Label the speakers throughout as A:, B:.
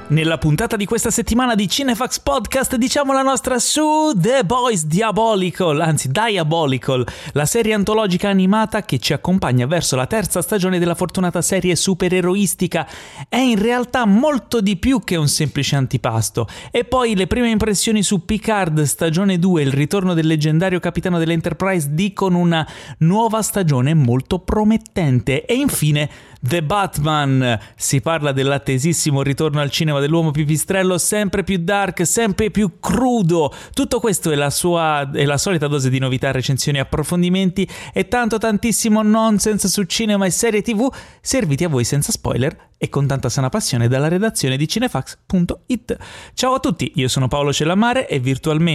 A: Nella puntata di questa settimana di Cinefax Podcast diciamo la nostra su The Boys Diabolical, anzi Diabolical, la serie antologica animata che ci accompagna verso la terza stagione della fortunata serie supereroistica. È in realtà molto di più che un semplice antipasto. E poi le prime impressioni su Picard stagione 2, il ritorno del leggendario capitano dell'Enterprise dicono una nuova stagione molto promettente. E infine The Batman, si parla dell'attesissimo ritorno al cinema dell'uomo pipistrello, sempre più dark, sempre più crudo. Tutto questo è la solita dose di novità, recensioni, approfondimenti e tantissimo nonsense su cinema e serie TV, serviti a voi senza spoiler e con tanta sana passione dalla redazione di cinefax.it. Ciao a tutti, io sono Paolo Cellamare e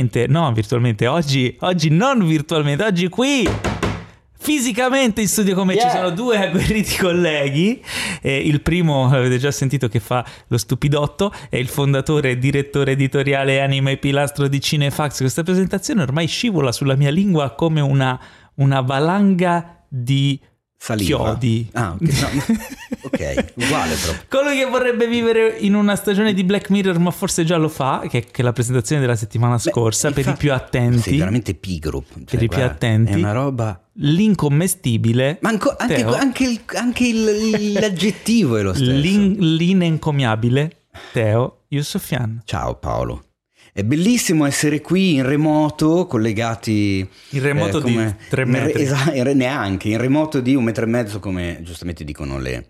A: oggi qui fisicamente in studio con me ci sono due agguerriti colleghi. Il primo, avete già sentito, che fa lo stupidotto, è il fondatore e direttore editoriale, anima e pilastro di Cinefax. Questa presentazione ormai scivola sulla mia lingua come una valanga di
B: saliva.
A: Chiodi.
B: Ah, ok, no. Ok, uguale proprio.
A: Colui che vorrebbe vivere in una stagione di Black Mirror, ma forse già lo fa, che è la presentazione della settimana scorsa, per i più attenti.
B: Sei veramente pigro.
A: Per i più attenti.
B: È una roba...
A: L'incommestibile.
B: Ma anche l'aggettivo è lo stesso.
A: L'inencomiabile Teo Yusufian.
B: Ciao Paolo. È bellissimo essere qui in remoto, collegati
A: in remoto di 3 metri.
B: Neanche in remoto di 1,5 metri, come giustamente dicono le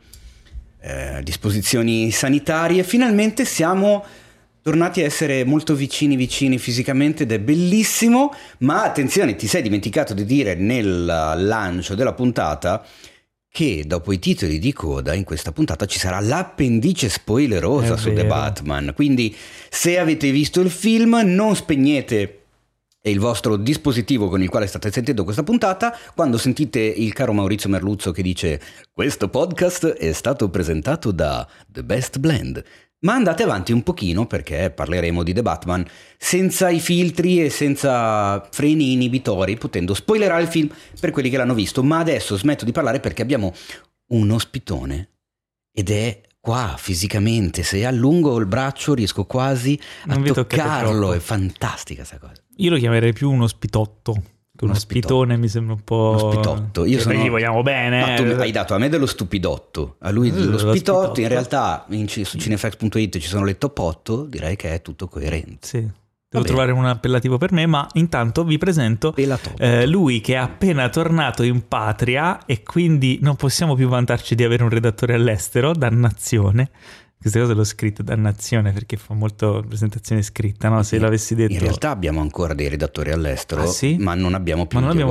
B: disposizioni sanitarie. Finalmente siamo tornati a essere molto vicini fisicamente ed è bellissimo. Ma attenzione, ti sei dimenticato di dire nel lancio della puntata che dopo i titoli di coda in questa puntata ci sarà l'appendice spoilerosa su The Batman. Quindi se avete visto il film non spegnete il vostro dispositivo con il quale state sentendo questa puntata quando sentite il caro Maurizio Merluzzo che dice: questo podcast è stato presentato da The Best Blend. Ma andate avanti un pochino, perché parleremo di The Batman senza i filtri e senza freni inibitori, potendo spoilerare il film per quelli che l'hanno visto. Ma adesso smetto di parlare perché abbiamo un ospitone ed è qua fisicamente. Se allungo il braccio riesco quasi a toccarlo. È fantastica questa cosa.
A: Io lo chiamerei più un ospitotto. Uno spitone mi sembra un po'...
B: Uno spitotto. Io sono...
A: gli vogliamo bene.
B: Ma tu hai dato a me dello stupidotto, a lui dello spitotto. In realtà su cinefax.it ci sono le top 8, direi che è tutto coerente.
A: Sì, devo trovare un appellativo per me, ma intanto vi presento lui che è appena tornato in patria e quindi non possiamo più vantarci di avere un redattore all'estero, dannazione. Queste cose l'ho scritto, dannazione, perché fa molto presentazione scritta, no? Se l'avessi detto...
B: In realtà abbiamo ancora dei redattori all'estero,
A: sì?
B: ma non abbiamo più non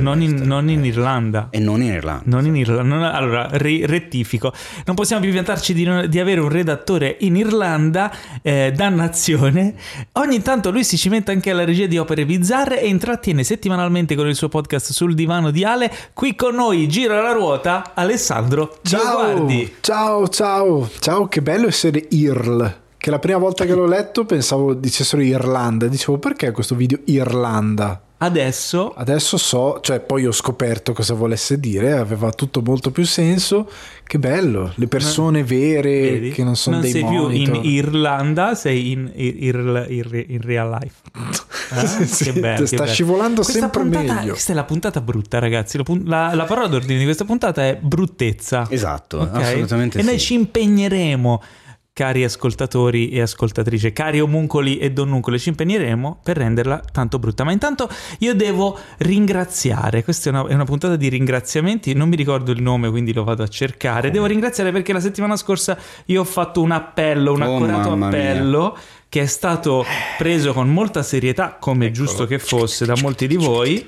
A: in Irlanda.
B: E non in Irlanda.
A: Non in Irlanda. Allora, rettifico. Non possiamo più vantarci di avere un redattore in Irlanda, dannazione. Ogni tanto lui si cimenta anche alla regia di opere bizzarre e intrattiene settimanalmente con il suo podcast Sul divano di Ale. Qui con noi, gira la ruota, Alessandro Guardi.
C: Ciao, che bello essere IRL, che la prima volta che l'ho letto pensavo dicessero Irlanda, dicevo perché questo video Irlanda? Adesso so, cioè poi ho scoperto cosa volesse dire, aveva tutto molto più senso. Che bello, le persone vere. Vedi? Che non sono dei monitor.
A: Non sei più in Irlanda, sei in real life.
C: Sì,
A: che bello,
C: sta scivolando sempre meglio.
A: Questa è la puntata brutta, ragazzi. La parola d'ordine di questa puntata è bruttezza.
B: Esatto,
A: okay?
B: Assolutamente.
A: E
B: sì.
A: Noi ci impegneremo, cari ascoltatori e ascoltatrici, cari omuncoli e donnuncole, ci impegneremo per renderla tanto brutta. Ma intanto io devo ringraziare. Questa è una puntata di ringraziamenti. Non mi ricordo il nome, quindi lo vado a cercare. Devo ringraziare perché la settimana scorsa io ho fatto un appello, un accorato appello, che è stato preso con molta serietà, come giusto che fosse, da molti di voi.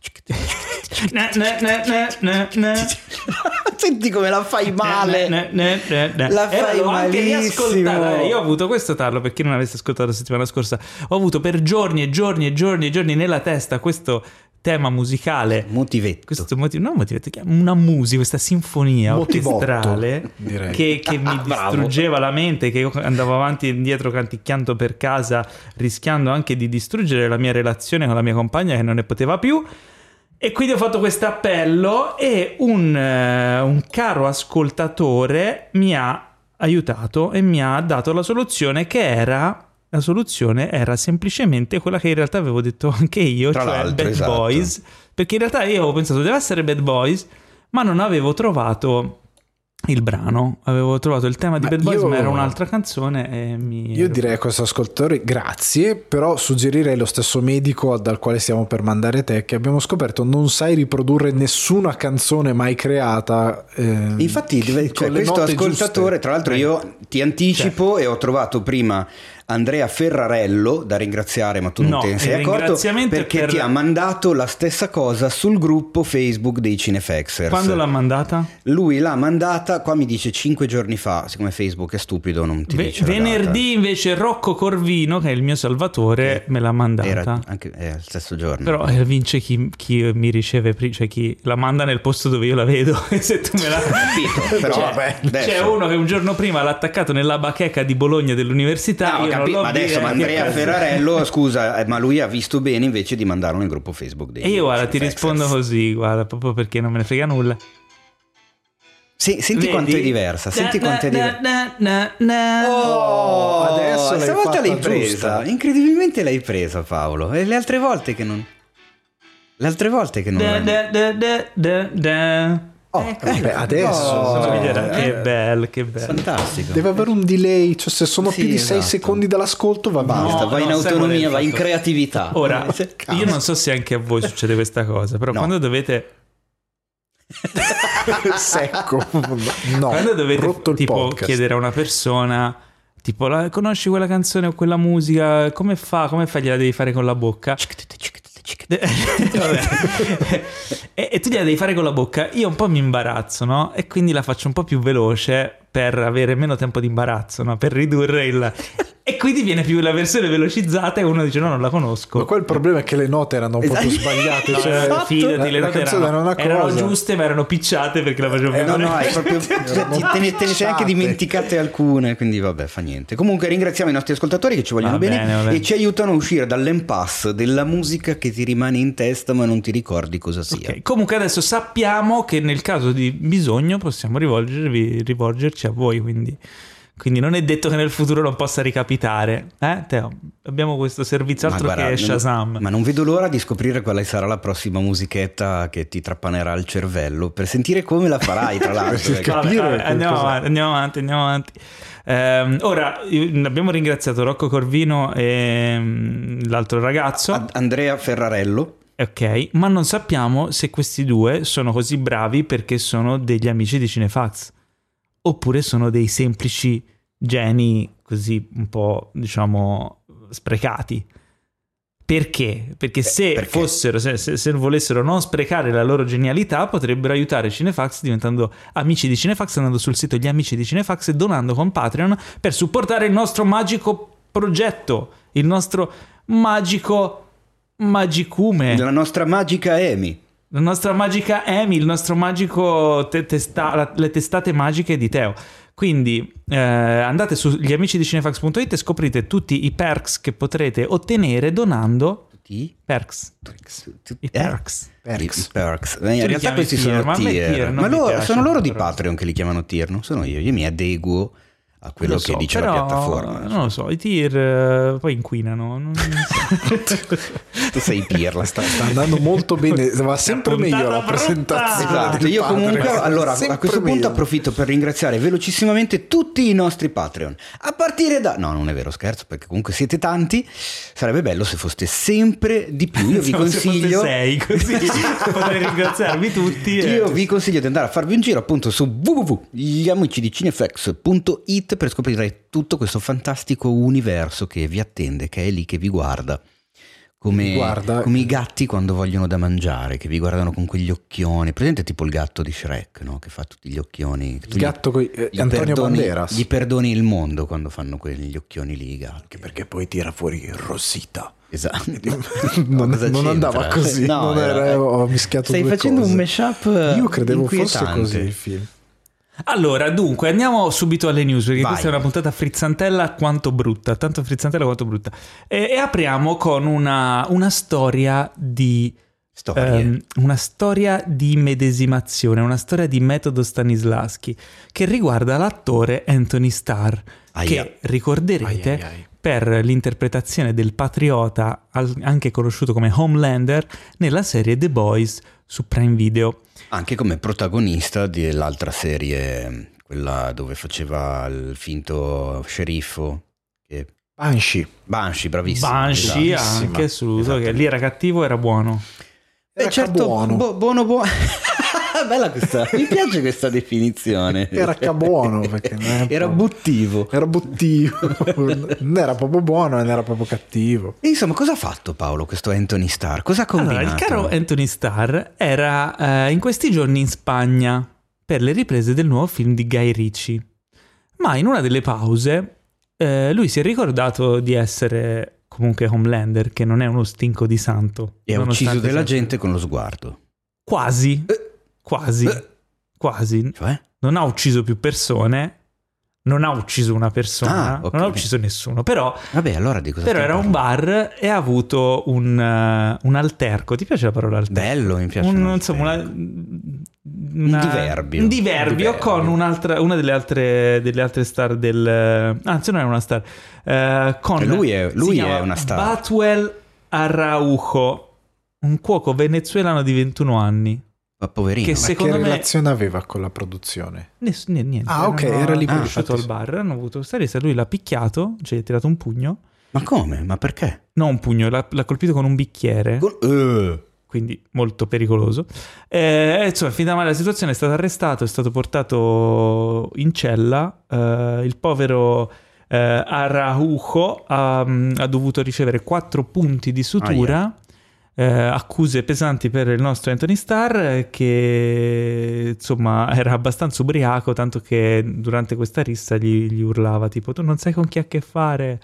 B: Senti come la fai male. La fai malissimo.
A: Io ho avuto questo tarlo, per chi non avesse ascoltato la settimana scorsa, ho avuto per giorni e giorni nella testa questo tema musicale, una musica, questa sinfonia orchestrale che mi distruggeva la mente, che io andavo avanti e indietro canticchiando per casa, rischiando anche di distruggere la mia relazione con la mia compagna che non ne poteva più. E quindi ho fatto questo appello e un caro ascoltatore mi ha aiutato e mi ha dato la soluzione che era... La soluzione era semplicemente quella che in realtà avevo detto anche io,
B: tra
A: cioè
B: l'altro,
A: Bad
B: esatto.
A: Boys, perché in realtà io avevo pensato deve essere Bad Boys, ma non avevo trovato il brano, avevo trovato il tema di Bad Boys, ma era un'altra canzone e
C: Io direi a questo ascoltatore grazie, però suggerirei lo stesso medico dal quale stiamo per mandare te, che abbiamo scoperto non sai riprodurre nessuna canzone mai creata.
B: Infatti questo ascoltatore giuste. Tra l'altro io ti anticipo e ho trovato prima Andrea Ferrarello da ringraziare, ma tu non te ne sei accorto perché ti ha mandato la stessa cosa sul gruppo Facebook dei Cinefexers.
A: Quando l'ha mandata?
B: Lui l'ha mandata, qua mi dice 5 giorni fa, siccome Facebook è stupido non ti dice
A: venerdì invece Rocco Corvino, che è il mio salvatore, me l'ha mandata.
B: Era anche il stesso giorno.
A: Però vince chi mi riceve, cioè chi la manda nel posto dove io la vedo. Se tu me l'hai
B: capito, però vabbè,
A: c'è uno che un giorno prima l'ha attaccato nella bacheca di Bologna dell'università.
B: Ma adesso Andrea Ferrarello, scusa, ma lui ha visto bene invece di mandarlo nel gruppo Facebook dei
A: e io guarda ti rispondo così, guarda, proprio perché non me ne frega nulla.
B: Senti vedi? Quanto è diversa, senti quanto è diversa.
C: Adesso
B: stavolta l'hai presa,
C: giusta.
B: Incredibilmente l'hai presa, Paolo. E le altre volte che non
C: adesso
A: che bello.
B: Fantastico.
C: Deve avere un delay, cioè se sono più di 6 secondi dall'ascolto va basta,
B: vai in autonomia, vai in creatività.
A: Ora io non so se anche a voi succede questa cosa, però quando dovete
C: secco
A: quando dovete tipo chiedere a una persona tipo conosci quella canzone o quella musica, come fai, gliela devi fare con la bocca e tu gliela devi fare con la bocca, io un po' mi imbarazzo, no? E quindi la faccio un po' più veloce per avere meno tempo di imbarazzo, no? Per ridurre il... E quindi viene più la versione velocizzata e uno dice no, non la conosco.
C: Ma qua il problema è che le note erano un po' più sbagliate, cioè,
A: fidati, le note erano giuste ma erano picciate perché la facevo più
B: no, è proprio te ne sei anche dimenticate alcune, quindi vabbè, fa niente. Comunque ringraziamo i nostri ascoltatori che ci vogliono bene e ci aiutano a uscire dall'impasse della musica che ti rimane in testa ma non ti ricordi cosa sia.
A: Okay. Comunque adesso sappiamo che nel caso di bisogno possiamo rivolgerci a voi, quindi non è detto che nel futuro non possa ricapitare. Teo, abbiamo questo servizio altro che Shazam.
B: Ma non vedo l'ora di scoprire quale sarà la prossima musichetta che ti trappanerà il cervello, per sentire come la farai, tra l'altro.
A: Andiamo avanti. Ora abbiamo ringraziato Rocco Corvino e l'altro ragazzo
B: Andrea Ferrarello.
A: Ok, ma non sappiamo se questi due sono così bravi perché sono degli amici di Cinefax oppure sono dei semplici geni così un po', diciamo, sprecati. Perché? Perché se fossero, se volessero non sprecare la loro genialità, potrebbero aiutare Cinefax diventando amici di Cinefax, andando sul sito Gli Amici di Cinefax e donando con Patreon per supportare il nostro magico progetto, il nostro magicume,
B: la nostra magica Amy.
A: La nostra magica Amy, il nostro magico le testate magiche di Teo. Quindi andate su gliamicidiCinefax.it e scoprite tutti i perks che potrete ottenere donando.
B: Tutti?
A: Perks. I perks.
B: In realtà questi sono tier. Ma sono loro di Patreon che li chiamano tier, non sono io mi adeguo a quello che dice la piattaforma.
A: Non lo so, i tier poi inquinano.
B: Tu sei pirla.
C: Sta andando molto bene, va sempre meglio la presentazione.
B: Esatto, io comunque allora a questo punto approfitto per ringraziare velocissimamente tutti i nostri Patreon. A partire da... No, non è vero, scherzo, perché comunque siete tanti. Sarebbe bello se foste sempre di più. Io vi consiglio...
A: Se foste 6 così potrei ringraziarvi tutti.
B: Io vi consiglio di andare a farvi un giro appunto su www.gliamicidicinefx.it per scoprire tutto questo fantastico universo che vi attende, che è lì, che vi guarda come i gatti quando vogliono da mangiare, che vi guardano con quegli occhioni. Presente tipo il gatto di Shrek, no? Che fa tutti gli occhioni.
C: Il gatto Antonio Banderas.
B: Gli perdoni il mondo quando fanno quegli occhioni lì, gatti.
C: Anche perché poi tira fuori Rosita.
B: Esatto.
C: non andava così.
B: No,
C: ho mischiato
B: stai
C: due
B: facendo
C: cose.
B: Un mashup.
C: Io credevo
B: inquietante.
C: fosse così il film.
A: Allora, dunque, andiamo subito alle news, perché questa è una puntata frizzantella quanto brutta, tanto frizzantella quanto brutta. E apriamo con una storia di una storia di medesimazione, una storia di metodo Stanislavski che riguarda l'attore Anthony Starr, che ricorderete per l'interpretazione del patriota, anche conosciuto come Homelander, nella serie The Boys su Prime Video.
B: Anche come protagonista dell'altra serie, quella dove faceva il finto sceriffo. Banshee, bravissimo.
A: Banshee anche, assoluto, che lì era cattivo, era buono.
B: Certo, buono. Bella questa, mi piace questa definizione.
C: Era buono perché
B: era buttivo.
C: Non era proprio buono, non era proprio cattivo.
B: E insomma, cosa ha fatto Paolo questo Anthony Starr? Cosa ha combinato?
A: Allora, il caro Anthony Starr era in questi giorni in Spagna per le riprese del nuovo film di Guy Ritchie, ma in una delle pause lui si è ricordato di essere comunque Homelander, che non è uno stinco di santo.
B: E ha ucciso della gente con lo sguardo.
A: Quasi. Cioè? Non ha ucciso più persone, non ha ucciso una persona, non ha ucciso nessuno, però...
B: Vabbè, allora di cosa
A: però era un bar e ha avuto un alterco. Ti piace la parola alterco?
B: Bello, mi piace.
A: Un diverbio con una delle altre star del... Anzi, non è una star. Con
B: lui è una star.
A: Batuel Araujo, un cuoco venezuelano di 21 anni.
B: Ma poverino.
C: Che relazione aveva con la produzione?
A: Niente.
C: Era lì
A: uscito al bar, hanno avuto questa rissa, lui l'ha picchiato, cioè gli ha tirato un pugno.
B: Ma come? Ma perché?
A: No, un pugno, l'ha colpito con un bicchiere. Quindi molto pericoloso. Insomma, finita la situazione, è stato arrestato, è stato portato in cella. Il povero Araujo ha dovuto ricevere 4 punti di sutura. Accuse pesanti per il nostro Anthony Starr, che insomma era abbastanza ubriaco, tanto che durante questa rissa gli urlava tipo: tu non sai con chi ha a che fare,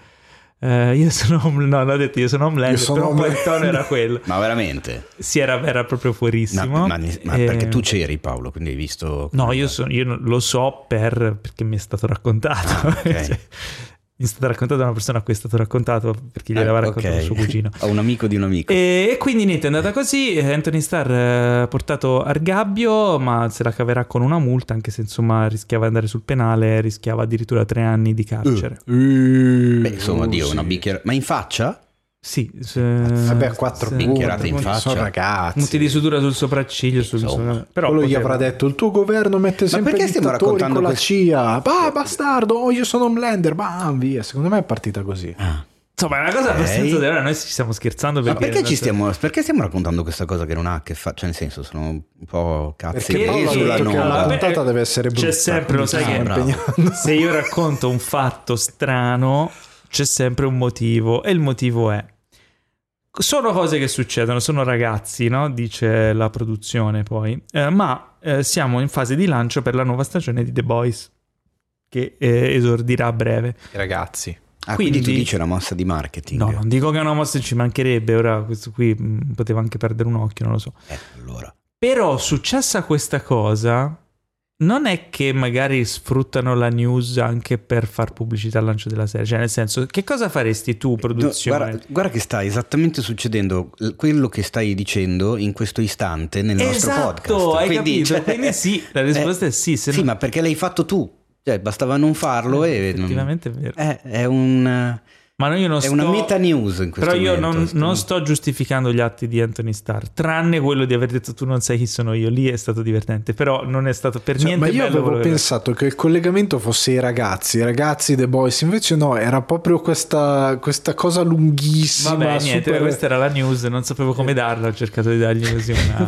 A: io sono Homelander, però poi il tono era quello.
B: Ma veramente?
A: Sì, era proprio fuorissimo.
B: Ma perché tu c'eri, Paolo, quindi hai visto?
A: No, io lo so perché mi è stato raccontato.
B: Okay.
A: Cioè, mi è stato raccontato da una persona a cui è stato raccontato perché gli aveva raccontato il suo cugino.
B: A un amico di un amico.
A: E quindi niente, è andata così. Anthony Starr portato al gabbio, ma se la caverà con una multa, anche se insomma rischiava di andare sul penale, rischiava addirittura 3 anni di carcere.
B: Beh, insomma, una bicchiera. Ma in faccia?
A: Sì,
C: vabbè, 4
B: bicchierate in faccia.
C: Sono ragazzi.
A: Punti di sutura sul sopracciglio. Però
C: quello gli avrà detto: il tuo governo mette sempre i dittatori con la CIA. Bastardo, io sono Homelander. Bam, via. Secondo me è partita così.
A: Insomma, è una cosa abbastanza vera. Noi ci stiamo scherzando perché...
B: Ma perché stiamo raccontando questa cosa che non ha a che fare? Cioè, nel senso, sono un po' cazzi.
C: Perché la puntata deve essere brutta.
A: C'è sempre, lo sai che se io racconto un fatto strano, c'è sempre un motivo. E il motivo è: sono cose che succedono, sono ragazzi, no? Dice la produzione poi. Ma siamo in fase di lancio per la nuova stagione di The Boys, che esordirà a breve.
B: Ragazzi. Quindi tu dici una mossa di marketing?
A: No, non dico che è una mossa, ci mancherebbe. Ora questo qui poteva anche perdere un occhio, non lo so.
B: Allora.
A: Però successa questa cosa, non è che magari sfruttano la news anche per far pubblicità al lancio della serie. Cioè, nel senso, che cosa faresti tu, produzione?
B: No, guarda che sta esattamente succedendo quello che stai dicendo in questo istante nel nostro podcast.
A: Esatto, hai capito? Quindi sì, la risposta è sì.
B: Sì, ma perché l'hai fatto tu? Cioè, bastava non farlo e...
A: Effettivamente è vero.
B: È un...
A: Ma io non
B: è una meta news in questo
A: momento.
B: Però
A: io non sto giustificando gli atti di Anthony Starr, tranne quello di aver detto tu non sai chi sono io. Lì è stato divertente, però non è stato per niente bello.
C: Ma io avevo pensato che il collegamento fosse i ragazzi The Boys, invece no, era proprio questa cosa lunghissima.
A: Vabbè, niente, questa era la news, non sapevo come darla, ho cercato di dargli così una...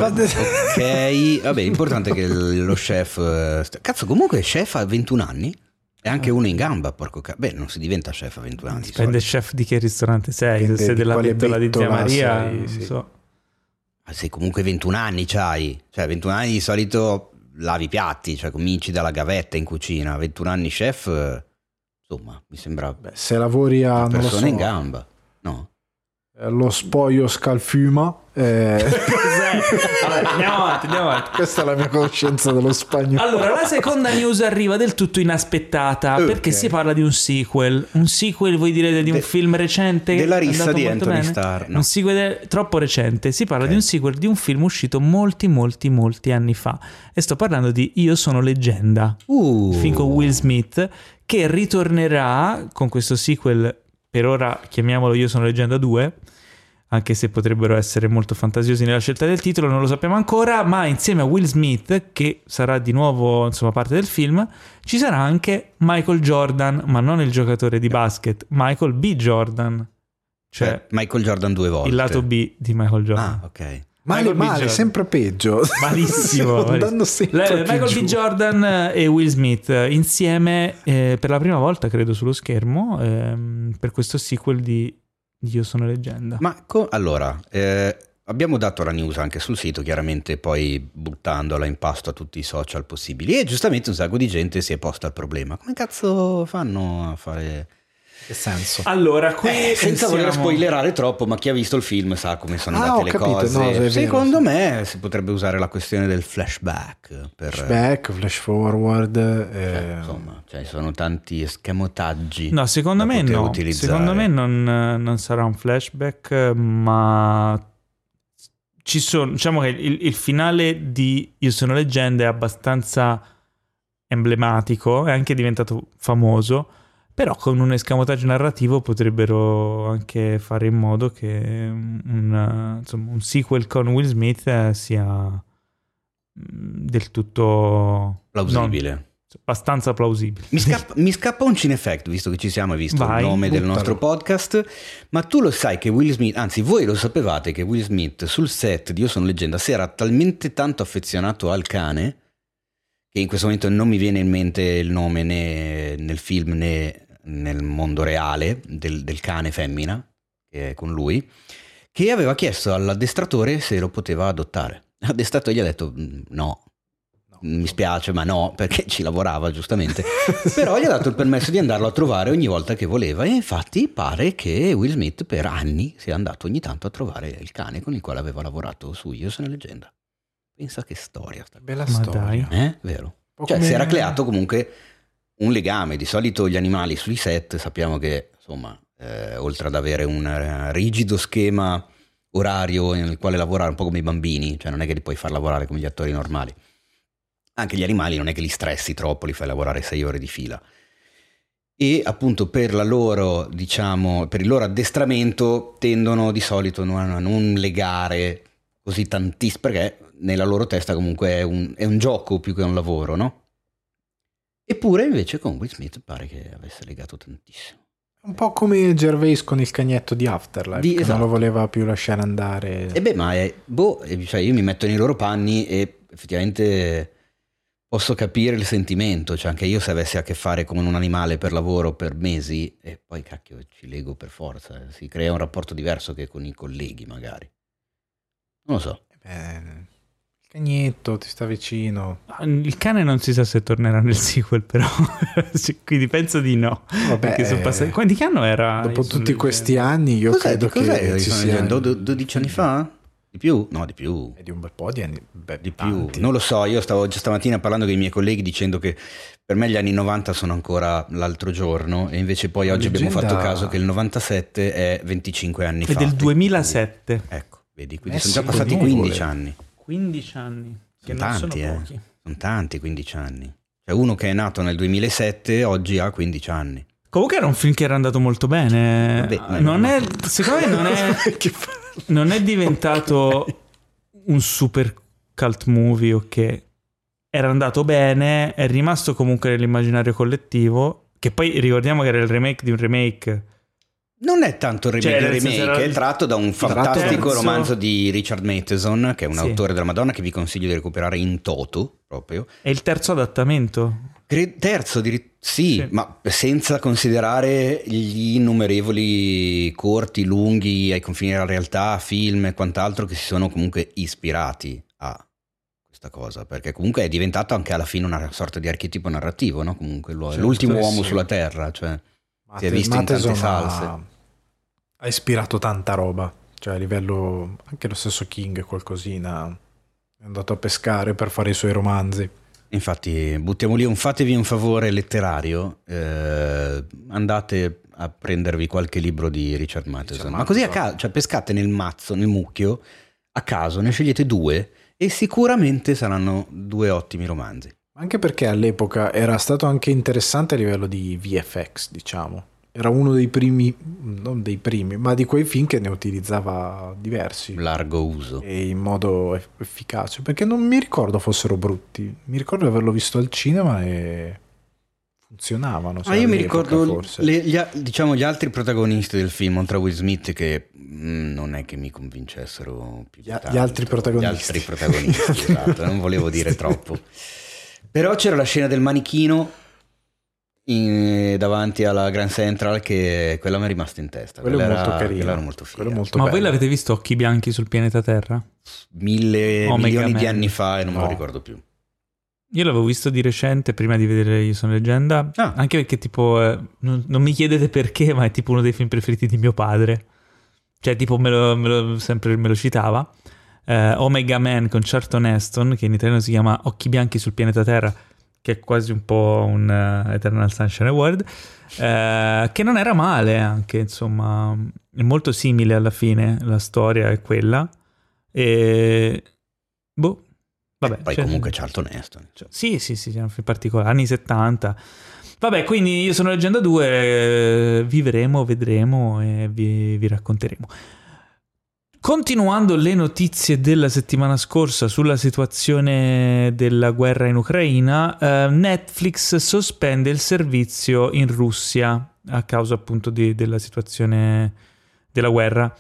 B: Ok, vabbè, l'importante è che lo chef... Cazzo, comunque il chef ha 21 anni? E anche uno in gamba, porco cazzo. Beh, non si diventa chef a 21 anni.
A: Dipende chef di che ristorante sei. Se sei della bettola di Zia Maria, non so.
B: Ma sei comunque 21 anni c'hai. Cioè 21 anni di solito lavi i piatti, cioè cominci dalla gavetta in cucina. 21 anni chef, insomma, mi sembra...
C: Beh, se lavori a...
B: persona in gamba, no?
C: Lo spoglio scalfuma.
A: Cos'è? Allora, andiamo avanti.
C: Questa è la mia conoscenza dello spagnolo.
A: Allora, la seconda news arriva del tutto inaspettata, perché si parla di un sequel. Un sequel, voi direte, di un film recente?
B: Della rissa di Anthony Starr.
A: No. Un sequel troppo recente. Si parla di un sequel di un film uscito molti anni fa. E sto parlando di Io sono leggenda. Film con Will Smith, che ritornerà con questo sequel, per ora chiamiamolo Io sono leggenda 2, anche se potrebbero essere molto fantasiosi nella scelta del titolo, non lo sappiamo ancora, ma insieme a Will Smith, che sarà di nuovo parte del film, ci sarà anche Michael Jordan, ma non il giocatore di basket, Michael B. Jordan, cioè
B: Michael Jordan 2 volte.
A: Il lato B di Michael Jordan.
B: Ok.
C: Male, sempre peggio.
A: Malissimo.
C: Andando sempre
A: Michael B. Jordan e Will Smith insieme per la prima volta, credo, sullo schermo per questo sequel di Io sono leggenda.
B: Allora, abbiamo dato la news anche sul sito, chiaramente poi buttandola in pasto a tutti i social possibili, e giustamente un sacco di gente si è posta il problema. Come cazzo fanno a fare...
C: Che senso?
A: Allora, qui
B: senza voler spoilerare troppo, ma chi ha visto il film sa come sono andate le cose.
C: No,
B: secondo me si potrebbe usare la questione del flashback
C: flash forward,
B: insomma, cioè sono tanti escamotaggi.
A: No, secondo me no. Secondo me non sarà un flashback, ma ci sono, diciamo che il finale di Io sono leggenda è abbastanza emblematico, è anche diventato famoso. Però con un escamotaggio narrativo potrebbero anche fare in modo che un sequel con Will Smith sia del tutto
B: plausibile.
A: Abbastanza plausibile.
B: Mi scappa un Cinefact, visto che ci siamo, visto il nome del nostro podcast. Ma tu lo sai che Will Smith, anzi voi lo sapevate che Will Smith sul set di Io sono leggenda si era talmente tanto affezionato al cane, che in questo momento non mi viene in mente il nome né nel film né nel mondo reale del cane femmina che è con lui, che aveva chiesto all'addestratore se lo poteva adottare. L'addestratore gli ha detto no, mi spiace ma no, perché ci lavorava giustamente. Però gli ha dato il permesso di andarlo a trovare ogni volta che voleva, e infatti pare che Will Smith per anni sia andato ogni tanto a trovare il cane con il quale aveva lavorato su Io sono leggenda. Pensa che storia.
C: Bella storia.
B: Vero. Cioè si era creato comunque un legame. Di solito gli animali sui set sappiamo che, insomma, oltre ad avere un rigido schema orario nel quale lavorare, un po' come i bambini, cioè non è che li puoi far lavorare come gli attori normali, anche gli animali non è che li stressi troppo, li fai lavorare 6 ore di fila. E appunto per la loro, diciamo, per il loro addestramento tendono di solito a non legare così tantissimo, perché nella loro testa comunque è un gioco più che un lavoro, no? Eppure invece con Will Smith pare che avesse legato tantissimo.
C: Un po' come Gervais con il cagnetto di Afterlife, che non lo voleva più lasciare andare.
B: Cioè io mi metto nei loro panni e effettivamente posso capire il sentimento. Cioè anche io, se avessi a che fare con un animale per lavoro per mesi, e poi cacchio ci lego per forza, si crea un rapporto diverso che con i colleghi magari. Non lo so.
C: Il cagnetto ti sta vicino.
A: Il cane non si sa se tornerà nel sequel, però quindi penso di no.
C: Vabbè,
A: sono passati... Di che anno era?
C: Dopo tutti questi anni io credo che ci sia
B: 12 anni fa? Di più? No, di più.
C: È di un bel po' di anni.
B: Di più. Non lo so, io stavo già stamattina parlando con i miei colleghi dicendo che per me gli anni 90 sono ancora l'altro giorno, e invece poi oggi abbiamo fatto caso che il 97 è 25 anni fa.
A: È del 2007.
B: Quindi, ecco, vedi, quindi sono già passati 15 anni.
A: 15 anni. Che
B: sono
A: non
B: tanti,
A: sono pochi.
B: Sono tanti 15 anni. Cioè uno che è nato nel 2007 oggi ha 15 anni.
A: Comunque era un film che era andato molto bene. Vabbè, secondo me non è diventato un super cult movie, ok? Era andato bene, è rimasto comunque nell'immaginario collettivo, che poi ricordiamo che era il remake di un remake.
B: Non è tanto il remake, è tratto da un fantastico romanzo di Richard Matheson, che è un autore della Madonna, che vi consiglio di recuperare in toto proprio.
A: È il terzo adattamento?
B: Sì, ma senza considerare gli innumerevoli corti, lunghi, ai confini della realtà, film e quant'altro che si sono comunque ispirati a questa cosa, perché comunque è diventato anche alla fine una sorta di archetipo narrativo, no? Comunque l'ultimo uomo sulla Terra, cioè si è visto in tante salse.
C: Ha ispirato tanta roba. cioè a livello, anche lo stesso King qualcosina è andato a pescare per fare i suoi romanzi.
B: Infatti buttiamo lì fatevi un favore letterario, andate a prendervi qualche libro di Richard Matheson, ma così a caso, cioè pescate nel mazzo, nel mucchio, a caso, ne scegliete 2 e sicuramente saranno 2 ottimi romanzi.
C: Anche perché all'epoca era stato anche interessante a livello di VFX, diciamo. Era uno dei primi, non dei primi, ma di quei film che ne utilizzava diversi.
B: Largo uso.
C: E in modo efficace, perché non mi ricordo fossero brutti. Mi ricordo di averlo visto al cinema e funzionavano.
B: Io mi ricordo gli altri protagonisti del film, oltre a Will Smith, che non è che mi convincessero più di tanto.
C: Gli altri protagonisti.
B: Esatto, non volevo dire troppo. Però c'era la scena del manichino davanti alla Grand Central, che quella mi è rimasta in testa.
C: Quello è molto carino.
B: Era molto figo.
A: Ma bello. Voi l'avete visto Occhi Bianchi sul pianeta Terra?
B: Milioni di anni fa e non me lo ricordo più.
A: Io l'avevo visto di recente, prima di vedere Io sono leggenda, anche perché tipo non mi chiedete perché, ma è tipo uno dei film preferiti di mio padre, cioè tipo me lo citava. Omega Man con Charlton Heston, che in italiano si chiama Occhi Bianchi sul pianeta Terra, che è quasi un po' un Eternal Sunshine Award, che non era male anche, insomma, è molto simile alla fine, la storia è quella, e vabbè,
B: poi comunque Charlton Heston.
A: Sì, in particolare, anni 70. Vabbè, quindi Io sono leggenda 2, vivremo, vedremo e vi racconteremo. Continuando le notizie della settimana scorsa sulla situazione della guerra in Ucraina, Netflix sospende il servizio in Russia a causa appunto della situazione della guerra.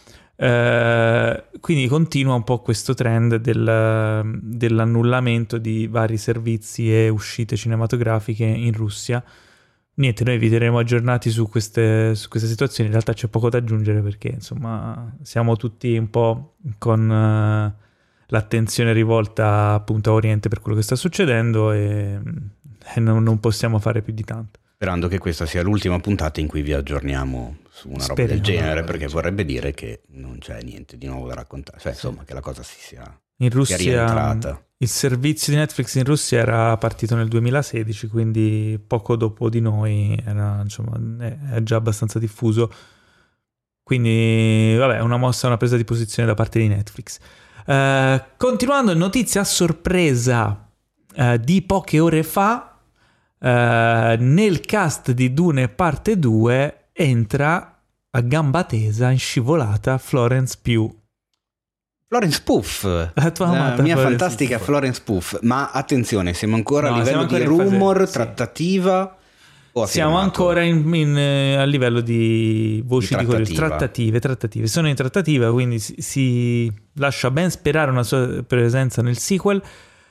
A: Quindi continua un po' questo trend dell'annullamento di vari servizi e uscite cinematografiche in Russia. Niente, noi vi terremo aggiornati su queste situazioni. In realtà c'è poco da aggiungere perché insomma siamo tutti un po' con l'attenzione rivolta appunto a Oriente per quello che sta succedendo e non possiamo fare più di tanto.
B: Sperando che questa sia l'ultima puntata in cui vi aggiorniamo su una roba del genere, perché vorrebbe dire che non c'è niente di nuovo da raccontare, cioè insomma che la cosa si sia
A: in Russia
B: rientrata.
A: Il servizio di Netflix in Russia era partito nel 2016, quindi poco dopo di noi, è già abbastanza diffuso. Quindi, vabbè, una presa di posizione da parte di Netflix. Continuando, notizia a sorpresa di poche ore fa, nel cast di Dune parte 2 entra a gamba tesa, in scivolata, Florence Pugh.
B: Florence Pugh, la mia fantastica Florence Pugh. Ma attenzione, siamo ancora a livello di rumor, trattativa?
A: Siamo ancora a livello di voci di trattative. Sono in trattativa, quindi si lascia ben sperare una sua presenza nel sequel.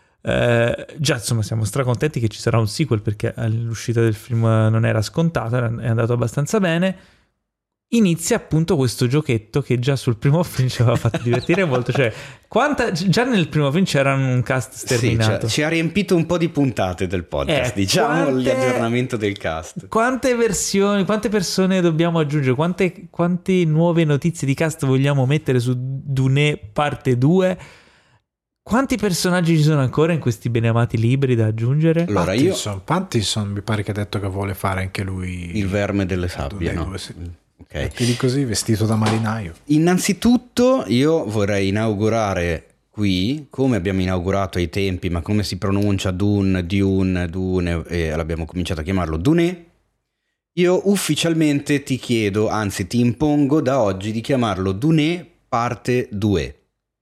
A: Già insomma siamo stracontenti che ci sarà un sequel, perché l'uscita del film non era scontata, è andato abbastanza bene. Inizia appunto questo giochetto che già sul primo film ci aveva fatto divertire molto, cioè già nel primo film c'era un cast sterminato.
B: Ci ha riempito un po' di puntate del podcast, l'aggiornamento del cast.
A: Quante versioni, quante persone dobbiamo aggiungere, quante nuove notizie di cast vogliamo mettere su Dune parte 2? Quanti personaggi ci sono ancora in questi beneamati libri da aggiungere?
B: Allora
C: Pattinson mi pare che ha detto che vuole fare anche lui
B: il verme delle sabbie, no?
C: Okay. Più di così, vestito da marinaio.
B: Innanzitutto io vorrei inaugurare qui, come abbiamo inaugurato ai tempi, ma come si pronuncia Dune, e l'abbiamo cominciato a chiamarlo Dune. Io ufficialmente ti chiedo, anzi ti impongo da oggi di chiamarlo Dune parte 2.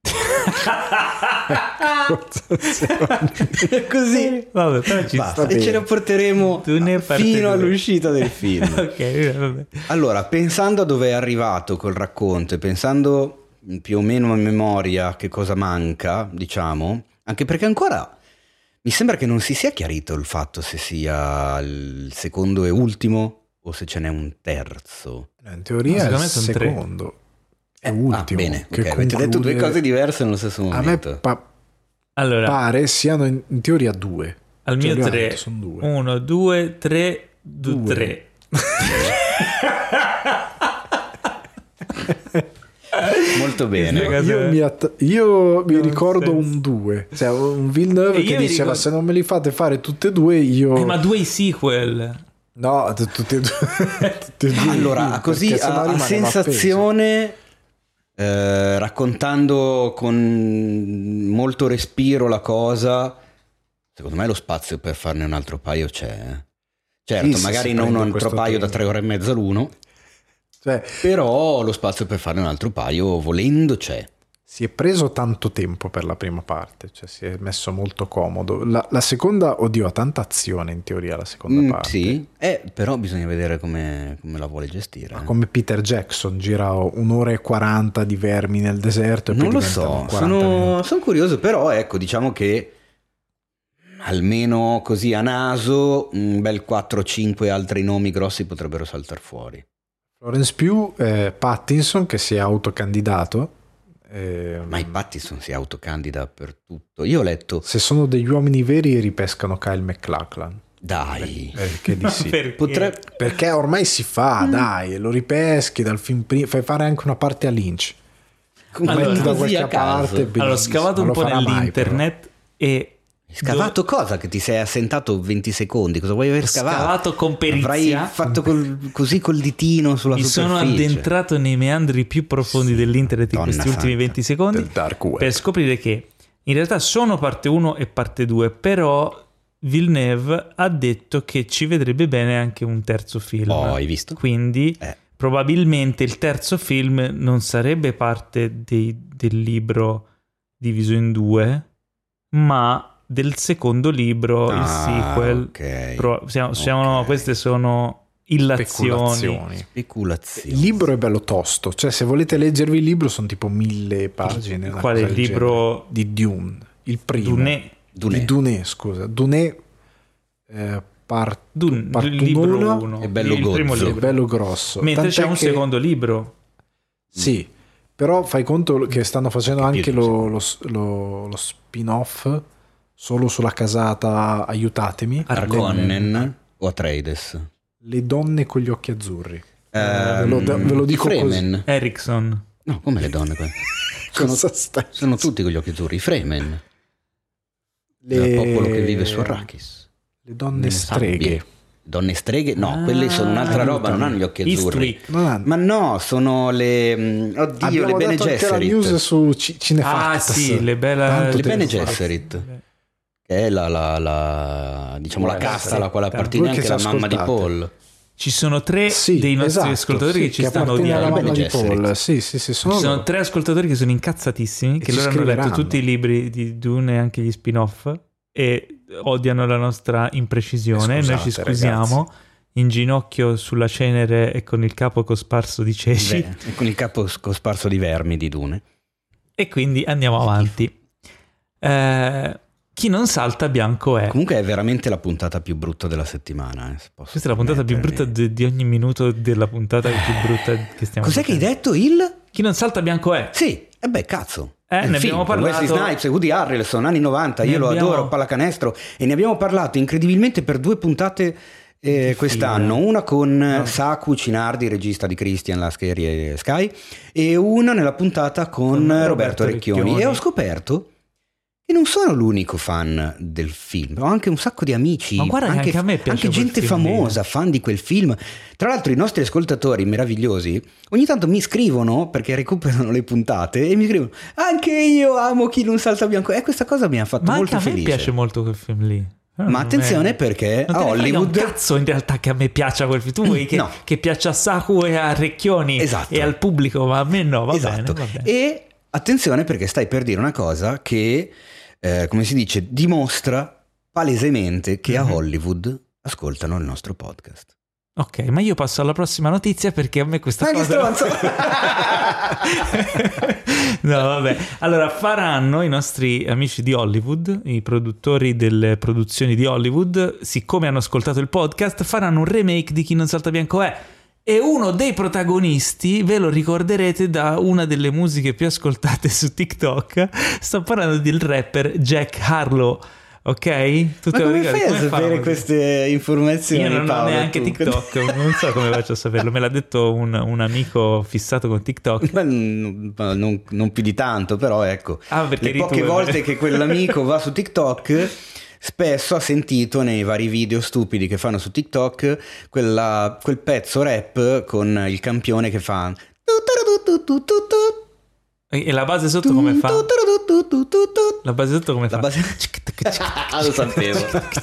B: Così
A: vabbè, però ci
B: basta, e ce la porteremo fino all'uscita del film.
A: Okay, vabbè.
B: Allora, pensando a dove è arrivato col racconto e pensando più o meno a memoria che cosa manca, diciamo, anche perché ancora mi sembra che non si sia chiarito il fatto se sia il secondo e ultimo o se ce n'è un terzo.
C: In teoria è il secondo e ultimo.
B: Bene, okay, avete detto due cose diverse nello stesso momento.
C: A me pare siano in teoria due.
A: Al mio 3 1, 2, 3 2, 3.
B: Molto bene.
C: Io mi ricordo un 2, cioè un Villeneuve che diceva se non me li fate fare tutte e due io...
A: ma 2 sequel.
C: No, tutte e due.
B: Allora, così a sensazione, raccontando con molto respiro la cosa, secondo me lo spazio per farne un altro paio c'è. Certo, sì, magari non un altro paio da 3 ore e mezza l'uno, però lo spazio per farne un altro paio volendo c'è.
C: Si è preso tanto tempo per la prima parte, cioè si è messo molto comodo. La seconda, oddio, ha tanta azione in teoria la seconda parte.
B: Sì, però bisogna vedere come la vuole gestire.
C: Ma come Peter Jackson gira 1 ora e 40 di vermi nel deserto e
B: non
C: poi
B: lo so, sono curioso, però ecco, diciamo che almeno così a naso un bel 4-5 altri nomi grossi potrebbero saltare fuori.
C: Florence Pugh, Pattinson che si è autocandidato.
B: Ma i Pattinson si autocandida per tutto. Io ho letto,
C: se sono degli uomini veri ripescano Kyle MacLachlan.
B: Dai,
C: perché di sì?
B: Perché
C: ormai si fa, dai, lo ripeschi dal film prima, fai fare anche una parte a Lynch.
B: Metti da qualche parte.
A: Allora, ho scavato un po' nell'internet e
B: scavato cosa? Che ti sei assentato 20 secondi? Cosa vuoi aver
A: scavato con perizia?
B: Avrai fatto così col ditino sulla superficie.
A: Mi sono addentrato nei meandri più profondi dell'internet in questi ultimi 20 secondi per scoprire che in realtà sono parte 1 e parte 2, però Villeneuve ha detto che ci vedrebbe bene anche un terzo film.
B: Oh, hai visto?
A: Quindi probabilmente il terzo film non sarebbe parte del libro diviso in 2, ma del secondo libro, il sequel.
B: Okay.
A: Queste sono illazioni.
B: Speculazioni.
C: Il libro è bello tosto, cioè se volete leggervi il libro sono tipo 1000 pagine.
A: Qual è il libro?
C: Di Dune, il primo.
A: Dune.
C: Scusa. Dune, parte
A: il libro 1.
B: È bello gozzo.
C: È bello grosso.
A: Mentre c'è un secondo libro.
C: Sì, però fai conto che stanno facendo anche lo spin-off solo sulla casata, aiutatemi.
B: Harkonnen o Atreides?
C: Le donne con gli occhi azzurri. Ve lo dico
B: Fremen.
C: così.
A: Erickson.
B: No, come le donne? sono tutti con gli occhi azzurri. I Fremen. Il popolo che vive su Arrakis.
C: Le donne streghe.
B: Donne streghe? No, quelle sono un'altra roba, non hanno gli occhi azzurri. Ma no, sono le... Oddio, le Bene Gesserit. Abbiamo
C: la news su Cinefacts.
A: Ah sì, le Bene
B: Gesserit. Che è la casta alla quale appartiene anche la mamma di Paul.
A: Ci sono 3 dei nostri ascoltatori che ci stanno odiando.
C: Ci
A: sono 3 ascoltatori che sono incazzatissimi, che loro hanno letto tutti i libri di Dune e anche gli spin-off e odiano la nostra imprecisione. Noi ci scusiamo, ragazzi. In ginocchio sulla cenere e con il capo cosparso di ceci.
B: E con il capo cosparso di vermi di Dune.
A: E quindi andiamo avanti. Chi non salta bianco è.
B: Comunque è veramente la puntata più brutta della settimana.
A: Questa è la puntata più brutta di ogni minuto della puntata più brutta che stiamo
B: Cos'è
A: facendo.
B: Che hai detto?
A: Chi non salta bianco è.
B: Sì, cazzo.
A: Ne abbiamo parlato.
B: Wesley Snipes e Woody Harrelson, anni 90, io lo adoro, pallacanestro, e ne abbiamo parlato incredibilmente per 2 puntate quest'anno, una con Saku Cinardi, regista di Christian, la serie Sky, e una nella puntata con Roberto Recchioni. E ho scoperto che non sono l'unico fan del film, ho anche un sacco di amici,
A: ma guarda, anche a me piace,
B: anche gente famosa, fan di quel film. Tra l'altro i nostri ascoltatori meravigliosi ogni tanto mi scrivono, perché recuperano le puntate, e mi scrivono: anche io amo Chi non salta bianco, e questa cosa mi ha fatto molto felice.
A: Ma a me piace molto quel film lì.
B: Ma attenzione, perché a Hollywood
A: un cazzo in realtà che a me piaccia quel film. Tu vuoi che piaccia a Saku e a Recchioni, esatto, e al pubblico, ma a me no, va bene.
B: E attenzione, perché stai per dire una cosa che come si dice, dimostra palesemente che a Hollywood ascoltano il nostro podcast.
A: Ok, ma io passo alla prossima notizia, perché a me questa cosa... No, vabbè. Allora, faranno i nostri amici di Hollywood, i produttori delle produzioni di Hollywood, siccome hanno ascoltato il podcast, faranno un remake di Chi non salta bianco è. E uno dei protagonisti, ve lo ricorderete da una delle musiche più ascoltate su TikTok, sto parlando del rapper Jack Harlow. Ok? Tu te lo
B: come
A: ricordi?
B: fai a sapere queste informazioni?
A: Io non
B: Paolo,
A: ho neanche
B: tu?
A: TikTok, non so come faccio a saperlo. Me l'ha detto un amico fissato con TikTok.
B: Ma non più di tanto, però ecco, le poche volte che quell'amico va su TikTok, spesso ha sentito nei vari video stupidi che fanno su TikTok quel pezzo rap con il campione che fa
A: e la base sotto come fa? La base sotto come fa?
B: Lo sapevo.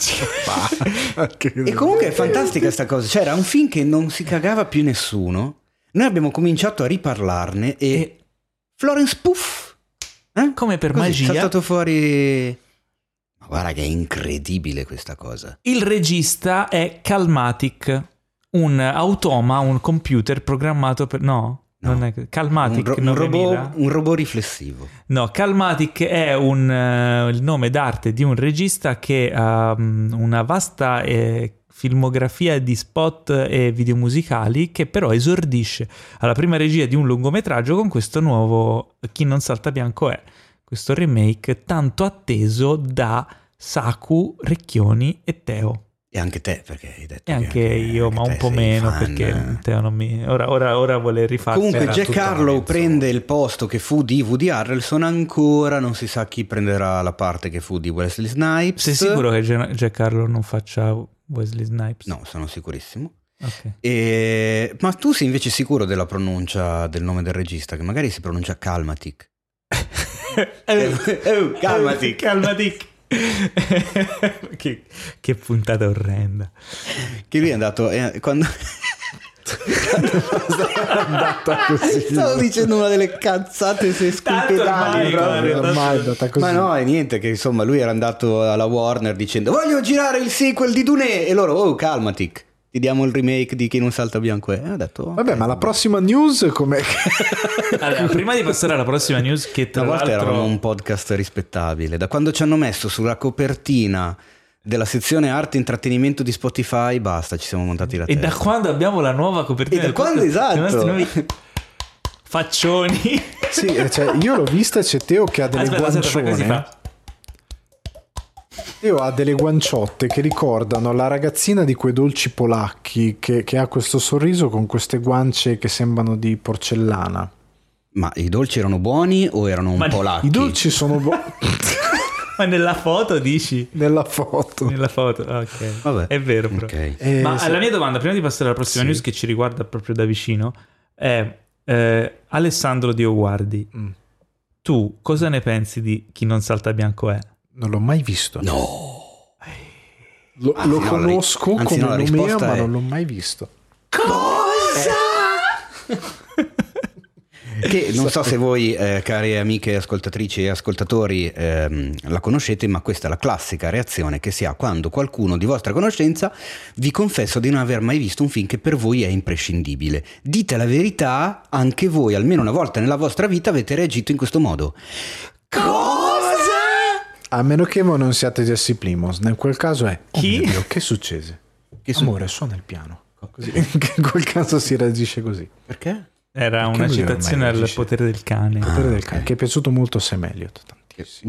B: E comunque è fantastica sta cosa. C'era un film che non si cagava più nessuno. Noi abbiamo cominciato a riparlarne e Florence Puff,
A: come per magia,
B: è saltato fuori. Ma guarda che è incredibile questa cosa.
A: Il regista è Calmatic, un automa, un computer programmato per... No. Non è Calmatic,
B: un robot riflessivo.
A: No, Calmatic è il nome d'arte di un regista che ha una vasta filmografia di spot e video musicali, che però esordisce alla prima regia di un lungometraggio con questo nuovo Chi non salta bianco è, questo remake tanto atteso da Saku, Recchioni e Teo.
B: E anche te, perché hai detto.
A: E anche io, ma un po' meno,
B: fan.
A: perché Teo non mi... Ora vuole rifarsi.
B: Comunque Jack Harlow prende il posto che fu di Woody Harrelson, ancora non si sa chi prenderà la parte che fu di Wesley Snipes.
A: Sei sicuro che Jack Harlow non faccia Wesley Snipes?
B: No, sono sicurissimo. Okay. Ma tu sei invece sicuro della pronuncia del nome del regista, che magari si pronuncia Calmatic? Calmatic.
A: Calmatic. che puntata orrenda.
B: Che lui è andato quando andata così. Stavo dicendo una delle cazzate sesquipedali
C: ormai è andata così.
B: Ma no, è niente, che insomma lui era andato alla Warner dicendo voglio girare il sequel di Dune e loro Calmatic, ti diamo il remake di Chi non salta bianco è. Ha detto
C: vabbè, ma la prossima news com'è?
A: Allora, prima di passare alla prossima news, che tra
B: una volta
A: l'altro
B: eravamo un podcast rispettabile, da quando ci hanno messo sulla copertina della sezione arte e intrattenimento di Spotify, basta, ci siamo montati la testa.
A: E da quando abbiamo la nuova copertina?
B: E da quando, esatto,
A: nuovi faccioni.
C: Sì, cioè, io l'ho vista, c'è Teo che ha delle guancione. Teo ha delle guanciotte che ricordano la ragazzina di quei dolci polacchi che ha questo sorriso con queste guance che sembrano di porcellana.
B: Ma i dolci erano buoni o erano polacchi?
C: I dolci sono buoni.
A: Ma nella foto dici?
C: Nella foto,
A: ok. Vabbè. È vero, però.
B: Okay.
A: Ma la mia domanda, prima di passare alla prossima news che ci riguarda proprio da vicino, è Alessandro Dioguardi, tu cosa ne pensi di Chi non salta bianco è?
C: Non l'ho mai visto.
B: No.
C: Lo conosco come nome, ma non l'ho mai visto.
B: Cosa? Che non so se voi, cari amiche ascoltatrici e ascoltatori, la conoscete, ma questa è la classica reazione che si ha quando qualcuno di vostra conoscenza vi confessa di non aver mai visto un film che per voi è imprescindibile. Dite la verità, anche voi almeno una volta nella vostra vita avete reagito in questo modo. Cosa?
C: A meno che voi non siate Jesse Plimos, nel quel caso è
A: chi?
C: Dio, che succede? Amore, suona il piano. Così. In quel caso si reagisce così.
B: Perché?
A: Era una citazione al Potere del cane.
C: Potere del cane, che è piaciuto molto a Sam Elliott, tantissimo.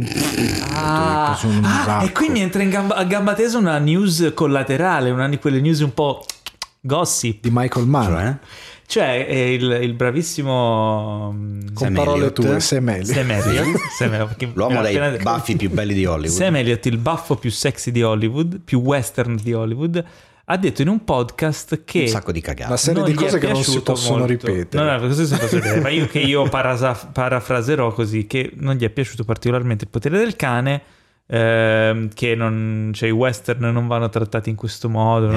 A: E qui mi entra a gamba tesa una news collaterale, una di quelle news un po' gossip
C: di Michael Mann,
A: cioè il bravissimo
C: con parole tue Sam
B: Elliott, l'uomo dai baffi più belli di Hollywood.
A: Sam Elliott, il baffo più sexy di Hollywood, più western di Hollywood, ha detto in un podcast che
B: un sacco di cagate,
C: una serie di cose che non si possono ripetere.
A: No, questo si possono ripetere, ma io parafraserò così, che non gli è piaciuto particolarmente Il Potere del cane, che i western non vanno trattati in questo modo,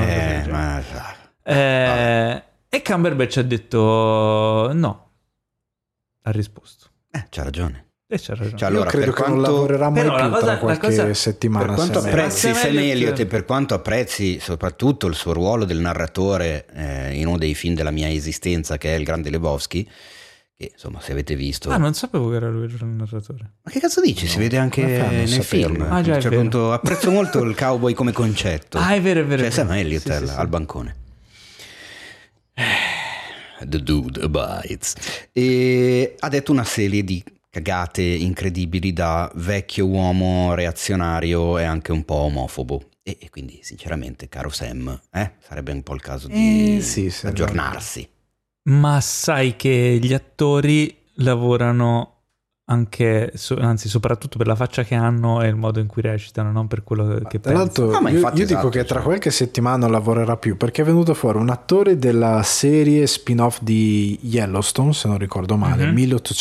A: e Cumberbatch ha detto no, ha risposto.
B: C'ha ragione.
A: C'ha ragione.
B: Cioè, allora,
C: io credo che non lavorerà mai più tra qualche settimana.
B: Per quanto apprezzi Sam Elliott e per quanto apprezzi soprattutto il suo ruolo del narratore in uno dei film della mia esistenza, che è Il Grande Lebowski, che insomma se avete visto...
A: non sapevo che era lui il narratore.
B: Ma che cazzo dici? No, si vede anche nel film. Apprezzo molto il cowboy come concetto.
A: È vero.
B: Cioè Sam Elliott al bancone. The Dude Abides. E ha detto una serie di cagate incredibili da vecchio uomo reazionario e anche un po' omofobo. E quindi sinceramente, caro Sam, sarebbe un po' il caso di aggiornarsi.
A: Ma sai che gli attori lavorano anche, anzi soprattutto per la faccia che hanno e il modo in cui recitano, non per quello che
C: tra
A: pensano.
C: l'altro io dico che tra qualche settimana non lavorerà più, perché è venuto fuori un attore della serie spin-off di Yellowstone, se non ricordo male,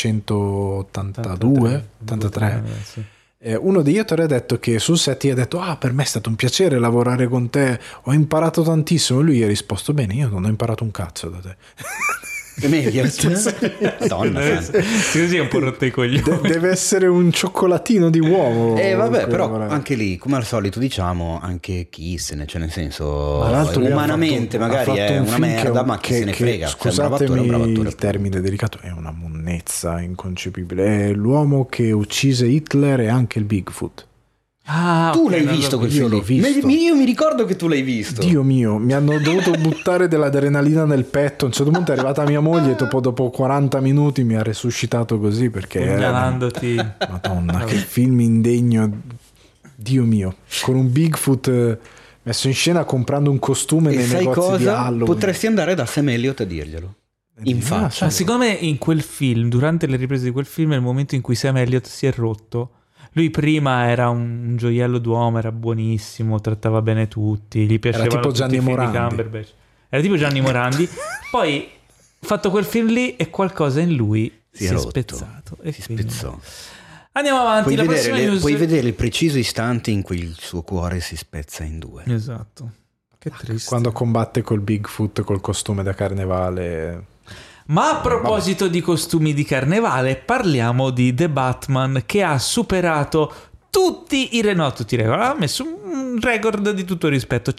C: 1883.
A: Sì.
C: Uno degli attori ha detto che sul set gli ha detto: per me è stato un piacere lavorare con te, ho imparato tantissimo. E lui gli ha risposto: bene, io non ho imparato un cazzo da te.
B: È meglio. Madonna,
A: così è un po' rotto i coglioni.
C: Deve essere un cioccolatino di uovo.
B: Vabbè, però anche lì, come al solito diciamo, anche chi se ne, cioè nel senso, umanamente magari è una merda, ma chi se ne frega.
C: Scusatemi il termine delicato, è una monnezza inconcepibile. È l'uomo che uccise Hitler e anche il Bigfoot.
B: Tu l'hai visto quel film? Io mi ricordo che tu l'hai visto.
C: Dio mio, mi hanno dovuto buttare dell'adrenalina nel petto. A un certo punto è arrivata mia moglie, dopo 40 minuti mi ha resuscitato così, perché
A: pugnalandoti.
C: Madonna, che film indegno. Dio mio, con un Bigfoot messo in scena comprando un costume nei negozi di Halloween.
B: Potresti andare da Sam Elliott a dirglielo in faccia.
A: Secondo me in quel film, durante le riprese di quel film, è il momento in cui Sam Elliott si è rotto. Lui prima era un gioiello d'uomo, era buonissimo, trattava bene tutti, gli piaceva.
C: Era tipo Gianni Morandi.
A: Era tipo Gianni Morandi. Poi, fatto quel film lì, e qualcosa in lui si è spezzato.
B: Si spezzò.
A: Andiamo avanti.
B: Puoi vedere il preciso istante in cui il suo cuore si spezza in due.
A: Esatto. Che triste.
C: Quando combatte col Bigfoot col costume da carnevale.
A: Ma a proposito di costumi di carnevale, parliamo di The Batman, che ha superato tutti i record, ha messo un record di tutto rispetto,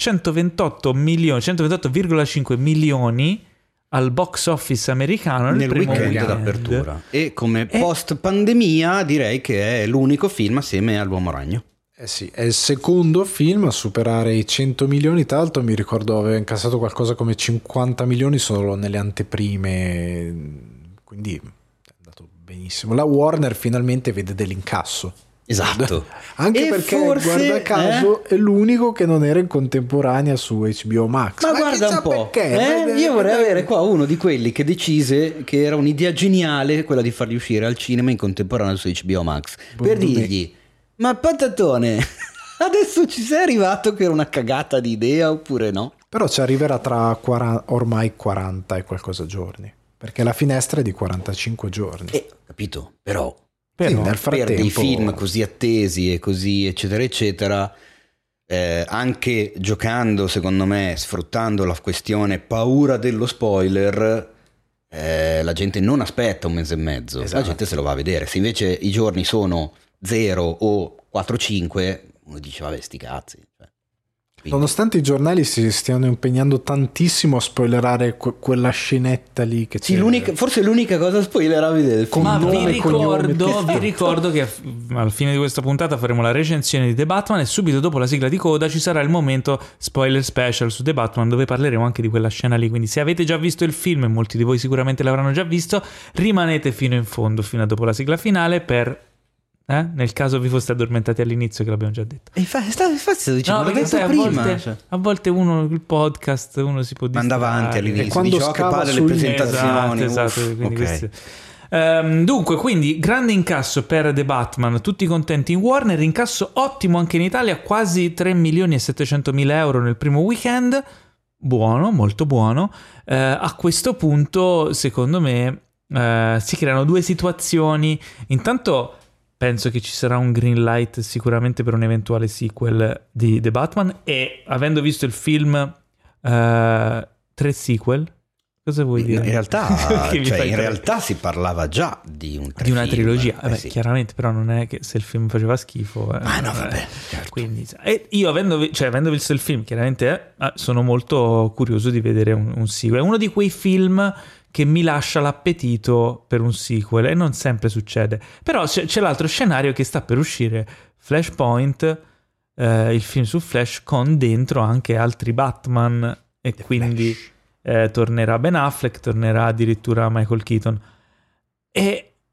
A: 128,5 milioni al box office americano nel primo weekend
B: d'apertura. E come post pandemia direi che è l'unico film assieme all'Uomo Ragno.
C: Sì, è il secondo film a superare i 100 milioni. Tra l'altro mi ricordo aveva incassato qualcosa come 50 milioni solo nelle anteprime, quindi è andato benissimo. La Warner finalmente vede dell'incasso.
B: Esatto.
C: Anche perché forse, guarda caso è l'unico che non era in contemporanea su HBO Max.
B: Ma guarda un po', io vorrei avere qua uno di quelli che decise che era un'idea geniale quella di farli uscire al cinema in contemporanea su HBO Max, per dirgli: ma patatone, adesso ci sei arrivato che era una cagata di idea oppure no?
C: Però ci arriverà tra ormai 40 e qualcosa giorni, perché la finestra è di 45 giorni.
B: Capito, però
C: sì, nel frattempo,
B: per dei film così attesi e così eccetera eccetera, anche giocando, secondo me, sfruttando la questione paura dello spoiler, la gente non aspetta un mese e mezzo, la gente se lo va a vedere. Se invece i giorni sono 0 o 4-5, uno dice vabbè sti cazzi. Quindi.
C: Nonostante i giornali si stiano impegnando tantissimo a spoilerare quella scenetta lì che c'è.
B: Forse l'unica cosa spoilerabile del film.
A: Ma vi ricordo che alla fine di questa puntata faremo la recensione di The Batman e subito dopo la sigla di coda ci sarà il momento spoiler special su The Batman, dove parleremo anche di quella scena lì. Quindi se avete già visto il film, e molti di voi sicuramente l'avranno già visto, rimanete fino in fondo, fino a dopo la sigla finale per... nel caso vi foste addormentati all'inizio, che l'abbiamo già detto.
B: Infatti sto dicendo,
A: no, perché a volte uno il podcast uno si può distrarre.
B: Manda avanti all'inizio,
C: e quando
B: dice che parla le presentazioni.
A: Esatto, quindi dunque, quindi grande incasso per The Batman, tutti contenti in Warner, incasso ottimo anche in Italia, quasi 3.700.000 euro nel primo weekend, buono, molto buono. A questo punto secondo me si creano due situazioni. Intanto penso che ci sarà un green light sicuramente per un eventuale sequel di The Batman, e avendo visto il film 3 sequel, cosa vuoi dire?
B: In realtà si parlava già di una
A: trilogia. Sì. Chiaramente, però non è che se il film faceva schifo.
B: Vabbè. Certo.
A: Quindi, e io avendo visto il film, chiaramente sono molto curioso di vedere un sequel. È uno di quei film che mi lascia l'appetito per un sequel, e non sempre succede. Però c'è l'altro scenario che sta per uscire, Flashpoint, il film su Flash, con dentro anche altri Batman, e quindi tornerà Ben Affleck, tornerà addirittura Michael Keaton. E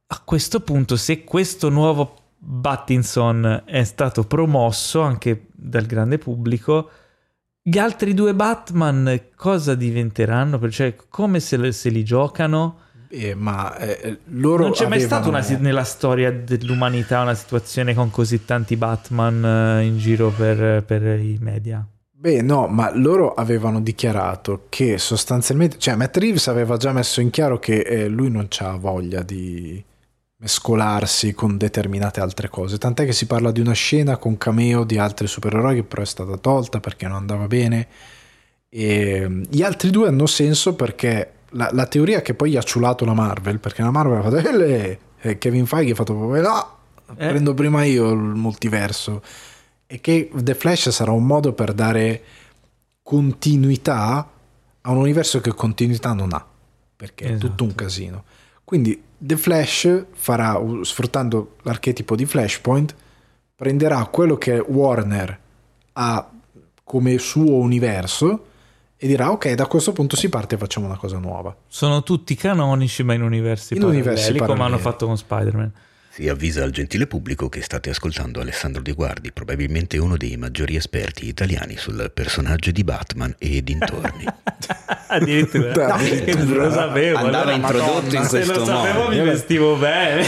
A: a questo punto, se questo nuovo Pattinson è stato promosso anche dal grande pubblico, gli altri due Batman cosa diventeranno? Cioè, come se li giocano?
C: Loro
A: non c'è mai stata nella storia dell'umanità una situazione con così tanti Batman in giro per i media.
C: No, ma loro avevano dichiarato che sostanzialmente, cioè Matt Reeves aveva già messo in chiaro che lui non c'ha voglia di mescolarsi con determinate altre cose, tant'è che si parla di una scena con cameo di altri supereroi che però è stata tolta perché non andava bene, e gli altri due hanno senso perché la teoria che poi ha ciulato la Marvel, perché la Marvel ha fatto e Kevin Feige ha fatto prendo prima io il multiverso, e che The Flash sarà un modo per dare continuità a un universo che continuità non ha, perché è tutto un casino. Quindi The Flash farà, sfruttando l'archetipo di Flashpoint, prenderà quello che Warner ha come suo universo e dirà ok, da questo punto si parte e facciamo una cosa nuova.
A: Sono tutti canonici ma in universi paralleli, come hanno fatto con Spider-Man.
D: Si avvisa al gentile pubblico che state ascoltando Alessandro De Guardi, probabilmente uno dei maggiori esperti italiani sul personaggio di Batman e dintorni.
A: Addirittura non lo sapevo,
B: andava introdotto in questo modo.
A: Se lo sapevo mi vestivo bene.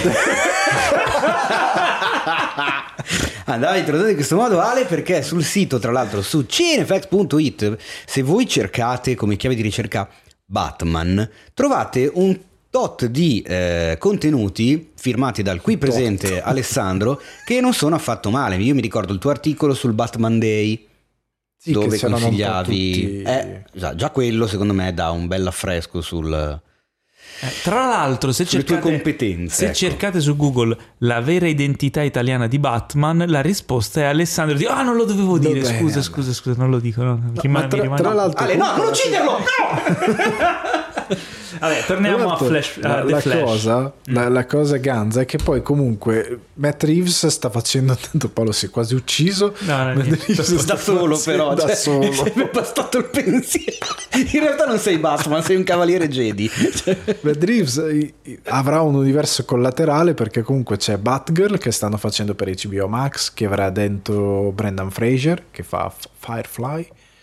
B: Andava introdotto in questo modo, Ale, perché sul sito, tra l'altro su cinefax.it, se voi cercate come chiave di ricerca Batman, trovate un tot di contenuti firmati dal qui presente Alessandro che non sono affatto male. Io mi ricordo il tuo articolo sul Batman Day, dove consigliavi già quello secondo me dà un bel affresco sul
A: tra l'altro sulle
B: tue competenze.
A: Se cercate su Google la vera identità italiana di Batman, la risposta è Alessandro non lo dovevo dire, scusa, non lo dico, no.
C: Tra l'altro
B: Ale, no, non ucciderlo, no!
A: Vabbè, torniamo a Flash.
C: La cosa ganza è che poi comunque Matt Reeves sta facendo, tanto Paolo si è quasi ucciso,
B: da solo però,
C: da solo.
B: Mi è bastato il pensiero. In realtà non sei Batman, sei un cavaliere Jedi.
C: Matt Reeves avrà un universo collaterale perché comunque c'è Batgirl che stanno facendo per HBO Max, che avrà dentro Brendan Fraser che fa Firefly,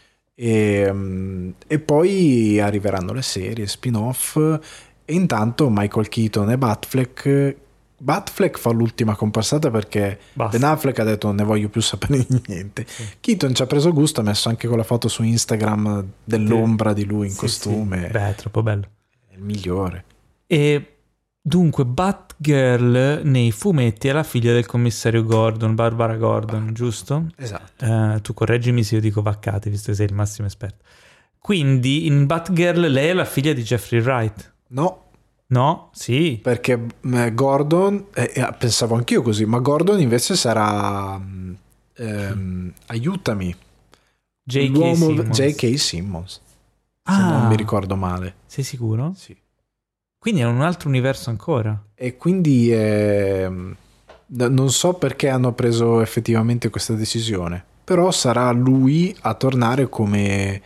C: e poi arriveranno le serie spin-off, e intanto Michael Keaton e Batfleck fa l'ultima comparsata perché Ben Affleck ha detto non ne voglio più sapere di niente. Keaton ci ha preso gusto, ha messo anche con la foto su Instagram dell'ombra di lui in costume.
A: Beh, è troppo bello,
C: è il migliore.
A: E dunque Batgirl nei fumetti è la figlia del commissario Gordon, Barbara Gordon, giusto?
C: Esatto.
A: Tu correggimi se io dico vaccate, visto che sei il massimo esperto. Quindi in Batgirl lei è la figlia di Jeffrey Wright?
C: No,
A: sì.
C: Perché Gordon, pensavo anch'io così, ma Gordon invece sarà aiutami, J.K. Simmons. Se non mi ricordo male.
A: Sei sicuro?
C: Sì.
A: Quindi è un altro universo ancora.
C: E quindi non so perché hanno preso effettivamente questa decisione, però sarà lui a tornare come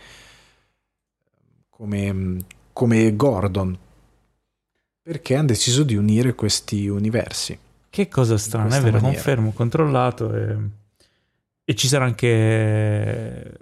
C: Gordon, perché hanno deciso di unire questi universi.
A: Che cosa strana, è vero,
C: maniera.
A: Confermo, controllato, e ci sarà anche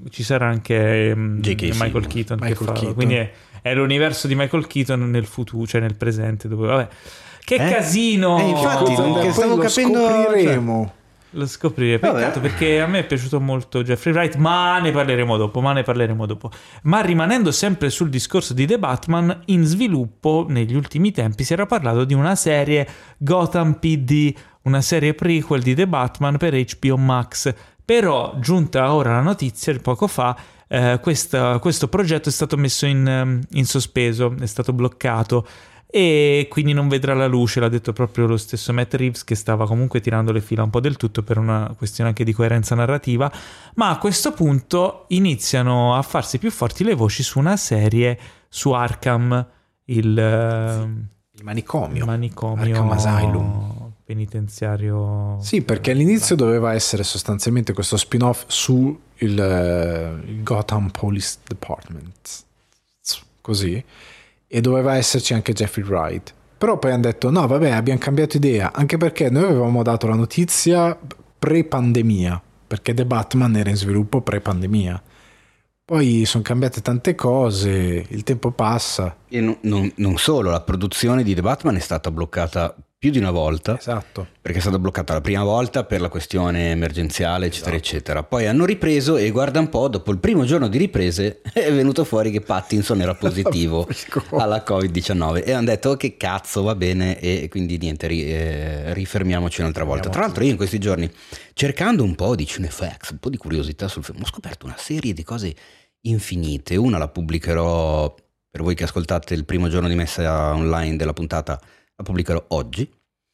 A: Michael Keaton che fa, quindi è l'universo di Michael Keaton nel futuro, cioè nel presente, dove, vabbè. Che casino!
B: Infatti, stavo capendo,
C: scopriremo.
A: Lo scopriremo. Peccato, perché a me è piaciuto molto Jeffrey Wright, ma ne parleremo dopo. Ma rimanendo sempre sul discorso di The Batman, in sviluppo negli ultimi tempi si era parlato di una serie Gotham PD, una serie prequel di The Batman per HBO Max. Però, giunta ora la notizia, poco fa, questo progetto è stato messo in sospeso, è stato bloccato, e quindi non vedrà la luce, l'ha detto proprio lo stesso Matt Reeves, che stava comunque tirando le fila un po' del tutto per una questione anche di coerenza narrativa. Ma a questo punto iniziano a farsi più forti le voci su una serie su Arkham, il
C: manicomio
A: Arkham
C: Asylum,
A: penitenziario.
C: Sì, perché all'inizio doveva essere sostanzialmente questo spin-off su il Gotham Police Department, così, e doveva esserci anche Jeffrey Wright, Però poi hanno detto no vabbè, abbiamo cambiato idea, anche perché noi avevamo dato la notizia pre-pandemia, perché The Batman era in sviluppo pre-pandemia. Poi sono cambiate tante cose, il tempo passa.
B: E non solo, la produzione di The Batman è stata bloccata più di una volta.
C: Esatto.
B: Perché è stata bloccata la prima volta per la questione emergenziale, eccetera, eccetera. Poi hanno ripreso e guarda un po', dopo il primo giorno di riprese è venuto fuori che Pattinson era positivo alla Covid-19 e hanno detto che cazzo, va bene, e quindi niente, rifermiamoci un'altra volta. Tra l'altro io in questi giorni, cercando un po' di Cinefax, un po' di curiosità sul film, ho scoperto una serie di cose infinite. Una la pubblicherò, per voi che ascoltate il primo giorno di messa online della puntata, la pubblicherò oggi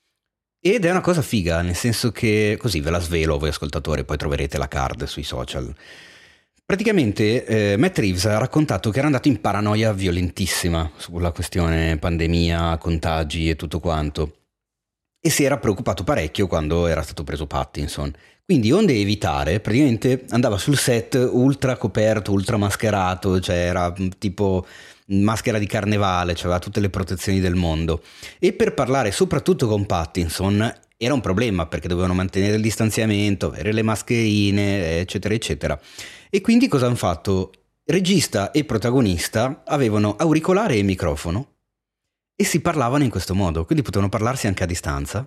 B: ed è una cosa figa, nel senso che, così ve la svelo voi ascoltatori, poi troverete la card sui social. Praticamente Matt Reeves ha raccontato che era andato in paranoia violentissima sulla questione pandemia, contagi e tutto quanto, e si era preoccupato parecchio quando era stato preso Pattinson. Quindi onde evitare, praticamente andava sul set ultra coperto, ultra mascherato, cioè era tipo maschera di carnevale, cioè aveva tutte le protezioni del mondo. E per parlare soprattutto con Pattinson era un problema, perché dovevano mantenere il distanziamento, avere le mascherine, eccetera, eccetera. E quindi cosa hanno fatto? Regista e protagonista avevano auricolare e microfono e si parlavano in questo modo, quindi potevano parlarsi anche a distanza.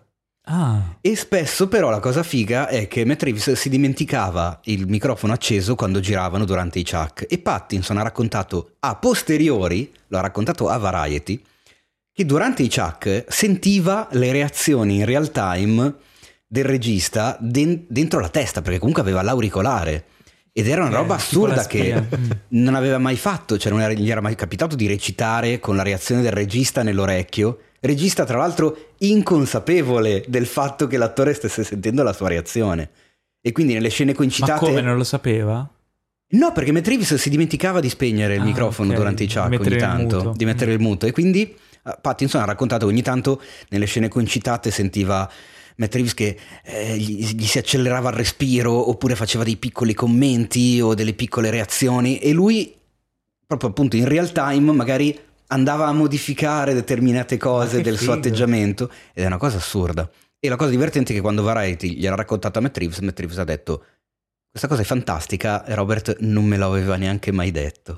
B: E spesso però la cosa figa è che Matt Reeves si dimenticava il microfono acceso quando giravano durante i chuck, e Pattinson ha raccontato a posteriori, lo ha raccontato a Variety, che durante i chuck sentiva le reazioni in real time del regista dentro la testa, perché comunque aveva l'auricolare ed era una roba assurda che non aveva mai fatto, cioè non gli era mai capitato di recitare con la reazione del regista nell'orecchio. Regista tra l'altro inconsapevole del fatto che l'attore stesse sentendo la sua reazione, e quindi nelle scene coincitate...
A: Ma come, non lo sapeva?
B: No, perché Matt Reeves si dimenticava di spegnere il microfono durante i chuck ogni tanto, di mettere il muto, e quindi Pattinson ha raccontato che ogni tanto nelle scene coincitate sentiva Matt Reeves che gli si accelerava il respiro, oppure faceva dei piccoli commenti o delle piccole reazioni, e lui proprio appunto in real time magari andava a modificare determinate cose del suo atteggiamento, ed è una cosa assurda. E la cosa divertente è che quando Variety gliel'ha raccontata a Matt Reeves ha detto: questa cosa è fantastica, e Robert non me l'aveva neanche mai detto.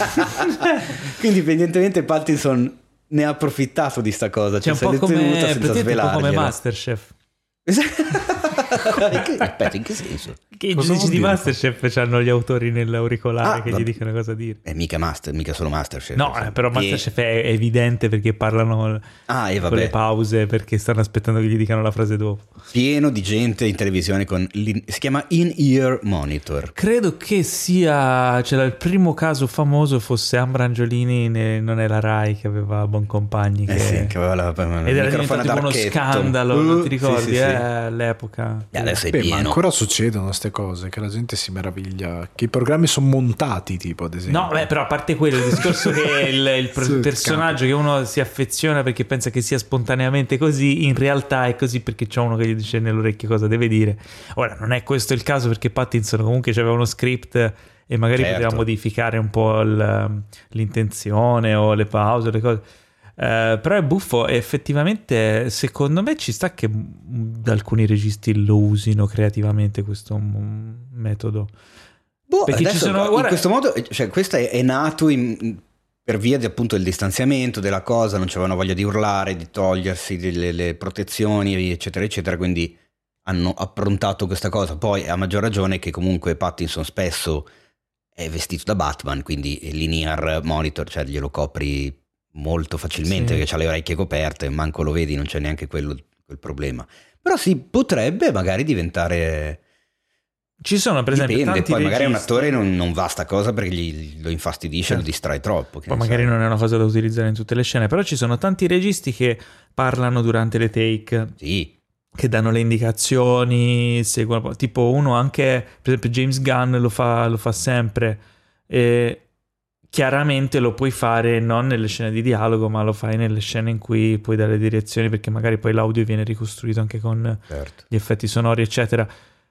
B: Quindi evidentemente Pattinson ne ha approfittato di sta cosa, cioè
A: un po' come Masterchef.
B: Aspetta, in che senso?
A: Che i giudici di Masterchef hanno gli autori nell'auricolare che gli dicono cosa dire.
B: Mica solo Masterchef.
A: No, però Masterchef è evidente perché parlano con le pause, perché stanno aspettando che gli dicano la frase dopo.
B: Pieno di gente in televisione si chiama in-ear monitor.
A: Credo che sia, cioè, il primo caso famoso fosse Ambra Angiolini, non è la Rai, che aveva Boncompagni
B: che aveva
A: ed era diventato tipo uno scandalo, non ti ricordi? Sì. All'epoca.
B: Adesso è pieno.
C: Ma ancora succedono queste cose, che la gente si meraviglia, che i programmi sono montati, tipo, ad esempio.
A: No, però a parte quello, il discorso che il personaggio che uno si affeziona perché pensa che sia spontaneamente così, in realtà è così perché c'è uno che gli dice nell'orecchio cosa deve dire. Ora, non è questo il caso, perché Pattinson comunque c'aveva uno script e magari poteva modificare un po' l'intenzione o le pause, le cose. Però è buffo, e effettivamente secondo me ci sta che alcuni registi lo usino creativamente questo metodo.
B: Perché adesso, in questo modo, cioè, questo è nato per via di appunto il distanziamento della cosa, non c'avevano voglia di urlare, di togliersi le protezioni, eccetera eccetera, quindi hanno approntato questa cosa. Poi a maggior ragione che comunque Pattinson spesso è vestito da Batman, quindi l'in-ear monitor, cioè glielo copri molto facilmente, perché ha le orecchie coperte, manco lo vedi, non c'è neanche quel problema. Però sì, potrebbe magari diventare...
A: Ci sono per esempio
B: dipende,
A: tanti
B: poi
A: registi...
B: magari un attore non va sta cosa perché lo infastidisce, lo distrae troppo.
A: Poi magari non è una cosa da utilizzare in tutte le scene, però ci sono tanti registi che parlano durante le take, che danno le indicazioni, seguono, tipo uno anche, per esempio James Gunn lo fa sempre, e chiaramente lo puoi fare non nelle scene di dialogo, ma lo fai nelle scene in cui puoi dare direzioni, perché magari poi l'audio viene ricostruito anche con gli effetti sonori eccetera.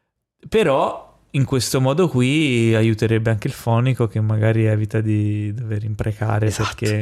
A: Però in questo modo qui aiuterebbe anche il fonico, che magari evita di dover imprecare, perché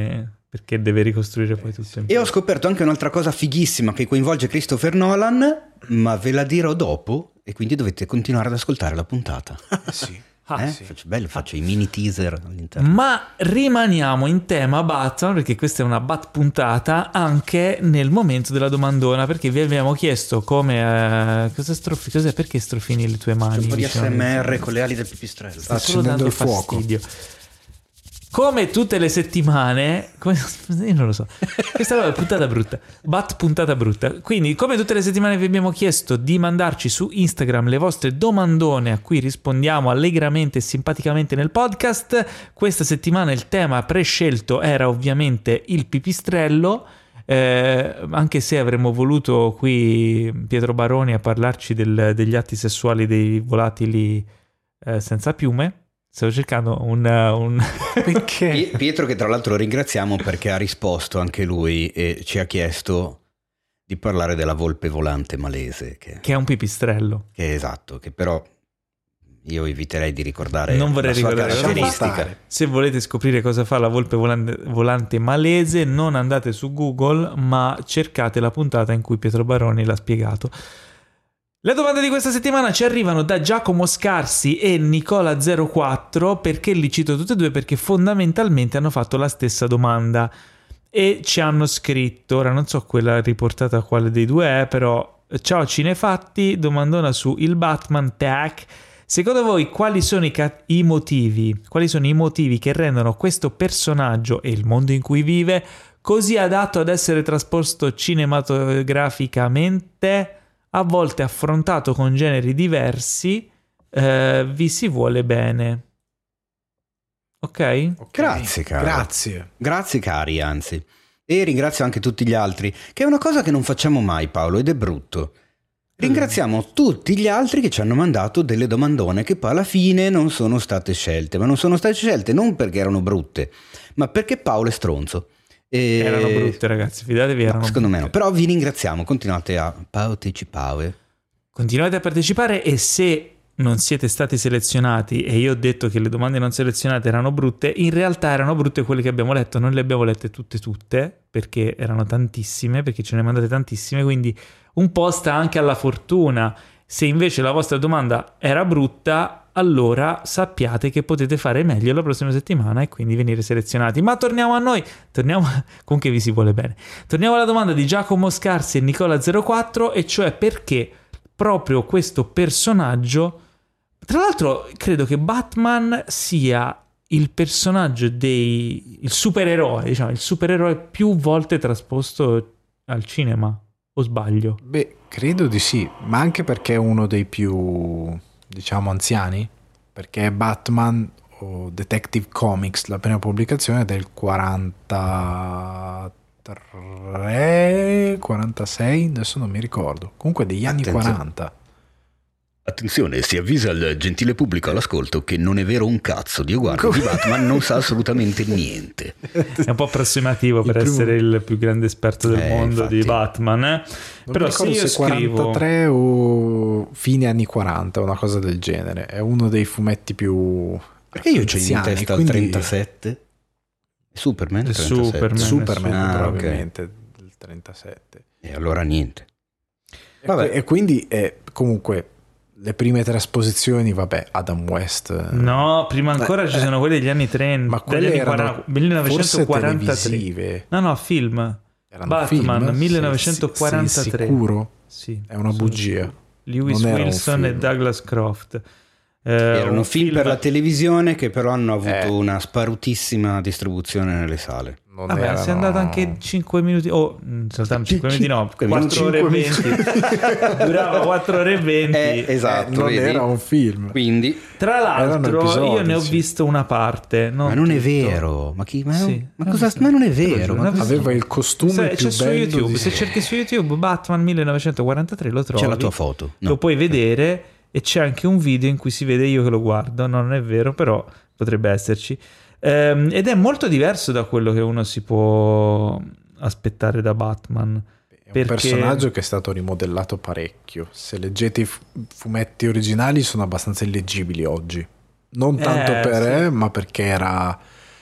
A: perché deve ricostruire poi tutto.
B: E ho scoperto anche un'altra cosa fighissima che coinvolge Christopher Nolan, ma ve la dirò dopo e quindi dovete continuare ad ascoltare la puntata.
C: Sì.
B: Sì. Faccio i mini teaser all'interno.
A: Ma rimaniamo in tema Batman, perché questa è una Bat puntata anche nel momento della domandona, perché vi abbiamo chiesto come cos'è, perché strofini le tue mani?
B: C'è un po' di ASMR con le ali del pipistrello.
A: Sta solo dando fastidio. Come tutte le settimane, io non lo so, questa è puntata brutta, Bat puntata brutta. Quindi, come tutte le settimane vi abbiamo chiesto di mandarci su Instagram le vostre domandone a cui rispondiamo allegramente e simpaticamente nel podcast. Questa settimana il tema prescelto era ovviamente il pipistrello, anche se avremmo voluto qui Pietro Baroni a parlarci degli atti sessuali dei volatili senza piume. Stavo cercando un...
B: Perché? Pietro, che tra l'altro ringraziamo perché ha risposto anche lui e ci ha chiesto di parlare della volpe volante malese. Che è
A: un pipistrello.
B: Che esatto, che però io eviterei di ricordare.
A: Non vorrei ricordare la caratteristica. Se volete scoprire cosa fa la volpe volante malese, non andate su Google, ma cercate la puntata in cui Pietro Baroni l'ha spiegato. Le domande di questa settimana ci arrivano da Giacomo Scarsi e Nicola04, perché li cito tutte e due perché fondamentalmente hanno fatto la stessa domanda e ci hanno scritto, ora non so quella riportata quale dei due è, però ciao Cinefatti, domandona su il Batman Tag. Secondo voi quali sono i motivi che rendono questo personaggio e il mondo in cui vive così adatto ad essere trasposto cinematograficamente? A volte affrontato con generi diversi, vi si vuole bene. Ok?
B: Grazie, cari. Grazie, cari, anzi. E ringrazio anche tutti gli altri, che è una cosa che non facciamo mai, Paolo, ed è brutto. Ringraziamo tutti gli altri che ci hanno mandato delle domandone che poi alla fine non sono state scelte, ma non sono state scelte non perché erano brutte, ma perché Paolo è stronzo.
A: Erano brutte, ragazzi, fidatevi, erano
B: secondo
A: brutte.
B: Me no, però vi ringraziamo, continuate a partecipare.
A: Continuate a partecipare e se non siete stati selezionati e io ho detto che le domande non selezionate erano brutte, in realtà erano brutte quelle che abbiamo letto, non le abbiamo lette tutte perché erano tantissime, perché ce ne mandate tantissime, quindi un po' sta anche alla fortuna. Se invece la vostra domanda era brutta, allora sappiate che potete fare meglio la prossima settimana e quindi venire selezionati. Ma torniamo a noi, comunque vi si vuole bene. Torniamo alla domanda di Giacomo Scarsi e Nicola04, e cioè perché proprio questo personaggio, tra l'altro credo che Batman sia il personaggio il supereroe, diciamo, il supereroe più volte trasposto al cinema, o sbaglio?
C: Beh, credo di sì, ma anche perché è uno dei più, diciamo, anziani, perché Batman o Detective Comics, la prima pubblicazione è del 43, 46, adesso non mi ricordo, comunque degli anni 40.
D: Attenzione, si avvisa il gentile pubblico all'ascolto che non è vero un cazzo. Dio guarda, di Batman non sa assolutamente niente.
A: È un po' approssimativo per essere il più grande esperto del mondo, infatti, di Batman. Però se io scrivo
C: 43 o fine anni 40, una cosa del genere. È uno dei fumetti più...
B: Perché io c'ho in testa il 37? Superman?
C: Superman probabilmente, okay. Il 37.
B: E allora niente.
C: E quindi comunque... Le prime trasposizioni, vabbè, Adam West.
A: No, prima ancora ci sono quelle degli anni 30,
C: ma quelle
A: degli
C: erano
A: 1943. No, film.
C: Erano
A: Batman,
C: film?
A: 1943.
C: Sei sicuro?
A: Sì.
C: È una bugia.
A: Lewis Wilson e Douglas Croft.
B: Erano film per la televisione che però hanno avuto una sparutissima distribuzione nelle sale.
A: Vabbè, si è andato anche 5 minuti. Soltanto 5 minuti, no, 4 ore e 20. Durava 4 ore e 20.
B: Esatto,
C: non era un film.
B: Quindi,
A: tra l'altro, io ne ho visto una parte.
B: Ma non è vero. Ma non è vero.
C: Aveva il costume più
A: su
C: bello
A: YouTube. Se cerchi su YouTube Batman 1943 lo trovi.
B: C'è la tua foto.
A: Lo puoi vedere. E c'è anche un video in cui si vede io che lo guardo. No, non è vero, però potrebbe esserci. Ed è molto diverso da quello che uno si può aspettare da Batman.
C: È un personaggio che è stato rimodellato parecchio. Se leggete i fumetti originali sono abbastanza illeggibili oggi. Non tanto ma perché era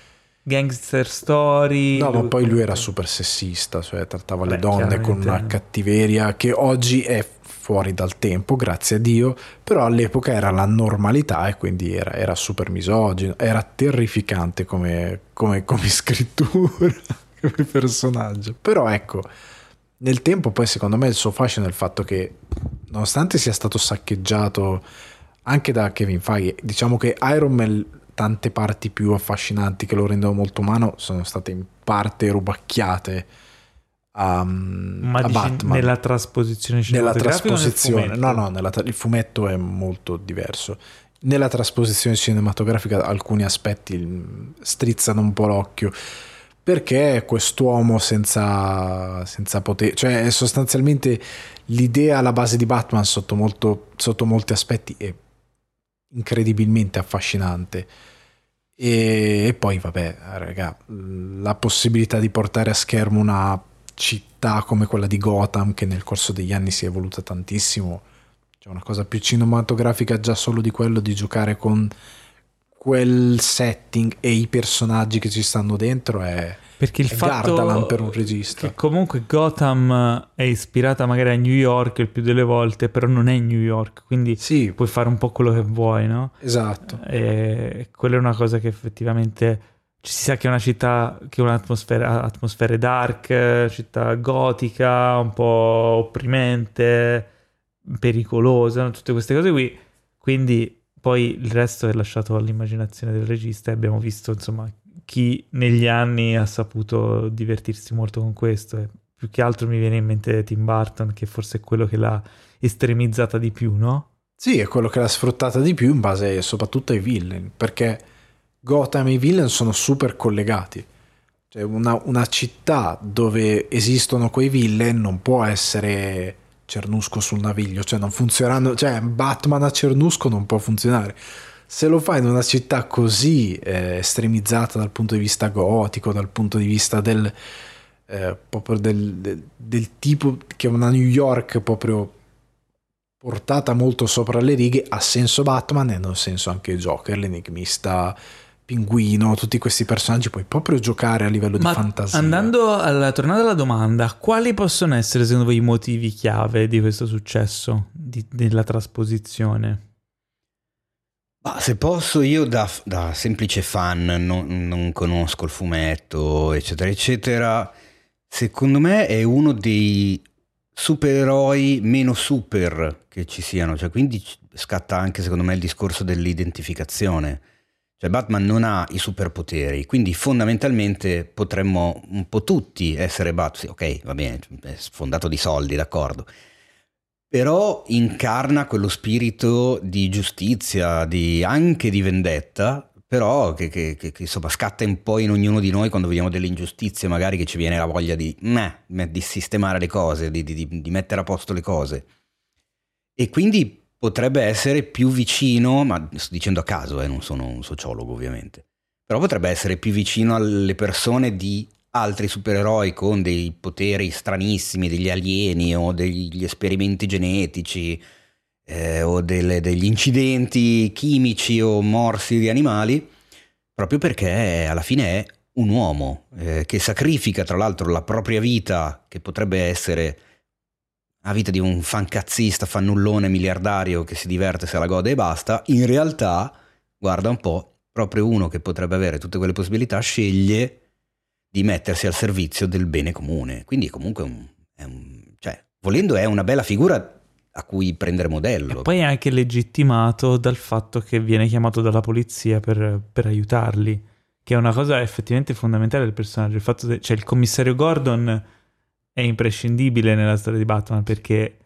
A: gangster story.
C: No, ma poi lui era super sessista, cioè trattava le donne con una cattiveria che oggi è fuori dal tempo, grazie a Dio, però all'epoca era la normalità e quindi era super misogino, era terrificante come scrittura, come personaggio. Però ecco, nel tempo poi secondo me il suo fascino è il fatto che nonostante sia stato saccheggiato anche da Kevin Feige, diciamo che Iron Man, tante parti più affascinanti che lo rendono molto umano sono state in parte rubacchiate a Batman.
A: Nella trasposizione cinematografica?
C: No, il fumetto è molto diverso. Nella trasposizione cinematografica alcuni aspetti strizzano un po' l'occhio, perché quest'uomo senza potere, cioè è sostanzialmente l'idea alla base di Batman sotto molti aspetti è incredibilmente affascinante. E poi vabbè, raga, la possibilità di portare a schermo una città come quella di Gotham, che nel corso degli anni si è evoluta tantissimo, c'è una cosa più cinematografica già solo di quello, di giocare con quel setting e i personaggi che ci stanno dentro è,
A: perché il fatto
C: Gardaland per un regista,
A: che comunque Gotham è ispirata magari a New York il più delle volte, però non è New York, quindi sì, puoi fare un po' quello che vuoi, no?
C: Esatto.
A: E quella è una cosa che effettivamente si sa che è una città che ha atmosfere dark, città gotica, un po' opprimente, pericolosa, no? Tutte queste cose qui, quindi poi il resto è lasciato all'immaginazione del regista e abbiamo visto insomma chi negli anni ha saputo divertirsi molto con questo, e più che altro mi viene in mente Tim Burton, che forse è quello che l'ha estremizzata di più, no?
C: Sì, è quello che l'ha sfruttata di più in base soprattutto ai villain, perché Gotham e i villain sono super collegati, cioè una città dove esistono quei villain non può essere Cernusco sul Naviglio, cioè non funzioneranno, cioè Batman a Cernusco non può funzionare. Se lo fai in una città così estremizzata dal punto di vista gotico, dal punto di vista proprio del tipo che è una New York proprio portata molto sopra le righe, ha senso Batman e non senso anche Joker, l'enigmista, Pinguino, tutti questi personaggi puoi proprio giocare a livello di fantasia.
A: Tornando alla domanda, quali possono essere secondo voi i motivi chiave di questo successo della trasposizione?
B: Se posso, io da semplice fan, non conosco il fumetto, eccetera, eccetera, secondo me è uno dei supereroi meno super che ci siano, cioè quindi scatta anche secondo me il discorso dell'identificazione. Cioè Batman non ha i superpoteri, quindi fondamentalmente potremmo un po' tutti essere Batman. Sì, ok, va bene, è sfondato di soldi, d'accordo. Però incarna quello spirito di giustizia, anche di vendetta, però che insomma scatta un po' in ognuno di noi quando vediamo delle ingiustizie, magari che ci viene la voglia di sistemare le cose, di mettere a posto le cose. E quindi potrebbe essere più vicino, ma sto dicendo a caso, non sono un sociologo ovviamente, però potrebbe essere più vicino alle persone di altri supereroi con dei poteri stranissimi, degli alieni o degli esperimenti genetici o degli incidenti chimici o morsi di animali, proprio perché alla fine è un uomo che sacrifica tra l'altro la propria vita, che potrebbe essere la vita di un fancazzista, fannullone miliardario che si diverte, se la gode e basta. In realtà, guarda un po', proprio uno che potrebbe avere tutte quelle possibilità sceglie di mettersi al servizio del bene comune. Quindi comunque cioè, volendo è una bella figura a cui prendere modello.
A: E poi è anche legittimato dal fatto che viene chiamato dalla polizia per aiutarli, che è una cosa effettivamente fondamentale del personaggio. Il fatto cioè il commissario Gordon è imprescindibile nella storia di Batman, perché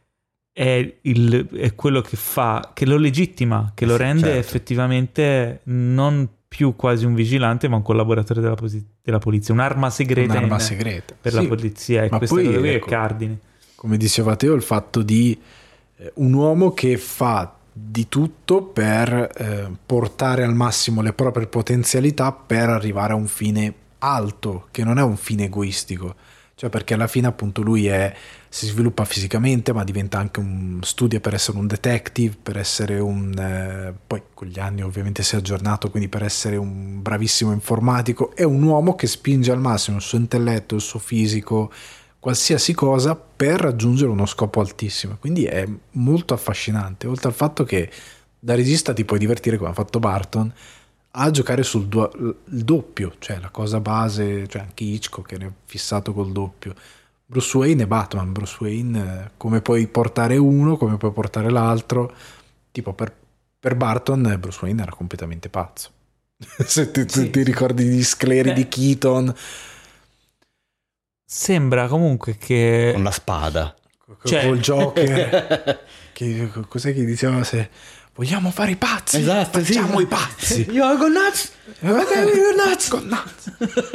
A: è quello che lo legittima, che lo rende effettivamente non più quasi un vigilante, ma un collaboratore della polizia, un'arma segreta, per la polizia, e questa cosa qui è cardine.
C: Come diceva Teo, il fatto di un uomo che fa di tutto per portare al massimo le proprie potenzialità per arrivare a un fine alto, che non è un fine egoistico. Cioè, perché alla fine appunto lui si sviluppa fisicamente, ma diventa anche studia per essere un detective, per essere poi con gli anni ovviamente si è aggiornato, quindi per essere un bravissimo informatico. È un uomo che spinge al massimo il suo intelletto, il suo fisico, qualsiasi cosa per raggiungere uno scopo altissimo. Quindi è molto affascinante, oltre al fatto che da regista ti puoi divertire, come ha fatto Barton, a giocare sul il doppio, cioè la cosa base, cioè anche Hitchcock che ne è fissato col doppio. Bruce Wayne e Batman. Bruce Wayne, come puoi portare uno, come puoi portare l'altro. Tipo per Barton Bruce Wayne era completamente pazzo. Se ti ricordi gli scleri di Keaton,
A: sembra comunque che
B: con la spada,
C: col Joker cos'è che diceva, se vogliamo fare i pazzi,
B: esatto,
C: facciamo i pazzi.
B: You go nuts.
C: Go nuts.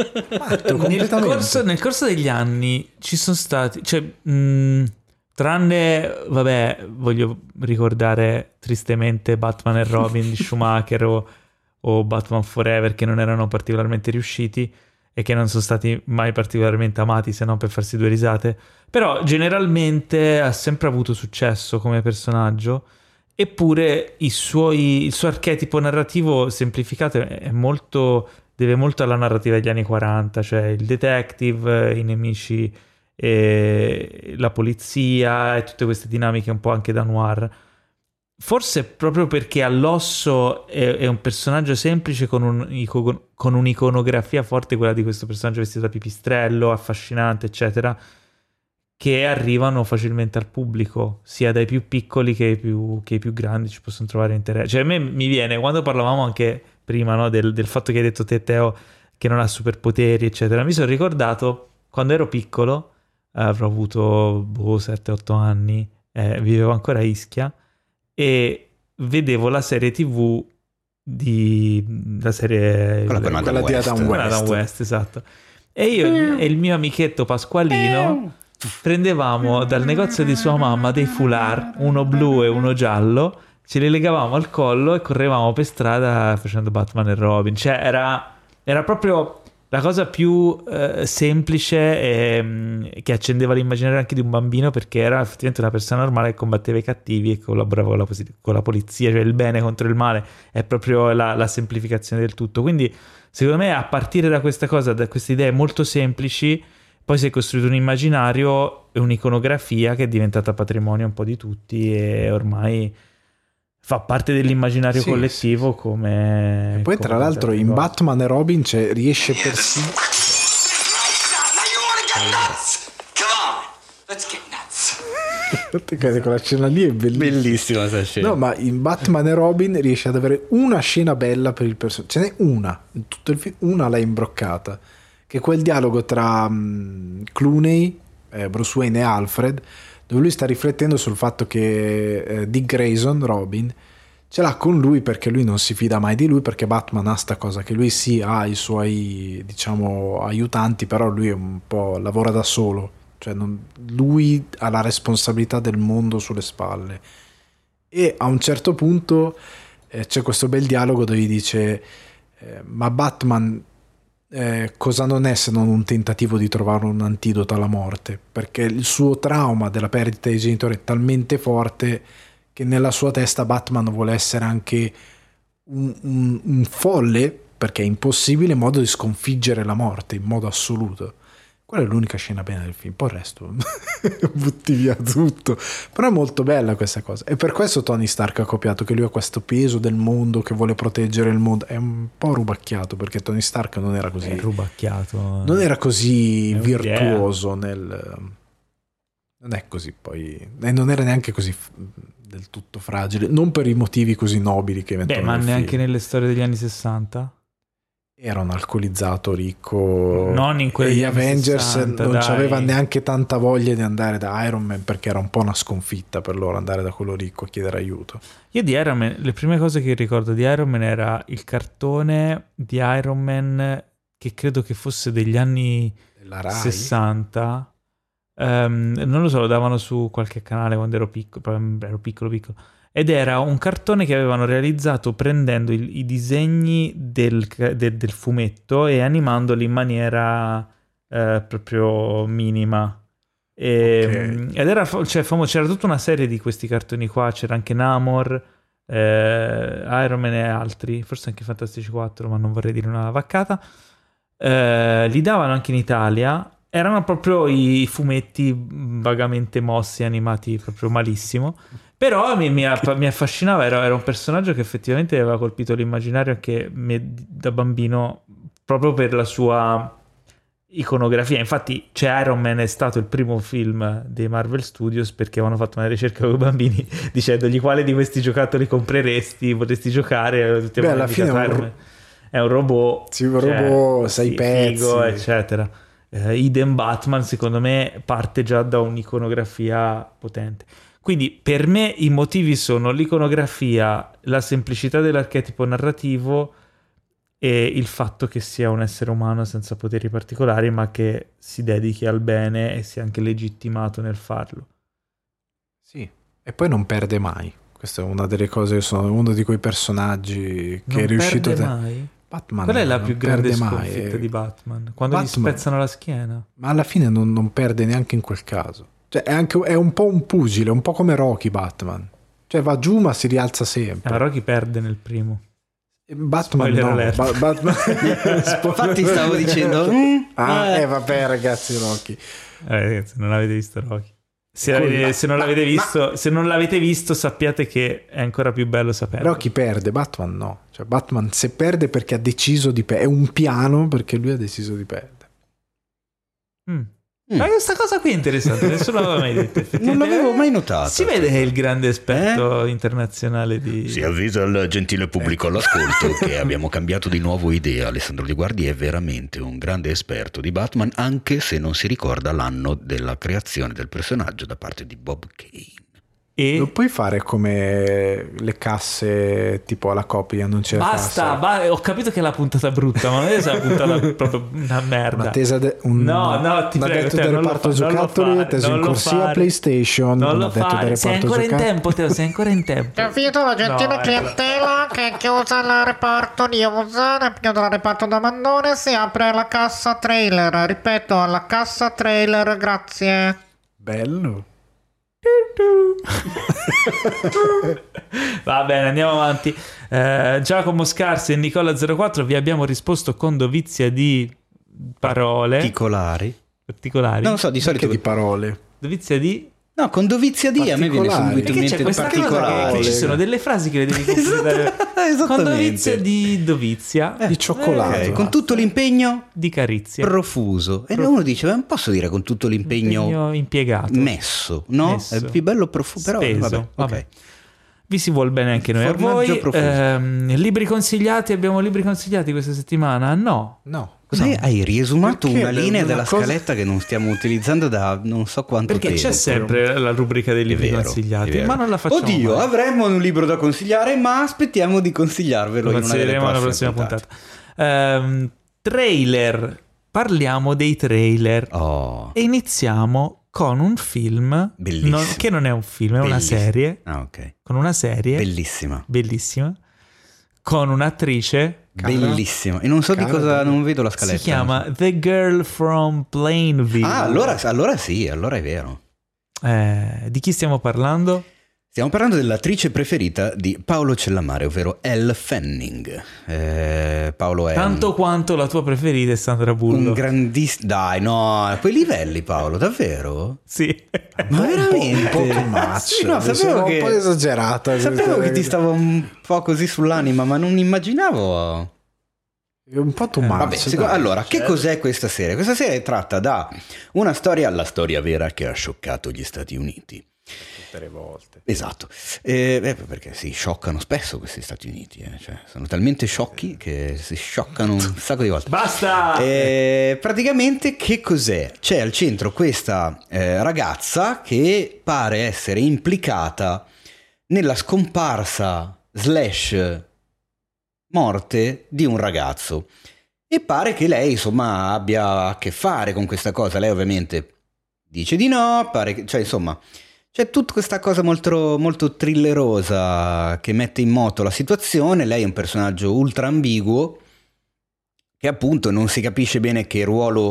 A: Nel corso degli anni ci sono stati, tranne, vabbè, voglio ricordare tristemente Batman e Robin di Schumacher o Batman Forever, che non erano particolarmente riusciti e che non sono stati mai particolarmente amati, se non per farsi due risate. Però generalmente ha sempre avuto successo come personaggio. Eppure il suo archetipo narrativo semplificato deve molto alla narrativa degli anni 40, cioè il detective, i nemici, la polizia e tutte queste dinamiche un po' anche da noir. Forse proprio perché all'osso è un personaggio semplice con un'iconografia forte, quella di questo personaggio vestito da pipistrello, affascinante, eccetera, che arrivano facilmente al pubblico, sia dai più piccoli che i più grandi ci possono trovare interesse. Cioè a me mi viene, quando parlavamo anche prima, no, del fatto che hai detto te, Teo, che non ha superpoteri, eccetera, mi sono ricordato quando ero piccolo, avrò avuto 7-8 anni, vivevo ancora a Ischia e vedevo la serie TV
B: quella di
A: Adam West, esatto. E io e il mio amichetto Pasqualino prendevamo dal negozio di sua mamma dei foulard, uno blu e uno giallo, ce li legavamo al collo e correvamo per strada facendo Batman e Robin. Cioè era proprio la cosa più semplice e che accendeva l'immaginario anche di un bambino, perché era effettivamente una persona normale che combatteva i cattivi e collaborava con la polizia, cioè il bene contro il male. È proprio la semplificazione del tutto. Quindi secondo me, a partire da questa cosa, da queste idee molto semplici, poi si è costruito un immaginario e un'iconografia che è diventata patrimonio un po' di tutti e ormai fa parte dell'immaginario collettivo. Come
C: e poi tra l'altro in Batman e Robin riesce persino quella scena lì è
B: bellissima questa scena.
C: No, ma in Batman e Robin riesce ad avere una scena bella per il personaggio, ce n'è una in tutto il film, una l'ha imbroccata, che è quel dialogo tra Clooney, Bruce Wayne e Alfred, dove lui sta riflettendo sul fatto che Dick Grayson, Robin, ce l'ha con lui perché lui non si fida mai di lui, perché Batman ha sta cosa che lui sì ha i suoi, diciamo, aiutanti, però lui è un po' lavora da solo, cioè lui ha la responsabilità del mondo sulle spalle. E a un certo punto c'è questo bel dialogo dove gli dice ma Batman cosa non è se non un tentativo di trovare un antidoto alla morte, perché il suo trauma della perdita dei genitori è talmente forte che nella sua testa Batman vuole essere anche un folle, perché è impossibile modo di sconfiggere la morte in modo assoluto. Quella è l'unica scena bella del film, poi il resto butti via tutto. Però è molto bella questa cosa, e per questo Tony Stark ha copiato, che lui ha questo peso del mondo, che vuole proteggere il mondo. È un po' rubacchiato, perché Tony Stark non era così
A: rubacchiato,
C: non era così virtuoso non è così, poi non era neanche così del tutto fragile, non per i motivi così nobili che eventualmente.
A: Ma neanche nelle storie degli anni 60
C: era un alcolizzato ricco,
A: non in
C: e gli Avengers
A: 60,
C: non c'aveva neanche tanta voglia di andare da Iron Man, perché era un po' una sconfitta per loro andare da quello ricco a chiedere aiuto.
A: Io di Iron Man, le prime cose che ricordo di Iron Man era il cartone di Iron Man, che credo che fosse degli anni 60. Non lo so, lo davano su qualche canale quando ero piccolo, ed era un cartone che avevano realizzato prendendo i disegni del fumetto e animandoli in maniera proprio minima. Ed era famoso, c'era tutta una serie di questi cartoni qua, c'era anche Namor, Iron Man e altri, forse anche Fantastici 4, ma non vorrei dire una vaccata. Li davano anche in Italia. Erano proprio i fumetti vagamente mossi, animati proprio malissimo. Però mi affascinava, era un personaggio che effettivamente aveva colpito l'immaginario anche me da bambino, proprio per la sua iconografia. Infatti Iron Man è stato il primo film dei Marvel Studios, perché avevano fatto una ricerca con i bambini dicendogli quale di questi giocattoli compreresti, potresti giocare. Tutti
C: alla fine
A: è un robot.
C: Sì, un robot, 6 pezzi.
A: Figo, eccetera. Idem Batman, secondo me, parte già da un'iconografia potente. Quindi per me i motivi sono l'iconografia, la semplicità dell'archetipo narrativo e il fatto che sia un essere umano senza poteri particolari, ma che si dedichi al bene e sia anche legittimato nel farlo.
C: Sì, e poi non perde mai. Questa è una delle cose, sono uno di quei personaggi che è riuscito
A: a... mai?
C: Batman
A: qual è la più grande sconfitta di Batman? Quando gli spezzano la schiena?
C: Ma alla fine non perde neanche in quel caso. Cioè è un po' un pugile, un po' come Rocky Batman. Cioè va giù ma si rialza sempre.
A: Ma Rocky perde nel primo.
C: Batman no. Batman...
B: Infatti stavo dicendo...
C: vabbè ragazzi, Rocky.
A: Ragazzi, non avete visto Rocky. Se non l'avete visto, sappiate che è ancora più bello saperlo.
C: Rocky perde, Batman no. Cioè Batman se perde perché ha deciso di perdere. È un piano perché lui ha deciso di perdere.
A: Ma questa cosa qui è interessante, nessuno l'aveva mai detto.
B: Non l'avevo mai notato.
A: Si vede che è il grande esperto internazionale di...
D: Si avvisa al gentile pubblico all'ascolto che abbiamo cambiato di nuovo idea. Alessandro Di Guardi è veramente un grande esperto di Batman, anche se non si ricorda l'anno della creazione del personaggio da parte di Bob Kane.
A: E
C: lo puoi fare come le casse tipo alla copia, non c'è
A: basta, ho capito che è la puntata brutta, ma non è la puntata proprio una merda.
C: Una tesa
A: no, ti prego,
C: detto del reparto giocattoli, teso in corsia PlayStation.
A: Non lo fare, sei ancora in tempo, Teo, sei ancora in tempo.
E: Invito la gentile clientela che è chiusa il reparto news, è chiuso il reparto domandone, si apre la cassa trailer, ripeto, la cassa trailer, grazie.
C: Bello.
A: Va bene, andiamo avanti. Giacomo Scarsi e Nicola04 vi abbiamo risposto con dovizia di parole particolari.
B: Non so, di solito
C: di parole.
A: Dovizia di...
B: No, con dovizia di a me viene subito in mente particolare.
A: Ci sono delle frasi che le devi completare con dovizia di dovizia
C: di cioccolato,
B: okay. Con tutto l'impegno
A: di carizia
B: profuso. E uno dice, ma non posso dire con tutto l'impegno
A: impiegato,
B: messo, no? Messo. È più bello profuso, però
A: speso,
B: vabbè. Okay.
A: Vi si vuol bene anche noi. A voi libri consigliati, abbiamo libri consigliati questa settimana? No.
B: Cos'è? Hai riesumato una linea della scaletta che non stiamo utilizzando da non so quanto
A: perché
B: tempo.
A: Perché c'è sempre la rubrica dei libri consigliati, ma non la facciamo
B: Oddio,
A: mai.
B: Avremmo un libro da consigliare, ma aspettiamo di consigliarvelo in una delle prossime puntate.
A: Trailer. Parliamo dei trailer. E iniziamo con un film che non è un film, è una serie.
B: Ok.
A: Con una serie
B: bellissima,
A: con un'attrice
B: bellissima, e non so di cosa, non vedo la scaletta.
A: Si chiama The Girl from Plainville.
B: Allora sì, allora è vero.
A: Di chi stiamo parlando?
B: Stiamo parlando dell'attrice preferita di Paolo Cellamare, ovvero Elle Fanning. Paolo è
A: tanto quanto la tua preferita è Sandra Bullock.
B: Un grandissimo... Dai, no, a quei livelli, Paolo, davvero?
A: Sì.
B: Ma veramente?
C: Un po' too much.
B: Sì, no, sapevo che...
C: un po' esagerata.
B: Sapevo che ti stavo un po' così sull'anima, ma non immaginavo...
C: Un po' too much.
B: Vabbè, allora, che cos'è questa serie? Questa serie è tratta da una storia, la storia vera che ha scioccato gli Stati Uniti.
C: Tutte le volte.
B: Esatto, perché si scioccano spesso questi Stati Uniti, cioè, sono talmente sciocchi che si scioccano un sacco di volte.
A: Basta!
B: Praticamente che cos'è? C'è al centro questa ragazza che pare essere implicata nella scomparsa / morte di un ragazzo e pare che lei insomma abbia a che fare con questa cosa. Lei ovviamente dice di no, pare che, cioè insomma c'è tutta questa cosa molto, molto thrillerosa che mette in moto la situazione. Lei è un personaggio ultra ambiguo che appunto non si capisce bene che ruolo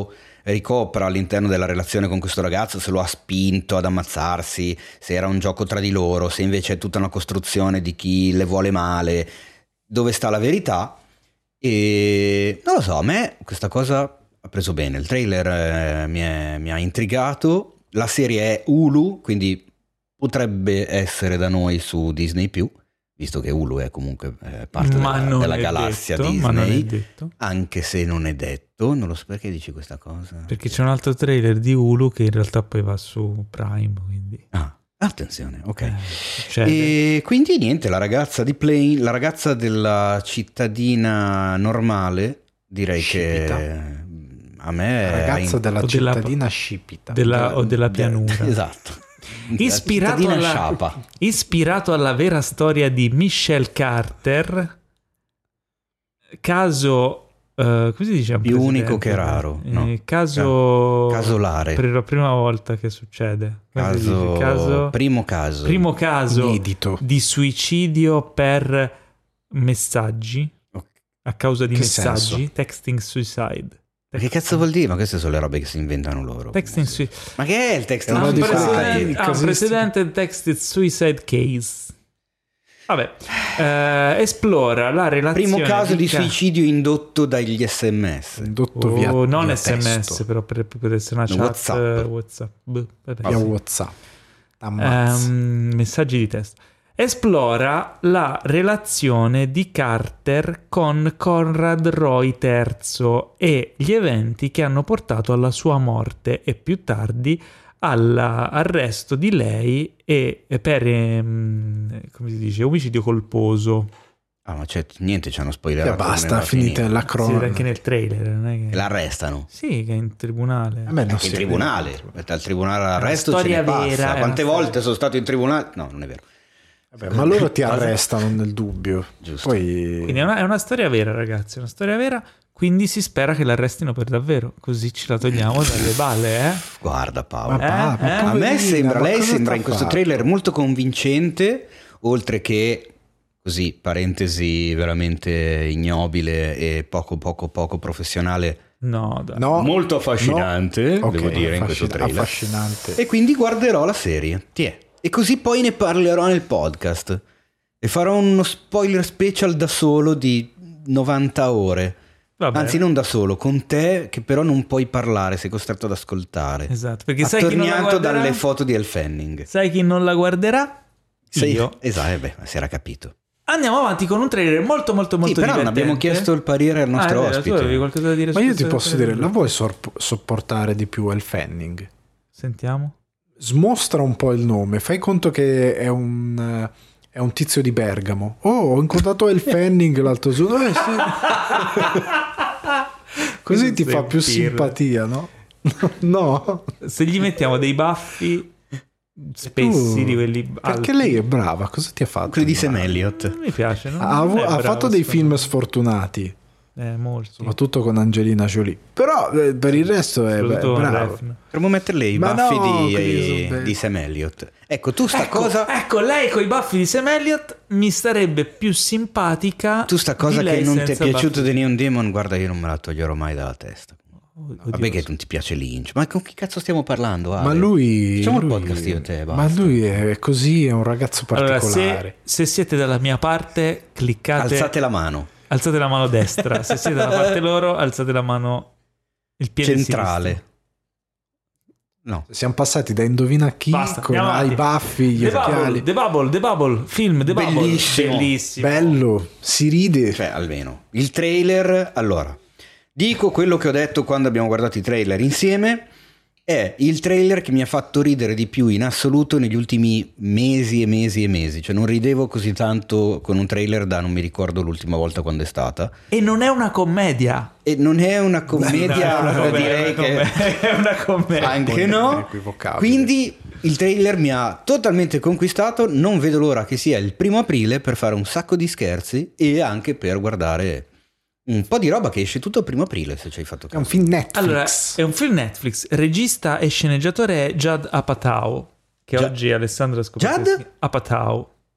B: ricopra all'interno della relazione con questo ragazzo, se lo ha spinto ad ammazzarsi, se era un gioco tra di loro, se invece è tutta una costruzione di chi le vuole male, dove sta la verità. E non lo so, a me questa cosa ha preso bene, il trailer mi ha intrigato, la serie è Hulu, quindi potrebbe essere da noi su Disney+, visto che Hulu è comunque parte della galassia
A: detto,
B: Disney,
A: ma non è detto.
B: Anche se non è detto. Non lo so perché dici questa cosa.
A: Perché c'è un altro trailer di Hulu che in realtà poi va su Prime, quindi...
B: Attenzione, ok. E quindi niente, la ragazza di Plane, la ragazza della cittadina normale, direi
C: scipita.
B: Che a me...
C: La ragazza della cittadina scipita.
A: O della pianura.
B: Esatto.
A: Ispirato alla vera storia di Michelle Carter, caso come si dice?
B: Più unico che raro, no?
A: Casolare per la prima volta che succede. Primo caso
C: inedito
A: di suicidio per messaggi, a causa di messaggi, senso? Texting suicide.
B: Ma che cazzo vuol dire? Ma queste sono le robe che si inventano loro.
A: Texting suicide.
B: Ma che è il texting suicide?
A: Un precedente texted suicide case. Vabbè, esplora la relazione.
B: Primo caso di suicidio indotto dagli SMS.
C: Indotto via
A: non
C: via
A: SMS,
C: testo.
A: però potrebbe essere una chat WhatsApp.
C: Via WhatsApp.
A: Messaggi di testo. Esplora la relazione di Carter con Conrad Roy III e gli eventi che hanno portato alla sua morte e più tardi all'arresto di lei e per come si dice, omicidio colposo.
B: Ma c'è niente, ci hanno spoilerato.
C: Basta, finita la cronaca.
A: Sì, anche nel trailer, non è che...
B: L'arrestano.
A: Sì, che è in tribunale.
B: Anche in tribunale. Al tribunale l'arresto ce ne passa. Quante volte sono stato in tribunale? No, non è vero.
C: Ma loro ti arrestano nel dubbio.
B: Giusto.
C: Poi...
A: Quindi è una storia vera, ragazzi, una storia vera. Quindi si spera che l'arrestino per davvero, così ci la togliamo dalle balle,
B: Guarda Paolo,
C: a me
B: sembra, lei sembra in questo trailer molto convincente, oltre che così, parentesi, veramente ignobile e poco professionale.
A: No,
B: molto affascinante, devo dire, in questo trailer.
C: Affascinante.
B: E quindi guarderò la serie. E così poi ne parlerò nel podcast. E farò uno spoiler special da solo di 90 ore.
A: Vabbè.
B: Anzi, non da solo, con te, che però non puoi parlare, sei costretto ad ascoltare.
A: Esatto, perché sai chi non la guarderà?
B: Dalle foto di Elle Fanning.
A: Sai chi non la guarderà? Io.
B: Esatto, si era capito.
A: Andiamo avanti con un trailer molto divertente.
B: Però non abbiamo chiesto il parere al nostro ospite.
A: Tu avevi qualcosa da dire?
C: Ma io ti posso dire, la vuoi sopportare di più Elle Fanning?
A: Sentiamo.
C: Smostra un po' il nome, fai conto che è un tizio di Bergamo. Ho incontrato Elle Fanning l'altro giorno. Sì. Così ti fa più simpatia, no? No.
A: Se gli mettiamo dei baffi spessi di quelli
C: perché
A: alti.
C: Lei è brava, cosa ti ha fatto?
B: Quelli di Sam Elliott.
A: Non mi piace, no?
C: Ha fatto dei film sfortunati.
A: Molto.
C: Soprattutto con Angelina Jolie. Però per il resto è bravo.
B: Potremmo metterle i baffi di Sam Elliott. Ecco, tu cosa...
A: Ecco, lei con i baffi di Sam Elliott mi starebbe più simpatica.
B: Tu sta cosa che non ti è piaciuto di Neon Demon, guarda, io non me la toglierò mai dalla testa. Vabbè che non ti piace Lynch, ma con che cazzo stiamo parlando?
C: Ma lui...
B: Facciamo il podcast io e te, basta.
C: Ma lui è così, è un ragazzo particolare.
A: Allora, se siete dalla mia parte, cliccate...
B: Alzate la mano.
A: Alzate la mano destra. Se siete dalla parte loro, alzate la mano... Il piede
B: centrale.
A: Sinistro.
B: No.
C: Siamo passati da indovina chi ai baffi, gli occhiali.
A: The Bubble, film The Bubble.
B: Bellissimo.
C: Bello, si ride.
B: Cioè, almeno. Il trailer, allora... Dico quello che ho detto quando abbiamo guardato i trailer insieme, è il trailer che mi ha fatto ridere di più in assoluto negli ultimi mesi. Cioè non ridevo così tanto con un trailer da non mi ricordo l'ultima volta quando è stata.
A: E non è una commedia.
B: E non è una commedia, direi che
A: è una commedia.
B: Anche no. Quindi il trailer mi ha totalmente conquistato, non vedo l'ora che sia il 1 aprile per fare un sacco di scherzi e anche per guardare... un po' di roba che esce tutto il 1 aprile, se ci hai fatto caso.
C: È un film Netflix.
A: Allora, è un film Netflix. Regista e sceneggiatore è Judd Apatow, che oggi Alessandro ha scoperto.
B: Judd
A: Apatow.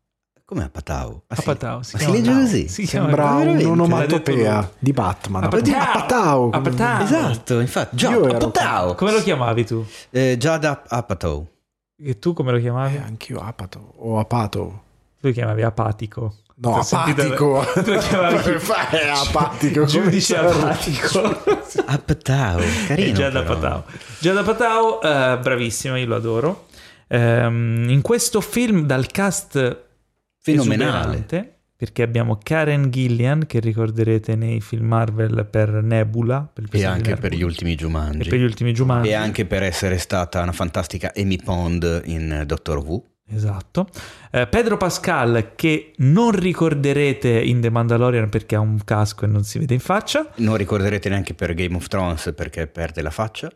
B: Come Apatow?
A: Apatow,
B: si legge così?
C: Sembra un'onomatopea di Batman.
A: Apatow.
B: Esatto, infatti. Apatow.
A: Come lo chiamavi tu?
B: Judd Apatow.
A: E tu come lo chiamavi?
C: Anch'io Apatow o Apatow.
A: Tu lo chiamavi apatico.
C: No, apatico.
A: Tu lo chiamavi
C: apatico.
A: Giudice apatico.
B: Apatow, carino.
A: Judd Apatow, bravissimo, io lo adoro. In questo film dal cast
B: fenomenale,
A: perché abbiamo Karen Gillian, che ricorderete nei film Marvel per Nebula,
B: e anche per gli ultimi Jumanji, e anche per essere stata una fantastica Amy Pond in Doctor Who.
A: Esatto. Pedro Pascal, che non ricorderete in The Mandalorian perché ha un casco e non si vede in faccia.
B: Non ricorderete neanche per Game of Thrones perché perde la faccia.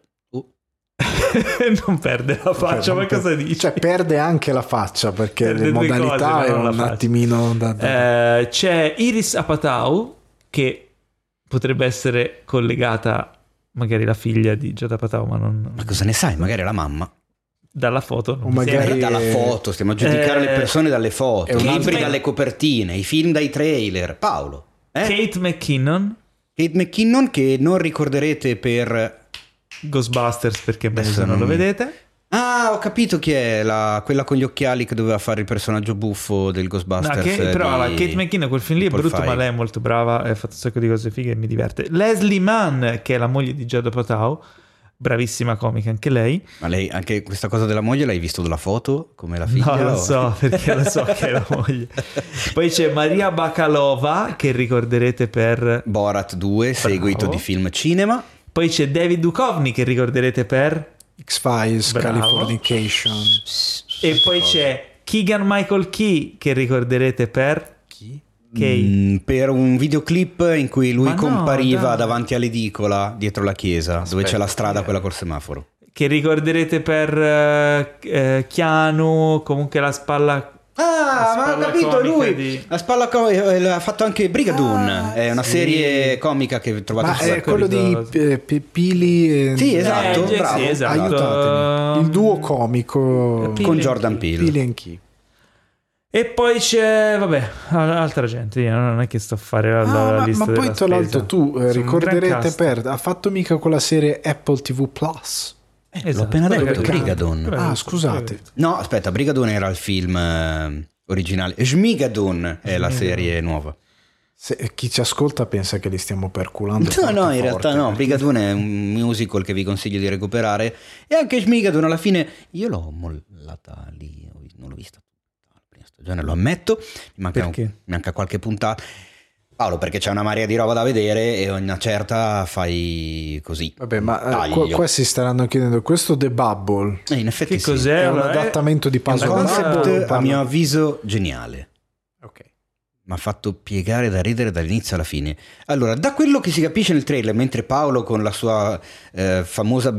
A: Non perde la faccia, ma cosa dici?
C: Cioè perde anche la faccia perché perde le modalità è un attimino
A: c'è Iris Apatow, che potrebbe essere collegata magari la figlia di Judd Apatow, ma
B: cosa ne sai? Magari è la mamma.
A: Dalla foto,
C: o magari
B: dalla foto, stiamo a giudicare le persone dalle foto, i libri dalle copertine, i film dai trailer. Paolo,
A: Kate McKinnon,
B: che non ricorderete per
A: Ghostbusters perché adesso non lo vedete.
B: Ah, ho capito chi è, quella con gli occhiali che doveva fare il personaggio buffo del Ghostbusters.
A: Però Kate McKinnon, quel film lì è brutto, ma lei è molto brava, ha fatto un sacco di cose fighe e mi diverte. Leslie Mann, che è la moglie di Judd Apatow, bravissima comica anche lei.
B: Ma lei, anche questa cosa della moglie, l'hai visto dalla foto come la figlia?
A: No, lo so, perché lo so che è la moglie. Poi c'è Maria Bakalova, che ricorderete per
B: Borat 2, seguito di film cinema.
A: Poi c'è David Duchovny, che ricorderete per
C: X-Files, Californication.
A: E poi c'è Keegan Michael Key, che ricorderete per
B: per un videoclip in cui lui compariva davanti all'edicola dietro la chiesa, dove c'è la strada quella col semaforo.
A: Che ricorderete per Keanu, comunque la spalla.
B: Ma ho capito, lui la spalla ha fatto anche Brigadoon, è una serie comica che trovate su
C: è quello di Pili
B: sì, esatto, bravo.
A: Sì, esatto.
C: Aiutatemi. Il duo comico
B: con Jordan Peele.
C: Pili and Key.
A: E poi c'è, altra gente, io non è che sto a fare la lista
C: ma poi tra l'altro tu ricorderete ha fatto mica quella serie Apple TV Plus.
B: L'ho appena detto, Brigadoon.
C: Scusate.
B: No, aspetta, Brigadoon era il film originale. Shmigadoon è la serie nuova.
C: Chi ci ascolta pensa che li stiamo perculando.
B: No, in realtà no. Brigadoon è un musical che vi consiglio di recuperare. E anche Shmigadoon alla fine io l'ho mollata lì, non l'ho vista tutta la prima stagione, lo ammetto. Mi manca qualche puntata. Paolo, perché c'è una marea di roba da vedere e ogni certa fai così.
C: Vabbè, ma qua si staranno chiedendo questo The Bubble.
B: In effetti
A: che cos'è?
C: È un adattamento di Puzzle.
B: Un concept a mio avviso geniale.
C: Ok.
B: Mi ha fatto piegare da ridere dall'inizio alla fine. Allora, da quello che si capisce nel trailer, mentre Paolo con la sua famosa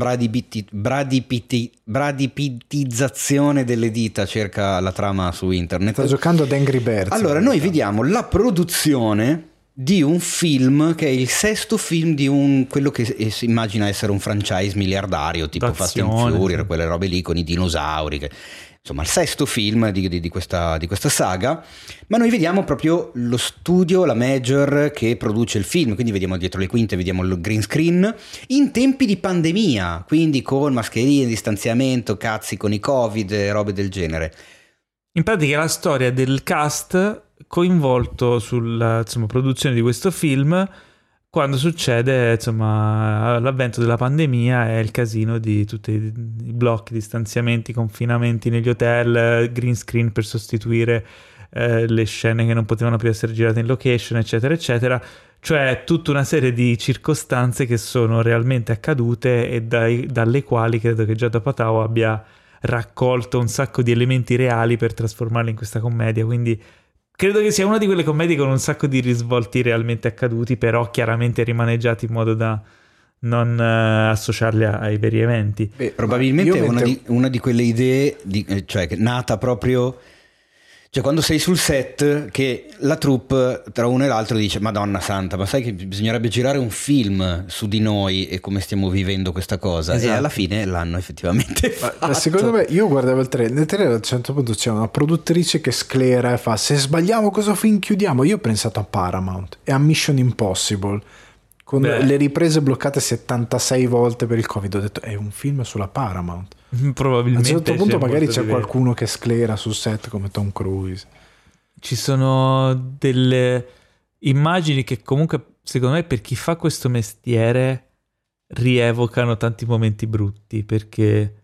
B: bradipitizzazione delle dita cerca la trama su internet.
C: Sta giocando ad Angry Birds.
B: Allora, noi vediamo la produzione di un film che è il sesto film di quello che si immagina essere un franchise miliardario tipo Fast and Furious, quelle robe lì con i dinosauri, insomma il sesto film di questa saga. Ma noi vediamo proprio lo studio, la major che produce il film, quindi vediamo dietro le quinte, vediamo il green screen in tempi di pandemia, quindi con mascherine, distanziamento, cazzi con i covid, robe del genere.
A: In pratica è la storia del cast coinvolto sulla produzione di questo film quando succede l'avvento della pandemia e il casino di tutti i blocchi, distanziamenti, confinamenti negli hotel, green screen per sostituire le scene che non potevano più essere girate in location, eccetera eccetera. Cioè tutta una serie di circostanze che sono realmente accadute e dalle quali credo che Judd Apatow abbia raccolto un sacco di elementi reali per trasformarli in questa commedia, quindi credo che sia una di quelle commedie con un sacco di risvolti realmente accaduti, però chiaramente rimaneggiati in modo da non associarli ai veri eventi.
B: Probabilmente è una di quelle idee cioè nata proprio Cioè quando sei sul set che la troupe tra uno e l'altro dice Madonna santa, ma sai che bisognerebbe girare un film su di noi e come stiamo vivendo questa cosa, esatto. E alla fine l'hanno effettivamente fatto.
C: Ma secondo me, io guardavo il trailer, nel trailer a un certo punto c'è una produttrice che sclera e fa se sbagliamo cosa film chiudiamo. Io ho pensato a Paramount e a Mission Impossible con le riprese bloccate 76 volte per il Covid. Ho detto è un film sulla Paramount.
A: Probabilmente
C: a un certo punto magari c'è qualcuno che sclera sul set come Tom Cruise.
A: Ci sono delle immagini che comunque secondo me per chi fa questo mestiere rievocano tanti momenti brutti, perché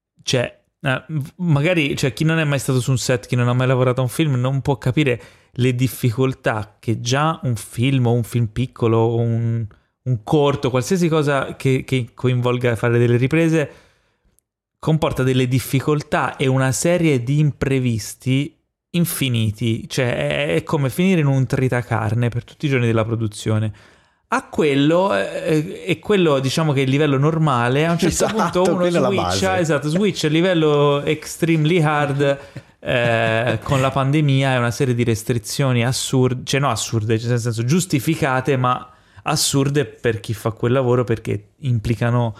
A: magari chi non è mai stato su un set, chi non ha mai lavorato a un film non può capire le difficoltà che già un film o un film piccolo o un corto, qualsiasi cosa che coinvolga fare delle riprese comporta delle difficoltà e una serie di imprevisti infiniti, cioè è come finire in un tritacarne per tutti i giorni della produzione. A quello è quello, diciamo che è il livello normale. A un certo punto uno switch a livello extremely hard con la pandemia e una serie di restrizioni assurde, nel senso giustificate ma assurde per chi fa quel lavoro, perché implicano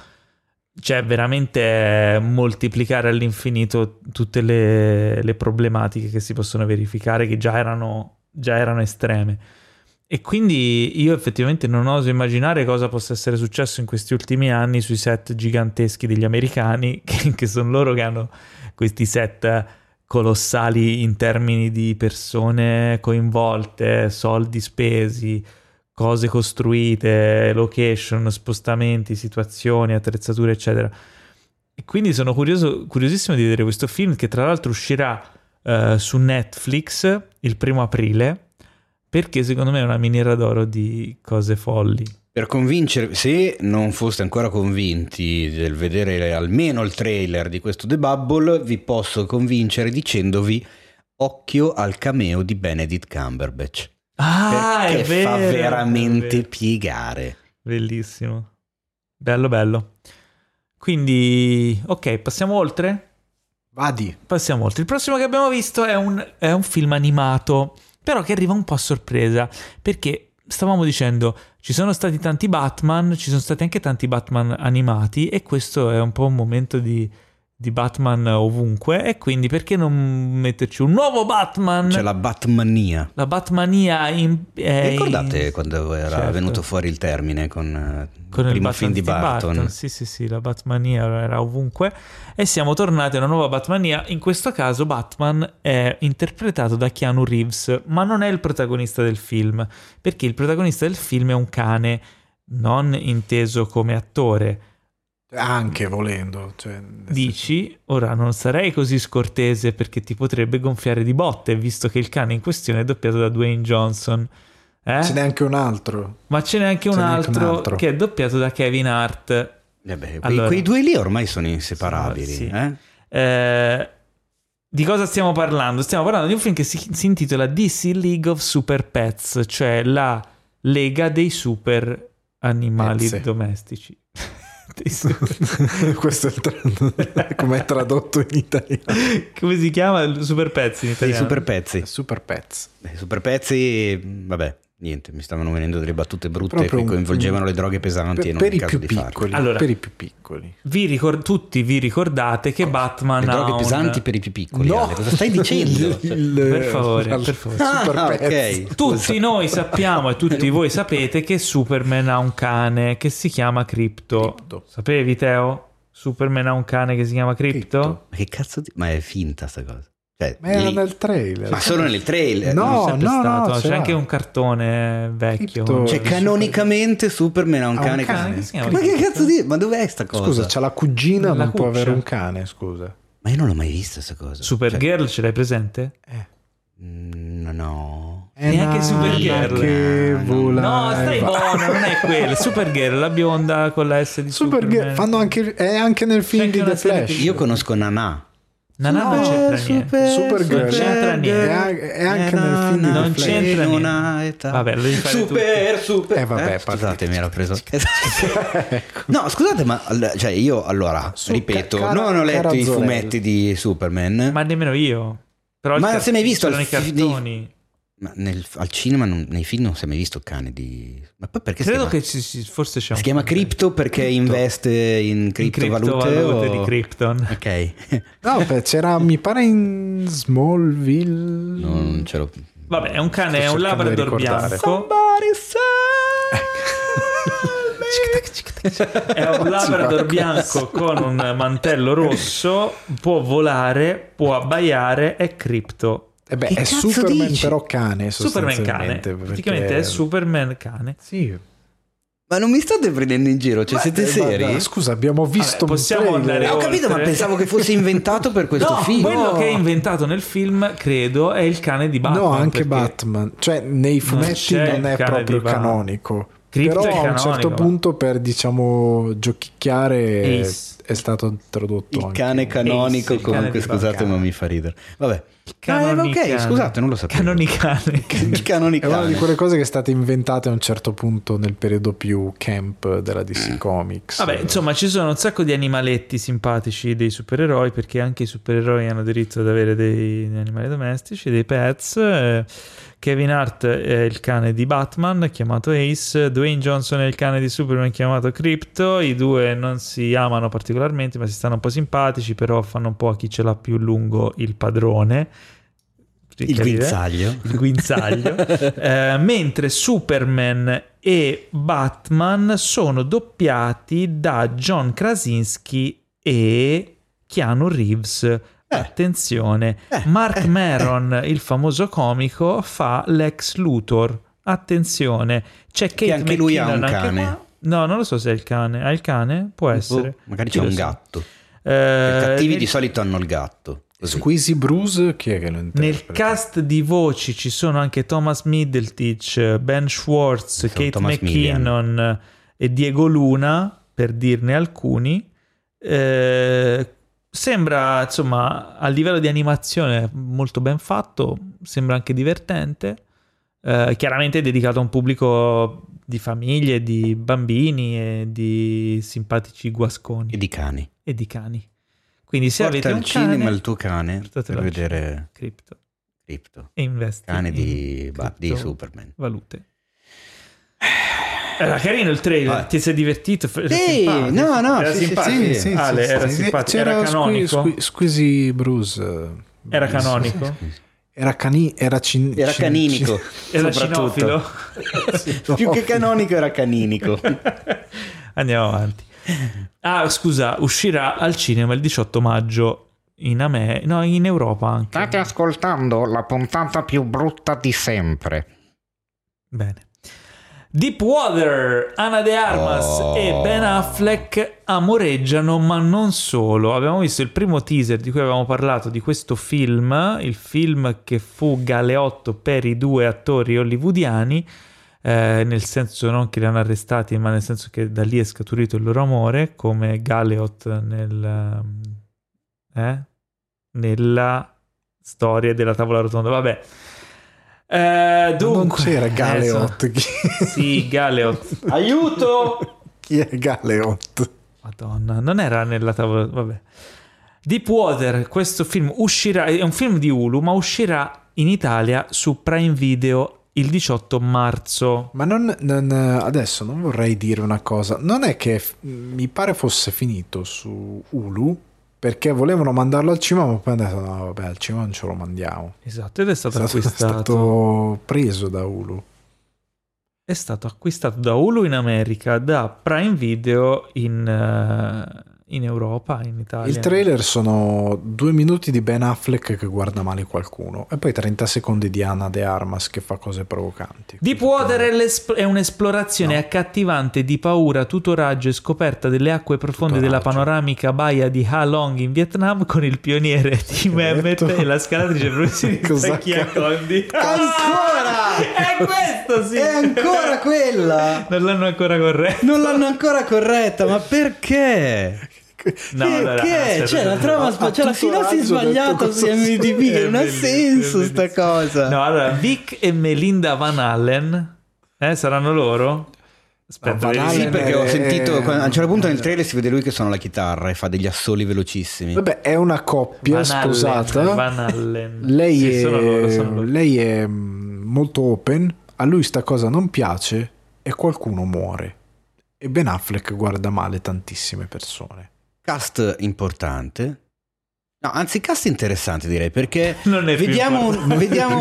A: veramente moltiplicare all'infinito tutte le problematiche che si possono verificare, che già erano estreme. E quindi io effettivamente non oso immaginare cosa possa essere successo in questi ultimi anni sui set giganteschi degli americani, che sono loro che hanno questi set colossali in termini di persone coinvolte, soldi spesi, cose costruite, location, spostamenti, situazioni, attrezzature, eccetera. E quindi sono curiosissimo di vedere questo film, che tra l'altro uscirà su Netflix il 1° aprile, perché secondo me è una miniera d'oro di cose folli.
B: Per convincere, se non foste ancora convinti del vedere almeno il trailer di questo The Bubble, vi posso convincere dicendovi occhio al cameo di Benedict Cumberbatch. Perché
A: è vero,
B: fa veramente piegare.
A: Bellissimo, bello. Quindi ok, passiamo oltre?
C: Vadi.
A: Passiamo oltre. Il prossimo che abbiamo visto è un film animato, però che arriva un po' a sorpresa, perché stavamo dicendo ci sono stati tanti Batman, ci sono stati anche tanti Batman animati, e questo è un po' un momento di Batman ovunque, e quindi perché non metterci un nuovo Batman?
B: C'è la Batmania.
A: La Batmania
B: ricordate quando era venuto fuori il termine con il primo film di Burton?
A: Sì, la Batmania era ovunque, e siamo tornati a una nuova Batmania. In questo caso Batman è interpretato da Keanu Reeves, ma non è il protagonista del film, perché il protagonista del film è un cane, non inteso come attore.
C: Anche volendo,
A: dici, ora non sarei così scortese perché ti potrebbe gonfiare di botte, visto che il cane in questione è doppiato da Dwayne Johnson.
C: Ce n'è anche un altro.
A: Ma ce n'è anche un altro che è doppiato da Kevin Hart.
B: Quei due lì ormai sono inseparabili.
A: Sì. Di cosa stiamo parlando? Stiamo parlando di un film che si intitola DC League of Super Pets, cioè la Lega dei super animali domestici.
C: Questo è come è tradotto in italiano.
A: Come si chiama? Super Pets in italiano?
C: Super
B: Pezzi, vabbè, niente, mi stavano venendo delle battute brutte che coinvolgevano le droghe pesanti
C: per i più piccoli. Allora, per i più piccoli.
A: Tutti vi ricordate che Batman
B: le droghe pesanti per i più piccoli?
C: No,
B: cosa stai dicendo?
A: Per favore.
C: Super
B: Pets.
A: Tutti noi sappiamo e tutti voi sapete che Superman ha un cane che si chiama Crypto. Sapevi, Teo? Superman ha un cane che si chiama Crypto?
B: Ma che cazzo ma è finta sta cosa?
C: Ma era nel trailer.
B: Ma solo nel trailer?
C: No,
A: c'è anche un cartone vecchio.
B: Canonicamente Superman ha un cane che si chiama. Ma che cazzo di? Ma dov'è sta cosa?
C: Scusa, c'ha la cugina, non può avere un cane, scusa.
B: Ma io non l'ho mai vista sta cosa.
A: Supergirl ce l'hai presente?
B: No.
A: Neanche Supergirl.
C: Che
A: no, stai buono, non è quello. Supergirl, la bionda con la S di Superman.
C: Fanno è anche nel film di The Flash.
B: Io conosco Nanà.
A: Non c'entra niente.
C: Supergirl
A: non c'entra niente.
C: È anche nel film di
A: non
C: The
A: c'entra
C: Flash.
A: niente. Vabbè, lo devi fare
B: super.
C: Vabbè,
B: scusate, mi ero preso. No, scusate, ma io allora ripeto, non ho letto i fumetti di Superman.
A: Ma nemmeno io. Però
B: ma se mai visto
A: i cartoni?
B: Ma al cinema, nei film non si è mai visto cane di... Ma poi perché
A: credo che forse c'è
B: si chiama Crypto perché investe in criptovalute
A: di Krypton.
B: Ok.
C: No, c'era, mi pare in Smallville.
B: Non ce l'ho.
A: Vabbè, è un cane, è un Labrador bianco. È un Labrador bianco con un mantello rosso, può volare, può abbaiare, è Crypto.
C: Beh, è Superman dici? Però cane,
A: Superman cane, praticamente è Superman cane.
C: Sì.
B: Ma non mi state prendendo in giro? Cioè, siete seri?
C: Scusa, abbiamo visto.
A: Possiamo andare
B: ho capito, ma pensavo che fosse inventato per questo film.
A: Quello che è inventato nel film, credo, è il cane di Batman.
C: No, anche Batman. Cioè, nei fumetti non è proprio canonico. Però a un certo punto, per giochicchiare, è stato introdotto
B: il cane canonico.
A: Ace,
B: comunque, scusate, ma mi fa ridere. Vabbè. Ok, scusate, non lo sapevo.
A: Canonicane.
C: È una di quelle cose che è state inventate a un certo punto nel periodo più camp della DC Comics.
A: Vabbè, insomma, ci sono un sacco di animaletti simpatici dei supereroi, perché anche i supereroi hanno diritto ad avere dei animali domestici, dei pets. Kevin Hart è il cane di Batman, chiamato Ace. Dwayne Johnson è il cane di Superman, chiamato Crypto. I due non si amano particolarmente, ma si stanno un po' simpatici, però fanno un po' a chi ce l'ha più lungo il padrone.
B: Il guinzaglio.
A: Mentre Superman e Batman sono doppiati da John Krasinski e Keanu Reeves. Attenzione, Mark Maron, il famoso comico, fa Lex Luthor. Attenzione, c'è Kate
B: anche
A: McKinnon,
B: lui ha un cane.
A: No, non lo so se è il cane. Ha il cane? Può essere.
B: Magari c'è un gatto. I cattivi di solito hanno il gatto. Così.
C: Squeezy Bruce, chi è che lo interpreta?
A: Nel cast di voci ci sono anche Thomas Middleditch, Ben Schwartz, Kate McKinnon e Diego Luna, per dirne alcuni. Sembra, insomma, a livello di animazione molto ben fatto, sembra anche divertente. Chiaramente è dedicato a un pubblico di famiglie, di bambini e di simpatici guasconi.
B: E di cani.
A: Quindi se
B: porta
A: avete un
B: al cinema
A: cane,
B: il tuo cane per vedere
A: Crypto
B: e
A: investi
B: cane di Superman.
A: Valute. Era carino il trailer, ti sei divertito?
B: Sì,
A: era simpatico.
C: Sì,
A: era simpatico. Era canonico.
C: Squeezy Bruce.
A: Era canonico.
C: Era caninico.
A: Era cinofilo.
B: Più che canonico era caninico.
A: Andiamo avanti. Scusa, uscirà al cinema il 18 maggio in Europa anche.
E: State ascoltando la puntata più brutta di sempre.
A: Bene. Deepwater, Ana de Armas e Ben Affleck amoreggiano, ma non solo. Abbiamo visto il primo teaser di cui avevamo parlato di questo film, il film che fu galeotto per i due attori hollywoodiani, nel senso non che li hanno arrestati, ma nel senso che da lì è scaturito il loro amore, come Galeot nella storia della tavola rotonda. Vabbè. Dunque,
C: non c'era Galeot.
A: Sì, Galeot. Aiuto!
C: Chi è Galeot?
A: Madonna, non era nella tavola. Vabbè. Deepwater, questo film uscirà, è un film di Hulu, ma uscirà in Italia su Prime Video il 18 marzo.
C: Ma adesso non vorrei dire una cosa. Non è che mi pare fosse finito su Hulu, perché volevano mandarlo al cinema, ma poi hanno detto no, vabbè, al cinema non ce lo mandiamo.
A: Esatto, ed è stato acquistato.
C: È stato preso da Hulu.
A: È stato acquistato da Hulu in America, da Prime Video in Europa, in Italia.
C: Il trailer sono 2 minuti di Ben Affleck che guarda male qualcuno e poi 30 secondi di Ana de Armas che fa cose provocanti.
A: Deepwater è un'esplorazione accattivante di paura, tutoraggio e scoperta delle acque profonde della panoramica baia di Ha Long in Vietnam, con il pioniere Tim Emmett e la scalatrice professionista Kia Condi.
B: Ancora!
A: È questo, sì!
B: È ancora quella!
A: Non l'hanno ancora corretta.
B: Ma perché? C'è la trama, c'è la sinossi sbagliata su IMDb, non ha senso sta cosa.
A: No, allora Vic e Melinda Van Allen saranno loro? Aspetta,
B: sì, perché ho sentito a un certo punto nel trailer si vede lui che suona la chitarra e fa degli assoli velocissimi.
C: Vabbè, è una coppia sposata.
A: Van Allen.
C: Lei
A: sono
C: lei è molto open, a lui sta cosa non piace e qualcuno muore. E Ben Affleck guarda male tantissime persone.
B: Cast importante. No, anzi cast interessante direi, perché
A: non è
B: vediamo un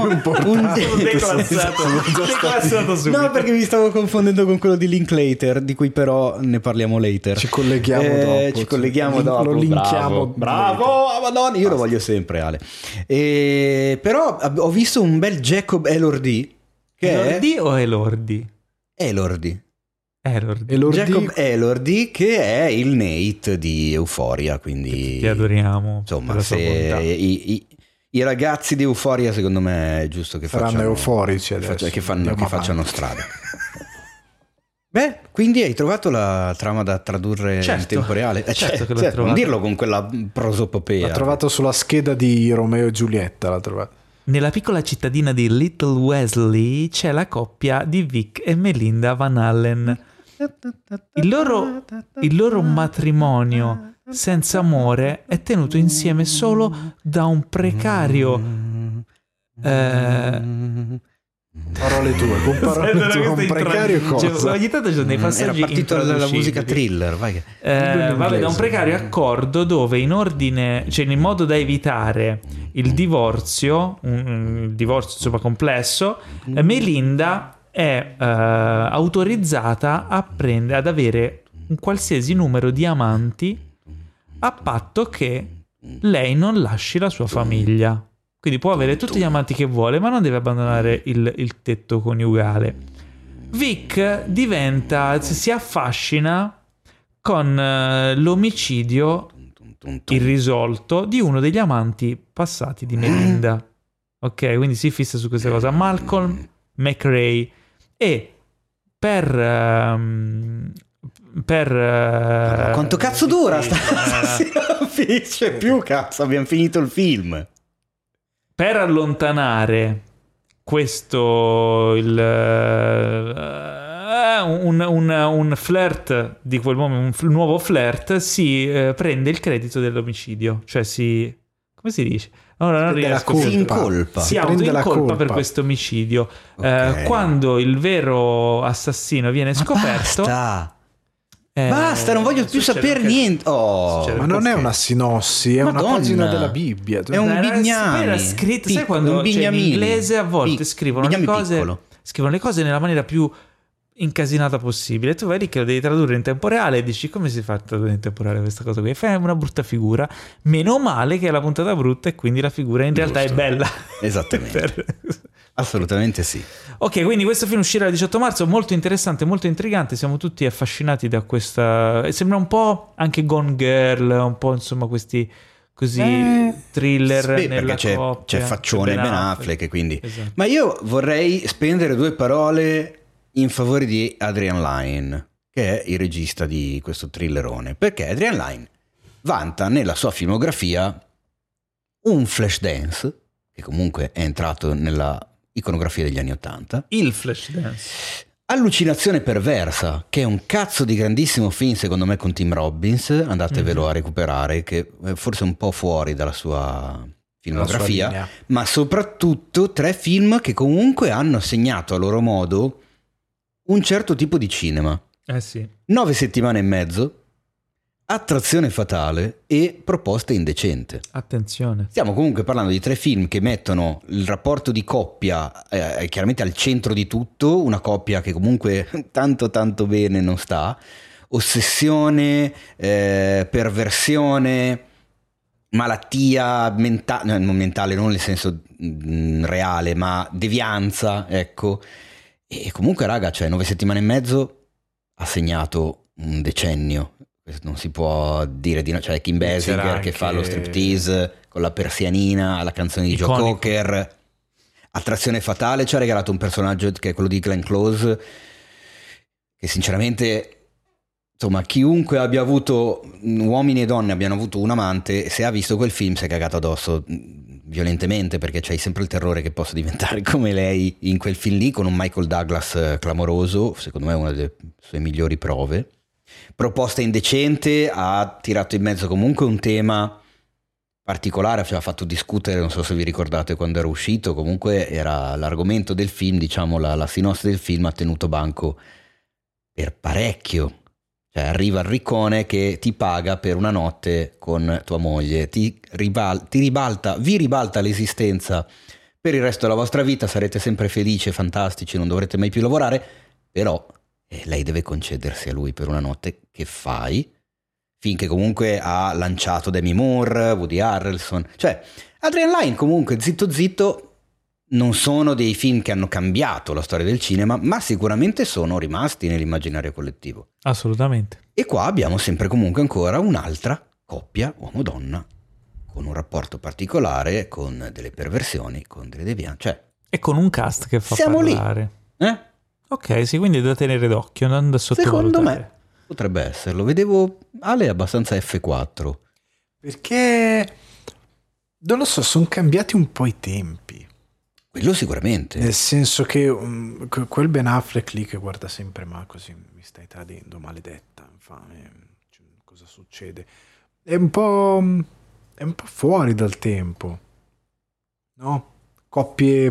A: declassato subito.
B: No, perché mi stavo confondendo con quello di Linklater, di cui però ne parliamo later.
C: Ci colleghiamo dopo.
B: Lo linkiamo. Bravo, Madonna, io lo voglio sempre, Ale. Però ho visto un bel Jacob Elordi, che
A: Elordi o Elordi?
B: Elordi.
A: Elordi.
B: Jacob Elordi, che è il Nate di Euphoria, quindi
A: ti adoriamo.
B: Insomma, se i ragazzi di Euphoria, secondo me è giusto che
C: saranno
B: facciano
C: euforici adesso,
B: che facciano strada. Beh, quindi hai trovato la trama da tradurre in tempo reale?
A: Certo che l'ho
B: trovato. Non dirlo con quella prosopopea.
C: L'ha trovato sulla scheda di Romeo e Giulietta, l'ha trovato.
A: Nella piccola cittadina di Little Wesley c'è la coppia di Vic e Melinda Van Allen. Il loro matrimonio senza amore è tenuto insieme solo da un precario
C: parole tue, con parole tue, un precario cosa?
A: Ogni tanto c'è dei passaggi
B: era partito dalla musica thriller, vai.
A: Da un precario accordo dove in ordine, cioè in modo da evitare il divorzio, un divorzio insomma complesso, Melinda è autorizzata ad avere un qualsiasi numero di amanti a patto che lei non lasci la sua famiglia. Quindi può avere tutti gli amanti che vuole, ma non deve abbandonare il tetto coniugale. Vic si affascina con l'omicidio irrisolto di uno degli amanti passati di Melinda. Ok, quindi si fissa su questa cosa. Malcolm McRae. E per
B: quanto cazzo dura sta finisce più, cazzo, abbiamo finito il film.
A: Per allontanare questo un flirt di quel momento, un nuovo flirt, si prende il credito dell'omicidio, cioè come si dice? Ora non riesco. Si autoincolpa per questo omicidio. Okay. Quando il vero assassino viene scoperto,
B: basta, non voglio più sapere niente.
C: Ma non è una sinossi, è una pagina della Bibbia.
B: È un Bignami.
A: Era scritto, sai quando in inglese a volte scrivono le cose nella maniera più incasinata possibile. Tu vai lì che lo devi tradurre in tempo reale e dici: come si fa a tradurre in tempo reale questa cosa qui? Fai una brutta figura. Meno male che è la puntata brutta e quindi la figura in realtà è bella.
B: Esattamente. Assolutamente sì.
A: Ok, quindi questo film uscirà il 18 marzo, molto interessante, molto intrigante, siamo tutti affascinati da questa... Sembra un po' anche Gone Girl, un po' insomma questi così thriller nella coppia.
B: C'è faccione Ben Affleck, quindi... Esatto. Ma io vorrei spendere 2 parole in favore di Adrian Lyne, che è il regista di questo thrillerone, perché Adrian Lyne vanta nella sua filmografia un Flashdance, che comunque è entrato nella iconografia degli anni '80.
A: Il Flashdance.
B: Allucinazione perversa, che è un cazzo di grandissimo film secondo me con Tim Robbins, andatevelo a recuperare, che è forse un po' fuori dalla sua filmografia, ma soprattutto 3 film che comunque hanno segnato a loro modo un certo tipo di cinema.
A: Sì.
B: 9 settimane e mezzo, Attrazione fatale e Proposta indecente.
A: Attenzione.
B: Stiamo comunque parlando di 3 film che mettono il rapporto di coppia chiaramente al centro di tutto, una coppia che comunque tanto bene non sta, ossessione, perversione, malattia mentale, non mentale non nel senso reale, ma devianza, ecco. E comunque raga, cioè 9 settimane e mezzo ha segnato un decennio. Non si può dire di no, cioè Kim Basinger che fa lo striptease con la persianina, la canzone di Joe Cocker. Attrazione fatale ci ha regalato un personaggio che è quello di Glenn Close, che sinceramente, insomma, chiunque abbia avuto, uomini e donne abbiano avuto un amante, se ha visto quel film si è cagato addosso violentemente, perché c'hai sempre il terrore che possa diventare come lei in quel film lì, con un Michael Douglas clamoroso, secondo me una delle sue migliori prove. Proposta indecente, ha tirato in mezzo comunque un tema particolare, ci ha fatto discutere, non so se vi ricordate quando era uscito, comunque era l'argomento del film, diciamo la sinossi del film ha tenuto banco per parecchio. Cioè arriva il riccone che ti paga per una notte con tua moglie, vi ribalta l'esistenza per il resto della vostra vita, sarete sempre felici e fantastici, non dovrete mai più lavorare, però lei deve concedersi a lui per una notte. Che fai? Finché comunque ha lanciato Demi Moore, Woody Harrelson, cioè Adrian Lyne comunque zitto zitto. Non sono dei film che hanno cambiato la storia del cinema, ma sicuramente sono rimasti nell'immaginario collettivo.
A: Assolutamente.
B: E qua abbiamo sempre comunque ancora un'altra coppia uomo-donna con un rapporto particolare, con delle perversioni, con delle devianze. Cioè,
A: e con un cast che fa
B: siamo
A: parlare.
B: Lì.
A: Ok, sì, quindi è da tenere d'occhio, non da sottovalutare.
B: Secondo me potrebbe esserlo. Vedevo Ale abbastanza F4.
C: Perché, non lo so, sono cambiati un po' i tempi.
B: Quello sicuramente.
C: Nel senso che quel Ben Affleck lì che guarda sempre, ma così mi stai tradendo, maledetta, infame, cosa succede? È un po' fuori dal tempo, no? Coppie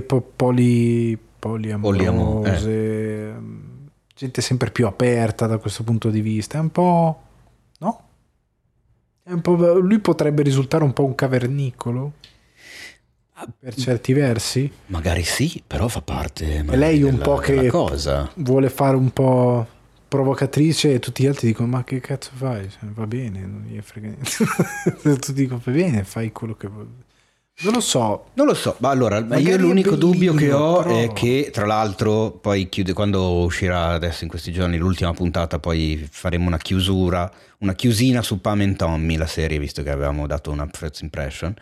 C: poliamorose, gente sempre più aperta da questo punto di vista, è un po', no? Lui potrebbe risultare un po' un cavernicolo. Per certi versi?
B: Magari sì, però fa parte.
C: E lei un po' che cosa vuole fare un po' provocatrice e tutti gli altri dicono ma che cazzo fai? Va bene, non gli frega niente. Tu dico va bene, fai quello che vuoi. Non lo so,
B: ma allora io l'unico dubbio che ho è che tra l'altro poi quando uscirà adesso in questi giorni l'ultima puntata, poi faremo una chiusina su Pam and Tommy, la serie, visto che avevamo dato una first impression.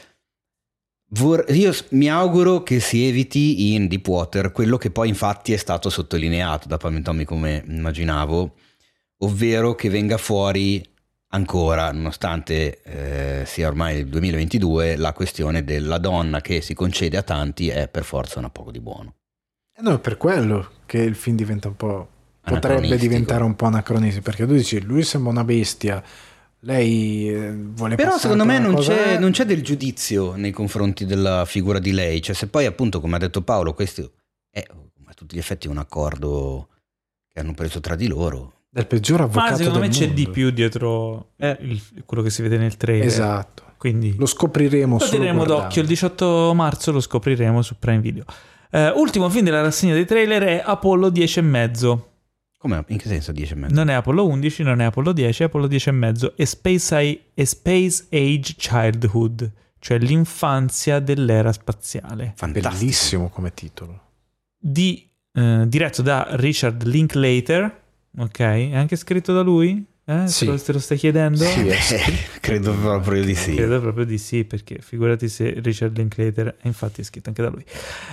B: Io mi auguro che si eviti in Deepwater quello che poi infatti è stato sottolineato da Pam and Tommy, come immaginavo, ovvero che venga fuori ancora, nonostante sia ormai il 2022, la questione della donna che si concede a tanti è per forza una poco di buono.
C: No, è per quello che il film diventa un po', potrebbe diventare un po' anacronistico, perché tu dici lui sembra una bestia, lei vuole.
B: Però secondo me non c'è del giudizio nei confronti della figura di lei, cioè se poi appunto, come ha detto Paolo, questo è a tutti gli effetti un accordo che hanno preso tra di loro.
C: Del peggior avvocato.
A: Ma secondo me c'è
C: mondo.
A: di più dietro quello che si vede nel trailer.
C: Esatto.
A: Quindi
C: lo scopriremo.
A: Lo terremo d'occhio, il 18 marzo lo scopriremo su Prime Video. Ultimo film della rassegna dei trailer è Apollo 10,5.
B: Come? In che senso 10,5?
A: Non è Apollo 11, non è Apollo 10, è Apollo 10,5. E Space Age Childhood, cioè l'infanzia dell'era spaziale.
C: Fantastico. Bellissimo come titolo.
A: Diretto da Richard Linklater, ok? È anche scritto da lui?
C: Sì.
A: Te lo stai chiedendo?
C: Sì,
B: credo proprio di sì.
A: Credo proprio di sì, perché figurati se Richard Linklater, infatti è scritto anche da lui.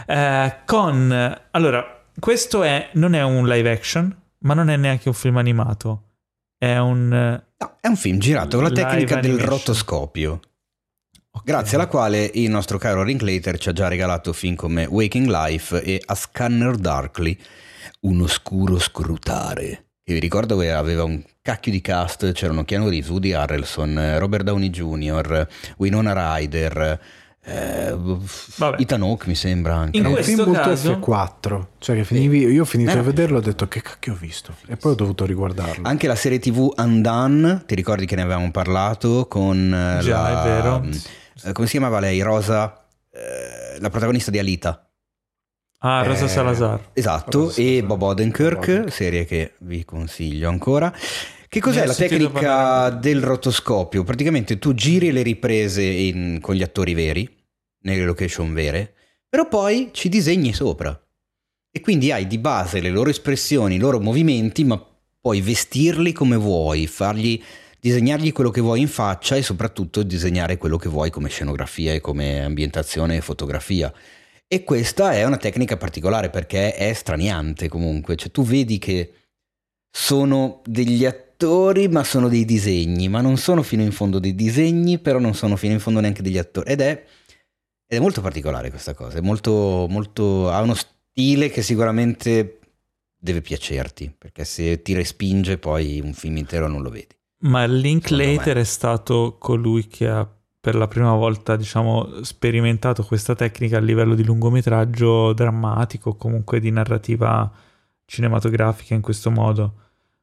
A: Allora, questo non è un live action, ma non è neanche un film animato. È un
B: film girato con la tecnica del rotoscopio. Okay. Grazie alla quale il nostro caro Linklater ci ha già regalato film come Waking Life e A Scanner Darkly, un oscuro scrutare. Che vi ricordo che aveva un cacchio di cast, c'erano Keanu Reeves, Woody Harrelson, Robert Downey Jr., Winona Ryder, Ethan Hawke mi sembra anche.
C: In questo caso F4, cioè che finivi, io ho finito di vederlo, ho detto che cacchio ho visto e poi ho dovuto riguardarlo.
B: Anche la serie TV Undone, ti ricordi che ne avevamo parlato con
A: è vero.
B: Come si chiamava lei? Rosa, la protagonista di Alita.
A: Rosa Salazar.
B: Esatto,
C: Rosa
B: e
C: Salazar.
B: Bob Odenkirk, serie che vi consiglio ancora. Che cos'è la tecnica del rotoscopio? Praticamente tu giri le riprese con gli attori veri, nelle location vere, però poi ci disegni sopra. E quindi hai di base le loro espressioni, i loro movimenti, ma puoi vestirli come vuoi, disegnargli quello che vuoi in faccia e soprattutto disegnare quello che vuoi come scenografia e come ambientazione e fotografia. E questa è una tecnica particolare perché è straniante comunque, cioè tu vedi che sono degli attori ma sono dei disegni, ma non sono fino in fondo dei disegni, però non sono fino in fondo neanche degli attori, ed è Ed è molto particolare questa cosa, è molto, molto, ha uno stile che sicuramente deve piacerti, perché se ti respinge poi un film intero non lo vedi.
A: Ma Linklater è stato colui che ha per la prima volta, diciamo, sperimentato questa tecnica a livello di lungometraggio drammatico, comunque di narrativa cinematografica in questo modo.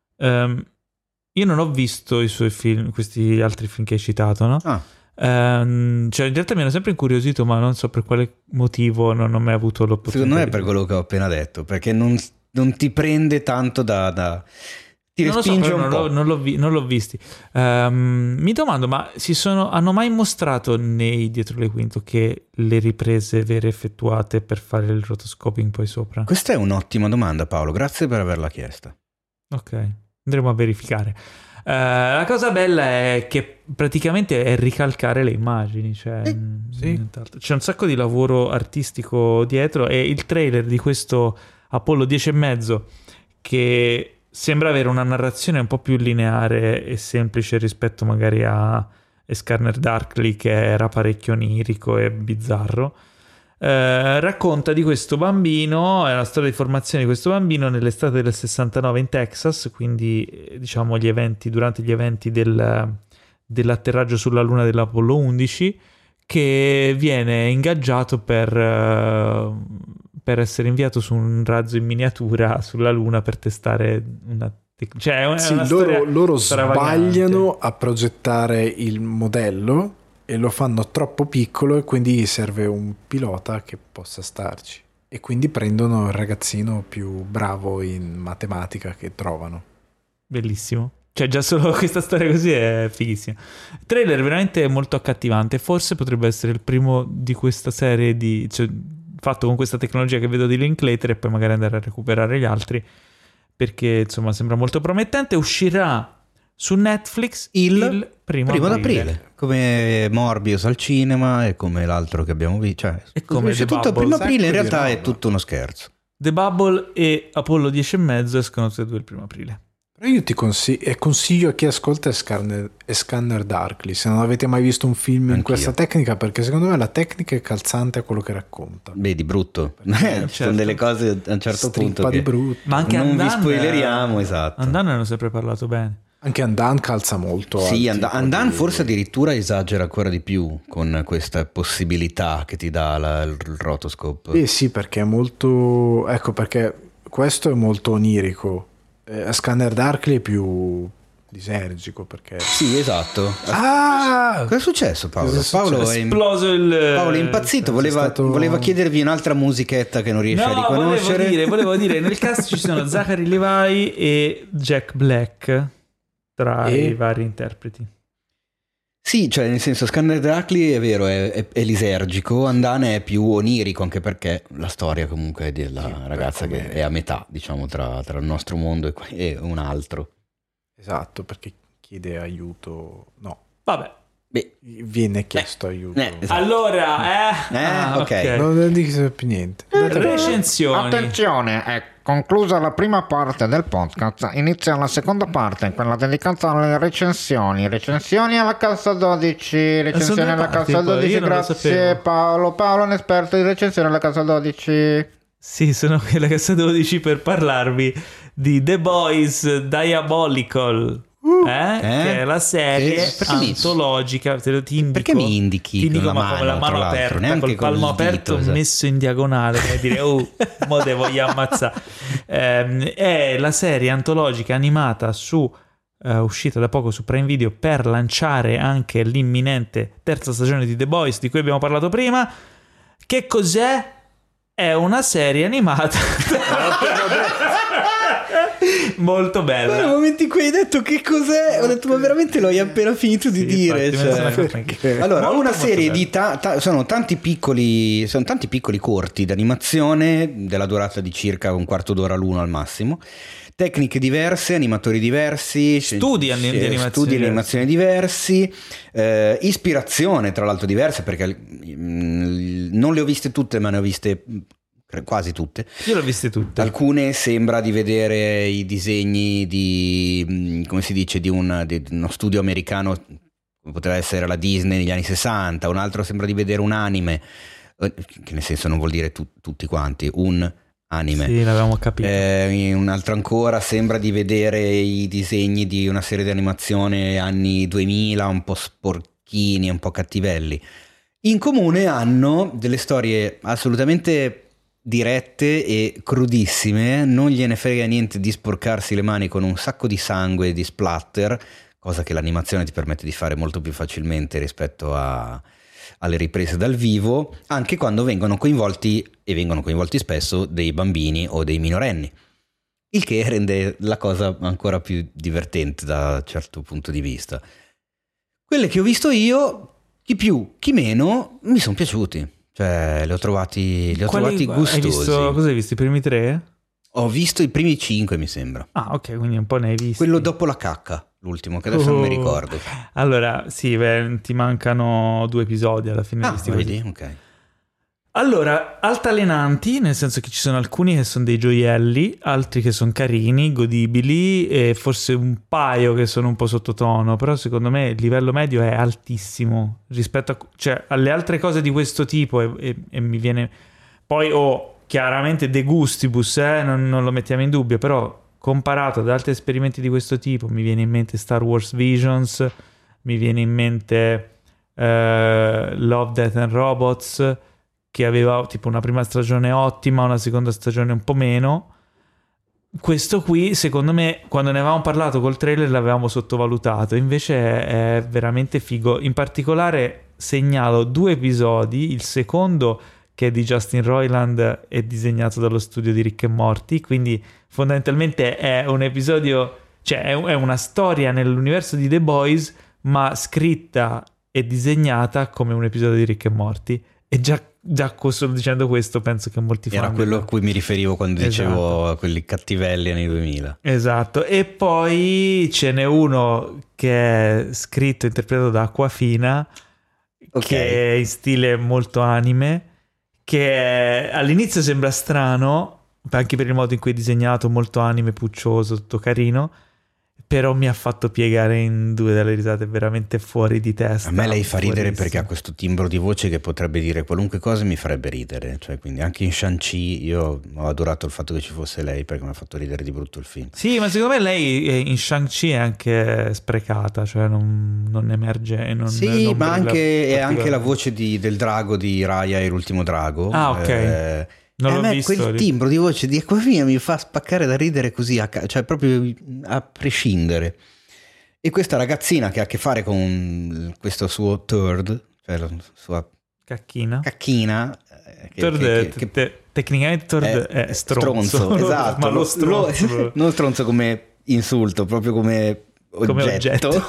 A: Io non ho visto i suoi film, questi altri film che hai citato, no? Cioè in realtà mi hanno sempre incuriosito, ma non so per quale motivo non ho mai avuto l'opportunità.
B: Secondo me è per quello che ho appena detto, perché non ti prende tanto da ti respinge un po'.
A: Non l'ho visti. Mi domando, ma hanno mai mostrato nei dietro le quinte che le riprese vere effettuate per fare il rotoscoping poi sopra?
B: Questa è un'ottima domanda, Paolo, grazie per averla chiesta.
A: Ok, andremo a verificare. La cosa bella è che praticamente è ricalcare le immagini, cioè
C: sì.
A: C'è un sacco di lavoro artistico dietro, e il trailer di questo Apollo 10,5 che sembra avere una narrazione un po' più lineare e semplice rispetto magari a A Scanner Darkly, che era parecchio onirico e bizzarro. Racconta di questo bambino, è la storia di formazione di questo bambino nell'estate del 69 in Texas, quindi diciamo durante gli eventi dell'atterraggio sulla Luna dell'Apollo 11, che viene ingaggiato per essere inviato su un razzo in miniatura sulla Luna per testare una
C: loro sbagliano a progettare il modello e lo fanno troppo piccolo, e quindi gli serve un pilota che possa starci, e quindi prendono il ragazzino più bravo in matematica che trovano.
A: Bellissimo, cioè già solo questa storia così è fighissima. Il trailer veramente molto accattivante, forse potrebbe essere il primo di questa serie fatto con questa tecnologia che vedo di Linklater, e poi magari andare a recuperare gli altri, perché insomma sembra molto promettente. Uscirà su Netflix il primo
B: d'aprile, come Morbius al cinema e come l'altro che abbiamo visto, cioè,
A: e come
B: c'è tutto il primo aprile, in realtà è tutto uno scherzo.
A: The Bubble e Apollo 10,5 escono tutti e due il primo aprile.
C: Però io ti consiglio a chi ascolta Scanner Darkly, se non avete mai visto un film in questa tecnica, perché secondo me la tecnica è calzante a quello che racconta.
B: Beh, di brutto. Ci sono delle cose a un certo punto
C: di brutto.
A: Ma anche
B: non vi spoileriamo, esatto.
A: Andan hanno sempre parlato bene.
C: Anche Andan calza molto.
B: Sì, Andan forse addirittura esagera ancora di più con questa possibilità che ti dà il rotoscope.
C: Sì, perché è molto... Ecco, perché questo è molto onirico. Scanner Darkly è più disergico, perché...
B: Sì, esatto. Cosa è successo, Paolo? Paolo è impazzito, voleva chiedervi un'altra musichetta che non riesce a riconoscere.
A: Volevo dire, nel cast ci sono Zachary Levi e Jack Black tra i vari interpreti.
B: Sì, cioè nel senso, Scanner Darkly è vero, è lisergico, Andan è più onirico, anche perché la storia comunque è della ragazza che è a metà, diciamo, tra il nostro mondo e un altro.
C: Esatto, perché chiede aiuto. No.
A: Vabbè.
C: Viene chiesto aiuto.
A: Esatto. Allora,
B: ok.
C: Non dico più niente.
A: Recensioni.
E: Attenzione, è conclusa la prima parte del podcast, inizia la seconda parte, quella dedicata alle recensioni. Recensioni alla cassa 12. Recensioni alla cassa 12, grazie Paolo. Paolo è un esperto di recensioni alla cassa 12.
A: Sì, sono qui alla cassa 12 per parlarvi di The Boys Diabolical. Che è la serie antologica.
B: Perché mi indichi
A: con la mano aperta, col palmo aperto messo in diagonale, per dire mo te voglio ammazzare. È la serie antologica animata uscita da poco su Prime Video per lanciare anche l'imminente terza stagione di The Boys, di cui abbiamo parlato prima. Che cos'è? È una serie animata molto bella.
B: Nel momento in cui hai detto che cos'è, ho detto ma veramente lo hai appena finito di dire. Allora, molto, una serie di sono tanti piccoli corti d'animazione della durata di circa un quarto d'ora l'uno al massimo. Tecniche diverse, animatori diversi,
A: studi di animazione
B: diversi, ispirazione tra l'altro diversa, perché non le ho viste tutte, ma ne ho viste quasi tutte.
A: Io le ho viste tutte.
B: Alcune sembra di vedere i disegni di, come si dice, di uno studio americano come poteva essere la Disney negli anni 60, un altro sembra di vedere un anime, che nel senso non vuol dire tutti quanti, un anime.
A: Sì, l'avevamo capito.
B: Un altro ancora sembra di vedere i disegni di una serie di animazione anni 2000, un po' sporchini, un po' cattivelli. In comune hanno delle storie assolutamente dirette e crudissime, non gliene frega niente di sporcarsi le mani con un sacco di sangue e di splatter, cosa che l'animazione ti permette di fare molto più facilmente rispetto alle riprese dal vivo, anche quando vengono coinvolti spesso dei bambini o dei minorenni, il che rende la cosa ancora più divertente da un certo punto di vista. Quelle che ho visto io, chi più, chi meno, mi sono piaciuti. Cioè, li ho trovati gustosi.
A: Cosa hai visto? I primi 3?
B: Ho visto i primi 5, mi sembra.
A: Ah, ok, quindi un po' ne hai visti.
B: Quello dopo la cacca, l'ultimo, che adesso non mi ricordo.
A: Allora, sì, ti mancano 2 episodi alla fine.
B: Vedi? Ok.
A: Allora, altalenanti, nel senso che ci sono alcuni che sono dei gioielli, altri che sono carini, godibili, e forse un paio che sono un po' sottotono, però secondo me il livello medio è altissimo rispetto alle altre cose di questo tipo, e mi viene... Poi chiaramente de gustibus, non lo mettiamo in dubbio, però comparato ad altri esperimenti di questo tipo mi viene in mente Star Wars Visions, mi viene in mente Love, Death and Robots, che aveva tipo una prima stagione ottima, una seconda stagione un po' meno. Questo qui, secondo me, quando ne avevamo parlato col trailer l'avevamo sottovalutato, invece è veramente figo. In particolare segnalo 2 episodi, il secondo che è di Justin Roiland e disegnato dallo studio di Rick e Morty, quindi fondamentalmente è un episodio, cioè è una storia nell'universo di The Boys, ma scritta e disegnata come un episodio di Rick e Morty. E già solo dicendo questo penso che molti fan...
B: Era quello a cui mi riferivo quando dicevo quelli cattivelli anni 2000.
A: Esatto. E poi ce n'è uno che è scritto e interpretato da Aquafina, che è in stile molto anime, che all'inizio sembra strano, anche per il modo in cui è disegnato, molto anime, puccioso, tutto carino, però mi ha fatto piegare in 2 dalle risate veramente fuori di testa.
B: A me lei fa ridere perché ha questo timbro di voce che potrebbe dire qualunque cosa e mi farebbe ridere, cioè, quindi anche in Shang-Chi io ho adorato il fatto che ci fosse lei, perché mi ha fatto ridere di brutto il film.
A: Sì, ma secondo me lei in Shang-Chi è anche sprecata, cioè non emerge e non...
B: Sì,
A: non
B: ma è anche la voce del drago di Raya e l'ultimo drago.
A: Ah, ok. Non l'ho visto,
B: quel timbro di voce di Aquafina mi fa spaccare da ridere così, cioè proprio a prescindere. E questa ragazzina che ha a che fare con questo suo turd, cioè la sua cacchina
A: tecnicamente turd è stronzo.
B: Esatto.
A: Ma lo stronzo
B: non stronzo come insulto, proprio come oggetto.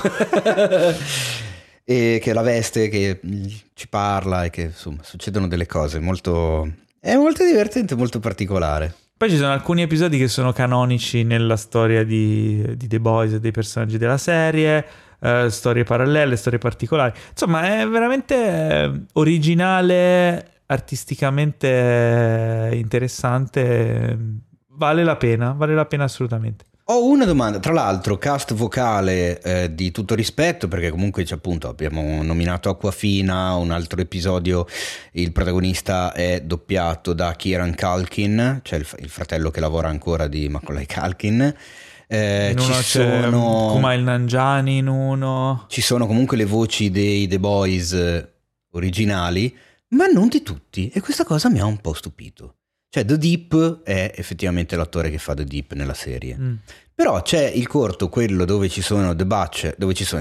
B: E che la veste, che ci parla, e che insomma succedono delle cose è molto divertente, molto particolare.
A: Poi ci sono alcuni episodi che sono canonici nella storia di The Boys e dei personaggi della serie, storie parallele, storie particolari. Insomma, è veramente originale, artisticamente interessante, vale la pena assolutamente.
B: Ho una domanda, tra l'altro cast vocale di tutto rispetto, perché comunque appunto abbiamo nominato Aquafina, un altro episodio il protagonista è doppiato da Kieran Culkin, cioè il fratello che lavora ancora di Macaulay Culkin.
A: In uno c'è Kumail Nanjiani, in uno
B: ci sono comunque le voci dei The Boys originali, ma non di tutti, e questa cosa mi ha un po' stupito. Cioè The Deep è effettivamente l'attore che fa The Deep nella serie. Però c'è il corto, quello dove ci sono c'è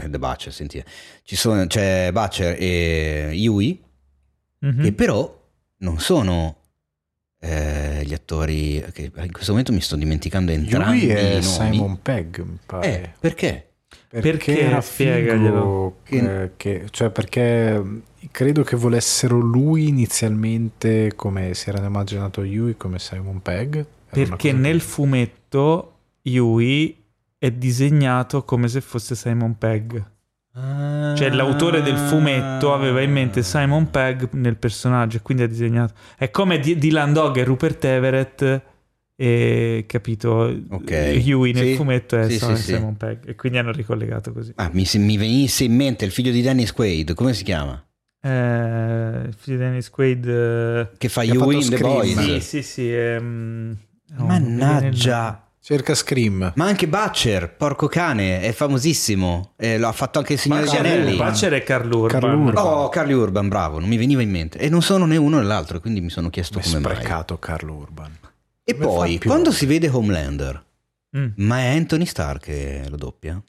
B: Butcher e Yui, che però non sono gli attori che in questo momto mi sto dimenticando entrambi.
C: Yui è
B: i nomi.
C: Simon Pegg, mi pare.
B: Perché?
A: Perché
C: era
A: spiegaglielo.
C: Perché credo che volessero lui inizialmente, come si erano immaginato Yui, come Simon Pegg.
A: Perché nel fumetto Yui è disegnato come se fosse Simon Pegg. Cioè l'autore del fumetto aveva in mente Simon Pegg nel personaggio e quindi ha disegnato. È come Dylan Dog e Rupert Everett e capito, Huey nel fumetto è Simon Pegg, e quindi hanno ricollegato così.
B: Mi venisse in mente il figlio di Dennis Quaid, come si chiama?
A: Il figlio di Dennis Quaid
B: che fa Huey in The Boys.
A: Sì.
B: Mannaggia,
C: cerca Scream.
B: Ma anche Butcher, porco cane, è famosissimo, lo ha fatto anche il Signore degli Anelli.
A: Butcher è Carl Urban.
B: Oh, Carl Urban, bravo, non mi veniva in mente, e non sono né uno né l'altro, quindi mi sono chiesto come mai.
C: Sprecato Carl Urban.
B: E come poi quando si vede Homelander, ma è Anthony Starr che lo doppia?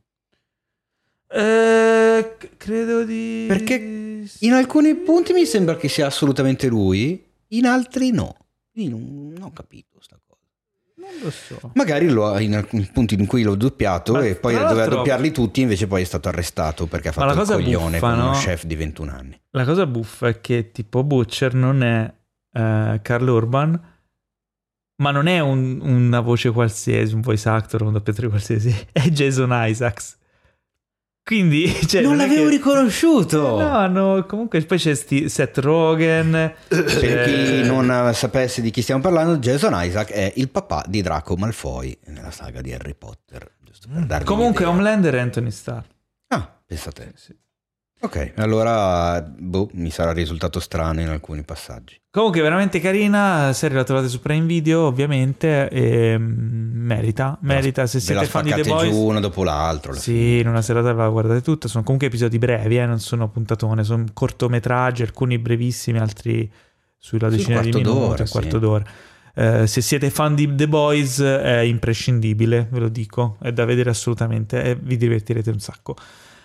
A: Credo di...
B: Perché in alcuni punti mi sembra che sia assolutamente lui, in altri no. Io non ho capito sta cosa.
A: Non lo so.
B: Magari in alcuni punti in cui l'ho doppiato e poi doveva doppiarli tutti, invece poi è stato arrestato perché ha fatto il coglione con uno chef di 21 anni.
A: La cosa buffa è che tipo Butcher non è Carl Urban, ma non è una voce qualsiasi, un voice actor, un doppiatore qualsiasi, è Jason Isaacs. Quindi
B: non l'avevo riconosciuto.
A: No, comunque poi c'è Seth Rogen.
B: Per chi non sapesse di chi stiamo parlando, Jason Isaac è il papà di Draco Malfoy nella saga di Harry Potter, giusto per darvi
A: comunque
B: un'idea.
A: Homelander è Anthony Starr.
B: Pensa a te.
A: Sì.
B: Ok, allora mi sarà risultato strano in alcuni passaggi.
A: Comunque veramente carina, serie la trovate su Prime Video ovviamente, e merita se siete fan di The Boys.
B: Giù uno dopo l'altro.
A: Sì, in una serata la guardate tutta, sono comunque episodi brevi, non sono puntatone, sono cortometraggi, alcuni brevissimi, altri sulla decina di minuti, un quarto d'ora. Se siete fan di The Boys è imprescindibile, ve lo dico, è da vedere assolutamente e vi divertirete un sacco.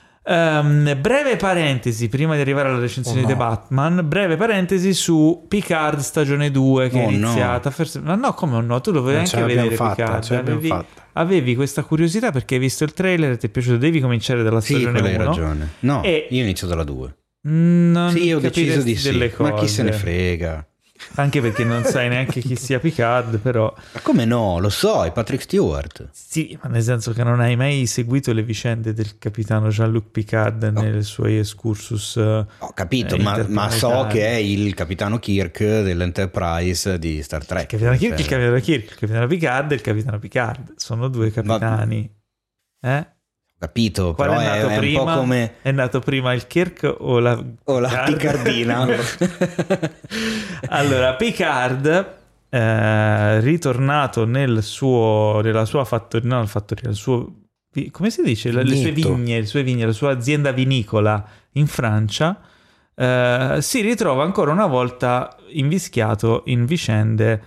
A: Breve parentesi prima di arrivare alla recensione di The Batman, breve parentesi su Picard stagione 2 che è iniziata. Ma no, come no? Tu lo volevi anche vedere Picard, avevi questa curiosità perché hai visto il trailer e ti è piaciuto, devi cominciare dalla stagione 1.
B: Sì, hai ragione. No, io inizio dalla 2.
A: Sì,
B: ho deciso di
A: sì,
B: ma chi se ne frega.
A: Anche perché non sai neanche chi sia Picard, però.
B: Ma come no? Lo so, è Patrick Stewart.
A: Sì, ma nel senso che non hai mai seguito le vicende del capitano Jean-Luc Picard nei suoi excursus.
B: Ho capito, ma so che è il capitano Kirk dell'Enterprise di Star Trek.
A: Il capitano Picard e il capitano Picard sono due capitani.
B: Capito,
A: quale
B: però
A: è nato prima?
B: Un po' come...
A: È nato prima il Kirk o la
B: Picardina?
A: Allora, Picard ritornato nella sua fattoria, come si dice? Le sue vigne, la sua azienda vinicola in Francia, si ritrova ancora una volta invischiato in vicende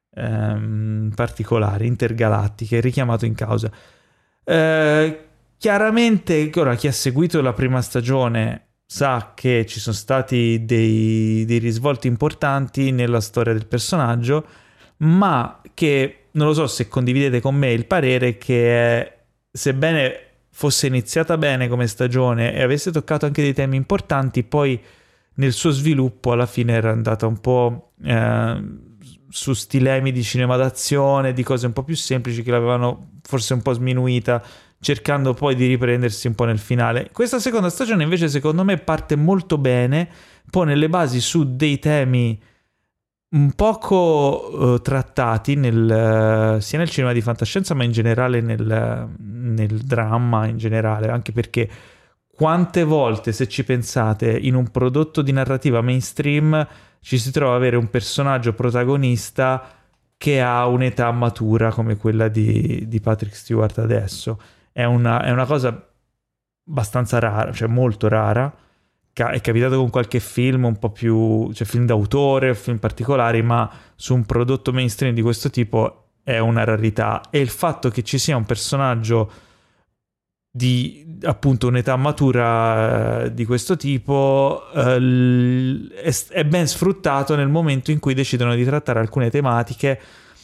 A: particolari, intergalattiche, richiamato in causa. Chiaramente, ora chi ha seguito la prima stagione sa che ci sono stati dei risvolti importanti nella storia del personaggio, ma che non lo so se condividete con me il parere che sebbene fosse iniziata bene come stagione e avesse toccato anche dei temi importanti, poi nel suo sviluppo alla fine era andata un po' su stilemi di cinema d'azione, di cose un po' più semplici che l'avevano forse un po' sminuita, cercando poi di riprendersi un po' nel finale. Questa seconda stagione invece secondo me parte molto bene, pone le basi su dei temi un poco trattati sia nel cinema di fantascienza ma in generale nel dramma in generale, anche perché quante volte, se ci pensate, in un prodotto di narrativa mainstream ci si trova ad avere un personaggio protagonista che ha un'età matura come quella di Patrick Stewart adesso. È una cosa abbastanza rara, cioè molto rara. È capitato con qualche film un po' più, cioè film d'autore, film particolari, ma su un prodotto mainstream di questo tipo è una rarità. E il fatto che ci sia un personaggio di appunto un'età matura di questo tipo è ben sfruttato nel momento in cui decidono di trattare alcune tematiche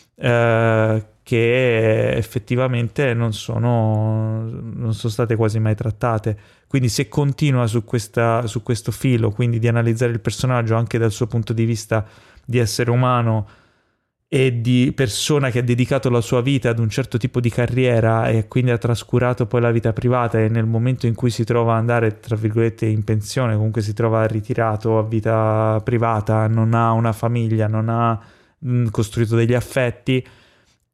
A: che effettivamente non sono state quasi mai trattate. Quindi se continua su questo filo, quindi di analizzare il personaggio anche dal suo punto di vista di essere umano e di persona che ha dedicato la sua vita ad un certo tipo di carriera e quindi ha trascurato poi la vita privata, e nel momento in cui si trova ad andare tra virgolette in pensione, comunque si trova ritirato a vita privata, non ha una famiglia, non ha costruito degli affetti,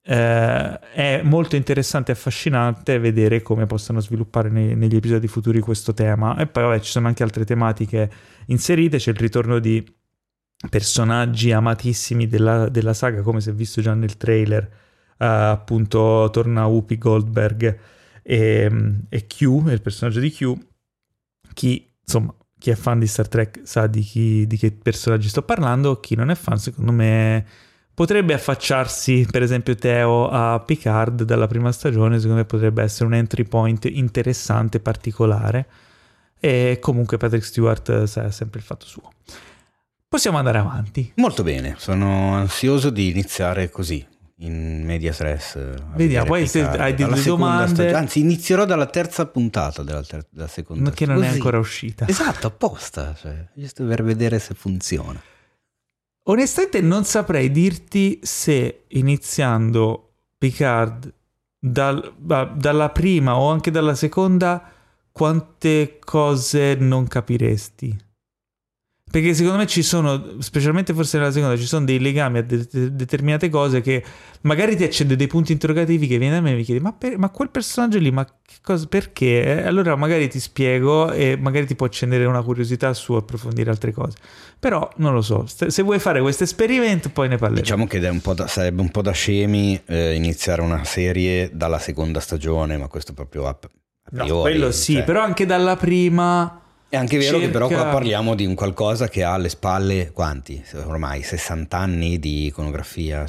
A: è molto interessante e affascinante vedere come possano sviluppare negli episodi futuri questo tema. E poi vabbè, ci sono anche altre tematiche inserite, c'è il ritorno di personaggi amatissimi della saga, come si è visto già nel trailer. Appunto torna Whoopi Goldberg e Q, il personaggio di Q. Chi è fan di Star Trek sa di che personaggi sto parlando, chi non è fan secondo me potrebbe affacciarsi, per esempio Theo, a Picard dalla prima stagione. Secondo me potrebbe essere un entry point interessante, particolare, e comunque Patrick Stewart ha sempre il fatto suo. Possiamo andare avanti.
B: Molto bene, sono ansioso di iniziare così, in medias res.
A: Vediamo, poi se hai delle domande...
B: Anzi, inizierò dalla terza puntata della seconda.
A: Che non è ancora uscita.
B: Esatto, apposta, giusto per vedere se funziona.
A: Onestamente non saprei dirti se iniziando Picard dalla prima o anche dalla seconda quante cose non capiresti. Perché secondo me ci sono, specialmente forse nella seconda, ci sono dei legami a determinate cose che magari ti accende dei punti interrogativi che viene da me e mi chiedi ma quel personaggio lì, ma che cosa, perché? Allora magari ti spiego e magari ti può accendere una curiosità su approfondire altre cose. Però non lo so, se vuoi fare questo esperimento poi ne parleremo.
B: Diciamo che sarebbe un po' da scemi iniziare una serie dalla seconda stagione, ma questo proprio a priori.
A: No, quello sì, però anche dalla prima...
B: È anche vero che però qua parliamo di un qualcosa che ha alle spalle quanti? Ormai 60 anni di iconografia,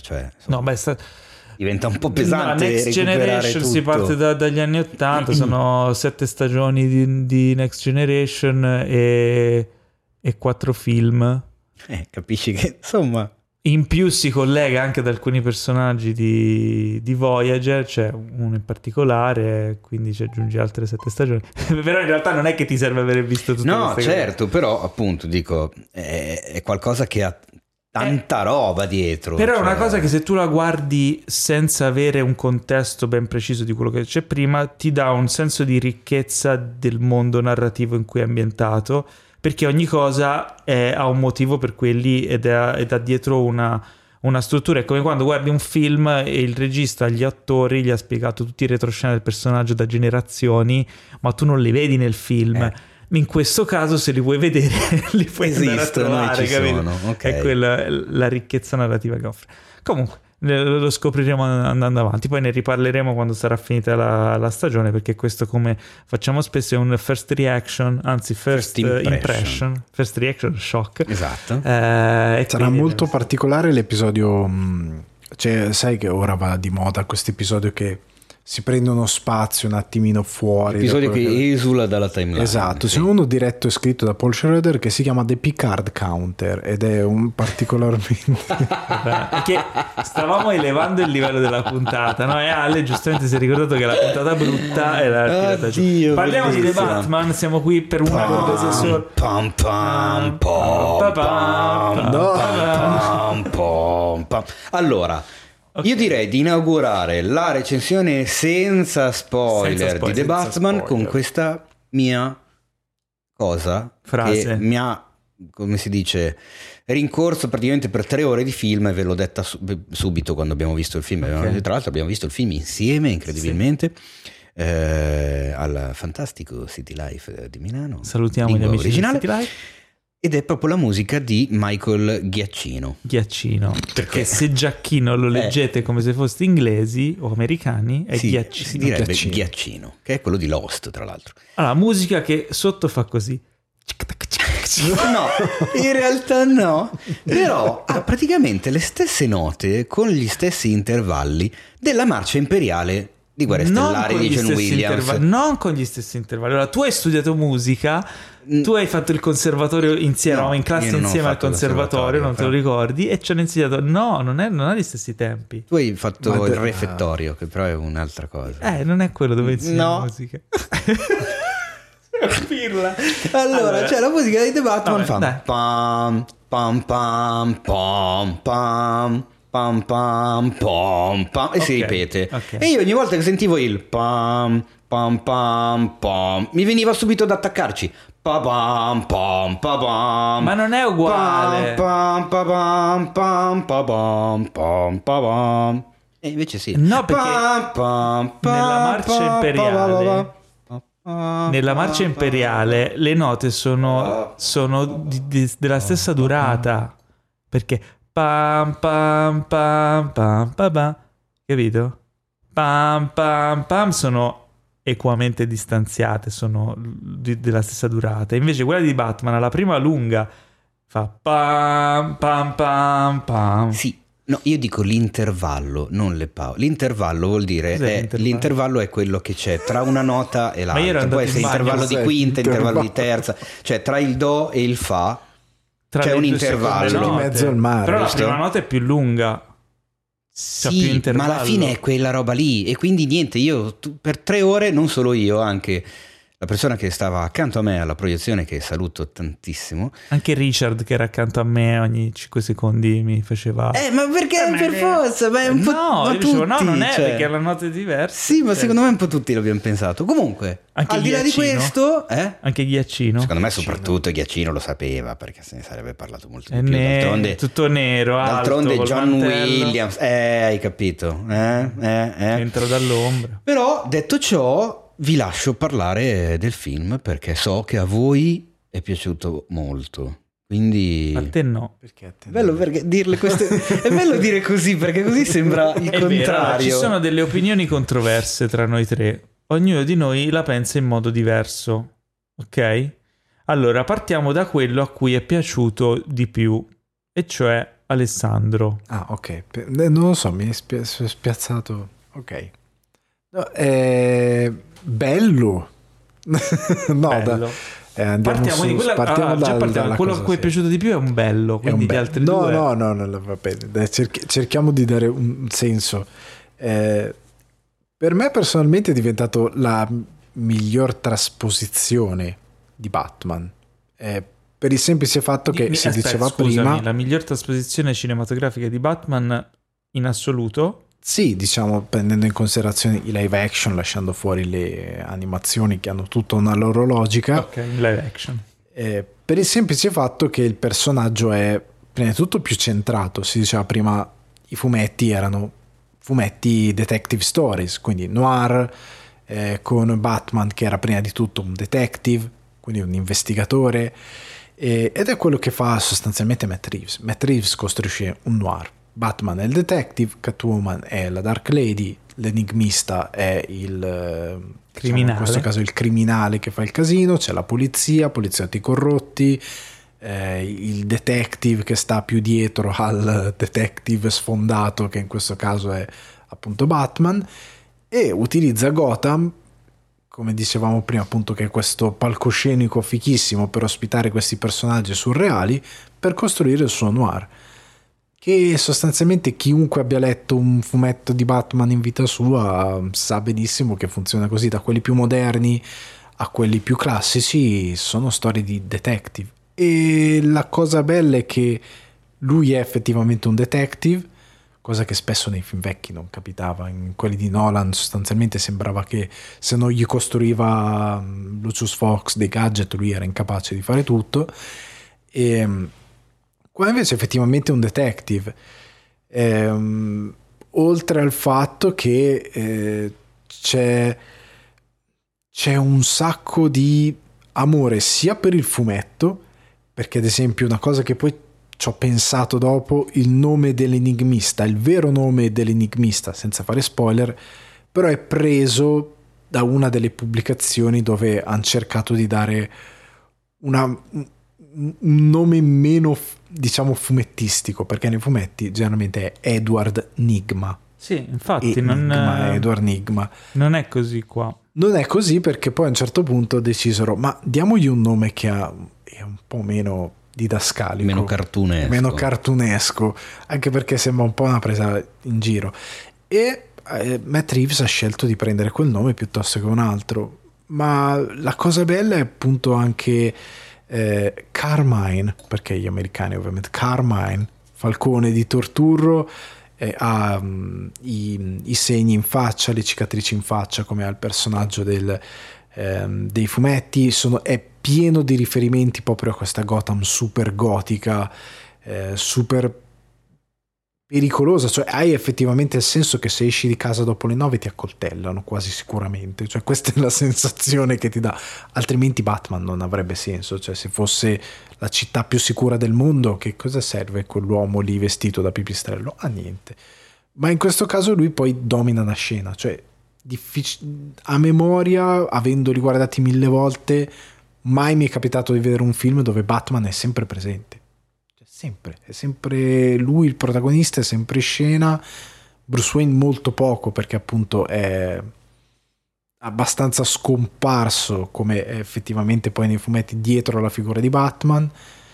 B: diventa un po' pesante.
A: Next Generation
B: tutto.
A: Si parte dagli anni 80, sono 7 stagioni di Next Generation e 4 film.
B: Capisci che insomma...
A: In più si collega anche ad alcuni personaggi di Voyager, c'è uno in particolare, quindi ci aggiungi altre 7 stagioni. Però in realtà non è che ti serve aver visto tutte queste cose.
B: Certo, però appunto dico, è qualcosa che ha tanta roba dietro.
A: Però è una cosa che se tu la guardi senza avere un contesto ben preciso di quello che c'è prima, ti dà un senso di ricchezza del mondo narrativo in cui è ambientato, perché ogni cosa ha un motivo per cui è lì ed ha dietro una struttura. È come quando guardi un film e il regista agli attori gli ha spiegato tutti i retroscena del personaggio da generazioni, ma tu non li vedi nel film. In questo caso, se li vuoi vedere, li puoi andare a trovare, capito?
B: Okay.
A: È quella la ricchezza narrativa che offre. Comunque, lo scopriremo andando avanti, poi ne riparleremo quando sarà finita la stagione, perché questo, come facciamo spesso, è un first reaction, anzi first impression, first reaction shock.
B: Esatto.
C: Sarà molto particolare l'episodio, sai che ora va di moda questo episodio che si prendono spazio un attimino fuori.
B: Episodio che esula dalla timeline.
C: Esatto, c'è uno diretto e scritto da Paul Schroeder che si chiama The Picard Counter ed è un particolarmente...
A: Perché stavamo elevando il livello della puntata, no? E Ale giustamente si è ricordato che la puntata brutta era tirata giù. Parliamo di The Batman, siamo qui per una conversazione.
B: Allora, io direi di inaugurare la recensione senza spoiler di The Batman con questa mia frase che mi ha, come si dice, rincorso praticamente per 3 ore di film, e ve l'ho detta subito quando abbiamo visto il film. Tra l'altro abbiamo visto il film insieme, incredibilmente, al fantastico City Life di Milano.
A: Salutiamo gli amici originale. Di City Life.
B: Ed è proprio la musica di Michael Giacchino.
A: Perché se Giacchino lo leggete come se foste inglesi o americani, è Giacchino.
B: Si direbbe Giacchino, che è quello di Lost, tra l'altro.
A: Allora, musica che sotto fa così.
B: No, in realtà no. Però ha praticamente le stesse note con gli stessi intervalli della marcia imperiale di Guerre Stellari di John Williams.
A: Non con gli stessi intervalli. Allora, tu hai studiato musica, tu hai fatto il conservatorio insieme, eravamo in classe insieme al conservatorio, non te lo ricordi, e ci hanno insegnato non ha gli stessi tempi.
B: Tu hai fatto il refettorio, che però è un'altra cosa.
A: Non è quello dove insegni musica.
B: Allora, c'è la musica di The Batman, fa pam pam pam pam pam pam pam pam pam, e si ripete. E io ogni volta che sentivo il pam pam pam pam mi veniva subito ad attaccarci. Pam pam pam.
A: Ma non è uguale.
B: Pam pam pam pam pam pam pam. E invece sì.
A: No, perché nella marcia imperiale le note sono della stessa durata, perché pam pam pam pam pam pam, capito? Pam pam pam sono equamente distanziate, sono della stessa durata. Invece quella di Batman, la prima lunga, fa pam pam pam pam.
B: Sì. No, io dico l'intervallo, non le pause. L'intervallo vuol dire l'intervallo è quello che c'è tra una nota e l'altra. Può essere intervallo di quinta, intervallo di terza, cioè tra il do e il fa c'è un intervallo
C: in mezzo al mare.
A: Però la prima nota è più lunga.
B: Sì, ma alla fine è quella roba lì. E quindi niente, per 3 ore, non solo io, anche la persona che stava accanto a me alla proiezione, che saluto tantissimo,
A: anche Richard che era accanto a me ogni 5 secondi mi faceva
B: ma perché per forza? Ma è un po',
A: no,
B: ma
A: io dicevo,
B: tutti,
A: no, non è,
B: cioè,
A: perché la nota è diversa.
B: Sì, ma secondo me un po' tutti l'abbiamo pensato. Comunque,
A: anche
B: al di là di questo,
A: anche Ghiaccino,
B: secondo me soprattutto Ghiaccino lo sapeva, perché se ne sarebbe parlato molto di più.
A: D'altronde tutto nero,
B: d'altronde
A: alto,
B: John Williams, hai capito?
A: Entra dall'ombra.
B: Però detto ciò, vi lascio parlare del film, perché so che a voi è piaciuto molto. Quindi
A: a te no.
C: Perché a te
B: è bello perché dirle queste è bello dire così, perché così sembra il contrario.
A: Vero, ci sono delle opinioni controverse tra noi tre. Ognuno di noi la pensa in modo diverso. Ok? Allora, partiamo da quello a cui è piaciuto di più, e cioè Alessandro.
C: Ah, ok. Non lo so, mi è spiazzato. Ok. No, bello. No,
A: bello. Partiamo di quella, quello a cui è piaciuto di più è un bello, quindi gli altri due
C: no, va bene. Cerchiamo di dare un senso. Per me personalmente è diventato la miglior trasposizione di Batman, per il semplice fatto che diceva prima,
A: la miglior trasposizione cinematografica di Batman in assoluto.
C: Sì, diciamo, prendendo in considerazione i live action, lasciando fuori le animazioni che hanno tutta una loro logica.
A: Ok, live action.
C: Per il semplice fatto che il personaggio è prima di tutto più centrato. Si diceva prima, i fumetti erano fumetti detective stories, quindi noir, con Batman che era prima di tutto un detective, quindi un investigatore, ed è quello che fa sostanzialmente Matt Reeves. Matt Reeves costruisce un noir. Batman è il detective, Catwoman è la Dark Lady, l'enigmista è il criminale, diciamo, in questo caso il criminale che fa il casino, c'è la polizia, poliziotti corrotti, il detective che sta più dietro al detective sfondato, che in questo caso è appunto Batman, e utilizza Gotham, come dicevamo prima, appunto, che è questo palcoscenico fichissimo per ospitare questi personaggi surreali, per costruire il suo noir, che sostanzialmente chiunque abbia letto un fumetto di Batman in vita sua sa benissimo che funziona così. Da quelli più moderni a quelli più classici sono storie di detective, e la cosa bella è che lui è effettivamente un detective, cosa che spesso nei film vecchi non capitava. In quelli di Nolan sostanzialmente sembrava che se non gli costruiva Lucius Fox dei gadget lui era incapace di fare tutto, e qua invece effettivamente è un detective, oltre al fatto che c'è un sacco di amore sia per il fumetto, perché ad esempio una cosa che poi ci ho pensato dopo, il nome dell'enigmista, il vero nome dell'enigmista, senza fare spoiler, però è preso da una delle pubblicazioni dove hanno cercato di dare un nome meno, diciamo, fumettistico, perché nei fumetti generalmente è Edward Nigma.
A: Sì, infatti
C: Edward Nigma.
A: Non è così qua.
C: Non è così, perché poi a un certo punto decisero, ma diamogli un nome che è un po' meno didascalico, meno cartunesco, anche perché sembra un po' una presa in giro, e Matt Reeves ha scelto di prendere quel nome piuttosto che un altro. Ma la cosa bella è appunto anche Carmine, perché gli americani ovviamente Carmine, falcone di Torturro, ha i segni in faccia, le cicatrici in faccia, come ha il personaggio dei fumetti. È pieno di riferimenti proprio a questa Gotham super gotica, super pericolosa, cioè hai effettivamente il senso che se esci di casa dopo le 9 ti accoltellano quasi sicuramente, cioè questa è la sensazione che ti dà, altrimenti Batman non avrebbe senso, cioè se fosse la città più sicura del mondo, che cosa serve quell'uomo lì vestito da pipistrello? A niente. Ma in questo caso lui poi domina la scena, cioè a memoria, avendoli guardati 1000 volte, mai mi è capitato di vedere un film dove Batman è sempre presente. È sempre lui il protagonista, è sempre in scena. Bruce Wayne molto poco, perché appunto è abbastanza scomparso come è effettivamente poi nei fumetti dietro la figura di Batman,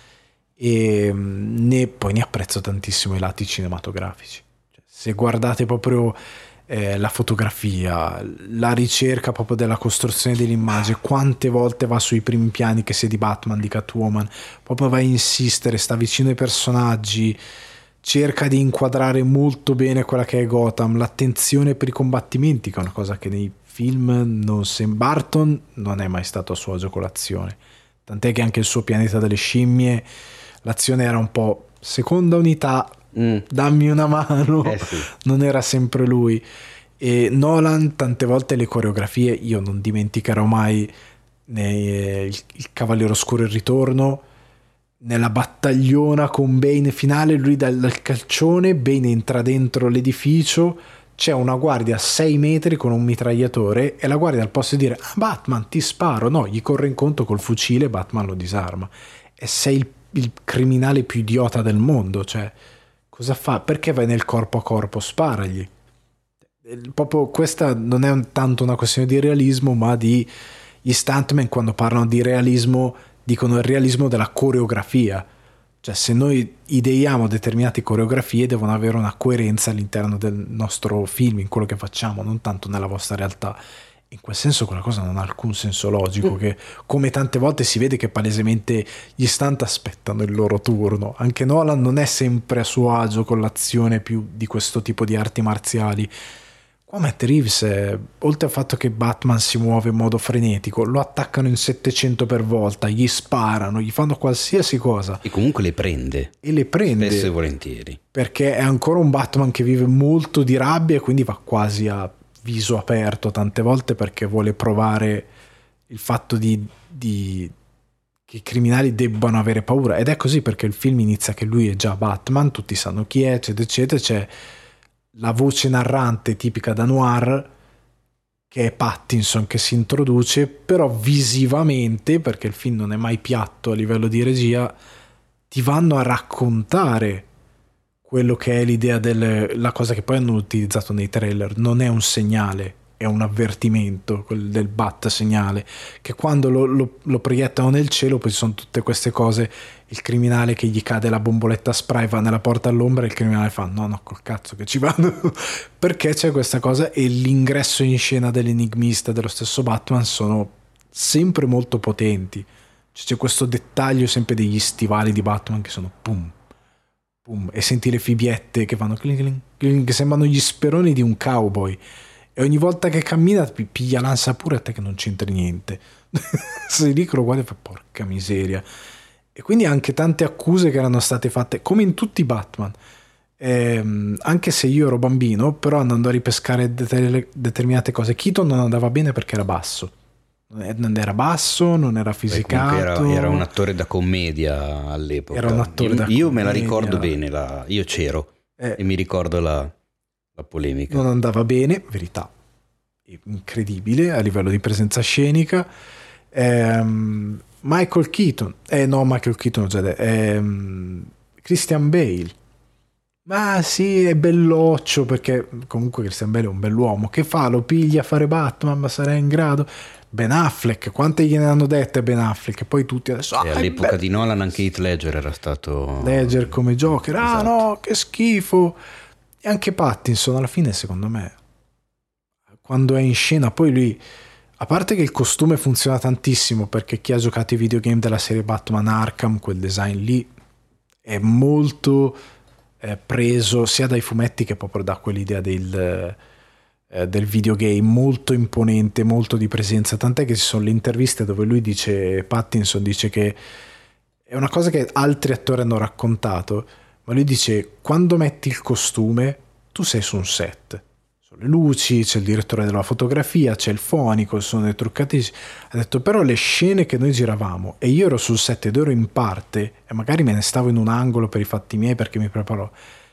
C: e poi ne apprezzo tantissimo i lati cinematografici, cioè, se guardate proprio la fotografia, la ricerca proprio della costruzione dell'immagine, quante volte va sui primi piani, che sia di Batman, di Catwoman, proprio va a insistere, sta vicino ai personaggi, cerca di inquadrare molto bene quella che è Gotham, l'attenzione per i combattimenti, che è una cosa che nei film Burton non è mai stato a suo agio con l'azione, tant'è che anche il suo Pianeta delle Scimmie l'azione era un po' seconda unità, dammi una mano, sì. Non era sempre lui. E Nolan tante volte le coreografie, io non dimenticherò mai il Cavaliere Oscuro Il Ritorno, nella battagliona con Bane finale, lui dal calcione, Bane entra dentro l'edificio, c'è una guardia a 6 metri con un mitragliatore e la guardia al posto di dire Batman ti sparo, no, gli corre incontro col fucile, Batman lo disarma, e sei il criminale più idiota del mondo, cioè cosa fa? Perché vai nel corpo a corpo? Sparagli. Proprio questa non è tanto una questione di realismo, ma gli stuntman quando parlano di realismo dicono il realismo della coreografia, cioè se noi ideiamo determinate coreografie devono avere una coerenza all'interno del nostro film, in quello che facciamo, non tanto nella vostra realtà. In quel senso quella cosa non ha alcun senso logico, che come tante volte si vede che palesemente gli stunt aspettano il loro turno. Anche Nolan non è sempre a suo agio con l'azione più di questo tipo di arti marziali. Qua Matt Reeves, oltre al fatto che Batman si muove in modo frenetico, lo attaccano in 700 per volta, gli sparano, gli fanno qualsiasi cosa.
D: E comunque le prende.
C: E le prende.
D: Spesso e volentieri.
C: Perché è ancora un Batman che vive molto di rabbia e quindi va quasi a viso aperto tante volte, perché vuole provare il fatto che i criminali debbano avere paura, ed è così perché il film inizia che lui è già Batman, tutti sanno chi è, eccetera eccetera, c'è la voce narrante tipica da noir che è Pattinson che si introduce, però visivamente, perché il film non è mai piatto a livello di regia, ti vanno a raccontare quello che è l'idea la cosa che poi hanno utilizzato nei trailer. Non è un segnale, è un avvertimento, quel del bat segnale, che quando lo proiettano nel cielo poi ci sono tutte queste cose, il criminale che gli cade la bomboletta spray, va nella porta all'ombra e il criminale fa no col cazzo che ci vado perché c'è questa cosa, e l'ingresso in scena dell'enigmista dello stesso Batman sono sempre molto potenti, c'è questo dettaglio sempre degli stivali di Batman che sono pum pum, e senti le fibiette che fanno clink, clink, clink, che sembrano gli speroni di un cowboy, e ogni volta che cammina piglia l'ansia pure a te che non c'entri niente sei lì che lo guardi e fa porca miseria. E quindi anche tante accuse che erano state fatte come in tutti i Batman, anche se io ero bambino, però andando a ripescare determinate cose, Keaton non andava bene perché era basso, non era basso, non era fisicato,
D: era un attore da commedia all'epoca,
C: era un attore da
D: io me la ricordo bene, io c'ero e mi ricordo la polemica.
C: Non andava bene, verità incredibile a livello di presenza scenica. Michael Keaton ho già detto, Christian Bale, ma sì, è belloccio, perché comunque Christian Bale è un bell'uomo, che fa? Lo piglia a fare Batman, ma sarà in grado? Ben Affleck, quante gliene hanno dette a Ben Affleck, e poi tutti adesso
D: all'epoca di Nolan anche Heath Ledger era stato
C: Ledger come Joker,
D: esatto.
C: No, che schifo. E anche Pattinson alla fine, secondo me, quando è in scena, poi lui, a parte che il costume funziona tantissimo, perché chi ha giocato i videogame della serie Batman Arkham, quel design lì è molto preso sia dai fumetti che proprio da quell'idea del videogame, molto imponente, molto di presenza, tant'è che ci sono le interviste dove lui Pattinson dice che è una cosa che altri attori hanno raccontato, ma lui dice quando metti il costume tu sei su un set, sono le luci, c'è il direttore della fotografia, c'è il fonico, sono le truccatrici. Ha detto però le scene che noi giravamo e io ero sul set ed ero in parte e magari me ne stavo in un angolo per i fatti miei perché mi preparò,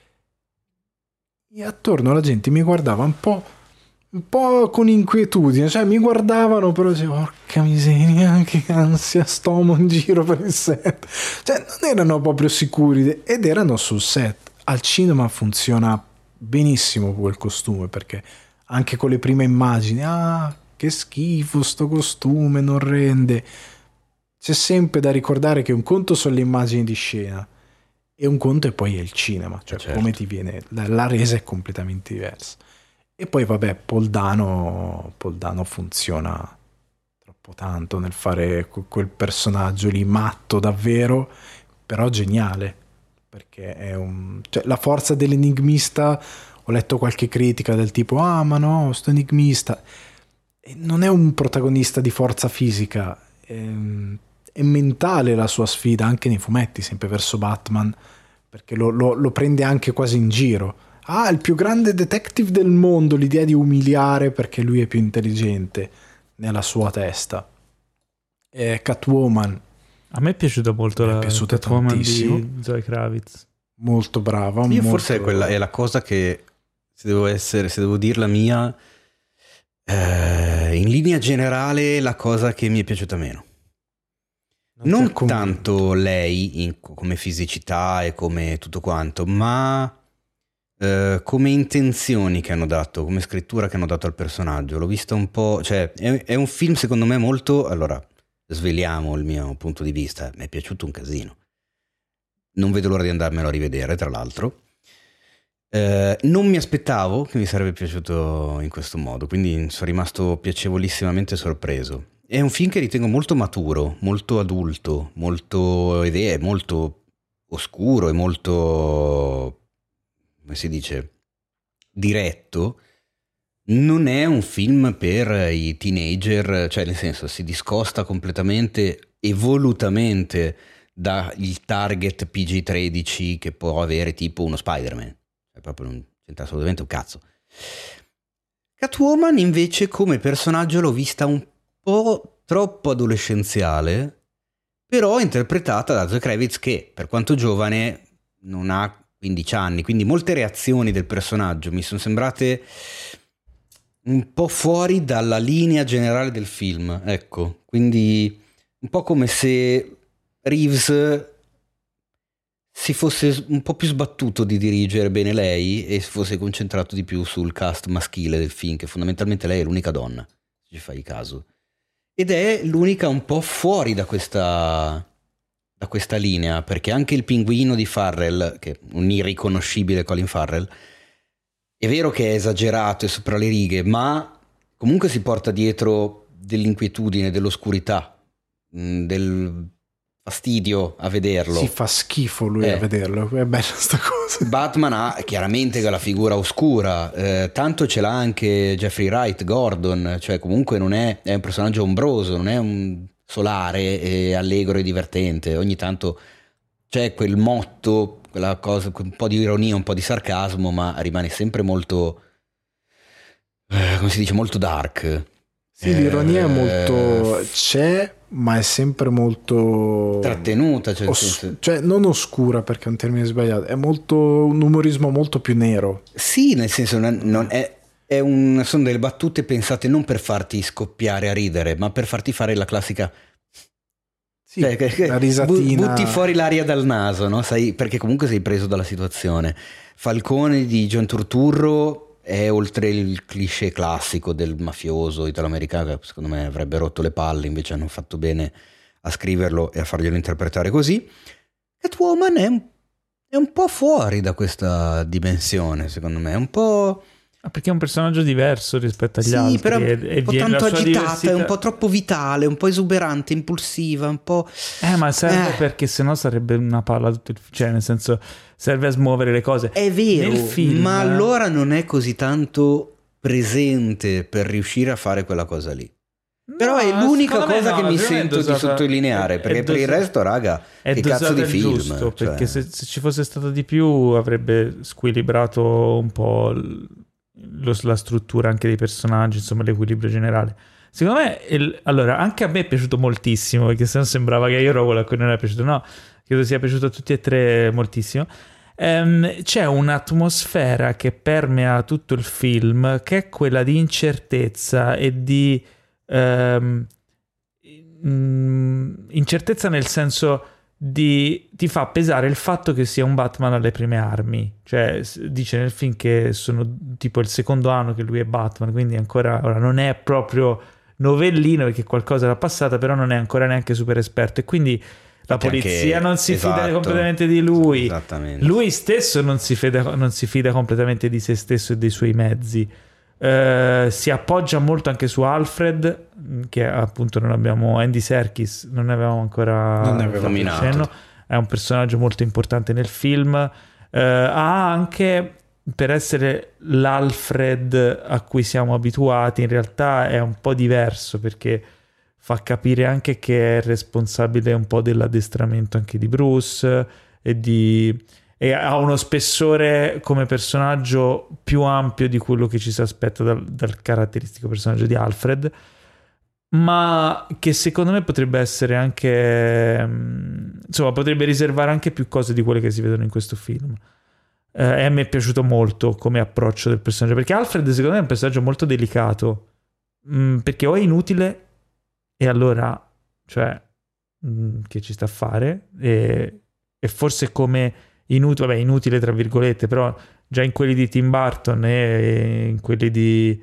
C: e attorno la gente mi guardava un po' con inquietudine, cioè mi guardavano però dicevo porca miseria che ansia, sto in giro per il set, cioè non erano proprio sicuri ed erano sul set. Al cinema funziona benissimo quel costume perché anche con le prime immagini che schifo sto costume, non rende, c'è sempre da ricordare che un conto sono le immagini di scena e un conto e poi è il cinema, cioè certo, come ti viene la resa è completamente diversa. E poi vabbè, Paul Dano funziona troppo tanto nel fare quel personaggio lì matto davvero, però geniale, perché è cioè, la forza dell'enigmista. Ho letto qualche critica del tipo ma no, sto enigmista, e non è un protagonista di forza fisica, è mentale la sua sfida anche nei fumetti, sempre verso Batman, perché lo prende anche quasi in giro. Il più grande detective del mondo, l'idea di umiliare perché lui è più intelligente nella sua testa. Catwoman,
A: a me è piaciuta molto la Catwoman di Zoe Kravitz,
C: molto brava.
B: Io
C: molto
B: forse
C: brava.
B: È la cosa che se devo dire la mia, in linea generale la cosa che mi è piaciuta meno. Non tanto lei come fisicità e come tutto quanto, ma come intenzioni che hanno dato, come scrittura che hanno dato al personaggio. L'ho vista un po', cioè è un film secondo me molto, allora sveliamo il mio punto di vista, mi è piaciuto un casino, non vedo l'ora di andarmelo a rivedere tra l'altro. Non mi aspettavo che mi sarebbe piaciuto in questo modo, quindi sono rimasto piacevolissimamente sorpreso. È un film che ritengo molto maturo, molto adulto, molto oscuro e molto, come si dice, diretto. Non è un film per i teenager, cioè nel senso si discosta completamente e volutamente dal target PG-13 che può avere tipo uno Spider-Man. Proprio non c'entra assolutamente un cazzo. Catwoman invece come personaggio l'ho vista un po' troppo adolescenziale, però interpretata da Zoe Kravitz che per quanto giovane non ha 15 anni, quindi molte reazioni del personaggio mi sono sembrate un po' fuori dalla linea generale del film, ecco, quindi un po' come se Reeves si fosse un po' più sbattuto di dirigere bene lei e si fosse concentrato di più sul cast maschile del film, che fondamentalmente lei è l'unica donna, se ci fai caso, ed è l'unica un po' fuori da questa linea, perché anche il pinguino di Farrell, che è un irriconoscibile Colin Farrell, è vero che è esagerato e sopra le righe, ma comunque si porta dietro dell'inquietudine, dell'oscurità, del fastidio a vederlo.
C: Si fa schifo lui a vederlo, è bella sta cosa.
B: Batman ha chiaramente la figura oscura, tanto ce l'ha anche Jeffrey Wright Gordon, cioè comunque non è un personaggio ombroso, non è un solare e allegro e divertente, ogni tanto c'è quel motto, quella cosa, un po' di ironia, un po' di sarcasmo, ma rimane sempre molto, come si dice, molto dark.
C: Sì, l'ironia è molto, c'è, ma è sempre molto
B: trattenuta,
C: cioè non oscura, perché è un termine sbagliato, è molto un umorismo molto più nero.
B: Sì, nel senso non sono delle battute pensate non per farti scoppiare a ridere, ma per farti fare la classica
C: la risatina,
B: butti fuori l'aria dal naso, no? Sai, perché comunque sei preso dalla situazione. Falcone di John Turturro è oltre il cliché classico del mafioso italoamericano, che secondo me avrebbe rotto le palle, invece hanno fatto bene a scriverlo e a farglielo interpretare così. Catwoman è un po' fuori da questa dimensione, secondo me, è un po'...
A: Perché è un personaggio diverso rispetto agli altri.
B: Sì, però
A: un
B: po' tanto agitata, è un po' troppo vitale, un po' esuberante, impulsiva, un po'...
A: ma serve perché sennò sarebbe una palla tutto il... Cioè, nel senso, serve a smuovere le cose.
B: È vero,
A: nel film,
B: ma allora non è così tanto presente per riuscire a fare quella cosa lì. Però è l'unica cosa che mi sento di sottolineare, perché per il resto, raga, che cazzo di film,
A: giusto, perché se ci fosse stato di più avrebbe squilibrato un po' la struttura anche dei personaggi, insomma l'equilibrio generale. Secondo me, allora, anche a me è piaciuto moltissimo, perché se no sembrava che io ero quello a cui non era piaciuto. No, credo sia piaciuto a tutti e tre moltissimo. C'è un'atmosfera che permea tutto il film, che è quella di incertezza e di incertezza, nel senso ti fa pesare il fatto che sia un Batman alle prime armi. Cioè dice nel film che sono tipo il secondo anno che lui è Batman, quindi ancora ora non è proprio novellino perché qualcosa l'ha passata, però non è ancora neanche super esperto, e quindi la polizia non si fida completamente di lui. Lui stesso non si fida completamente di se stesso e dei suoi mezzi. Si appoggia molto anche su Alfred, che appunto non abbiamo, Andy Serkis non ne avevamo ancora nominato. È un personaggio molto importante nel film. Ha anche, per essere l'Alfred a cui siamo abituati, in realtà è un po' diverso, perché fa capire anche che è responsabile un po' dell'addestramento anche di Bruce e ha uno spessore come personaggio più ampio di quello che ci si aspetta dal caratteristico personaggio di Alfred, ma che secondo me potrebbe essere anche, insomma, potrebbe riservare anche più cose di quelle che si vedono in questo film. E a me è piaciuto molto come approccio del personaggio, perché Alfred secondo me è un personaggio molto delicato, perché o è inutile, e allora, cioè, che ci sta a fare? E forse come inutile tra virgolette, però già in quelli di Tim Burton e in quelli di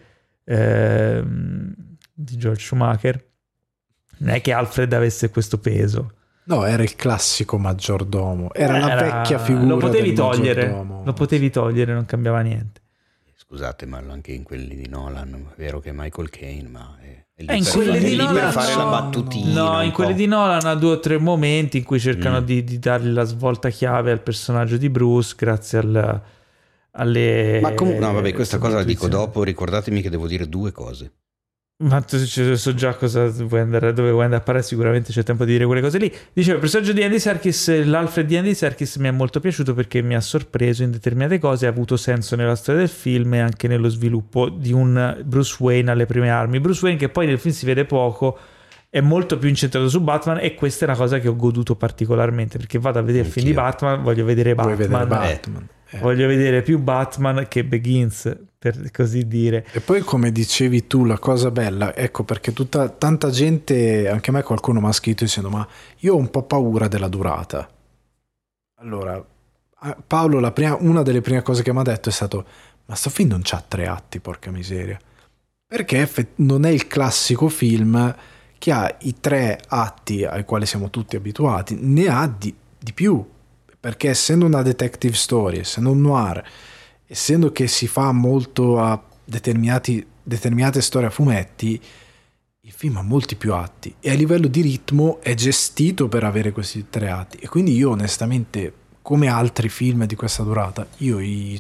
A: George Schumacher non è che Alfred avesse questo peso.
C: No, era il classico maggiordomo, era la vecchia figura. Lo potevi
A: togliere, non cambiava niente.
D: Scusate, ma anche in quelli di Nolan è vero che è Michael Caine, ma
A: in quelli di Nolan
D: per fare la battutina.
A: No, in quelli di Nolan ha 2 o 3 momenti in cui cercano di dargli la svolta chiave al personaggio di Bruce grazie alle...
B: Ma comunque, no, vabbè, questa cosa la dico dopo. Ricordatemi che devo dire 2 cose.
A: Ma so già cosa dove vuoi andare a parlare, sicuramente c'è tempo di dire quelle cose lì. Dicevo, il personaggio di Andy Serkis, l'Alfred di Andy Serkis, mi è molto piaciuto perché mi ha sorpreso in determinate cose, ha avuto senso nella storia del film e anche nello sviluppo di un Bruce Wayne alle prime armi. Bruce Wayne che poi nel film si vede poco, è molto più incentrato su Batman, e questa è una cosa che ho goduto particolarmente, perché vado a vedere il film di Batman, voglio vedere Batman. Voglio vedere più Batman che Begins, per così dire.
C: E poi, come dicevi tu, la cosa bella, ecco, perché tanta gente, anche a me qualcuno mi ha scritto dicendo: ma io ho un po' paura della durata. Allora, Paolo, una delle prime cose che mi ha detto è stato: ma sto film non c'ha 3 atti, porca miseria, perché non è il classico film che ha i 3 atti ai quali siamo tutti abituati, ne ha di più, perché essendo una detective story, essendo un noir, essendo che si fa molto a determinate storie a fumetti, il film ha molti più atti e a livello di ritmo è gestito per avere questi 3 atti, e quindi io onestamente, come altri film di questa durata, io i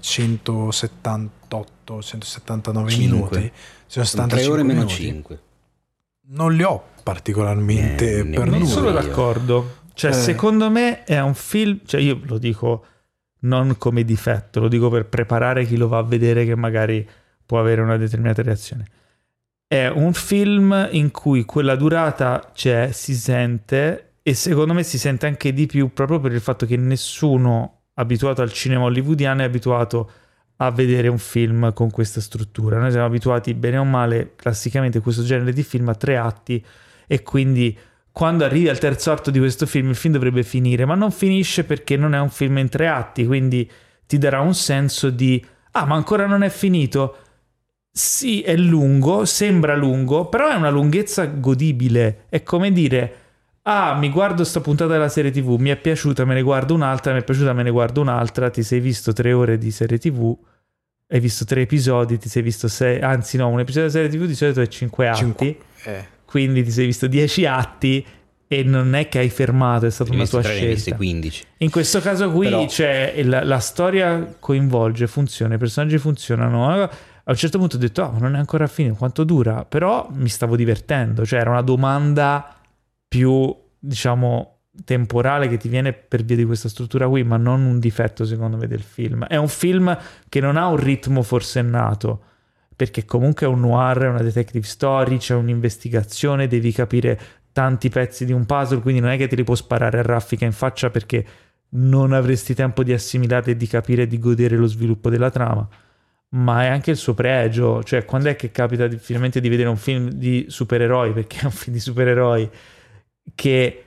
C: 179 minuti sono
B: 3 ore meno
C: minuti,
B: 5,
C: non li ho particolarmente per nulla.
A: Non sono d'accordo. Cioè, secondo me è un film, cioè io lo dico non come difetto, lo dico per preparare chi lo va a vedere che magari può avere una determinata reazione. È un film in cui quella durata c'è, si sente, e secondo me si sente anche di più proprio per il fatto che nessuno abituato al cinema hollywoodiano è abituato a vedere un film con questa struttura. Noi siamo abituati, bene o male, classicamente a questo genere di film a 3 atti, e quindi quando arrivi al terzo atto di questo film il film dovrebbe finire, ma non finisce perché non è un film in 3 atti, quindi ti darà un senso di ma ancora non è finito. Sì, è lungo, sembra lungo, però è una lunghezza godibile. È come dire: mi guardo sta puntata della serie TV, mi è piaciuta, me ne guardo un'altra, mi è piaciuta, me ne guardo un'altra. Ti sei visto 3 ore di serie TV, hai visto 3 episodi, ti sei visto 6, anzi no, un episodio di serie TV di solito è 5 atti. Quindi ti sei visto 10 atti e non è che hai fermato, è stata una tua scelta.
B: 15.
A: In questo caso qui, però, cioè, la storia coinvolge, funziona, i personaggi funzionano, a un certo punto ho detto ma non è ancora finito, quanto dura? Però mi stavo divertendo, cioè era una domanda più, diciamo, temporale che ti viene per via di questa struttura qui, ma non un difetto secondo me del film. È un film che non ha un ritmo forsennato, perché comunque è un noir, è una detective story, c'è un'investigazione, devi capire tanti pezzi di un puzzle, quindi non è che te li può sparare a raffica in faccia perché non avresti tempo di assimilarli e di capire e di godere lo sviluppo della trama. Ma è anche il suo pregio, cioè quando è che capita finalmente di vedere un film di supereroi, perché è un film di supereroi che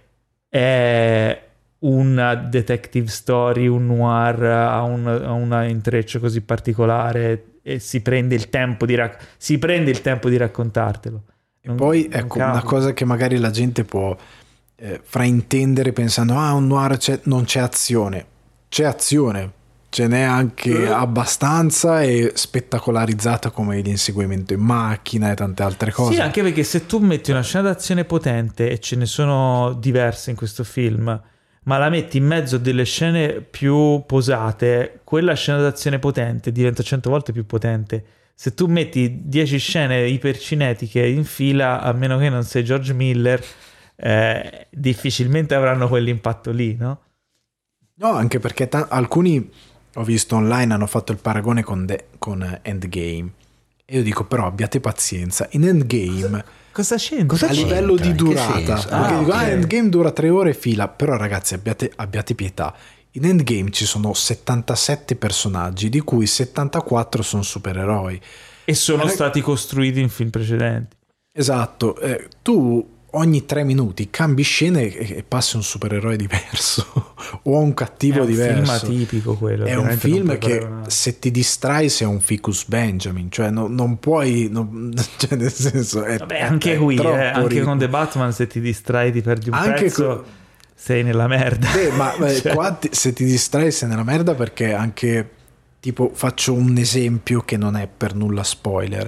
A: è una detective story, un noir, ha una intreccio così particolare e si prende il tempo di raccontartelo.
C: E poi ecco una cosa che magari la gente può fraintendere pensando un noir non c'è azione. C'è azione, ce n'è anche abbastanza e spettacolarizzata come l'inseguimento in macchina e tante altre cose.
A: Sì, anche perché se tu metti una scena d'azione potente, e ce ne sono diverse in questo film, ma la metti in mezzo a delle scene più posate, quella scena d'azione potente diventa 100 volte più potente. Se tu metti 10 scene ipercinetiche in fila, a meno che non sei George Miller, difficilmente avranno quell'impatto lì, no?
C: No, anche perché alcuni, ho visto online, hanno fatto il paragone con Endgame. E io dico, però abbiate pazienza. In Endgame...
A: Cosa c'entra?
C: A livello di durata. Perché dico, Endgame dura 3 ore fila. Però ragazzi, abbiate pietà. In Endgame ci sono 77 personaggi, di cui 74 sono supereroi.
A: E sono stati costruiti in film precedenti.
C: Esatto. Tu ogni 3 minuti cambi scene e passi un supereroe diverso o un cattivo diverso.
A: È un film atipico quello.
C: È un film che se ti distrai sei un ficus Benjamin, cioè non puoi, cioè nel senso
A: vabbè, anche qui, anche con The Batman, se ti distrai ti perdi un pezzo, sei nella merda.
C: Ma cioè... qua se ti distrai sei nella merda, perché anche tipo faccio un esempio che non è per nulla spoiler.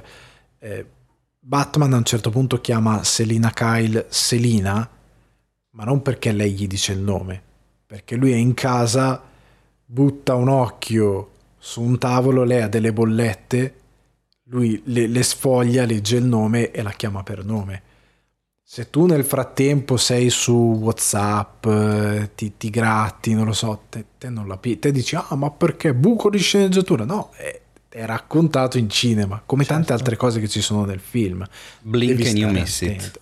C: Batman a un certo punto chiama Selina Kyle Selina, ma non perché lei gli dice il nome, perché lui è in casa, butta un occhio su un tavolo, lei ha delle bollette, lui le sfoglia, legge il nome e la chiama per nome. Se tu nel frattempo sei su WhatsApp, ti gratti, non lo so, te non la te dici ma perché buco di sceneggiatura? No, è raccontato in cinema, come tante altre cose che ci sono nel film.
B: Blink and you miss it.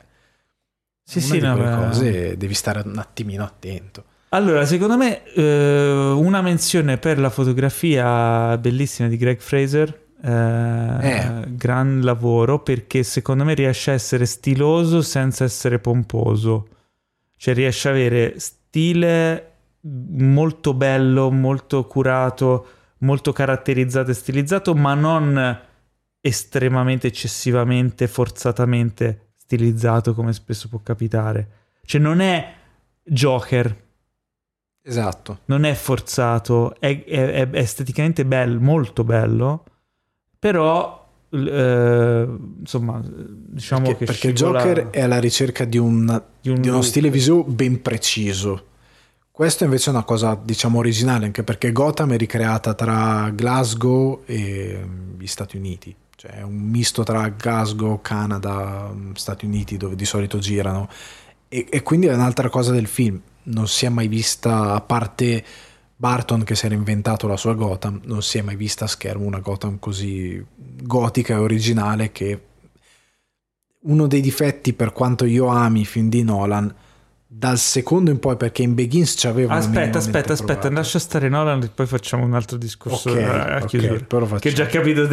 C: Cose devi stare un attimino attento.
A: Allora, secondo me una menzione per la fotografia bellissima di Greg Fraser, gran lavoro, perché secondo me riesce a essere stiloso senza essere pomposo, cioè riesce a avere stile molto bello, molto curato, molto caratterizzato e stilizzato, ma non estremamente, eccessivamente, forzatamente stilizzato come spesso può capitare. Cioè non è Joker,
C: esatto,
A: non è forzato, è esteticamente bello, molto bello, però insomma, diciamo
C: perché Joker è alla ricerca di uno stile visivo ben preciso. Questo invece è una cosa, diciamo, originale, anche perché Gotham è ricreata tra Glasgow e gli Stati Uniti, cioè è un misto tra Glasgow, Canada, Stati Uniti, dove di solito girano, e quindi è un'altra cosa del film. Non si è mai vista, a parte Barton che si era inventato la sua Gotham, non si è mai vista a schermo una Gotham così gotica e originale, che uno dei difetti, per quanto io ami i film di Nolan, dal secondo in poi, perché in Begins c'aveva
A: aspetta, lascia stare Nolan e poi facciamo un altro discorso a chiusura, che già capito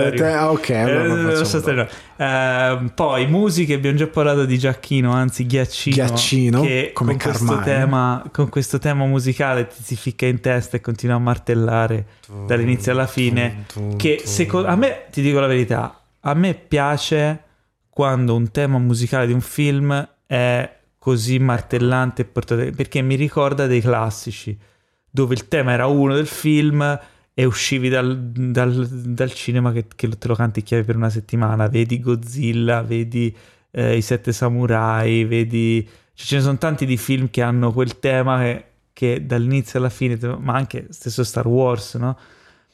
A: poi musiche, abbiamo già parlato di Giacchino, anzi Giacchino, che come con questo tema musicale ti si ficca in testa e continua a martellare dall'inizio alla fine, che a me, ti dico la verità, a me piace quando un tema musicale di un film è così martellante, perché mi ricorda dei classici dove il tema era uno del film e uscivi dal cinema che te lo canticchiavi per una settimana. Vedi Godzilla, vedi i Sette Samurai, vedi, ce ne sono tanti di film che hanno quel tema che dall'inizio alla fine, ma anche stesso Star Wars, no?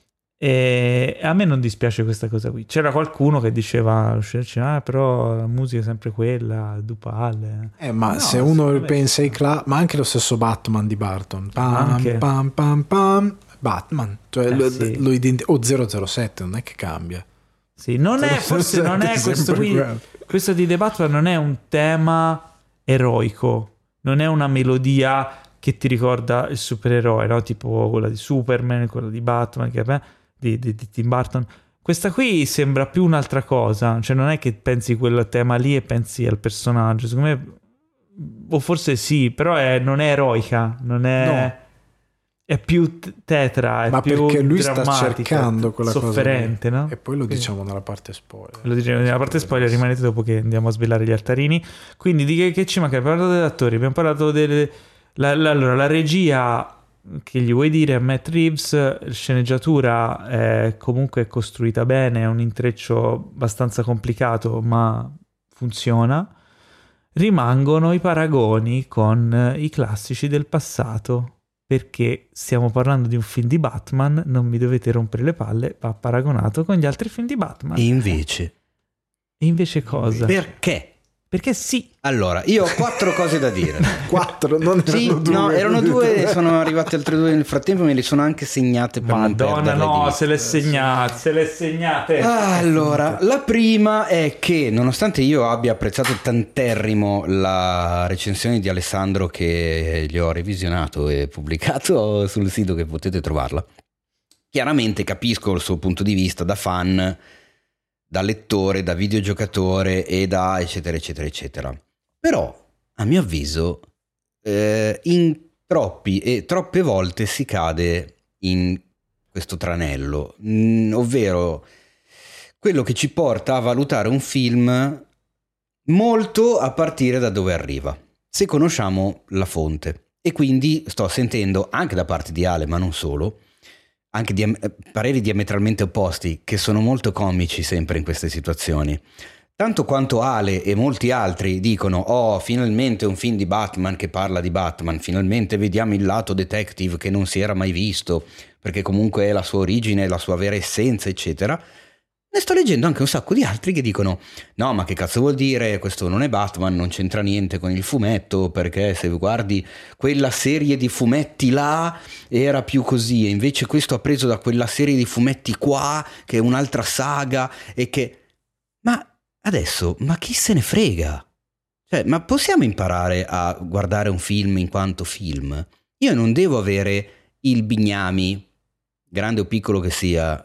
A: E a me non dispiace questa cosa qui. C'era qualcuno che diceva però la musica è sempre quella, Dupal.
C: Ma no, se uno pensa ai ma anche lo stesso Batman di Burton, pam, Batman, cioè o 007, non è che cambia.
A: Sì, forse non è questo qui. Questo di The Batman non è un tema eroico, non è una melodia che ti ricorda il supereroe, no? Tipo quella di Superman, quella di Batman, di Tim Burton. Questa qui sembra più un'altra cosa, cioè non è che pensi quel tema lì e pensi al personaggio, secondo me, o forse sì, però non è eroica, non è... No. È più tetra, è più
C: perché lui sta cercando quella
A: sofferente,
C: cosa,
A: no?
C: E poi lo diciamo nella parte spoiler.
A: Lo diciamo nella parte spoiler, rimanete dopo che andiamo a svelare gli altarini. Quindi di che ci manca? Abbiamo parlato degli attori, abbiamo parlato allora, la regia, che gli vuoi dire, Matt Reeves, sceneggiatura è comunque costruita bene, è un intreccio abbastanza complicato, ma funziona. Rimangono i paragoni con i classici del passato. Perché stiamo parlando di un film di Batman, non mi dovete rompere le palle, va paragonato con gli altri film di Batman.
B: E invece
A: cosa?
B: Perché?
A: Perché sì.
B: Allora, io ho 4 cose da dire.
C: 4? Non
B: sì, erano 2. No, erano 2, sono arrivate altre 2 nel frattempo, me le sono anche segnate per non perderle.
A: No, se le segnate.
B: Allora, la prima è che nonostante io abbia apprezzato tanterrimo la recensione di Alessandro, che gli ho revisionato e pubblicato sul sito, che potete trovarla, chiaramente capisco il suo punto di vista da fan, da lettore, da videogiocatore e da eccetera eccetera eccetera. Però a mio avviso in troppe volte si cade in questo tranello, ovvero quello che ci porta a valutare un film molto a partire da dove arriva, se conosciamo la fonte. E quindi sto sentendo anche da parte di Ale, ma non solo, anche pareri diametralmente opposti, che sono molto comici sempre in queste situazioni. Tanto quanto Ale e molti altri dicono: finalmente un film di Batman che parla di Batman, finalmente vediamo il lato detective che non si era mai visto, perché comunque è la sua origine, la sua vera essenza, eccetera. Ne sto leggendo anche un sacco di altri che dicono: no, ma che cazzo vuol dire, questo non è Batman, non c'entra niente con il fumetto, perché se guardi quella serie di fumetti là era più così, e invece questo ha preso da quella serie di fumetti qua, che è un'altra saga, e che... Ma adesso, ma chi se ne frega? Cioè, ma possiamo imparare a guardare un film in quanto film? Io non devo avere il Bignami, grande o piccolo che sia,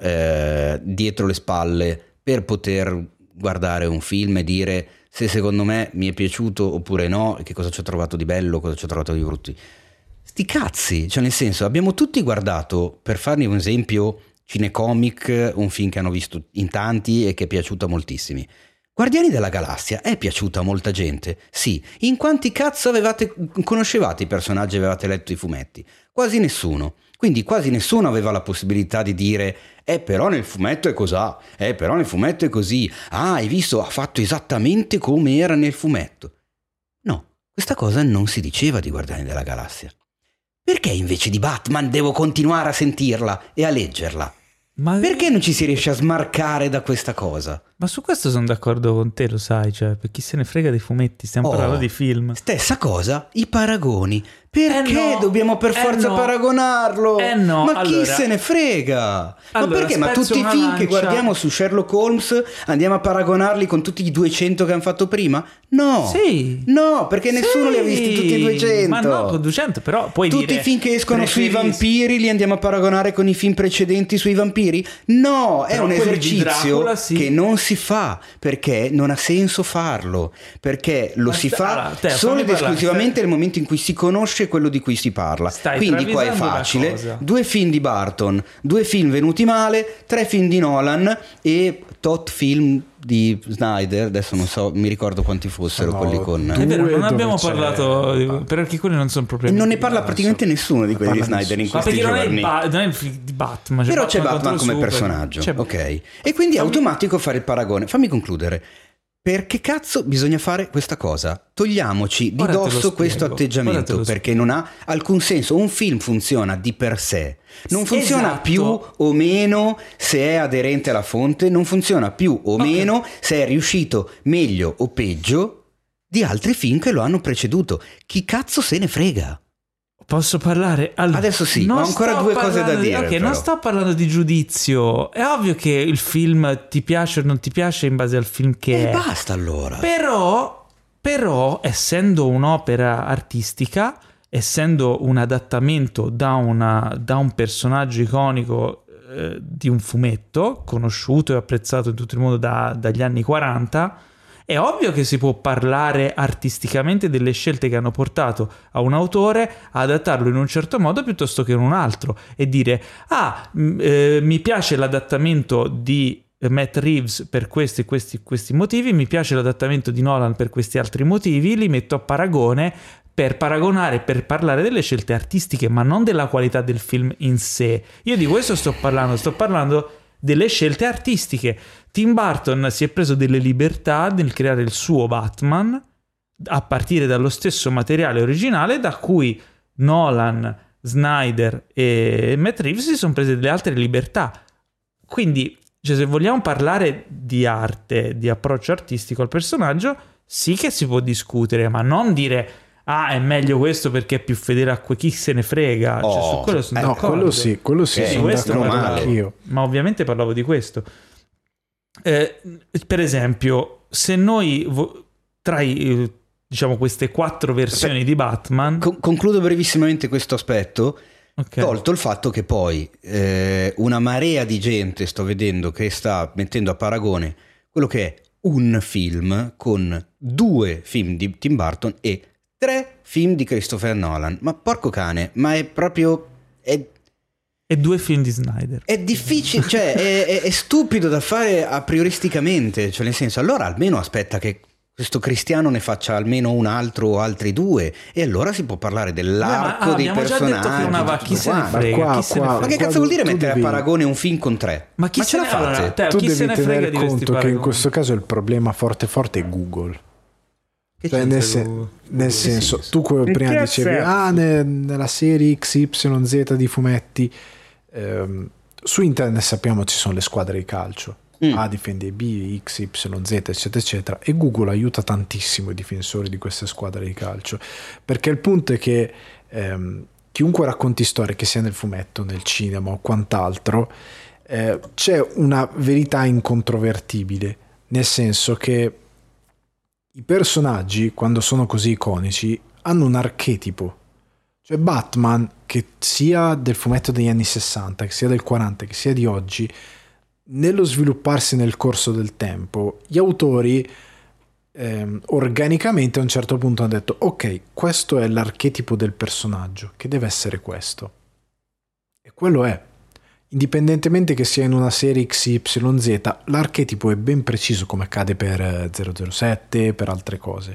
B: dietro le spalle per poter guardare un film e dire se secondo me mi è piaciuto oppure no, e che cosa ci ho trovato di bello, cosa ci ho trovato di brutti. Sti cazzi, cioè nel senso, abbiamo tutti guardato, per farne un esempio, Cinecomic, un film che hanno visto in tanti e che è piaciuto a moltissimi. Guardiani della Galassia è piaciuta a molta gente? Sì. In quanti cazzo conoscevate i personaggi, avevate letto i fumetti? Quasi nessuno. Quindi quasi nessuno aveva la possibilità di dire però nel fumetto è cos'ha, però nel fumetto è così, hai visto, ha fatto esattamente come era nel fumetto. No, questa cosa non si diceva di Guardiani della Galassia. Perché invece di Batman devo continuare a sentirla e a leggerla? Perché non ci si riesce a smarcare da questa cosa?
A: Ma su questo sono d'accordo con te, lo sai, cioè, per chi se ne frega dei fumetti, stiamo parlando di film.
B: Stessa cosa, i paragoni. Perché dobbiamo per forza paragonarlo? Ma chi se ne frega? Ma perché? Ma tutti i film che guardiamo su Sherlock Holmes andiamo a paragonarli con tutti i 200 che hanno fatto prima? No.
A: Sì.
B: No, perché nessuno li ha visti tutti i 200.
A: Ma no, con 200 però puoi
B: tutti
A: dire...
B: i film che escono sui vampiri li andiamo a paragonare con i film precedenti sui vampiri? No, è un esercizio che non si fa, perché non ha senso farlo, perché lo si fa solo ed esclusivamente nel momento in cui si conosce quello di cui si parla. Quindi qua è facile: 2 film di Burton, 2 film venuti male, 3 film di Nolan e tot film di Snyder. Adesso non so, mi ricordo quanti fossero quelli con...
A: È vero, non abbiamo parlato perché quelli non sono proprio...
B: E non ne parla praticamente nessuno di quelli di Snyder in questi giorni.
A: Non è il film di Batman,
B: però c'è Batman come personaggio, ok? E quindi è automatico fare il paragone. Fammi concludere. Perché cazzo bisogna fare questa cosa? Togliamoci di dosso questo atteggiamento, perché non ha alcun senso. Un film funziona di per sé, non funziona più o meno se è aderente alla fonte, non funziona più o meno se è riuscito meglio o peggio di altri film che lo hanno preceduto. Chi cazzo se ne frega?
A: Posso parlare?
B: Adesso sì, ho ancora due cose da dire.
A: Ok, non sto parlando di giudizio. È ovvio che il film ti piace o non ti piace in base al film che è.
B: Basta allora.
A: Però, essendo un'opera artistica, essendo un adattamento da un personaggio iconico di un fumetto, conosciuto e apprezzato in tutto il mondo dagli anni 40... È ovvio che si può parlare artisticamente delle scelte che hanno portato a un autore a adattarlo in un certo modo piuttosto che in un altro e dire mi piace l'adattamento di Matt Reeves per questi motivi, mi piace l'adattamento di Nolan per questi altri motivi, li metto a paragone per paragonare, per parlare delle scelte artistiche ma non della qualità del film in sé. Io di questo sto parlando delle scelte artistiche. Tim Burton si è preso delle libertà nel creare il suo Batman a partire dallo stesso materiale originale da cui Nolan, Snyder e Matt Reeves si sono prese delle altre libertà. Quindi, se vogliamo parlare di arte, di approccio artistico al personaggio, sì che si può discutere, ma non dire è meglio questo perché è più fedele a chi se ne frega. Su quello sono d'accordo.
C: Quello sì, sono d'accordo anch'io.
A: Ma ovviamente parlavo di questo. Per esempio, se noi diciamo queste 4 versioni di Batman,
B: concludo brevissimamente questo aspetto. Tolto il fatto che poi una marea di gente sto vedendo che sta mettendo a paragone quello che è un film con 2 film di Tim Burton e 3 film di Christopher Nolan. Ma porco cane, ma è proprio...
A: E 2 film di Snyder.
B: È difficile, cioè è stupido da fare a prioristicamente, cioè nel senso, allora almeno aspetta che questo Cristiano ne faccia almeno un altro o altri 2 e allora si può parlare dell'arco dei personaggi.
A: Abbiamo già detto che chi se ne frega.
B: Ma che cazzo vuol dire mettere a paragone un film con 3?
A: Ma chi se ne frega?
C: Tu devi tenere conto che in questo caso il problema forte è Google. Cioè, nel senso, tu prima dicevi nella serie XYZ di fumetti, su internet sappiamo ci sono le squadre di calcio, A difende B, X, Y, Z, eccetera eccetera, e Google aiuta tantissimo i difensori di queste squadre di calcio, perché il punto è che chiunque racconti storie, che sia nel fumetto, nel cinema o quant'altro, c'è una verità incontrovertibile, nel senso che i personaggi, quando sono così iconici, hanno un archetipo. Cioè Batman, che sia del fumetto degli anni 60, che sia del 40, che sia di oggi, nello svilupparsi nel corso del tempo, gli autori organicamente a un certo punto hanno detto ok, questo è l'archetipo del personaggio, che deve essere questo. E quello è. Indipendentemente che sia in una serie XYZ, l'archetipo è ben preciso, come accade per 007, per altre cose.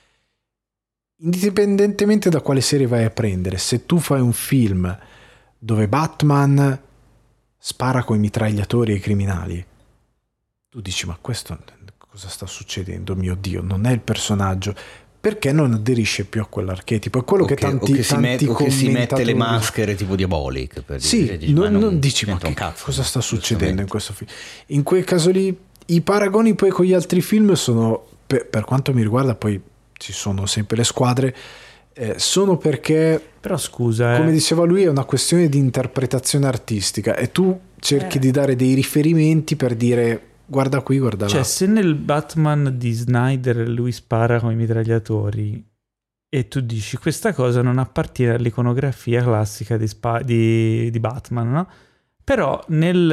C: Indipendentemente da quale serie vai a prendere, se tu fai un film dove Batman spara coi mitragliatori ai criminali, tu dici ma questo cosa sta succedendo? Mio Dio, non è il personaggio. Perché non aderisce più a quell'archetipo? È quello che tanti
B: che si mette le maschere tipo Diabolic per
C: sì,
B: dire,
C: non dici ma cosa sta succedendo in questo film? In quel caso lì i paragoni poi con gli altri film sono, per quanto mi riguarda, poi ci sono sempre le squadre, sono perché,
A: però scusa,
C: come diceva lui, è una questione di interpretazione artistica e tu cerchi di dare dei riferimenti per dire guarda qui, guarda là.
A: Cioè, se nel Batman di Snyder lui spara con i mitragliatori e tu dici questa cosa non appartiene all'iconografia classica di Batman, no? Però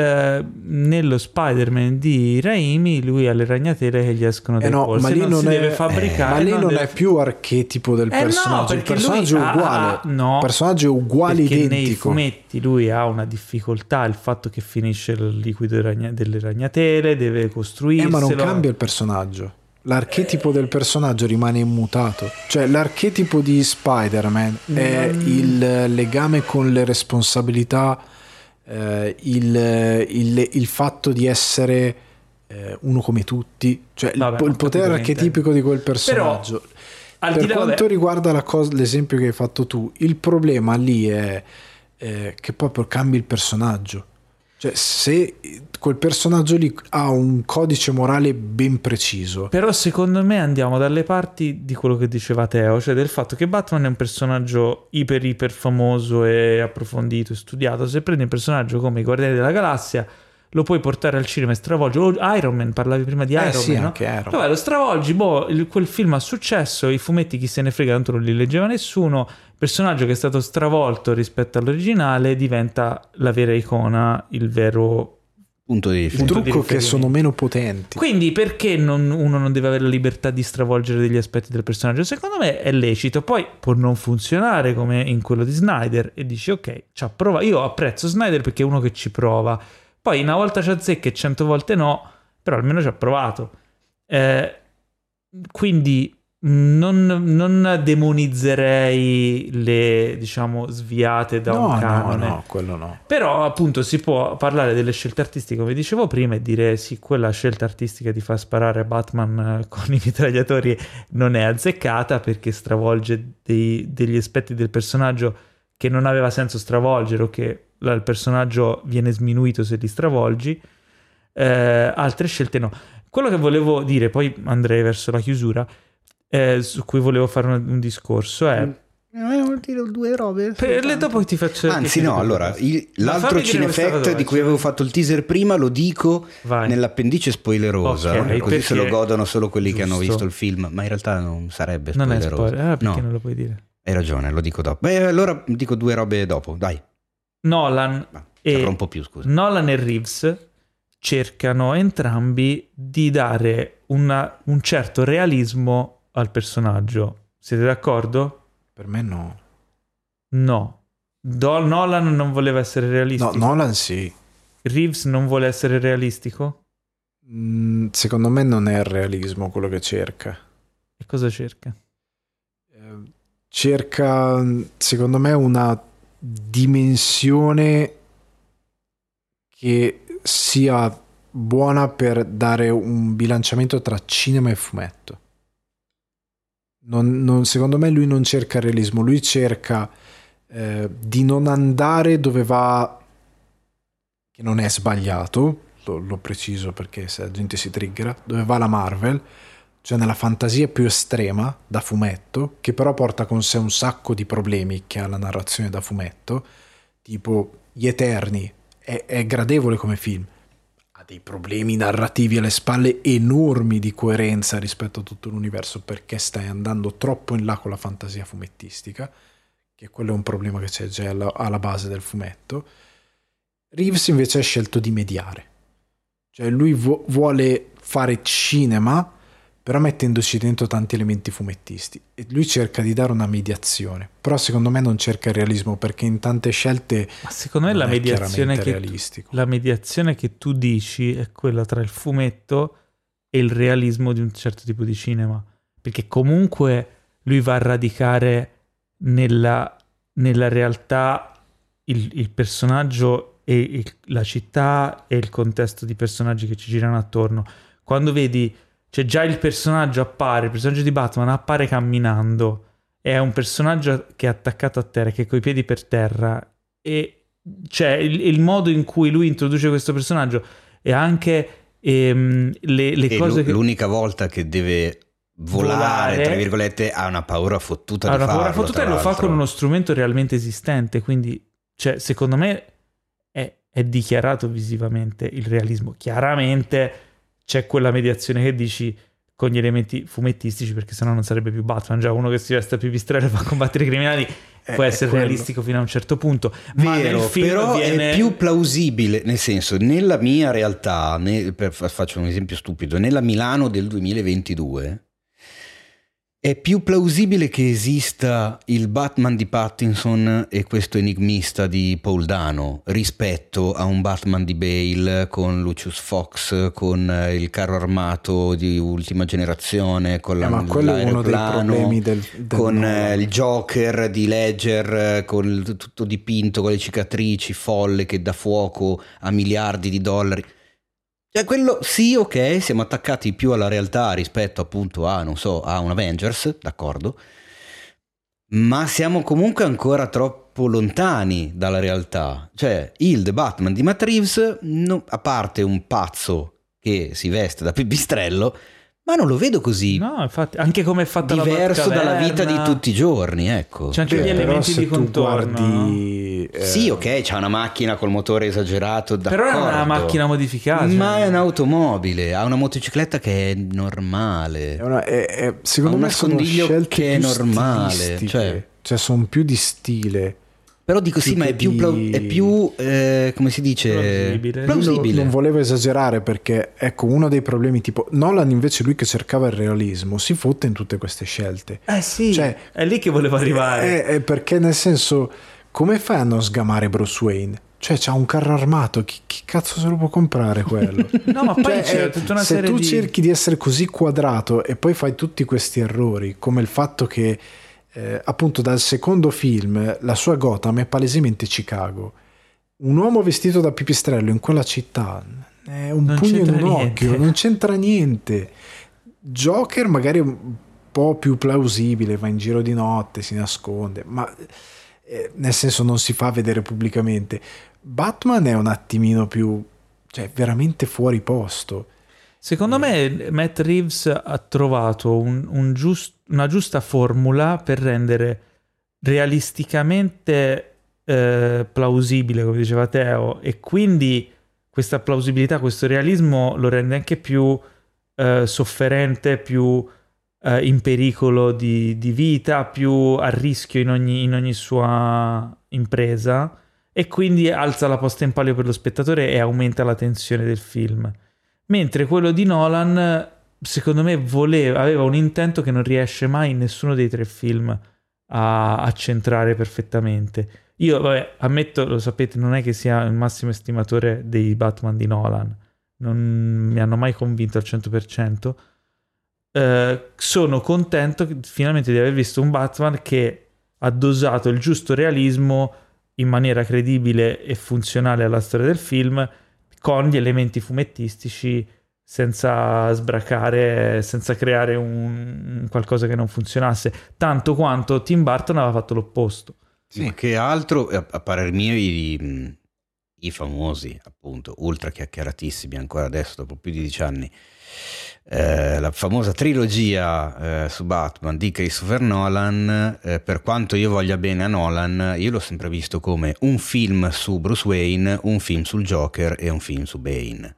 A: nello Spider-Man di Raimi lui ha le ragnatele che gli escono dai polsi, ma lì non si deve fabbricare.
C: Ma lì non è più archetipo del personaggio, il personaggio è uguale. Il personaggio è uguale, identico.
A: Nei fumetti lui ha una difficoltà, il fatto che finisce il liquido delle ragnatele, deve costruirselo.
C: Ma non cambia il personaggio. L'archetipo del personaggio rimane immutato. Cioè l'archetipo di Spider-Man è il legame con le responsabilità, il fatto di essere uno come tutti, cioè il potere che è tipico di quel personaggio. Però, per quanto riguarda l'esempio che hai fatto tu, il problema lì è che proprio cambi il personaggio. Cioè, se quel personaggio lì ha un codice morale ben preciso.
A: Però secondo me andiamo dalle parti di quello che diceva Teo, cioè del fatto che Batman è un personaggio iper famoso e approfondito e studiato. Se prendi un personaggio come i Guardiani della Galassia, lo puoi portare al cinema e stravolgere. Iron Man, parlavi prima di Iron
C: sì,
A: Man, no?
C: Anche Iron.
A: Vabbè, lo stravolgi, quel film ha successo, i fumetti chi se ne frega, tanto non li leggeva nessuno. Il personaggio che è stato stravolto rispetto all'originale diventa la vera icona, il vero
B: punto di
C: il trucco che sono meno potenti.
A: Quindi perché uno non deve avere la libertà di stravolgere degli aspetti del personaggio? Secondo me è lecito. Poi può non funzionare come in quello di Snyder e dici ok, ci ha provato. Io apprezzo Snyder perché è uno che ci prova. Poi una volta ci azzecca e 100 volte no, però almeno ci ha provato. Quindi non demonizzerei le, diciamo, sviate da un canone.
C: No, quello no.
A: Però appunto si può parlare delle scelte artistiche, come dicevo prima, e dire sì, quella scelta artistica di far sparare Batman con i mitragliatori non è azzeccata perché stravolge degli aspetti del personaggio che non aveva senso stravolgere, o che il personaggio viene sminuito se li stravolgi. Altre scelte no. Quello che volevo dire, poi andrei verso la chiusura, su cui volevo fare un discorso è
B: vuol dire due robe
A: dopo ti faccio,
B: anzi no, allora l'altro Cinefact di cui avevo fatto il teaser prima lo dico nell'appendice spoilerosa, così perché? Se lo godono solo quelli che hanno visto il film, ma in realtà non sarebbe spoileroso.
A: Non è spoiler, perché non lo puoi dire?
B: Hai ragione, lo dico dopo. Allora dico due robe dopo, dai. Nolan
A: e Reeves cercano entrambi di dare un certo realismo al personaggio. Siete d'accordo?
C: Per me no.
A: No. Nolan non voleva essere realistico?
C: No, Nolan sì.
A: Reeves non vuole essere realistico?
C: Secondo me non è il realismo quello che cerca.
A: E cosa cerca?
C: Cerca, secondo me, una dimensione che sia buona per dare un bilanciamento tra cinema e fumetto. Secondo me lui non cerca il realismo, lui cerca di non andare dove va, che non è sbagliato, lo preciso perché se la gente si triggera, dove va la Marvel, cioè nella fantasia più estrema da fumetto, che però porta con sé un sacco di problemi che ha la narrazione da fumetto, tipo Gli Eterni è gradevole come film, ha dei problemi narrativi alle spalle enormi di coerenza rispetto a tutto l'universo, perché stai andando troppo in là con la fantasia fumettistica, che quello è un problema che c'è già alla base del fumetto. Reeves invece ha scelto di mediare, cioè lui vuole fare cinema però mettendoci dentro tanti elementi fumettisti, e lui cerca di dare una mediazione, però secondo me non cerca il realismo, perché in tante scelte
A: ma secondo me la mediazione che tu dici è quella tra il fumetto e il realismo di un certo tipo di cinema, perché comunque lui va a radicare nella realtà il personaggio e la città e il contesto di personaggi che ci girano attorno. Quando vedi, cioè già il personaggio di Batman appare camminando, è un personaggio che è attaccato a terra, che è coi piedi per terra, e cioè il modo in cui lui introduce questo personaggio e anche le cose che...
B: L'unica volta che deve volare, tra virgolette, ha una paura fottuta di farlo. Ha una paura fottuta
A: e lo fa con uno strumento realmente esistente, quindi cioè, secondo me è dichiarato visivamente il realismo. Chiaramente c'è quella mediazione che dici con gli elementi fumettistici, perché sennò non sarebbe più Batman. Già uno che si veste a pipistrello e fa combattere i criminali può essere realistico fino a un certo punto.
B: Vero, ma nel film però è più plausibile, nel senso, nella mia realtà, faccio un esempio stupido, nella Milano del 2022 è più plausibile che esista il Batman di Pattinson e questo enigmista di Paul Dano rispetto a un Batman di Bale con Lucius Fox, con il carro armato di ultima generazione, con
C: ma quello è uno dei problemi del
B: con il Joker di Ledger, con tutto dipinto con le cicatrici, folle, che dà fuoco a miliardi di dollari. Cioè quello sì, ok, siamo attaccati più alla realtà rispetto appunto a, non so, a un Avengers, d'accordo, ma siamo comunque ancora troppo lontani dalla realtà. Cioè il The Batman di Matt Reeves, a parte un pazzo che si veste da pipistrello, ma non lo vedo così.
A: No, infatti, anche come è fatta
B: diverso dalla vita di tutti i giorni, ecco.
A: C'è anche gli elementi di contorno.
C: Guardi,
B: sì, ok, c'ha una macchina col motore esagerato, d'accordo.
A: Però è una macchina modificata.
B: Ma è un'automobile, ha una motocicletta che è normale.
C: Secondo me sono scelte
B: che è normale. Cioè
C: sono più di stile.
B: Però dico sì, ma è più come si dice, plausibile.
C: Non volevo esagerare, perché ecco, uno dei problemi, tipo Nolan invece, lui che cercava il realismo, si fotte in tutte queste scelte.
A: Sì, cioè, è lì che volevo arrivare.
C: È perché, nel senso, come fai a non sgamare Bruce Wayne? Cioè c'ha un carro armato, chi cazzo se lo può comprare quello?
A: No, ma poi c'è tutta una serie
C: di... Se tu cerchi di essere così quadrato e poi fai tutti questi errori, come il fatto che appunto dal secondo film la sua Gotham è palesemente Chicago. Un uomo vestito da pipistrello in quella città è un pugno in un occhio, non c'entra niente. Joker magari è un po' più plausibile, va in giro di notte, si nasconde, ma nel senso non si fa vedere pubblicamente. Batman è un attimino più, cioè veramente fuori posto.
A: Secondo me Matt Reeves ha trovato una giusta formula per rendere realisticamente plausibile, come diceva Teo, e quindi questa plausibilità, questo realismo lo rende anche più sofferente, più in pericolo di vita, più a rischio in ogni sua impresa, e quindi alza la posta in palio per lo spettatore e aumenta la tensione del film. Mentre quello di Nolan, secondo me, aveva un intento che non riesce mai in nessuno dei tre film a centrare perfettamente. Io, ammetto, lo sapete, non è che sia il massimo estimatore dei Batman di Nolan, non mi hanno mai convinto al 100%. Sono contento finalmente di aver visto un Batman che ha dosato il giusto realismo in maniera credibile e funzionale alla storia del film, con gli elementi fumettistici, senza sbracare, senza creare un qualcosa che non funzionasse, tanto quanto Tim Burton aveva fatto l'opposto.
B: Sì, che altro, a parer mio, i famosi, appunto, ultra chiacchieratissimi ancora adesso, dopo più di 10 anni, la famosa trilogia su Batman di Christopher Nolan, per quanto io voglia bene a Nolan, io l'ho sempre visto come un film su Bruce Wayne, un film sul Joker e un film su Bane.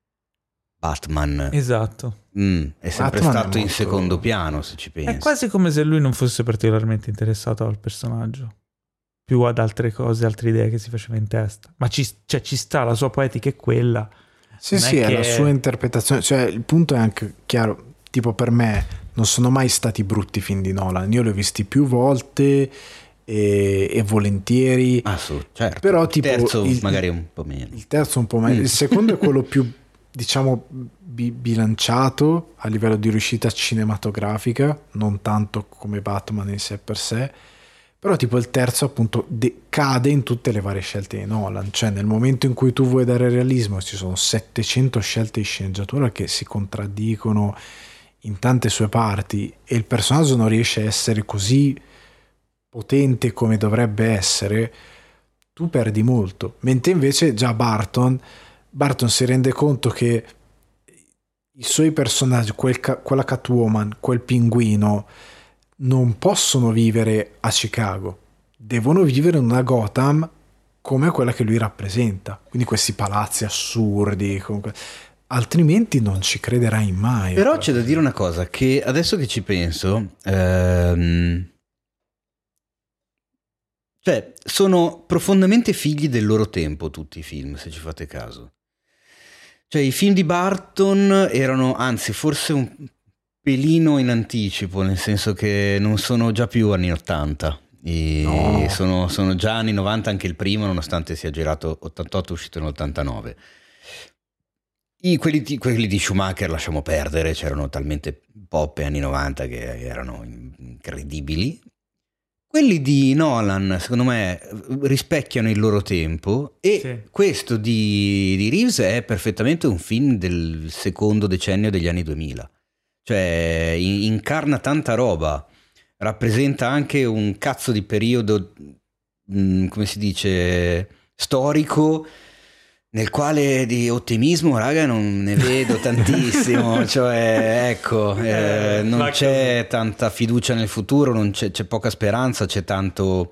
B: Batman,
A: esatto,
B: è sempre
C: Batman
B: stato in secondo piano, se ci pensi.
A: È quasi come se lui non fosse particolarmente interessato al personaggio, più ad altre cose, altre idee che si faceva in testa. Ma ci sta, la sua poetica è quella.
C: Sì, è la sua interpretazione. Cioè, il punto è anche chiaro, tipo, per me non sono mai stati brutti i film di Nolan. Io li ho visti più volte e volentieri.
B: Certo.
C: Però
B: il
C: tipo
B: terzo magari un po' meno.
C: Il terzo un po' meno. Il secondo è quello più, diciamo, bilanciato a livello di riuscita cinematografica, non tanto come Batman in sé per sé. Però tipo il terzo appunto cade in tutte le varie scelte di Nolan. Cioè nel momento in cui tu vuoi dare realismo ci sono 700 scelte di sceneggiatura che si contraddicono in tante sue parti, e il personaggio non riesce a essere così potente come dovrebbe essere, tu perdi molto. Mentre invece già Barton si rende conto che i suoi personaggi, quella Catwoman, quel pinguino, non possono vivere a Chicago, devono vivere in una Gotham come quella che lui rappresenta, quindi questi palazzi assurdi, altrimenti non ci crederai mai.
B: Però c'è da dire una cosa, che adesso che ci penso, cioè sono profondamente figli del loro tempo tutti i film, se ci fate caso. Cioè i film di Burton erano, anzi forse un pelino in anticipo, nel senso che non sono già più anni 80, no. sono già anni 90 anche il primo, nonostante sia girato 88, uscito nell'89. Quelli di Schumacher lasciamo perdere, c'erano talmente poppe anni 90 che erano incredibili. Quelli di Nolan, secondo me, rispecchiano il loro tempo e questo di Reeves è perfettamente un film del secondo decennio degli anni 2000. Cioè, incarna tanta roba, rappresenta anche un cazzo di periodo, come si dice, storico, nel quale di ottimismo, raga, non ne vedo tantissimo, cioè, ecco, non c'è tanta fiducia nel futuro, c'è poca speranza, c'è tanto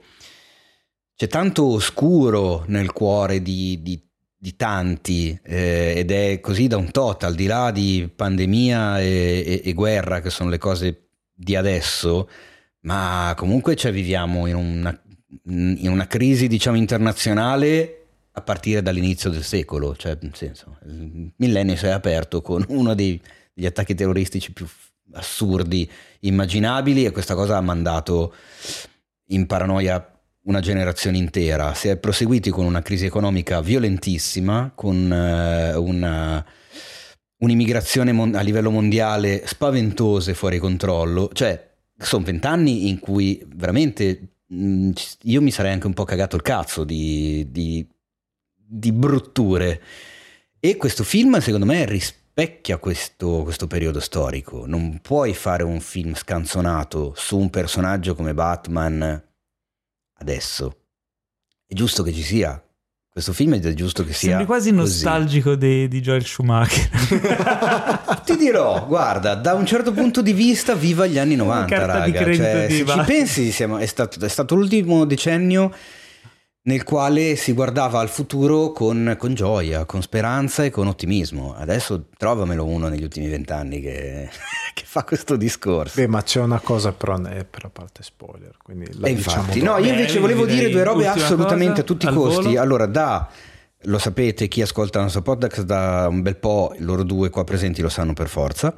B: oscuro nel cuore di tanti, ed è così da un tot, al di là di pandemia e guerra, che sono le cose di adesso, ma comunque viviamo in una crisi, diciamo, internazionale a partire dall'inizio del secolo, cioè nel senso, il millennio si è aperto con uno degli attacchi terroristici più assurdi immaginabili, e questa cosa ha mandato in paranoia una generazione intera. Si è proseguiti con una crisi economica violentissima, con un'immigrazione a livello mondiale spaventosa e fuori controllo. Cioè, sono 20 anni in cui veramente io mi sarei anche un po' cagato il cazzo di brutture, e questo film secondo me rispecchia questo periodo storico. Non puoi fare un film scanzonato su un personaggio come Batman adesso. È giusto che ci sia questo film, ed è giusto che sia
A: sembri quasi nostalgico di Joel Schumacher.
B: Ti dirò, guarda, da un certo punto di vista viva gli anni 90, raga, cioè, se ci pensi è stato l'ultimo decennio nel quale si guardava al futuro con gioia, con speranza e con ottimismo. Adesso trovamelo uno negli ultimi 20 anni che fa questo discorso.
C: Beh, ma c'è una cosa, però è per la parte spoiler, quindi la
B: infatti, no, io invece volevo dire due robe assolutamente a tutti i costi. Volo. Allora, lo sapete, chi ascolta il nostro podcast da un bel po', loro due qua presenti lo sanno per forza.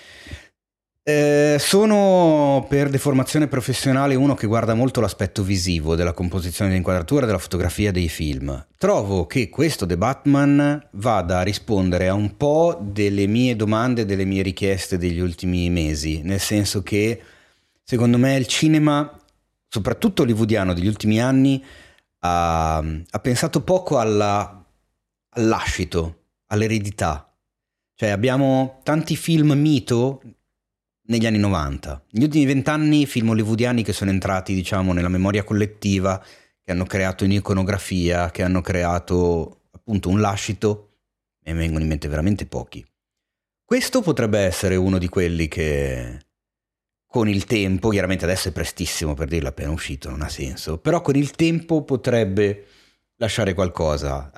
B: Sono per deformazione professionale uno che guarda molto l'aspetto visivo della composizione dell'inquadratura, della fotografia dei film. Trovo che questo The Batman vada a rispondere a un po' delle mie domande, delle mie richieste degli ultimi mesi, nel senso che secondo me il cinema, soprattutto hollywoodiano degli ultimi anni, ha pensato poco all'ascito, all'eredità. Cioè, abbiamo tanti film mito negli anni 90. Negli ultimi 20 anni film hollywoodiani che sono entrati, diciamo, nella memoria collettiva, che hanno creato un'iconografia, che hanno creato appunto un lascito, e mi vengono in mente veramente pochi. Questo potrebbe essere uno di quelli che con il tempo, chiaramente adesso è prestissimo per dirlo, appena uscito, non ha senso, però con il tempo potrebbe lasciare qualcosa.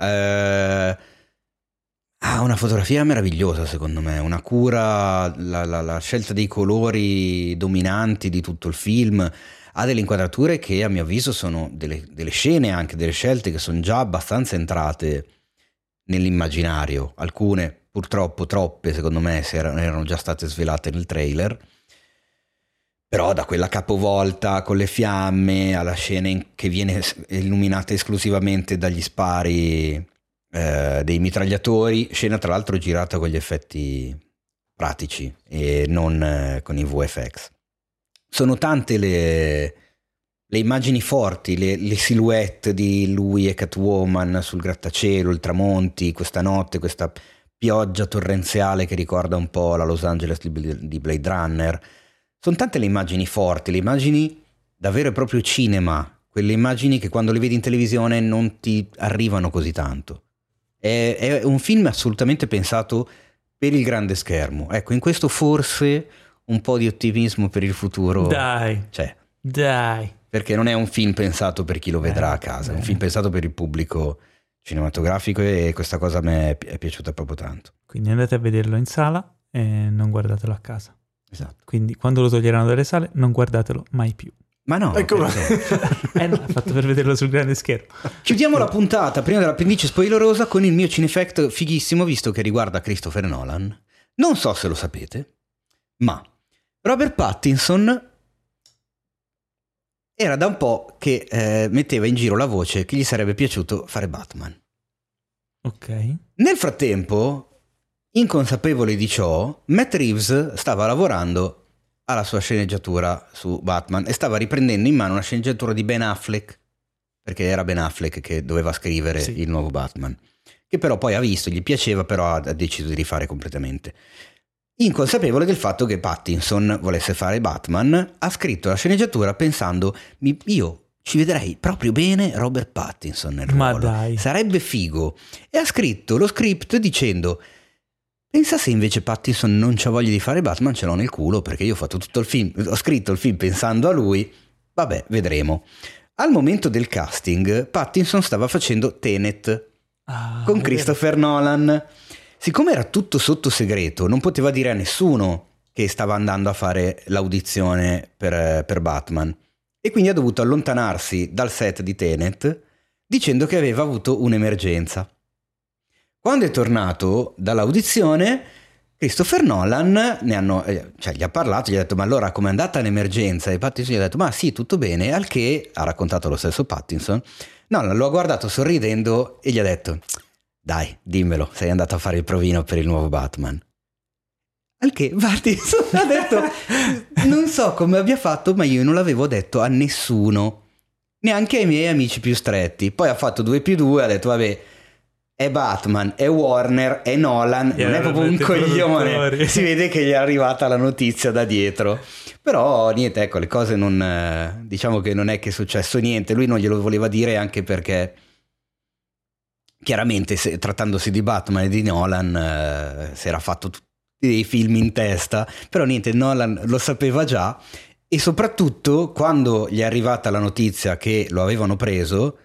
B: Ha una fotografia meravigliosa, secondo me, una cura, la scelta dei colori dominanti di tutto il film, ha delle inquadrature che a mio avviso sono delle scene, anche delle scelte che sono già abbastanza entrate nell'immaginario. Alcune, purtroppo troppe, secondo me erano già state svelate nel trailer, però da quella capovolta con le fiamme alla scena che viene illuminata esclusivamente dagli spari dei mitragliatori, scena tra l'altro girata con gli effetti pratici e non con i VFX. Sono tante le immagini forti, le silhouette di lui e Catwoman sul grattacielo, il tramonti, questa notte, questa pioggia torrenziale che ricorda un po' la Los Angeles di Blade Runner. Sono tante le immagini forti, le immagini da vero e proprio cinema, quelle immagini che quando le vedi in televisione non ti arrivano così tanto. È un film assolutamente pensato per il grande schermo. Ecco, in questo forse un po' di ottimismo per il futuro c'è.
A: Dai.
B: Perché non è un film pensato per chi lo vedrà a casa, è un film pensato per il pubblico cinematografico, e questa cosa a me è piaciuta proprio tanto.
A: Quindi andate a vederlo in sala e non guardatelo a casa.
B: Esatto.
A: Quindi quando lo toglieranno dalle sale non guardatelo mai più.
B: Ma no,
C: ecco.
A: No, l'ha fatto per vederlo sul grande schermo.
B: Chiudiamo la puntata prima dell'appendice spoilerosa con il mio cinefact fighissimo, visto che riguarda Christopher Nolan. Non so se lo sapete, ma Robert Pattinson era da un po' che metteva in giro la voce che gli sarebbe piaciuto fare Batman.
A: Ok.
B: Nel frattempo, inconsapevole di ciò, Matt Reeves stava lavorando alla sua sceneggiatura su Batman e stava riprendendo in mano una sceneggiatura di Ben Affleck, perché era Ben Affleck che doveva scrivere il nuovo Batman, che però poi ha visto, gli piaceva, però ha deciso di rifare completamente. Inconsapevole del fatto che Pattinson volesse fare Batman, ha scritto la sceneggiatura pensando: io ci vedrei proprio bene Robert Pattinson nel ruolo,
A: ma dai,
B: sarebbe figo. E ha scritto lo script dicendo: pensa se invece Pattinson non c'ha voglia di fare Batman, ce l'ho nel culo, perché io ho fatto tutto il film, ho scritto il film pensando a lui, vabbè, vedremo. Al momento del casting Pattinson stava facendo Tenet con Christopher Nolan. Siccome era tutto sotto segreto, non poteva dire a nessuno che stava andando a fare l'audizione per Batman, e quindi ha dovuto allontanarsi dal set di Tenet dicendo che aveva avuto un'emergenza. Quando è tornato dall'audizione, Christopher Nolan gli ha parlato, gli ha detto: ma allora com'è andata l'emergenza? E Pattinson gli ha detto: ma sì, tutto bene. Al che ha raccontato lo stesso Pattinson. Nolan lo ha guardato sorridendo e gli ha detto: dai, dimmelo, sei andato a fare il provino per il nuovo Batman. Al che Pattinson ha detto: non so come abbia fatto, ma io non l'avevo detto a nessuno, neanche ai miei amici più stretti. Poi ha fatto 2+2, ha detto: vabbè, è Batman, è Warner, è Nolan, non è proprio un coglione. Si vede che gli è arrivata la notizia da dietro. Però niente, ecco, le cose non, diciamo che non è che è successo niente. Lui non glielo voleva dire, anche perché chiaramente, trattandosi di Batman e di Nolan, si era fatto tutti dei film in testa. Però niente, Nolan lo sapeva già, e soprattutto quando gli è arrivata la notizia che lo avevano preso,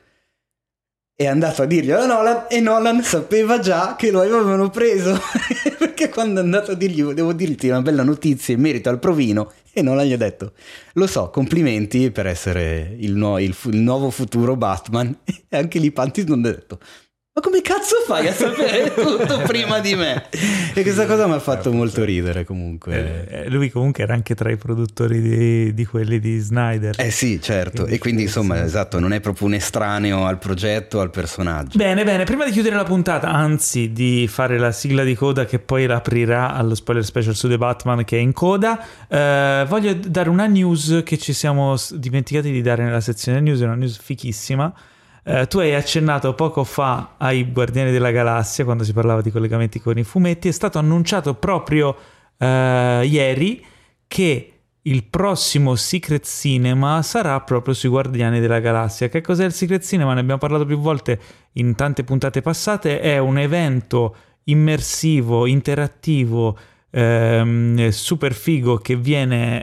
B: è andato a dirglielo a Nolan, e Nolan sapeva già che lo avevano preso perché quando è andato a dirgli: devo dirti una bella notizia in merito al provino, e Nolan gli ha detto: lo so, complimenti per essere il nuovo futuro Batman. E anche lì Pattinson ha detto: ma come cazzo fai a sapere tutto prima di me? E questa cosa mi ha fatto molto ridere comunque.
A: Lui comunque era anche tra i produttori di quelli di Snyder.
B: Sì, certo. E quindi insomma, esatto, non è proprio un estraneo al progetto, al personaggio.
A: Bene, prima di chiudere la puntata, anzi di fare la sigla di coda che poi aprirà allo spoiler special su The Batman che è in coda, voglio dare una news che ci siamo dimenticati di dare nella sezione news, è una news fichissima. Tu hai accennato poco fa ai Guardiani della Galassia quando si parlava di collegamenti con i fumetti. È stato annunciato proprio ieri che il prossimo Secret Cinema sarà proprio sui Guardiani della Galassia. Che cos'è il Secret Cinema? Ne abbiamo parlato più volte in tante puntate passate. È un evento immersivo, interattivo, super figo, che viene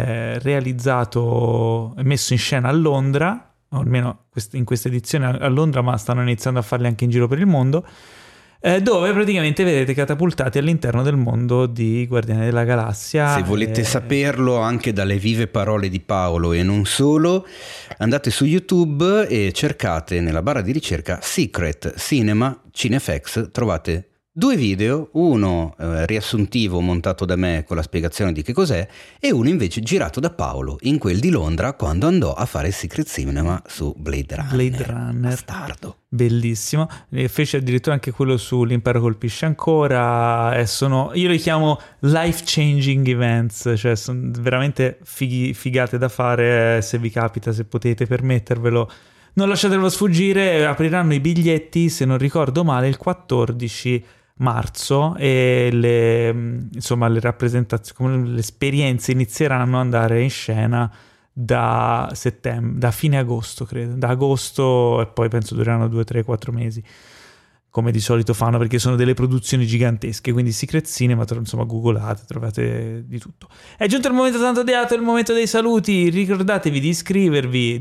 A: realizzato e messo in scena a Londra, o almeno in questa edizione a Londra, ma stanno iniziando a farli anche in giro per il mondo, dove praticamente vedete catapultati all'interno del mondo di Guardiani della Galassia.
B: Se volete saperlo anche dalle vive parole di Paolo e non solo, andate su YouTube e cercate nella barra di ricerca Secret Cinema Cinefx, trovate 2 video, uno riassuntivo montato da me con la spiegazione di che cos'è, e uno invece girato da Paolo in quel di Londra quando andò a fare il Secret Cinema su Blade Runner. Bastardo.
A: Bellissimo. Fece addirittura anche quello su L'impero colpisce ancora, io li chiamo life changing events, cioè sono veramente figate da fare. Se vi capita, se potete permettervelo, non lasciatelo sfuggire. Apriranno i biglietti, se non ricordo male, il 14 marzo, e le rappresentazioni, le esperienze inizieranno ad andare in scena da fine agosto, credo, da agosto, e poi penso dureranno 2, 3, 4 mesi, come di solito fanno, perché sono delle produzioni gigantesche. Quindi Secret Cinema, insomma, googolate, trovate di tutto. È giunto il momento tanto odiato, il momento dei saluti. Ricordatevi di iscrivervi,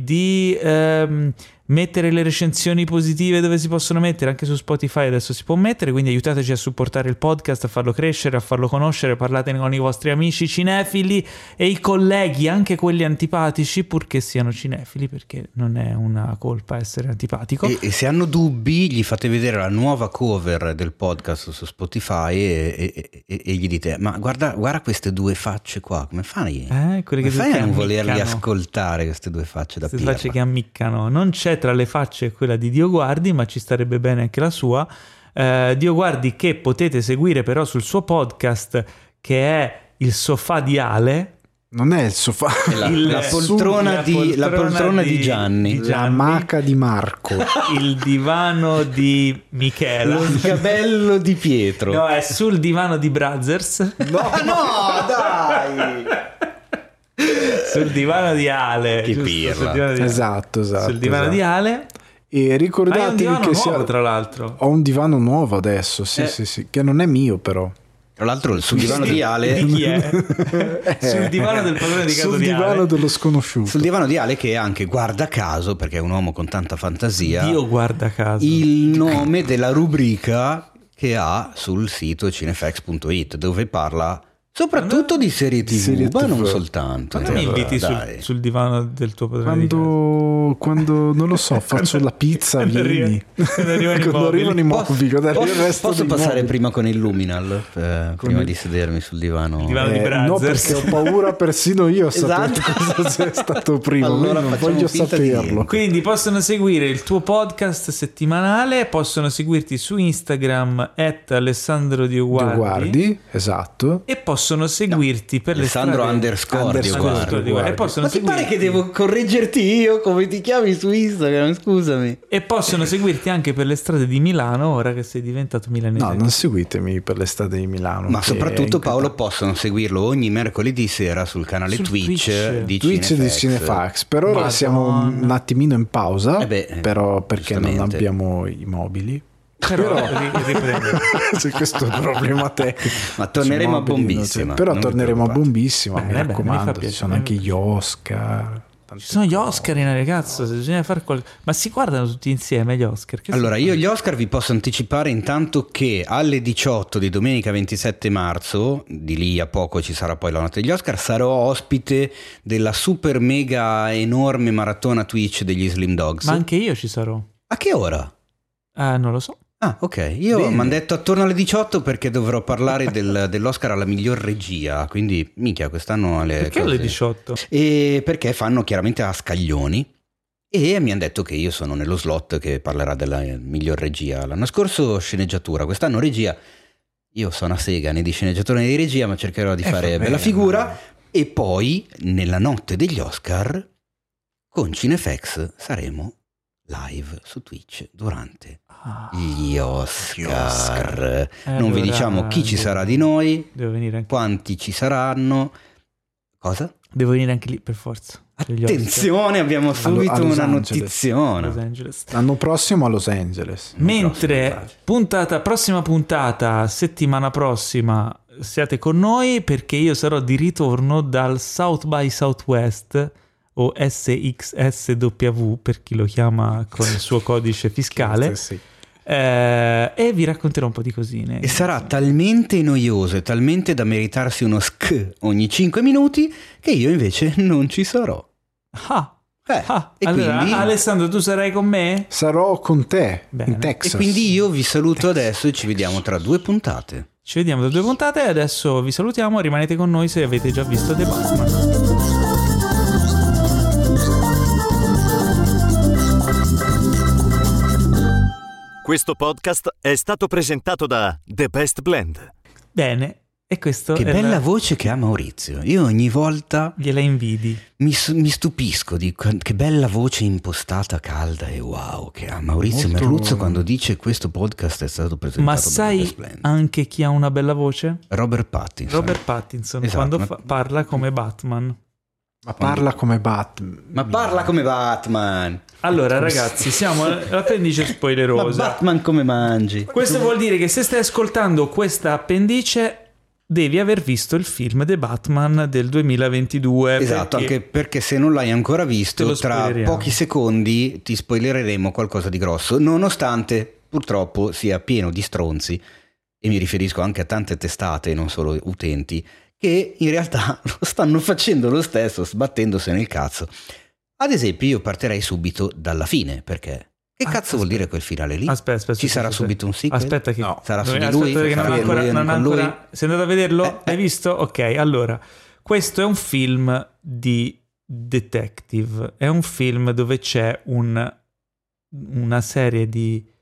A: di mettere le recensioni positive dove si possono mettere, anche su Spotify adesso si può mettere, quindi aiutateci a supportare il podcast, a farlo crescere, a farlo conoscere. Parlatene con i vostri amici cinefili e i colleghi, anche quelli antipatici, purché siano cinefili, perché non è una colpa essere antipatico.
B: E se hanno dubbi, gli fate vedere la nuova cover del podcast su Spotify e gli dite: ma guarda queste 2 facce qua, come fai?
A: Come fai
B: a non volerli ascoltare, queste 2 facce da pirla?
A: Queste facce che ammiccano. Non c'è tra le facce quella di Dio Guardi, ma ci starebbe bene anche la sua. Dio Guardi, che potete seguire però sul suo podcast, che è Il Sofà di Ale.
C: Non è il sofà,
B: la poltrona di Gianni.
C: La maca di Marco.
A: Il divano di Michela.
B: Lo sgabello di Pietro.
A: No, è sul divano di Brothers.
B: No, dai.
A: Sul divano di Ale.
B: Che pirla.
C: Esatto.
A: Sul divano di Ale.
C: E ricordatevi che
A: nuovo, tra l'altro.
C: Ho un divano nuovo adesso, sì, che non è mio però.
B: Tra l'altro sul divano di Ale
A: di chi è? Sul divano del padrone di casa
C: sul
A: di Ale.
C: Sul divano dello sconosciuto.
B: Sul divano di Ale, che è anche, guarda caso, perché è un uomo con tanta fantasia,
A: Dio guarda caso,
B: il nome della rubrica che ha sul sito cinefax.it, dove parla soprattutto di serie TV, ma non soltanto.
A: Quando mi inviti sul divano del tuo padrone?
C: Quando non lo so, faccio la pizza, vieni. Quando arrivano i mobili.
B: Posso passare prima con il Luminal prima di sedermi sul divano?
A: Il divano di Brothers.
C: No, perché ho paura persino io a sapere cosa sia stato prima. Allora non voglio saperlo.
A: Quindi possono seguire il tuo podcast settimanale, possono seguirti su Instagram @AlessandroDioguardi,
C: esatto,
A: e possono seguirti per le strade
B: _Dioguardi.
A: E possono
B: ma ti pare che devo correggerti io come ti chiami su Instagram, scusami?
A: E possono seguirti anche per le strade di Milano, ora che sei diventato milanese.
C: No, non seguitemi per le strade di Milano,
B: ma soprattutto Paolo possono seguirlo ogni mercoledì sera sul canale Twitch di
C: Cinefax. Per ora siamo un attimino in pausa, però perché non abbiamo i mobili.
A: Però
C: c'è questo problema tecnico,
B: ma torneremo a bombissima.
C: Però torneremo a bombissima, mi raccomando. Ci sono anche gli Oscar.
A: Ci sono gli Oscar in ragazzo, se bisogna fare ma si guardano tutti insieme gli Oscar?
B: Allora, io gli Oscar vi posso anticipare intanto che alle 18 di domenica 27 marzo, di lì a poco ci sarà poi la notte degli Oscar, sarò ospite della super mega enorme maratona Twitch degli Slim Dogs.
A: Ma anche io ci sarò.
B: A che ora?
A: Non lo so.
B: Ah, ok. Io mi hanno detto attorno alle 18 perché dovrò parlare dell'Oscar alla miglior regia. Quindi, minchia, quest'anno
A: perché alle 18?
B: E perché fanno chiaramente a scaglioni. E mi hanno detto che io sono nello slot che parlerà della miglior regia. L'anno scorso sceneggiatura, quest'anno regia. Io sono a sega né di sceneggiatura né di regia, ma cercherò di fare bella figura. E poi, nella notte degli Oscar, con Cinefax saremo live su Twitch durante gli Oscar. Non vi diciamo chi ci sarà di noi, quanti ci saranno. Cosa?
A: Devo venire anche lì per forza.
B: Attenzione, abbiamo subito una notiziona.
C: L'anno prossimo a Los Angeles.
A: Mentre prossima puntata, settimana prossima, siate con noi perché io sarò di ritorno dal South by Southwest, o SXSW per chi lo chiama con il suo codice fiscale. E vi racconterò un po' di cosine.
B: E sarà talmente noioso e talmente da meritarsi uno ogni 5 minuti che io invece non ci sarò. E
A: allora,
B: quindi
A: Alessandro, tu sarai con me?
C: Sarò con te. Bene. In Texas.
B: E quindi io vi saluto adesso e ci vediamo tra 2 puntate.
A: Ci vediamo tra 2 puntate e adesso vi salutiamo. Rimanete con noi se avete già visto The Batman.
F: Questo podcast è stato presentato da The Best Blend.
A: Bene, e questo
B: che bella voce che ha Maurizio. Io ogni volta
A: gliela invidi.
B: Mi stupisco di che bella voce impostata, calda e wow che ha Maurizio Merluzzo quando dice questo podcast è stato presentato
A: da The Best Blend. Ma sai anche chi ha una bella voce?
B: Robert Pattinson,
A: esatto, quando parla come Batman.
C: Ma parla come Batman.
A: Allora ragazzi, siamo all'appendice spoilerosa.
B: Ma Batman come mangi?
A: Questo vuol dire che se stai ascoltando questa appendice devi aver visto il film The Batman del 2022.
B: Esatto, anche perché se non l'hai ancora visto, tra pochi secondi ti spoilereremo qualcosa di grosso, nonostante purtroppo sia pieno di stronzi, e mi riferisco anche a tante testate, non solo utenti, che in realtà lo stanno facendo lo stesso, sbattendosene il cazzo. Ad esempio, io partirei subito dalla fine, perché che cazzo vuol dire quel finale lì?
A: Aspetta,
B: ci sarà subito un sequel?
A: Aspetta che
B: no, sarà su di lui?
A: Che non ancora. Sei andato a vederlo? Hai visto? Ok, allora, questo è un film di detective, è un film dove c'è una serie di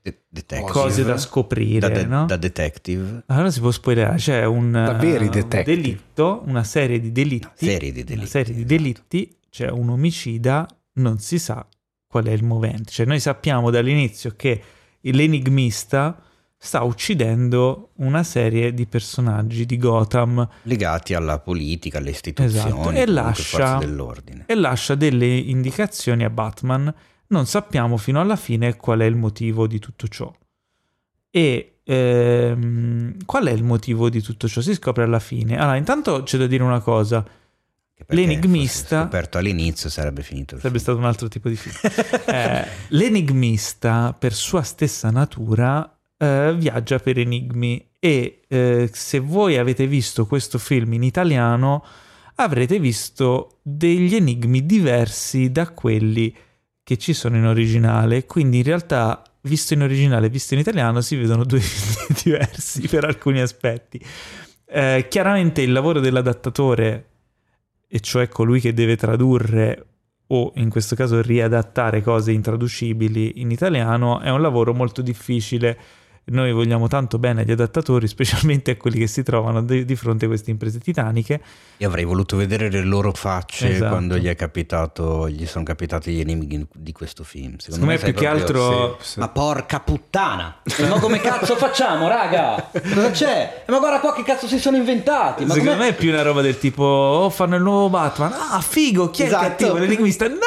A: cose da scoprire, no?
B: Da detective.
A: Allora si può spoilerare, c'è un
C: delitto,
A: una serie di delitti, c'è un omicida, non si sa qual è il movente. Cioè noi sappiamo dall'inizio che l'enigmista sta uccidendo una serie di personaggi di Gotham
B: legati alla politica, alle istituzioni,
A: esatto.
B: forze dell'ordine.
A: E lascia delle indicazioni a Batman. Non sappiamo fino alla fine qual è il motivo di tutto ciò. E qual è il motivo di tutto ciò? Si scopre alla fine. Allora, intanto c'è da dire una cosa. L'enigmista,
B: scoperto all'inizio, sarebbe finito.
A: Sarebbe stato un altro tipo di film. L'enigmista, per sua stessa natura, viaggia per enigmi e se voi avete visto questo film in italiano avrete visto degli enigmi diversi da quelli che ci sono in originale, quindi in realtà visto in originale e visto in italiano si vedono due film diversi per alcuni aspetti. Chiaramente il lavoro dell'adattatore, e cioè colui che deve tradurre o in questo caso riadattare cose intraducibili in italiano, è un lavoro molto difficile. Noi vogliamo tanto bene agli adattatori, specialmente a quelli che si trovano di fronte a queste imprese titaniche.
B: Io avrei voluto vedere le loro facce, esatto, quando gli sono capitati gli enigmi di questo film.
A: Secondo me più che altro...
B: Sì. Ma porca puttana! Ma come cazzo facciamo, raga? Cosa c'è? Ma guarda qua che cazzo si sono inventati! Ma
A: secondo me è più una roba del tipo, fanno il nuovo Batman. Ah, figo, chi è il cattivo? L'enigmista? No!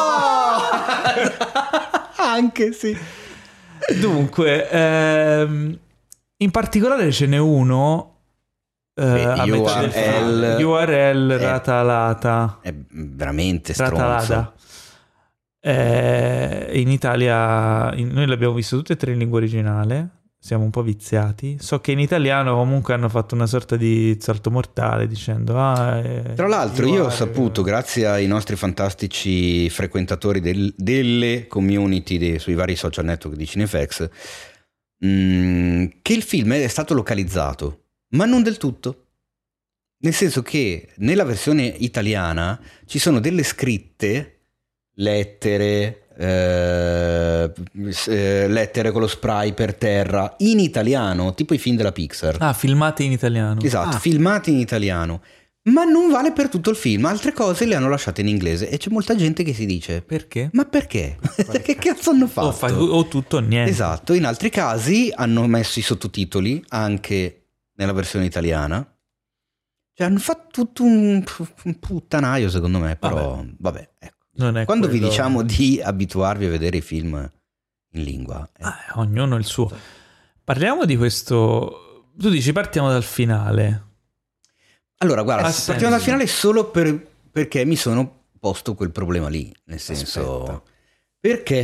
B: Anche sì.
A: Dunque, in particolare ce n'è uno URL Ratalata.
B: È veramente stronzo.
A: In Italia noi l'abbiamo visto tutte e tre in lingua originale, siamo un po' viziati. So che in italiano comunque hanno fatto una sorta di salto mortale dicendo
B: tra l'altro io ho saputo, grazie ai nostri fantastici frequentatori delle community sui vari social network di Cinefx, che il film è stato localizzato, ma non del tutto, nel senso che nella versione italiana ci sono delle scritte, lettere con lo spray per terra in italiano, tipo i film della Pixar.
A: Filmate in italiano.
B: Esatto, filmati in italiano, ma non vale per tutto il film. Altre cose le hanno lasciate in inglese e c'è molta gente che si dice
A: perché?
B: Ma perché? Che cazzo hanno fatto?
A: O tutto o niente.
B: Esatto, in altri casi hanno messo i sottotitoli anche nella versione italiana. Cioè hanno fatto tutto un puttanaio secondo me, però vabbè, ecco. Quando vi diciamo di abituarvi a vedere i film in lingua,
A: ognuno il suo. Parliamo di questo. Tu dici partiamo dal finale.
B: Allora guarda, partiamo dal finale solo perché mi sono posto quel problema lì, nel senso, perché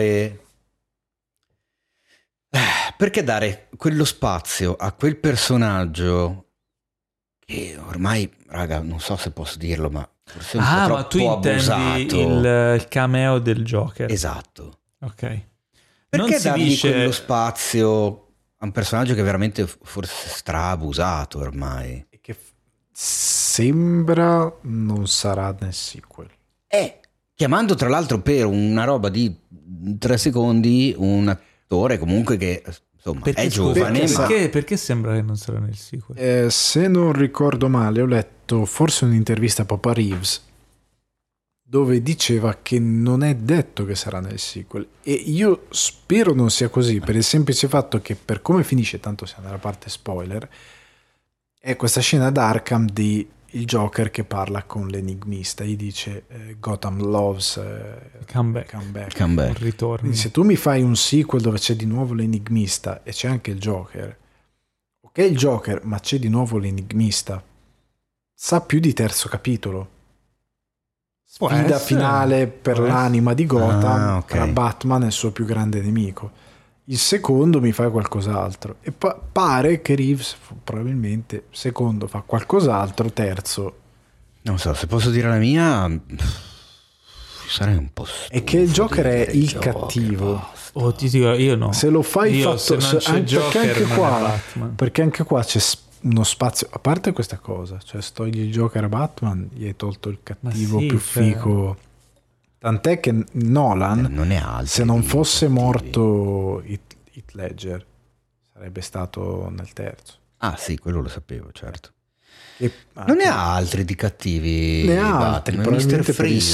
B: dare quello spazio a quel personaggio che ormai, raga, non so se posso dirlo, ma forse è un po' troppo
A: ma tu intendi il cameo del Joker.
B: Esatto.
A: Ok.
B: Perché
A: non si
B: dargli
A: dice
B: quello spazio a un personaggio che veramente forse strabusato ormai?
C: E che sembra non sarà nel sequel.
B: Chiamando tra l'altro per una roba di 3 secondi un attore comunque che insomma è giovane.
A: Perché sembra che non sarà nel sequel?
C: Se non ricordo male, ho letto forse un'intervista a Papa Reeves dove diceva che non è detto che sarà nel sequel, e io spero non sia così, per il semplice fatto che per come finisce, tanto siamo nella parte spoiler, è questa scena d'Arkham di il Joker che parla con l'enigmista, gli dice Gotham loves
A: come back.
C: Un ritorno. Quindi se tu mi fai un sequel dove c'è di nuovo l'enigmista e c'è anche il Joker, ok il Joker, ma c'è di nuovo l'enigmista, sa più di terzo capitolo, sfida finale per l'anima di Gotham, tra Batman e il suo più grande nemico. Il secondo mi fa qualcos'altro e pare che Reeves probabilmente secondo fa qualcos'altro, terzo
B: non so se posso dire la mia, sarei un po' stufo.
C: È che il Joker è il cattivo.
A: Ti dico, io no.
C: Se lo fai
A: fatto
C: perché anche qua c'è uno spazio, a parte questa cosa, cioè togli il Joker a Batman, gli hai tolto il cattivo più fico. Tant'è che Nolan
B: non è altro,
C: se non fosse morto Heath Ledger sarebbe stato nel terzo.
B: Ah sì, quello lo sapevo, certo. Non ne ha altri di cattivi?
C: Ne ha altri, probabilmente per il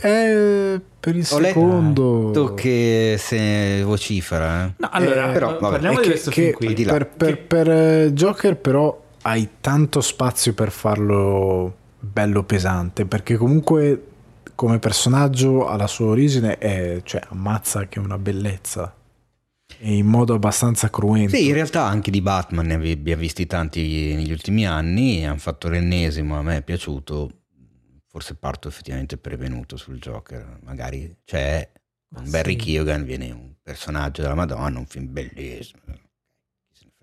C: secondo.
B: Letto che se vocifera.
A: No, allora,
B: però
A: parliamo di questo film qui.
C: Per Joker però hai tanto spazio per farlo bello pesante, perché comunque come personaggio alla sua origine ammazza che è una bellezza, e in modo abbastanza cruento.
B: Sì, in realtà anche di Batman ne abbiamo visti tanti negli ultimi anni, hanno fatto l'ennesimo, a me è piaciuto, forse parto effettivamente prevenuto sul Joker, magari c'è con Barry Keoghan, viene un personaggio della Madonna, un film bellissimo, chi se ne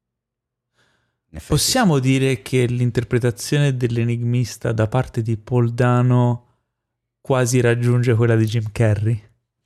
B: frega.
A: Possiamo dire che l'interpretazione dell'enigmista da parte di Paul Dano quasi raggiunge quella di Jim Carrey?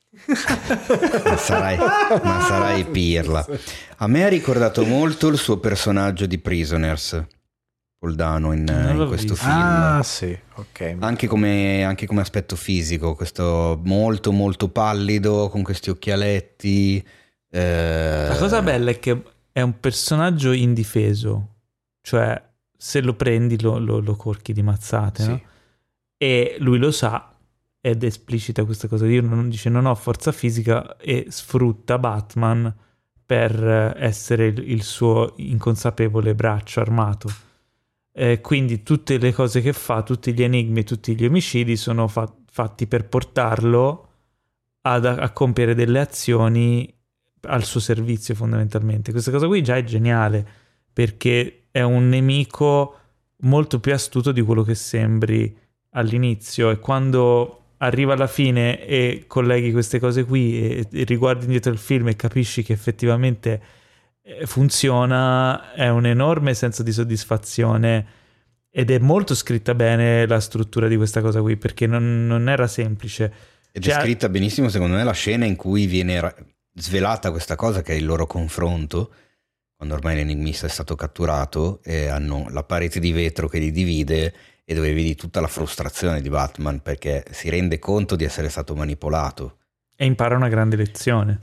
B: ma sarai pirla. A me ha ricordato molto il suo personaggio di Prisoners, Paul Dano in questo film.
C: Ah sì, ok.
B: Anche come aspetto fisico, questo molto molto pallido con questi occhialetti.
A: La cosa bella è che è un personaggio indifeso, cioè se lo prendi lo corchi di mazzate,
C: sì.
A: No? E lui lo sa ed esplicita questa cosa, dice non ho forza fisica, e sfrutta Batman per essere il suo inconsapevole braccio armato. Quindi tutte le cose che fa, tutti gli enigmi, tutti gli omicidi sono fatti per portarlo a compiere delle azioni al suo servizio, fondamentalmente. Questa cosa qui già è geniale, perché è un nemico molto più astuto di quello che sembri all'inizio, e quando arriva alla fine e colleghi queste cose qui e riguardi indietro il film e capisci che effettivamente funziona, è un enorme senso di soddisfazione, ed è molto scritta bene la struttura di questa cosa qui, perché non era semplice.
B: Ed è scritta benissimo secondo me la scena in cui viene svelata questa cosa, che è il loro confronto, quando ormai l'enigmista è stato catturato e hanno la parete di vetro che li divide, e dove vedi tutta la frustrazione di Batman perché si rende conto di essere stato manipolato.
A: E impara una grande lezione.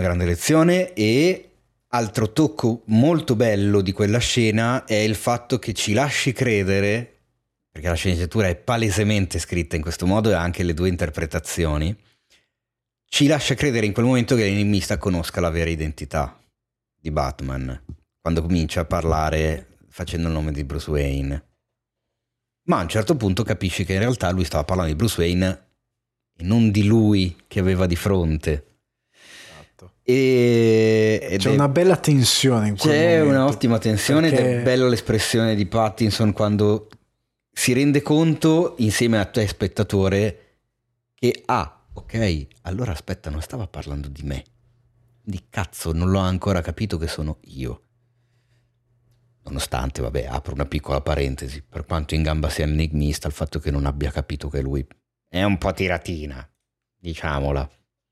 B: E altro tocco molto bello di quella scena è il fatto che ci lasci credere, perché la sceneggiatura è palesemente scritta in questo modo e anche le due interpretazioni, ci lascia credere in quel momento che l'enigmista conosca la vera identità di Batman, quando comincia a parlare facendo il nome di Bruce Wayne. Ma a un certo punto capisci che in realtà lui stava parlando di Bruce Wayne e non di lui che aveva di fronte.
C: Esatto.
B: C'è
C: una bella tensione in quel momento.
B: C'è un'ottima tensione, perché... ed è bella l'espressione di Pattinson quando si rende conto insieme a te spettatore che ok, allora aspetta, non stava parlando di me, di cazzo, non l'ho ancora capito che sono io. Nonostante, vabbè, apro una piccola parentesi, per quanto in gamba sia enigmista, il fatto che non abbia capito che lui è un po' tiratina, diciamola.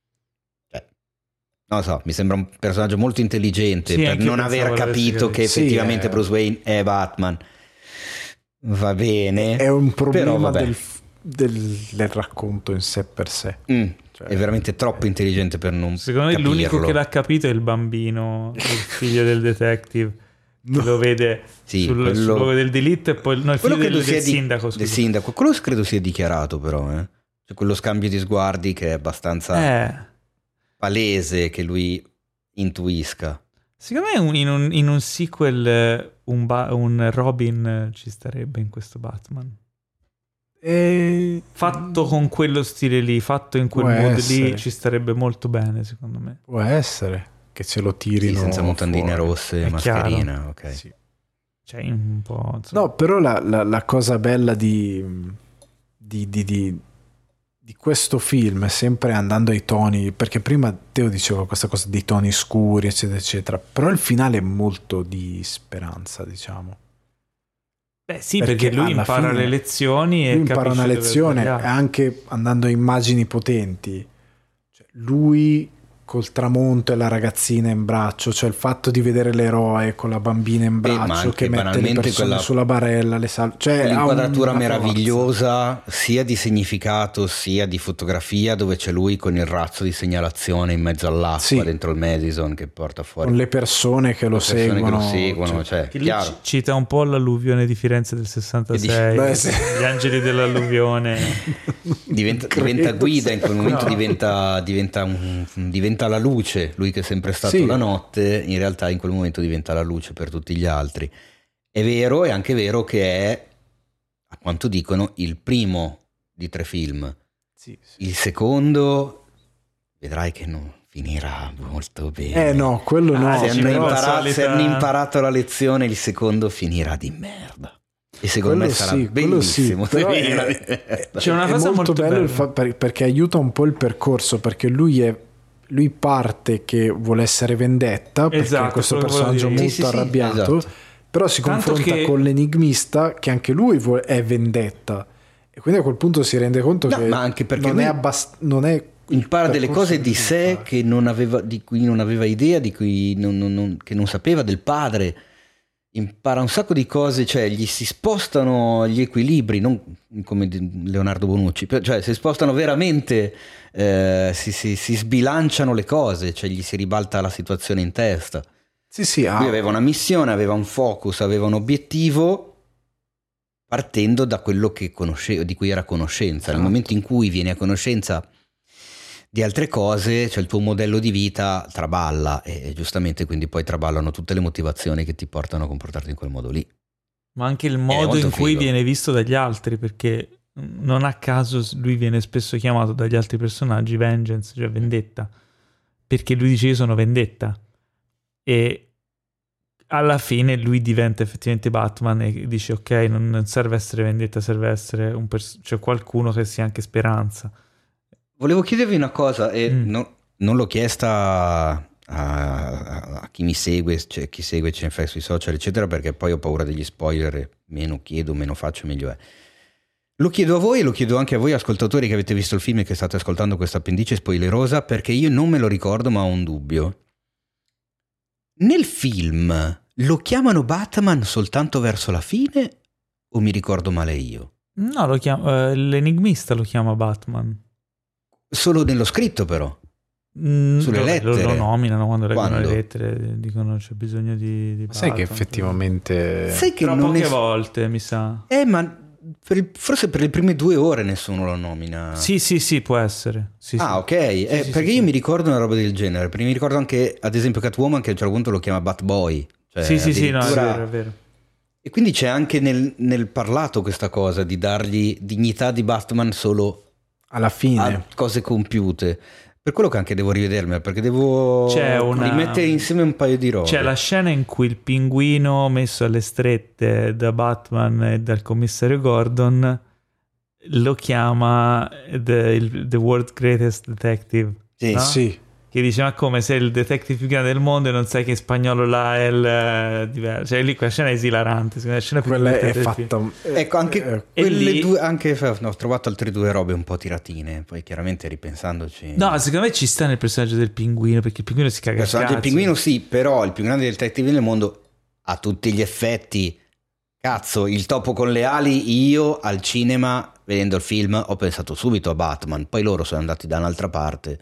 B: Non lo so, mi sembra un personaggio molto intelligente per non aver capito che effettivamente Bruce Wayne è Batman. Va bene.
C: È un problema del racconto in sé per sé.
B: È veramente troppo intelligente per non
A: Secondo me
B: capirlo.
A: L'unico che l'ha capito è il bambino, il figlio del detective. Che lo vede sul luogo del delitto, e poi il figlio del sindaco.
B: Del sindaco. Quello credo sia dichiarato, però. C'è quello scambio di sguardi che è abbastanza palese che lui intuisca.
A: Secondo me in un sequel un Robin ci starebbe in questo Batman. Fatto con quello stile lì, fatto in quel modo lì, ci starebbe molto bene, secondo me.
C: Può essere che ce lo tirino
B: senza mutandine
C: fuori.
B: rosse e mascherina, ok.
C: Sì.
A: Cioè un po', insomma.
C: No, però la cosa bella di questo film, sempre andando ai toni, perché prima Teo diceva questa cosa dei toni scuri, eccetera eccetera, però il finale è molto di speranza, diciamo.
A: Beh sì, perché lui impara le lezioni e
C: lui impara una lezione, anche andando a immagini potenti, cioè lui col tramonto e la ragazzina in braccio, cioè il fatto di vedere l'eroe con la bambina in braccio che mette le persone sulla barella, cioè
B: l'inquadratura meravigliosa sia di significato sia di fotografia, dove c'è lui con il razzo di segnalazione in mezzo all'acqua dentro il Madison che porta fuori
C: con le persone che lo seguono,
B: cioè,
A: che chiaro. Cita un po' l'alluvione di Firenze del 66, gli angeli dell'alluvione.
B: diventa guida in quel momento, diventa la luce, lui che è sempre stato la notte, in realtà in quel momento diventa la luce per tutti gli altri. È vero, è anche vero che è, a quanto dicono, il primo di 3 film. Il secondo vedrai che non finirà molto bene.
C: No, quello no.
B: Se hanno imparato la lezione, il secondo finirà di merda. E secondo me sarà bellissimo.
C: C'è una cosa molto bella perché aiuta un po' il percorso, perché lui parte che vuole essere vendetta, perché è questo personaggio molto arrabbiato, però si confronta con l'enigmista che anche lui è vendetta, e quindi a quel punto si rende conto che
B: ma anche perché
C: non è
B: impara delle cose di sé che di cui non aveva idea, di cui che non sapeva del padre. Impara un sacco di cose, cioè gli si spostano gli equilibri, non come Leonardo Bonucci, cioè si spostano veramente, si sbilanciano le cose, cioè gli si ribalta la situazione in testa. Lui aveva una missione, aveva un focus, aveva un obiettivo, partendo da quello che conosceva, di cui era a conoscenza. Nel momento in cui vieni a conoscenza di altre cose, cioè il tuo modello di vita traballa, e giustamente quindi poi traballano tutte le motivazioni che ti portano a comportarti in quel modo lì.
A: Ma anche il modo in cui viene visto dagli altri, perché non a caso lui viene spesso chiamato dagli altri personaggi Vengeance, cioè vendetta, perché lui dice io sono vendetta, e alla fine lui diventa effettivamente Batman e dice ok, non serve essere vendetta, serve essere cioè qualcuno che sia anche speranza.
B: Volevo chiedervi una cosa, e non l'ho chiesta a chi mi segue, cioè chi segue Cinefx sui social eccetera, perché poi ho paura degli spoiler, meno chiedo, meno faccio, meglio è. Lo chiedo a voi e lo chiedo anche a voi ascoltatori che avete visto il film e che state ascoltando questa appendice spoilerosa, perché io non me lo ricordo ma ho un dubbio. Nel film lo chiamano Batman soltanto verso la fine o mi ricordo male io?
A: No, l'enigmista lo chiama Batman.
B: Solo nello scritto però. Sulle lettere
A: lo nominano quando leggono le lettere, dicono c'è bisogno di Batman.
C: Sai che effettivamente
A: però poche volte mi sa.
B: Ma forse per le prime 2 ore nessuno lo nomina.
A: Sì, può essere. Ok.
B: Perché io mi ricordo una roba del genere, perché mi ricordo anche ad esempio Catwoman che a un certo punto lo chiama Batboy, cioè,
A: no, è vero.
B: E quindi c'è anche nel parlato questa cosa di dargli dignità di Batman solo
C: alla fine,
B: a cose compiute. Per quello che anche devo rivedermi, perché devo rimettere insieme un paio di robe.
A: C'è la scena in cui il pinguino messo alle strette da Batman e dal commissario Gordon lo chiama the world's greatest detective.
B: Sì,
A: no?
B: sì.
A: Che dice ma come sei il detective più grande del mondo e non sai che in spagnolo la L diverso, cioè lì quella scena è esilarante, la scena
C: quella è fatta
B: ecco anche quelle due, anche ho trovato altre 2 robe un po' tiratine, poi chiaramente ripensandoci
A: secondo me ci sta nel personaggio del pinguino, perché il pinguino si caga il
B: personaggio del pinguino sì, però il più grande detective del mondo a tutti gli effetti, cazzo, il topo con le ali, io al cinema vedendo il film ho pensato subito a Batman, poi loro sono andati da un'altra parte.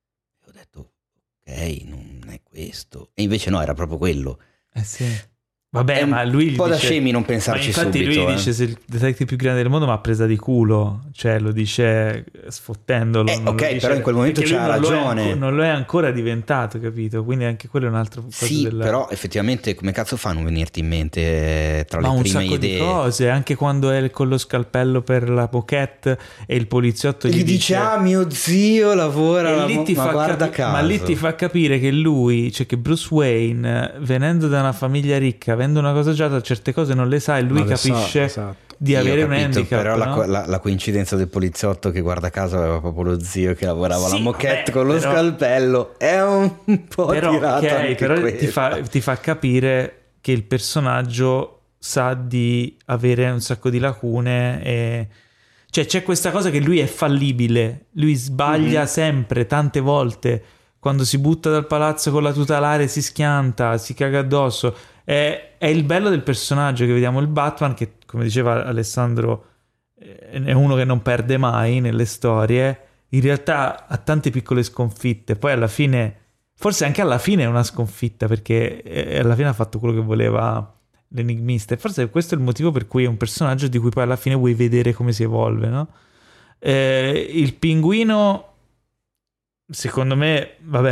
B: Non è questo, e invece no, era proprio quello.
A: Sì. Vabbè, ma lui
B: un po' da scemi non pensarci subito.
A: Infatti lui dice sei il detective più grande del mondo, ma presa di culo, cioè lo dice sfottendolo.
B: Però in quel momento c'ha ragione.
A: Non lo è ancora diventato, capito? Quindi anche quello è un altro cosa.
B: Sì, però effettivamente come cazzo fa a non venirti in mente tra le prime idee?
A: Di cose, anche quando è con lo scalpello per la pochette e il poliziotto gli dice
B: mio zio lavora, guarda caso.
A: Ma lì ti fa capire che lui, cioè che Bruce Wayne, venendo da una famiglia ricca, avendo una cosa già, certe cose non le sa e lui capisce di avere un handicap.
B: Però
A: no?
B: la coincidenza del poliziotto che guarda caso aveva proprio lo zio che lavorava alla moquette con lo scalpello è un po' tirata
A: però ti fa capire che il personaggio sa di avere un sacco di lacune e cioè c'è questa cosa che lui è fallibile, lui sbaglia sempre, tante volte. quando si butta dal palazzo con la tuta alaria, si schianta, si caga addosso. È il bello del personaggio, che vediamo il Batman che, come diceva Alessandro, è uno che non perde mai nelle storie. In realtà ha tante piccole sconfitte, poi alla fine, forse anche alla fine è una sconfitta, perché alla fine ha fatto quello che voleva l'enigmista, e forse questo è il motivo per cui è un personaggio di cui poi alla fine vuoi vedere come si evolve, no? Il pinguino, secondo me,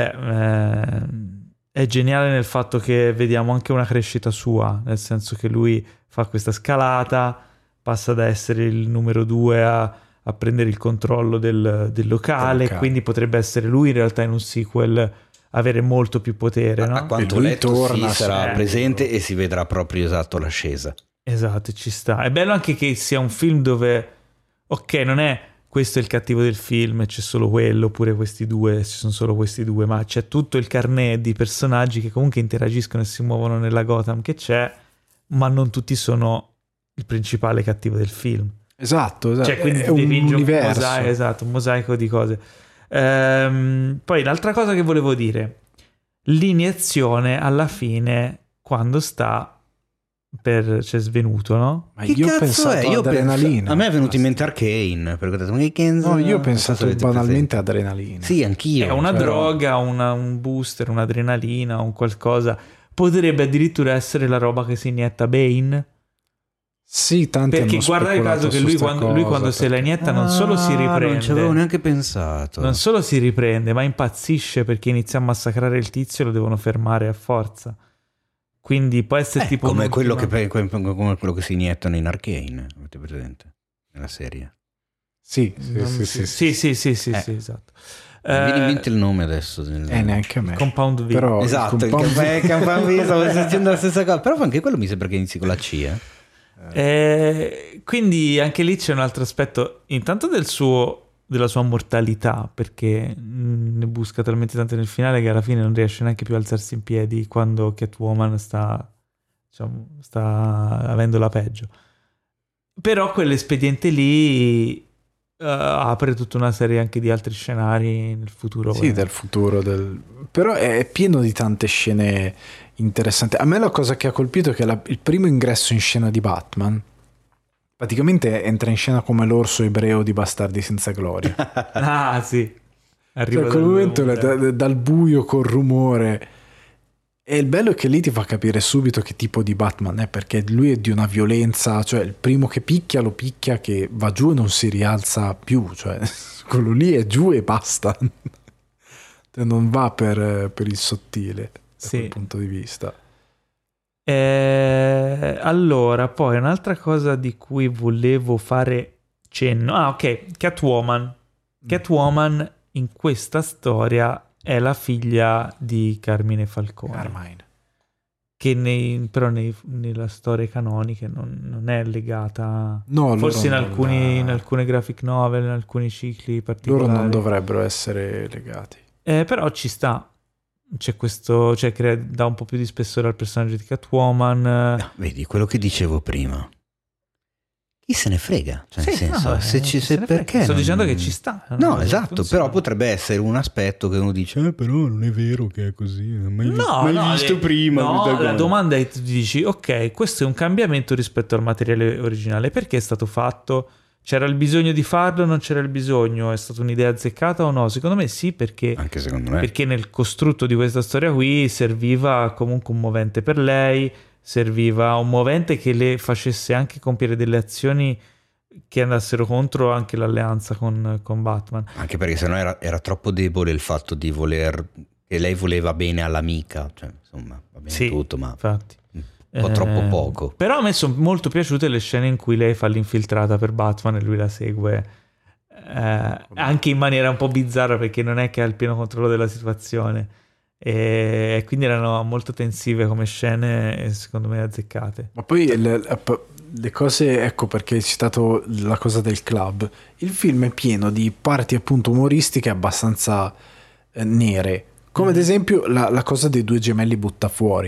A: è geniale nel fatto che vediamo anche una crescita sua, nel senso che lui fa questa scalata, passa da essere il numero 2 a prendere il controllo del locale, quindi potrebbe essere lui in realtà in un sequel avere molto più potere, no?
B: A quanto letto sarà presente e si vedrà proprio l'ascesa.
A: Esatto, ci sta. È bello anche che sia un film dove, ok, non è questo è il cattivo del film, c'è solo quello, oppure questi due, ci sono solo questi due, ma c'è tutto il carnet di personaggi che comunque interagiscono e si muovono nella Gotham che c'è, ma non tutti sono il principale cattivo del film.
C: Esatto.
A: Cioè, quindi
C: è un universo.
A: Un mosaico di cose. Poi l'altra cosa che volevo dire, l'iniezione alla fine, quando sta c'è svenuto, no?
C: Ma io ho pensato ad adrenalina.
B: A me è venuto in mente Arcane, perché ho detto,
C: no, io ho pensato banalmente adrenalina.
B: Sì, anch'io.
A: È una droga, un booster, un'adrenalina, un qualcosa. Potrebbe addirittura essere la roba che si inietta Bane.
C: Sì, tanti
A: perché guarda il caso che lui quando se la inietta non solo si riprende,
B: non ci avevo neanche pensato,
A: non solo si riprende, ma impazzisce perché inizia a massacrare il tizio e lo devono fermare a forza. Quindi può essere tipo
B: come quello che si iniettano in Arcane, avete presente? Nella serie.
C: Sì,
A: esatto.
B: Mi viene in mente il nome adesso.
C: Neanche a me.
A: Compound V.
C: Però
B: esatto, il Compound V, stavo dicendo la stessa cosa. Però anche quello mi sembra che inizi con la C,
A: quindi anche lì c'è un altro aspetto, intanto della sua mortalità, perché ne busca talmente tante nel finale che alla fine non riesce neanche più a alzarsi in piedi quando Catwoman sta avendo la peggio. Però quell'espediente lì apre tutta una serie anche di altri scenari nel futuro.
C: Sì, del futuro però è pieno di tante scene interessanti. A me la cosa che ha colpito è che il primo ingresso in scena di Batman praticamente entra in scena come l'orso ebreo di Bastardi senza gloria.
A: Ah sì,
C: arriva quel momento dal buio col rumore, e il bello è che lì ti fa capire subito che tipo di Batman è, perché lui è di una violenza, cioè il primo che picchia lo picchia che va giù e non si rialza più, cioè quello lì è giù e basta. Non va per il sottile da quel punto di vista.
A: Allora, poi un'altra cosa di cui volevo fare cenno. Ok, Catwoman in questa storia è la figlia di Carmine Falcone, che però nella storia canonica non è legata, forse in alcune graphic novel, in alcuni cicli particolari
C: loro non dovrebbero essere legati.
A: Però ci sta, c'è questo, dà un po' più di spessore al personaggio di Catwoman.
B: No, vedi quello che dicevo prima, chi se ne frega, cioè, nel senso, perché
A: sto dicendo che ci sta,
B: no, esatto, però potrebbe essere un aspetto che uno dice però non è vero che è così, mai visto prima.
A: No, la domanda è, tu dici ok, questo è un cambiamento rispetto al materiale originale, perché è stato fatto? C'era il bisogno di farlo, non c'era il bisogno? È stata un'idea azzeccata o no? Secondo me sì, perché
B: anche secondo me,
A: perché nel costrutto di questa storia qui serviva comunque un movente per lei, serviva un movente che le facesse anche compiere delle azioni che andassero contro anche l'alleanza con Batman.
B: Anche perché sennò era troppo debole il fatto di che lei voleva bene all'amica, cioè insomma va bene tutto, ma
A: infatti
B: un po' troppo poco.
A: Però a me sono molto piaciute le scene in cui lei fa l'infiltrata per Batman e lui la segue anche in maniera un po' bizzarra, perché non è che ha il pieno controllo della situazione, e quindi erano molto tensive come scene e secondo me azzeccate.
C: Ma poi le cose, ecco perché hai citato la cosa del club, il film è pieno di parti appunto umoristiche abbastanza nere, come ad esempio la cosa dei due gemelli butta fuori.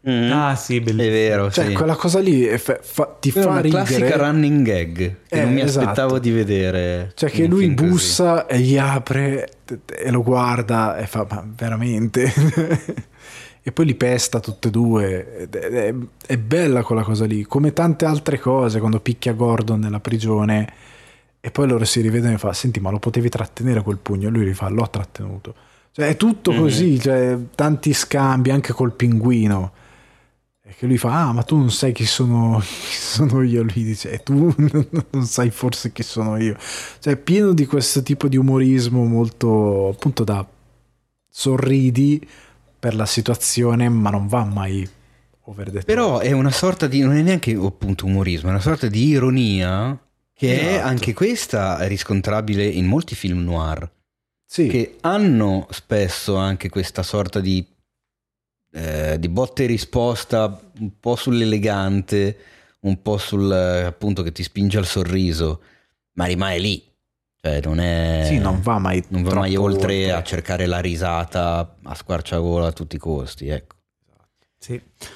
A: Ah sì, bellissimo.
B: È vero,
C: cioè
B: sì.
C: quella cosa lì ti
B: Quella
C: fa
B: è una
C: ridere.
B: classica running gag che non mi
C: esatto.
B: aspettavo di vedere.
C: Cioè che
B: in un
C: lui
B: film così.
C: bussa e gli apre e lo guarda e fa ma veramente e poi li pesta tutte e due è bella quella cosa lì, come tante altre cose, quando picchia Gordon nella prigione e poi loro si rivedono e fa senti ma lo potevi trattenere quel pugno, e lui gli fa l'ho trattenuto, cioè è tutto così, cioè tanti scambi anche col pinguino. Che lui fa ma tu non sai chi sono io, lui dice e tu non sai forse chi sono io, cioè è pieno di questo tipo di umorismo molto appunto da sorridi per la situazione ma non va mai over the top.
B: Però è una sorta di, non è neanche appunto umorismo, è una sorta di ironia che è anche questa riscontrabile in molti film noir,
C: sì.
B: che hanno spesso anche questa sorta di botta e risposta un po' sull'elegante, un po' sul appunto che ti spinge al sorriso, ma rimane lì, cioè
C: non va mai
B: oltre a cercare la risata a squarciagola a tutti i costi, ecco.
A: Sì.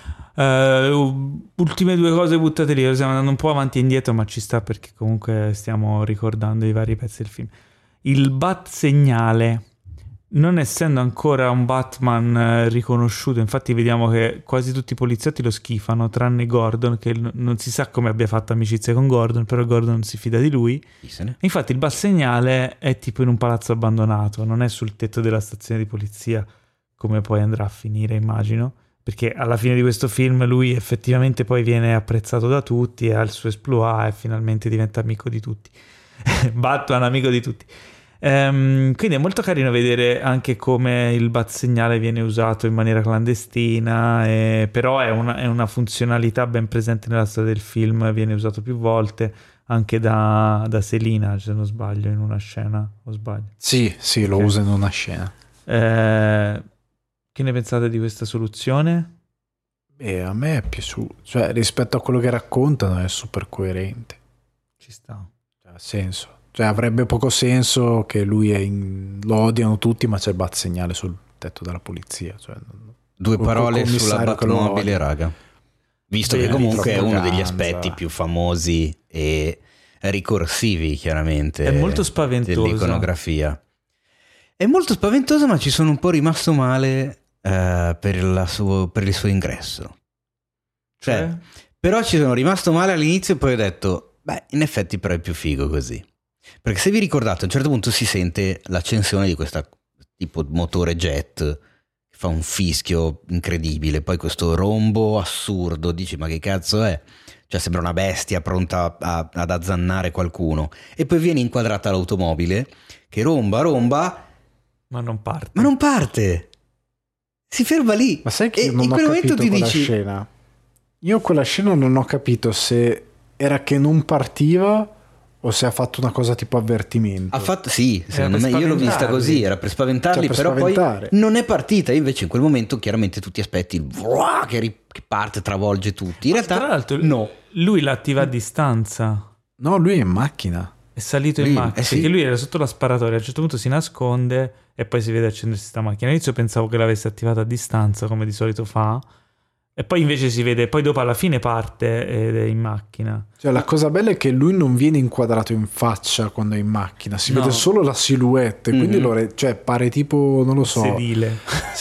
A: Ultime due cose buttate lì, stiamo andando un po' avanti e indietro, ma ci sta perché comunque stiamo ricordando i vari pezzi del film. Il bat segnale, non essendo ancora un Batman riconosciuto, infatti vediamo che quasi tutti i poliziotti lo schifano, tranne Gordon, che non si sa come abbia fatto amicizia con Gordon, però Gordon non si fida di lui. Infatti il bat segnale è tipo in un palazzo abbandonato, non è sul tetto della stazione di polizia, come poi andrà a finire, immagino, perché alla fine di questo film lui effettivamente poi viene apprezzato da tutti e ha il suo exploit e finalmente diventa amico di tutti. Batman amico di tutti. Quindi è molto carino vedere anche come il bat segnale viene usato in maniera clandestina, però è una funzionalità ben presente nella storia del film, viene usato più volte anche da Selina, se non sbaglio, in una scena, o sbaglio?
C: Sì, lo usa in una scena.
A: Che ne pensate di questa soluzione?
C: A me è piaciuto, cioè rispetto a quello che raccontano è super coerente,
A: ci sta,
C: ha senso. Cioè avrebbe poco senso che lui lo odiano tutti ma c'è il bat segnale sul tetto della polizia, cioè,
B: due parole sulla Batmobile, raga, visto che comunque è uno degli aspetti più famosi e ricorsivi chiaramente,
A: è molto spaventoso
B: dell'iconografia, è molto spaventoso, ma ci sono un po' rimasto male per il suo ingresso, cioè però ci sono rimasto male all'inizio e poi ho detto in effetti però è più figo così. Perché se vi ricordate, a un certo punto si sente l'accensione di questa tipo motore jet che fa un fischio incredibile, poi questo rombo assurdo, dici ma che cazzo è? Cioè sembra una bestia pronta ad azzannare qualcuno, e poi viene inquadrata l'automobile che romba
A: ma non parte,
B: si ferma lì.
C: Ma sai che io non ho capito quella scena? Io quella scena non ho capito se era che non partiva o se ha fatto una cosa tipo avvertimento.
B: Ha fatto, sì, secondo me, io l'ho vista così, era per spaventarli, cioè, però poi non è partita. Invece in quel momento chiaramente tu ti aspetti il che parte, travolge tutti. In realtà
A: tra l'altro
B: no.
A: Lui l'attiva a distanza.
C: No, lui è in macchina.
A: È salito in macchina, perché lui era sotto la sparatoria, a un certo punto si nasconde e poi si vede accendersi sta macchina. All'inizio pensavo che l'avesse attivata a distanza, come di solito fa. E poi invece si vede, poi dopo alla fine parte ed è in macchina.
C: Cioè la cosa bella è che lui non viene inquadrato in faccia quando è in macchina, si vede solo la silhouette, quindi cioè pare tipo, non lo so,
A: sedile.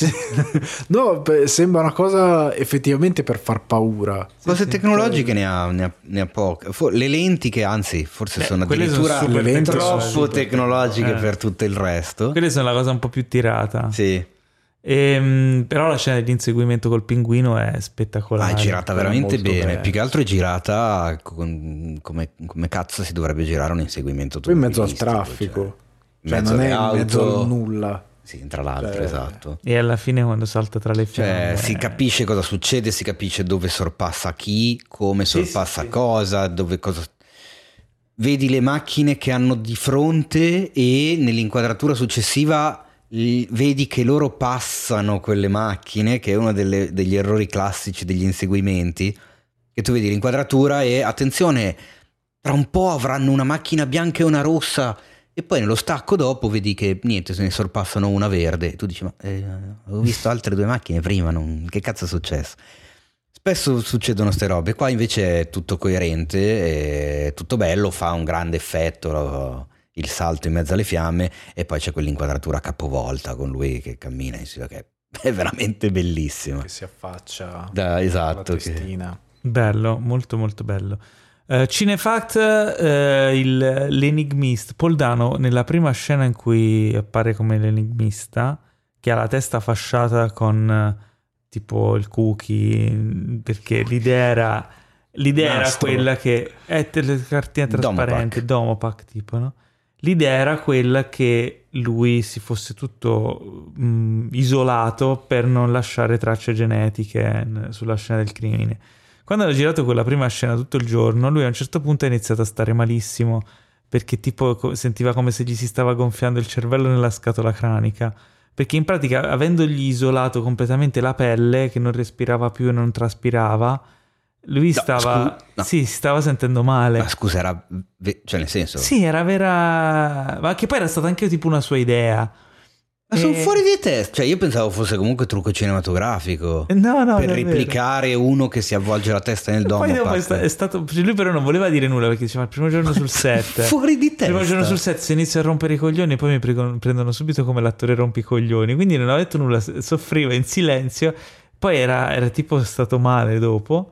C: No, sembra una cosa effettivamente per far paura.
B: Cose tecnologiche ne ha poche. Le lenti che anzi forse sono addirittura troppo tecnologiche per tutto il resto.
A: Quelle sono la cosa un po' più tirata.
B: Sì.
A: Però la scena dell'inseguimento col pinguino è spettacolare.
B: È girata veramente bene. Più che altro è girata come cazzo si dovrebbe girare un inseguimento
C: in mezzo al traffico, cioè non è in mezzo al nulla.
B: Sì, tra l'altro, esatto.
A: E alla fine quando salta tra le fiamme,
B: si capisce cosa succede, si capisce dove sorpassa chi, come sorpassa cosa, dove cosa. Vedi le macchine che hanno di fronte e nell'inquadratura successiva vedi che loro passano quelle macchine, che è uno degli errori classici degli inseguimenti, che tu vedi l'inquadratura e attenzione, tra un po' avranno una macchina bianca e una rossa, e poi nello stacco dopo vedi che niente, se ne sorpassano una verde e tu dici ma ho visto altre due macchine prima, che cazzo è successo? Spesso succedono ste robe, qua invece è tutto coerente, è tutto bello, fa un grande effetto il salto in mezzo alle fiamme, e poi c'è quell'inquadratura capovolta con lui che cammina insieme, che è veramente bellissima.
C: Che si affaccia
B: esatto,
C: alla testina.
A: Bello, molto molto bello. Cinefact, l'enigmista Paul Dano, nella prima scena in cui appare come l'enigmista, che ha la testa fasciata con tipo il cookie, perché l'idea era quella che è cartina trasparente, Domopac tipo, no? L'idea era quella che lui si fosse tutto isolato per non lasciare tracce genetiche sulla scena del crimine. Quando hanno girato quella prima scena tutto il giorno, lui a un certo punto ha iniziato a stare malissimo, perché tipo sentiva come se gli si stava gonfiando il cervello nella scatola cranica, perché in pratica, avendogli isolato completamente la pelle, che non respirava più e non traspirava, lui stava sentendo male.
B: Ma scusa, era cioè nel senso?
A: Sì, era vera, ma che poi era stata anche tipo una sua idea.
B: Ma sono fuori di testa, cioè io pensavo fosse comunque trucco cinematografico.
A: No,
B: per replicare uno che si avvolge la testa nel domo.
A: Poi è stato, lui però non voleva dire nulla, perché diceva il primo giorno sul set.
B: Fuori di testa.
A: Il primo giorno sul set si inizia a rompere i coglioni, e poi mi prendono subito come l'attore rompi i coglioni, quindi non ha detto nulla, soffriva in silenzio. Poi era tipo stato male dopo,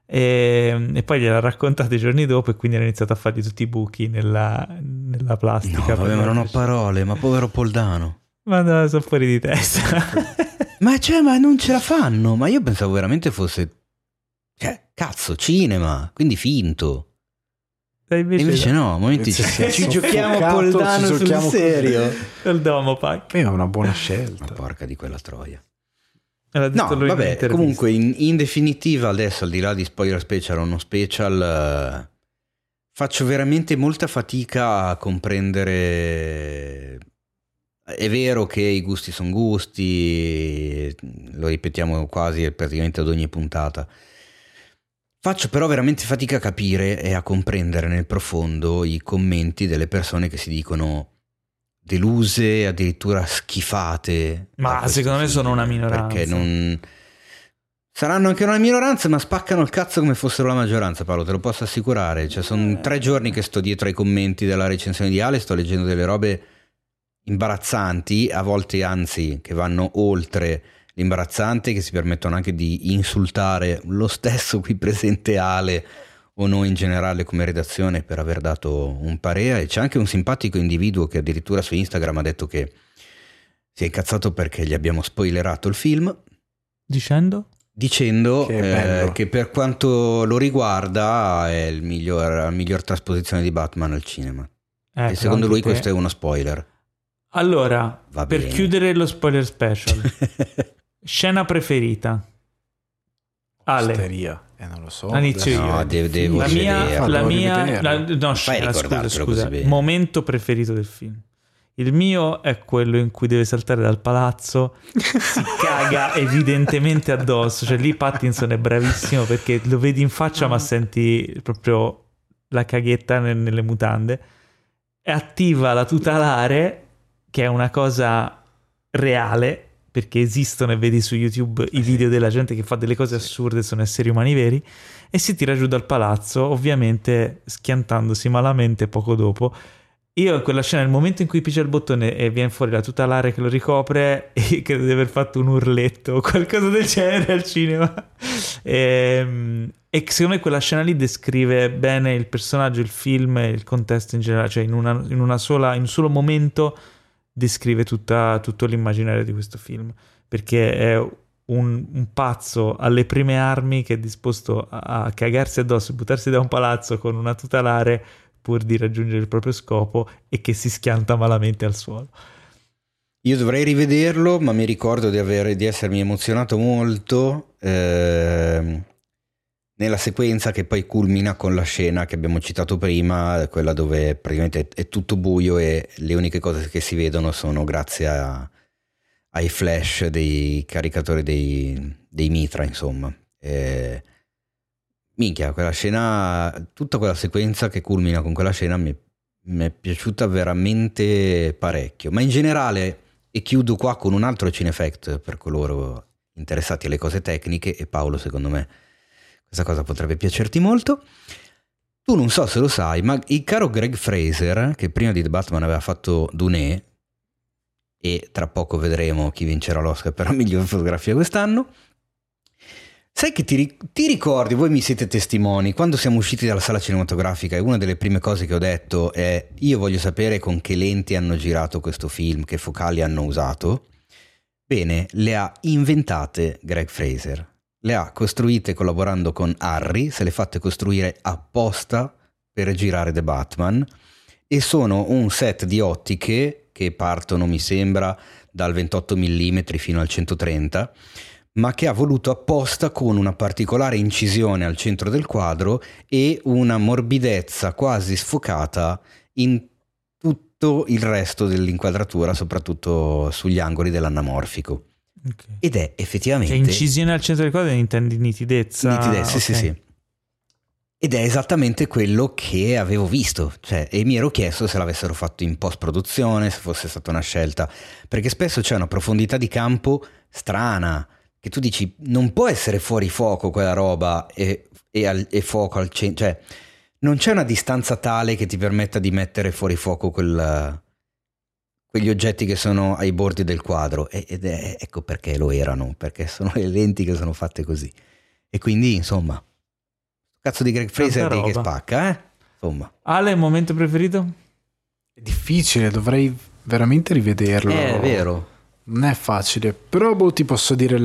A: e poi gliel'ha raccontato i giorni dopo, e quindi hanno iniziato a fargli tutti i buchi nella plastica.
B: No, vabbè, ma non ho parole, ma povero Paul Dano.
A: Ma no, sono fuori di testa.
B: ma non ce la fanno. Ma io pensavo veramente fosse, cioè, cazzo, cinema, quindi finto. Invece no, a momenti ci giochiamo Paul Dano sul serio.
A: Il Domopac
C: è una buona scelta.
B: Ma porca di quella troia.
A: No,
B: vabbè, comunque in definitiva, adesso, al di là di spoiler special o non special, faccio veramente molta fatica a comprendere. È vero che i gusti sono gusti, lo ripetiamo quasi praticamente ad ogni puntata. Faccio però veramente fatica a capire e a comprendere nel profondo i commenti delle persone che si dicono deluse, addirittura schifate.
A: Ma secondo me sono una minoranza.
B: Perché non... Saranno anche una minoranza, ma spaccano il cazzo come fossero la maggioranza, Paolo, te lo posso assicurare. Cioè, sono 3 giorni che sto dietro ai commenti della recensione di Ale, sto leggendo delle robe imbarazzanti, a volte anzi che vanno oltre l'imbarazzante, che si permettono anche di insultare lo stesso qui presente Ale o noi in generale come redazione per aver dato un parere. E c'è anche un simpatico individuo che addirittura su Instagram ha detto che si è incazzato perché gli abbiamo spoilerato il film, dicendo che per quanto lo riguarda è la miglior trasposizione di Batman al cinema, e secondo lui questo è uno spoiler.
A: Allora, per chiudere lo spoiler special, scena preferita. Ale.
C: Non lo so.
A: Inizio io.
B: No, devo
A: scusa. Momento preferito del film. Il mio è quello in cui deve saltare dal palazzo, si caga evidentemente addosso. Cioè lì Pattinson è bravissimo, perché lo vedi in faccia ma senti proprio la caghetta nelle mutande, e attiva la tutelare, che è una cosa reale, perché esistono, e vedi su YouTube i video della gente che fa delle cose assurde, sono esseri umani veri, e si tira giù dal palazzo, ovviamente schiantandosi malamente poco dopo. Io in quella scena, nel momento in cui pigia il bottone e viene fuori la tutelare che lo ricopre, e credo di aver fatto un urletto o qualcosa del genere al cinema. E secondo me quella scena lì descrive bene il personaggio, il film e il contesto in generale, cioè in un solo momento descrive tutto l'immaginario di questo film, perché è un pazzo alle prime armi che è disposto a cagarsi addosso e buttarsi da un palazzo con una tutelare pur di raggiungere il proprio scopo, e che si schianta malamente al suolo.
B: Io dovrei rivederlo, ma mi ricordo di essermi emozionato molto nella sequenza che poi culmina con la scena che abbiamo citato prima, quella dove praticamente è tutto buio e le uniche cose che si vedono sono grazie ai flash dei caricatori dei mitra, insomma. Minchia, quella scena, tutta quella sequenza che culmina con quella scena mi è piaciuta veramente parecchio. Ma in generale, e chiudo qua con un altro cinefact per coloro interessati alle cose tecniche, e Paolo secondo me questa cosa potrebbe piacerti molto. Tu non so se lo sai, ma il caro Greg Fraser, che prima di The Batman aveva fatto Dune, e tra poco vedremo chi vincerà l'Oscar per la miglior fotografia quest'anno, sai che ti ricordi, voi mi siete testimoni, quando siamo usciti dalla sala cinematografica e una delle prime cose che ho detto è: io voglio sapere con che lenti hanno girato questo film, che focali hanno usato. Bene, le ha inventate Greg Fraser, le ha costruite collaborando con Harry, se le fatte costruire apposta per girare The Batman, e sono un set di ottiche che partono, mi sembra, dal 28 mm fino al 130, ma che ha voluto apposta con una particolare incisione al centro del quadro e una morbidezza quasi sfocata in tutto il resto dell'inquadratura, soprattutto sugli angoli dell'anamorfico. Okay. Ed è effettivamente...
A: Che incisione al centro del quadro intendi nitidezza?
B: Nitidezza, okay. Sì. Ed è esattamente quello che avevo visto, cioè, e mi ero chiesto se l'avessero fatto in post-produzione, se fosse stata una scelta, perché spesso c'è una profondità di campo strana, che tu dici non può essere fuori fuoco quella roba e fuoco al centro, cioè non c'è una distanza tale che ti permetta di mettere fuori fuoco quegli oggetti che sono ai bordi del quadro, ed è, ecco perché lo erano, perché sono le lenti che sono fatte così. E quindi insomma, cazzo di Greg Fraser che spacca, insomma.
A: Ale, momento preferito?
C: È difficile, dovrei veramente rivederlo.
B: È vero.
C: Non è facile, però ti posso dire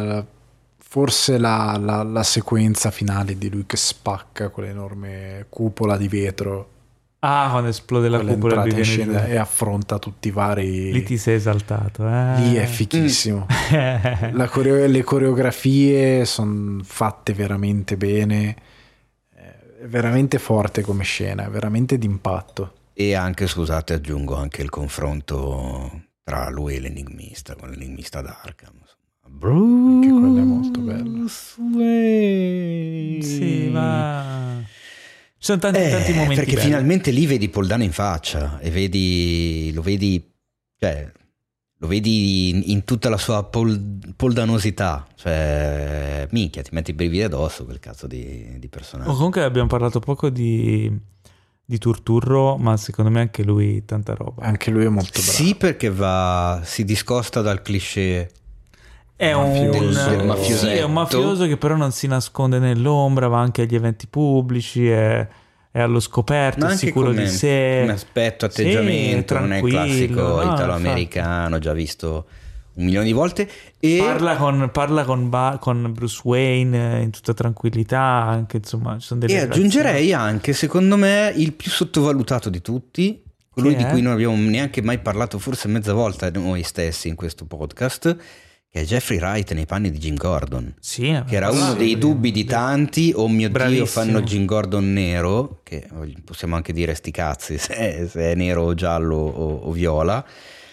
C: forse la sequenza finale di lui che spacca quell'enorme cupola di vetro.
A: Ah, quando esplode la cupola
C: in scena e affronta tutti i vari...
A: Lì ti sei esaltato,
C: Lì è fichissimo. Le coreografie sono fatte veramente bene, è veramente forte come scena, è veramente d'impatto.
B: E anche, scusate, aggiungo anche il confronto tra lui e l'enigmista, con l'enigmista d'Arkham.
C: Anche quello è molto bello.
A: Sì, ma ci sono tanti momenti
B: perché
A: belli.
B: Finalmente lì vedi Paul Dano in faccia e lo vedi in tutta la sua poldanosità, cioè minchia, ti metti i brividi addosso quel cazzo di personaggio.
A: Comunque abbiamo parlato poco di Turturro, ma secondo me anche lui tanta roba.
C: Anche lui è molto bravo.
B: Sì, perché si discosta dal cliché.
A: È un mafioso che però non si nasconde nell'ombra, va anche agli eventi pubblici, è allo scoperto, è sicuro di sé.
B: Un aspetto, atteggiamento, non è il classico italo-americano, già visto 1 milione di volte. E
A: parla con Bruce Wayne in tutta tranquillità, anche, insomma, ci sono delle
B: aggiungerei anche, secondo me, il più sottovalutato di tutti, colui di cui non abbiamo neanche mai parlato, forse mezza volta noi stessi in questo podcast, che è Jeffrey Wright nei panni di Jim Gordon, che era uno dei dubbi di tanti. Oh mio Dio, fanno Jim Gordon nero, che possiamo anche dire sti cazzi se è nero o giallo o viola.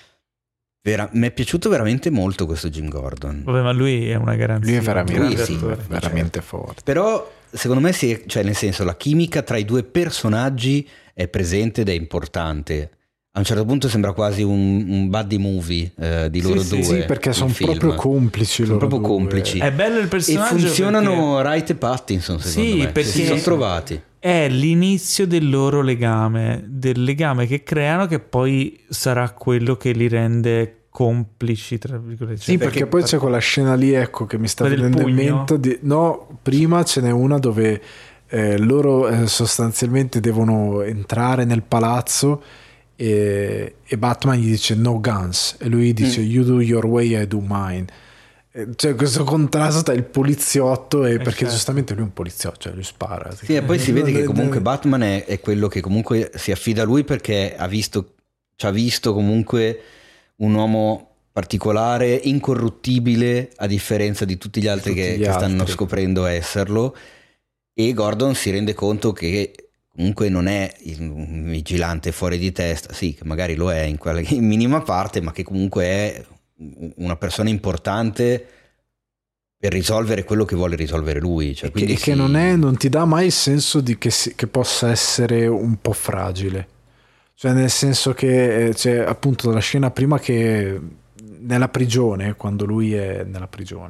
B: Mi è piaciuto veramente molto questo Jim Gordon.
A: Vabbè, ma lui è una garanzia.
C: Lui è veramente forte.
B: Però secondo me cioè, nel senso, la chimica tra i due personaggi è presente ed è importante. A un certo punto sembra quasi un buddy movie di loro due.
C: Sì, perché sono proprio complici.
B: Sono proprio complici.
A: È bello il personaggio.
B: E funzionano Wright e Pattinson, secondo me.
A: Perché
B: si sono trovati.
A: È l'inizio del loro legame, del legame che creano, che poi sarà quello che li rende complici, tra virgolette.
C: Sì, perché poi c'è quella scena lì, ecco, che mi sta venendo in mente. No, prima ce n'è una dove loro sostanzialmente devono entrare nel palazzo e Batman gli dice no guns e lui dice you do your way, I do mine. C'è questo contrasto tra il poliziotto e perché giustamente lui è un poliziotto, cioè lui spara.
B: Sì, e poi si vede che comunque Batman è quello che comunque si affida a lui, perché ci ha visto comunque un uomo particolare, incorruttibile, a differenza di tutti gli altri che stanno scoprendo esserlo, e Gordon si rende conto che comunque non è un vigilante fuori di testa, sì, che magari lo è in minima parte, ma che comunque è una persona importante per risolvere quello che vuole risolvere lui, cioè, quindi
C: che non ti dà mai il senso di che possa essere un po' fragile, cioè nel senso che c'è appunto la scena prima che nella prigione, quando lui è nella prigione,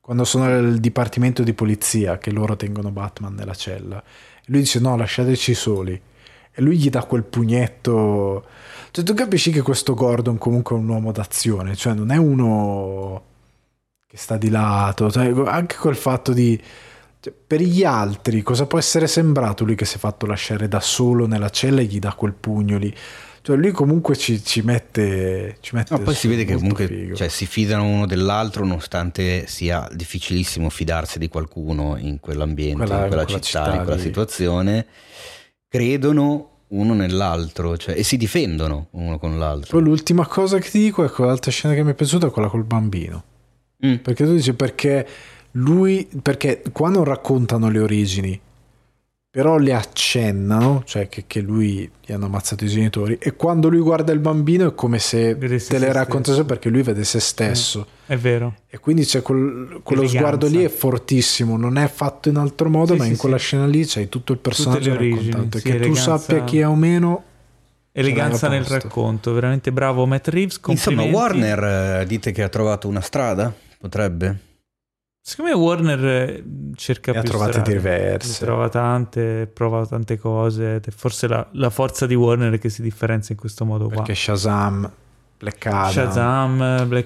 C: quando sono al dipartimento di polizia, che loro tengono Batman nella cella, e lui dice no, lasciateci soli, e lui gli dà quel pugnetto. Cioè, tu capisci che questo Gordon comunque è un uomo d'azione, cioè non è uno che sta di lato, cioè, anche quel fatto di, cioè, per gli altri cosa può essere sembrato lui che si è fatto lasciare da solo nella cella e gli dà quel pugno lì, cioè lui comunque ci mette
B: no, poi si vede che comunque cioè, si fidano uno dell'altro, nonostante sia difficilissimo fidarsi di qualcuno in quell'ambiente, in quella città, in quella situazione. Credono uno nell'altro, cioè, e si difendono uno con l'altro.
C: Poi l'ultima cosa che ti dico, ecco, l'altra scena che mi è piaciuta è quella col bambino. Perché tu dici perché qua non raccontano le origini, però le accennano, cioè che lui gli hanno ammazzato i genitori, e quando lui guarda il bambino è come se te le raccontasse, perché lui vede se stesso.
A: È vero.
C: E quindi c'è quello sguardo lì è fortissimo, non è fatto in altro modo, ma in quella scena lì c'hai tutto il personaggio raccontato, che tu sappia chi è o meno.
A: Eleganza nel racconto, veramente bravo Matt Reeves.
B: Insomma, Warner dite che ha trovato una strada? Potrebbe?
A: Secondo me Warner cerca
C: ne
A: più
C: ha trovate
A: strade.
C: diverse,
A: trova tante, prova tante cose, forse la forza di Warner è che si differenzia in questo modo qua,
C: perché Shazam, Black Adam,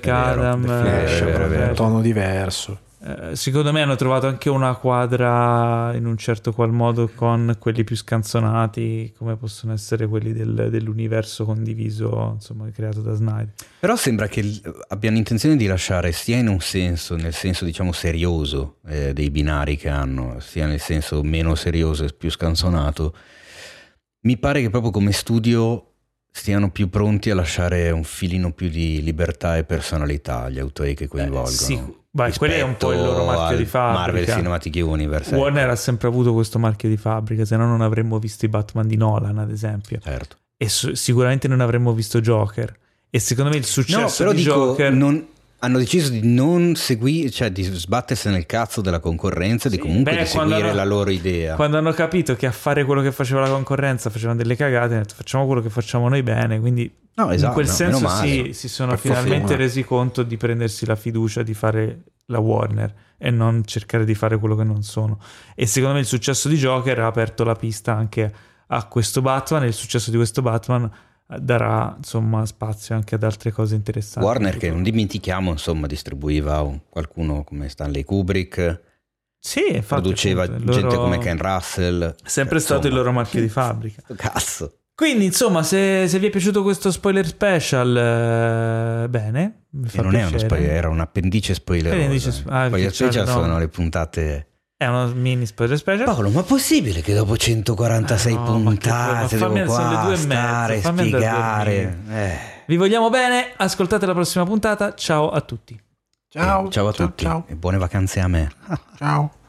B: Flash,
C: un tono diverso.
A: Secondo me hanno trovato anche una quadra in un certo qual modo con quelli più scanzonati, come possono essere quelli dell'universo condiviso, insomma, creato da Snyder.
B: Però sembra che abbiano intenzione di lasciare sia in un senso, nel senso diciamo serioso dei binari che hanno, sia nel senso meno serioso e più scanzonato. Mi pare che proprio come studio stiano più pronti a lasciare un filino più di libertà e personalità agli autori che coinvolgono.
A: Quello è un po' il loro marchio di fabbrica.
B: Marvel Cinematic Universe.
A: Warner ha sempre avuto questo marchio di fabbrica, se no non avremmo visto i Batman di Nolan, ad esempio.
B: Certo.
A: E sicuramente non avremmo visto Joker. E secondo me il successo di Joker...
B: hanno deciso di non seguire, cioè di sbattersi nel cazzo della concorrenza, di comunque di seguire la loro idea.
A: Quando hanno capito che a fare quello che faceva la concorrenza facevano delle cagate, hanno detto facciamo quello che facciamo noi bene, quindi in quel senso si sono finalmente resi conto di prendersi la fiducia di fare la Warner e non cercare di fare quello che non sono. E secondo me il successo di Joker ha aperto la pista anche a questo Batman, e il successo di questo Batman darà insomma spazio anche ad altre cose interessanti.
B: Warner, che non dimentichiamo, insomma, distribuiva qualcuno come Stanley Kubrick,
A: infatti,
B: produceva gente come Ken Russell,
A: sempre stato il loro marchio di fabbrica.
B: Cazzo.
A: Quindi insomma, se vi è piaciuto questo spoiler special, bene, mi fa
B: non
A: piacere.
B: È uno spoiler, era un appendice spoileroso. Spoiler special sono le puntate.
A: È uno mini spoiler special.
B: Paolo, ma è possibile che dopo 146 puntate devo qua stare, spiegare?
A: Vi vogliamo bene, ascoltate la prossima puntata. Ciao a tutti.
C: Ciao
B: a tutti.
C: Ciao.
B: E buone vacanze a me.
C: Ciao.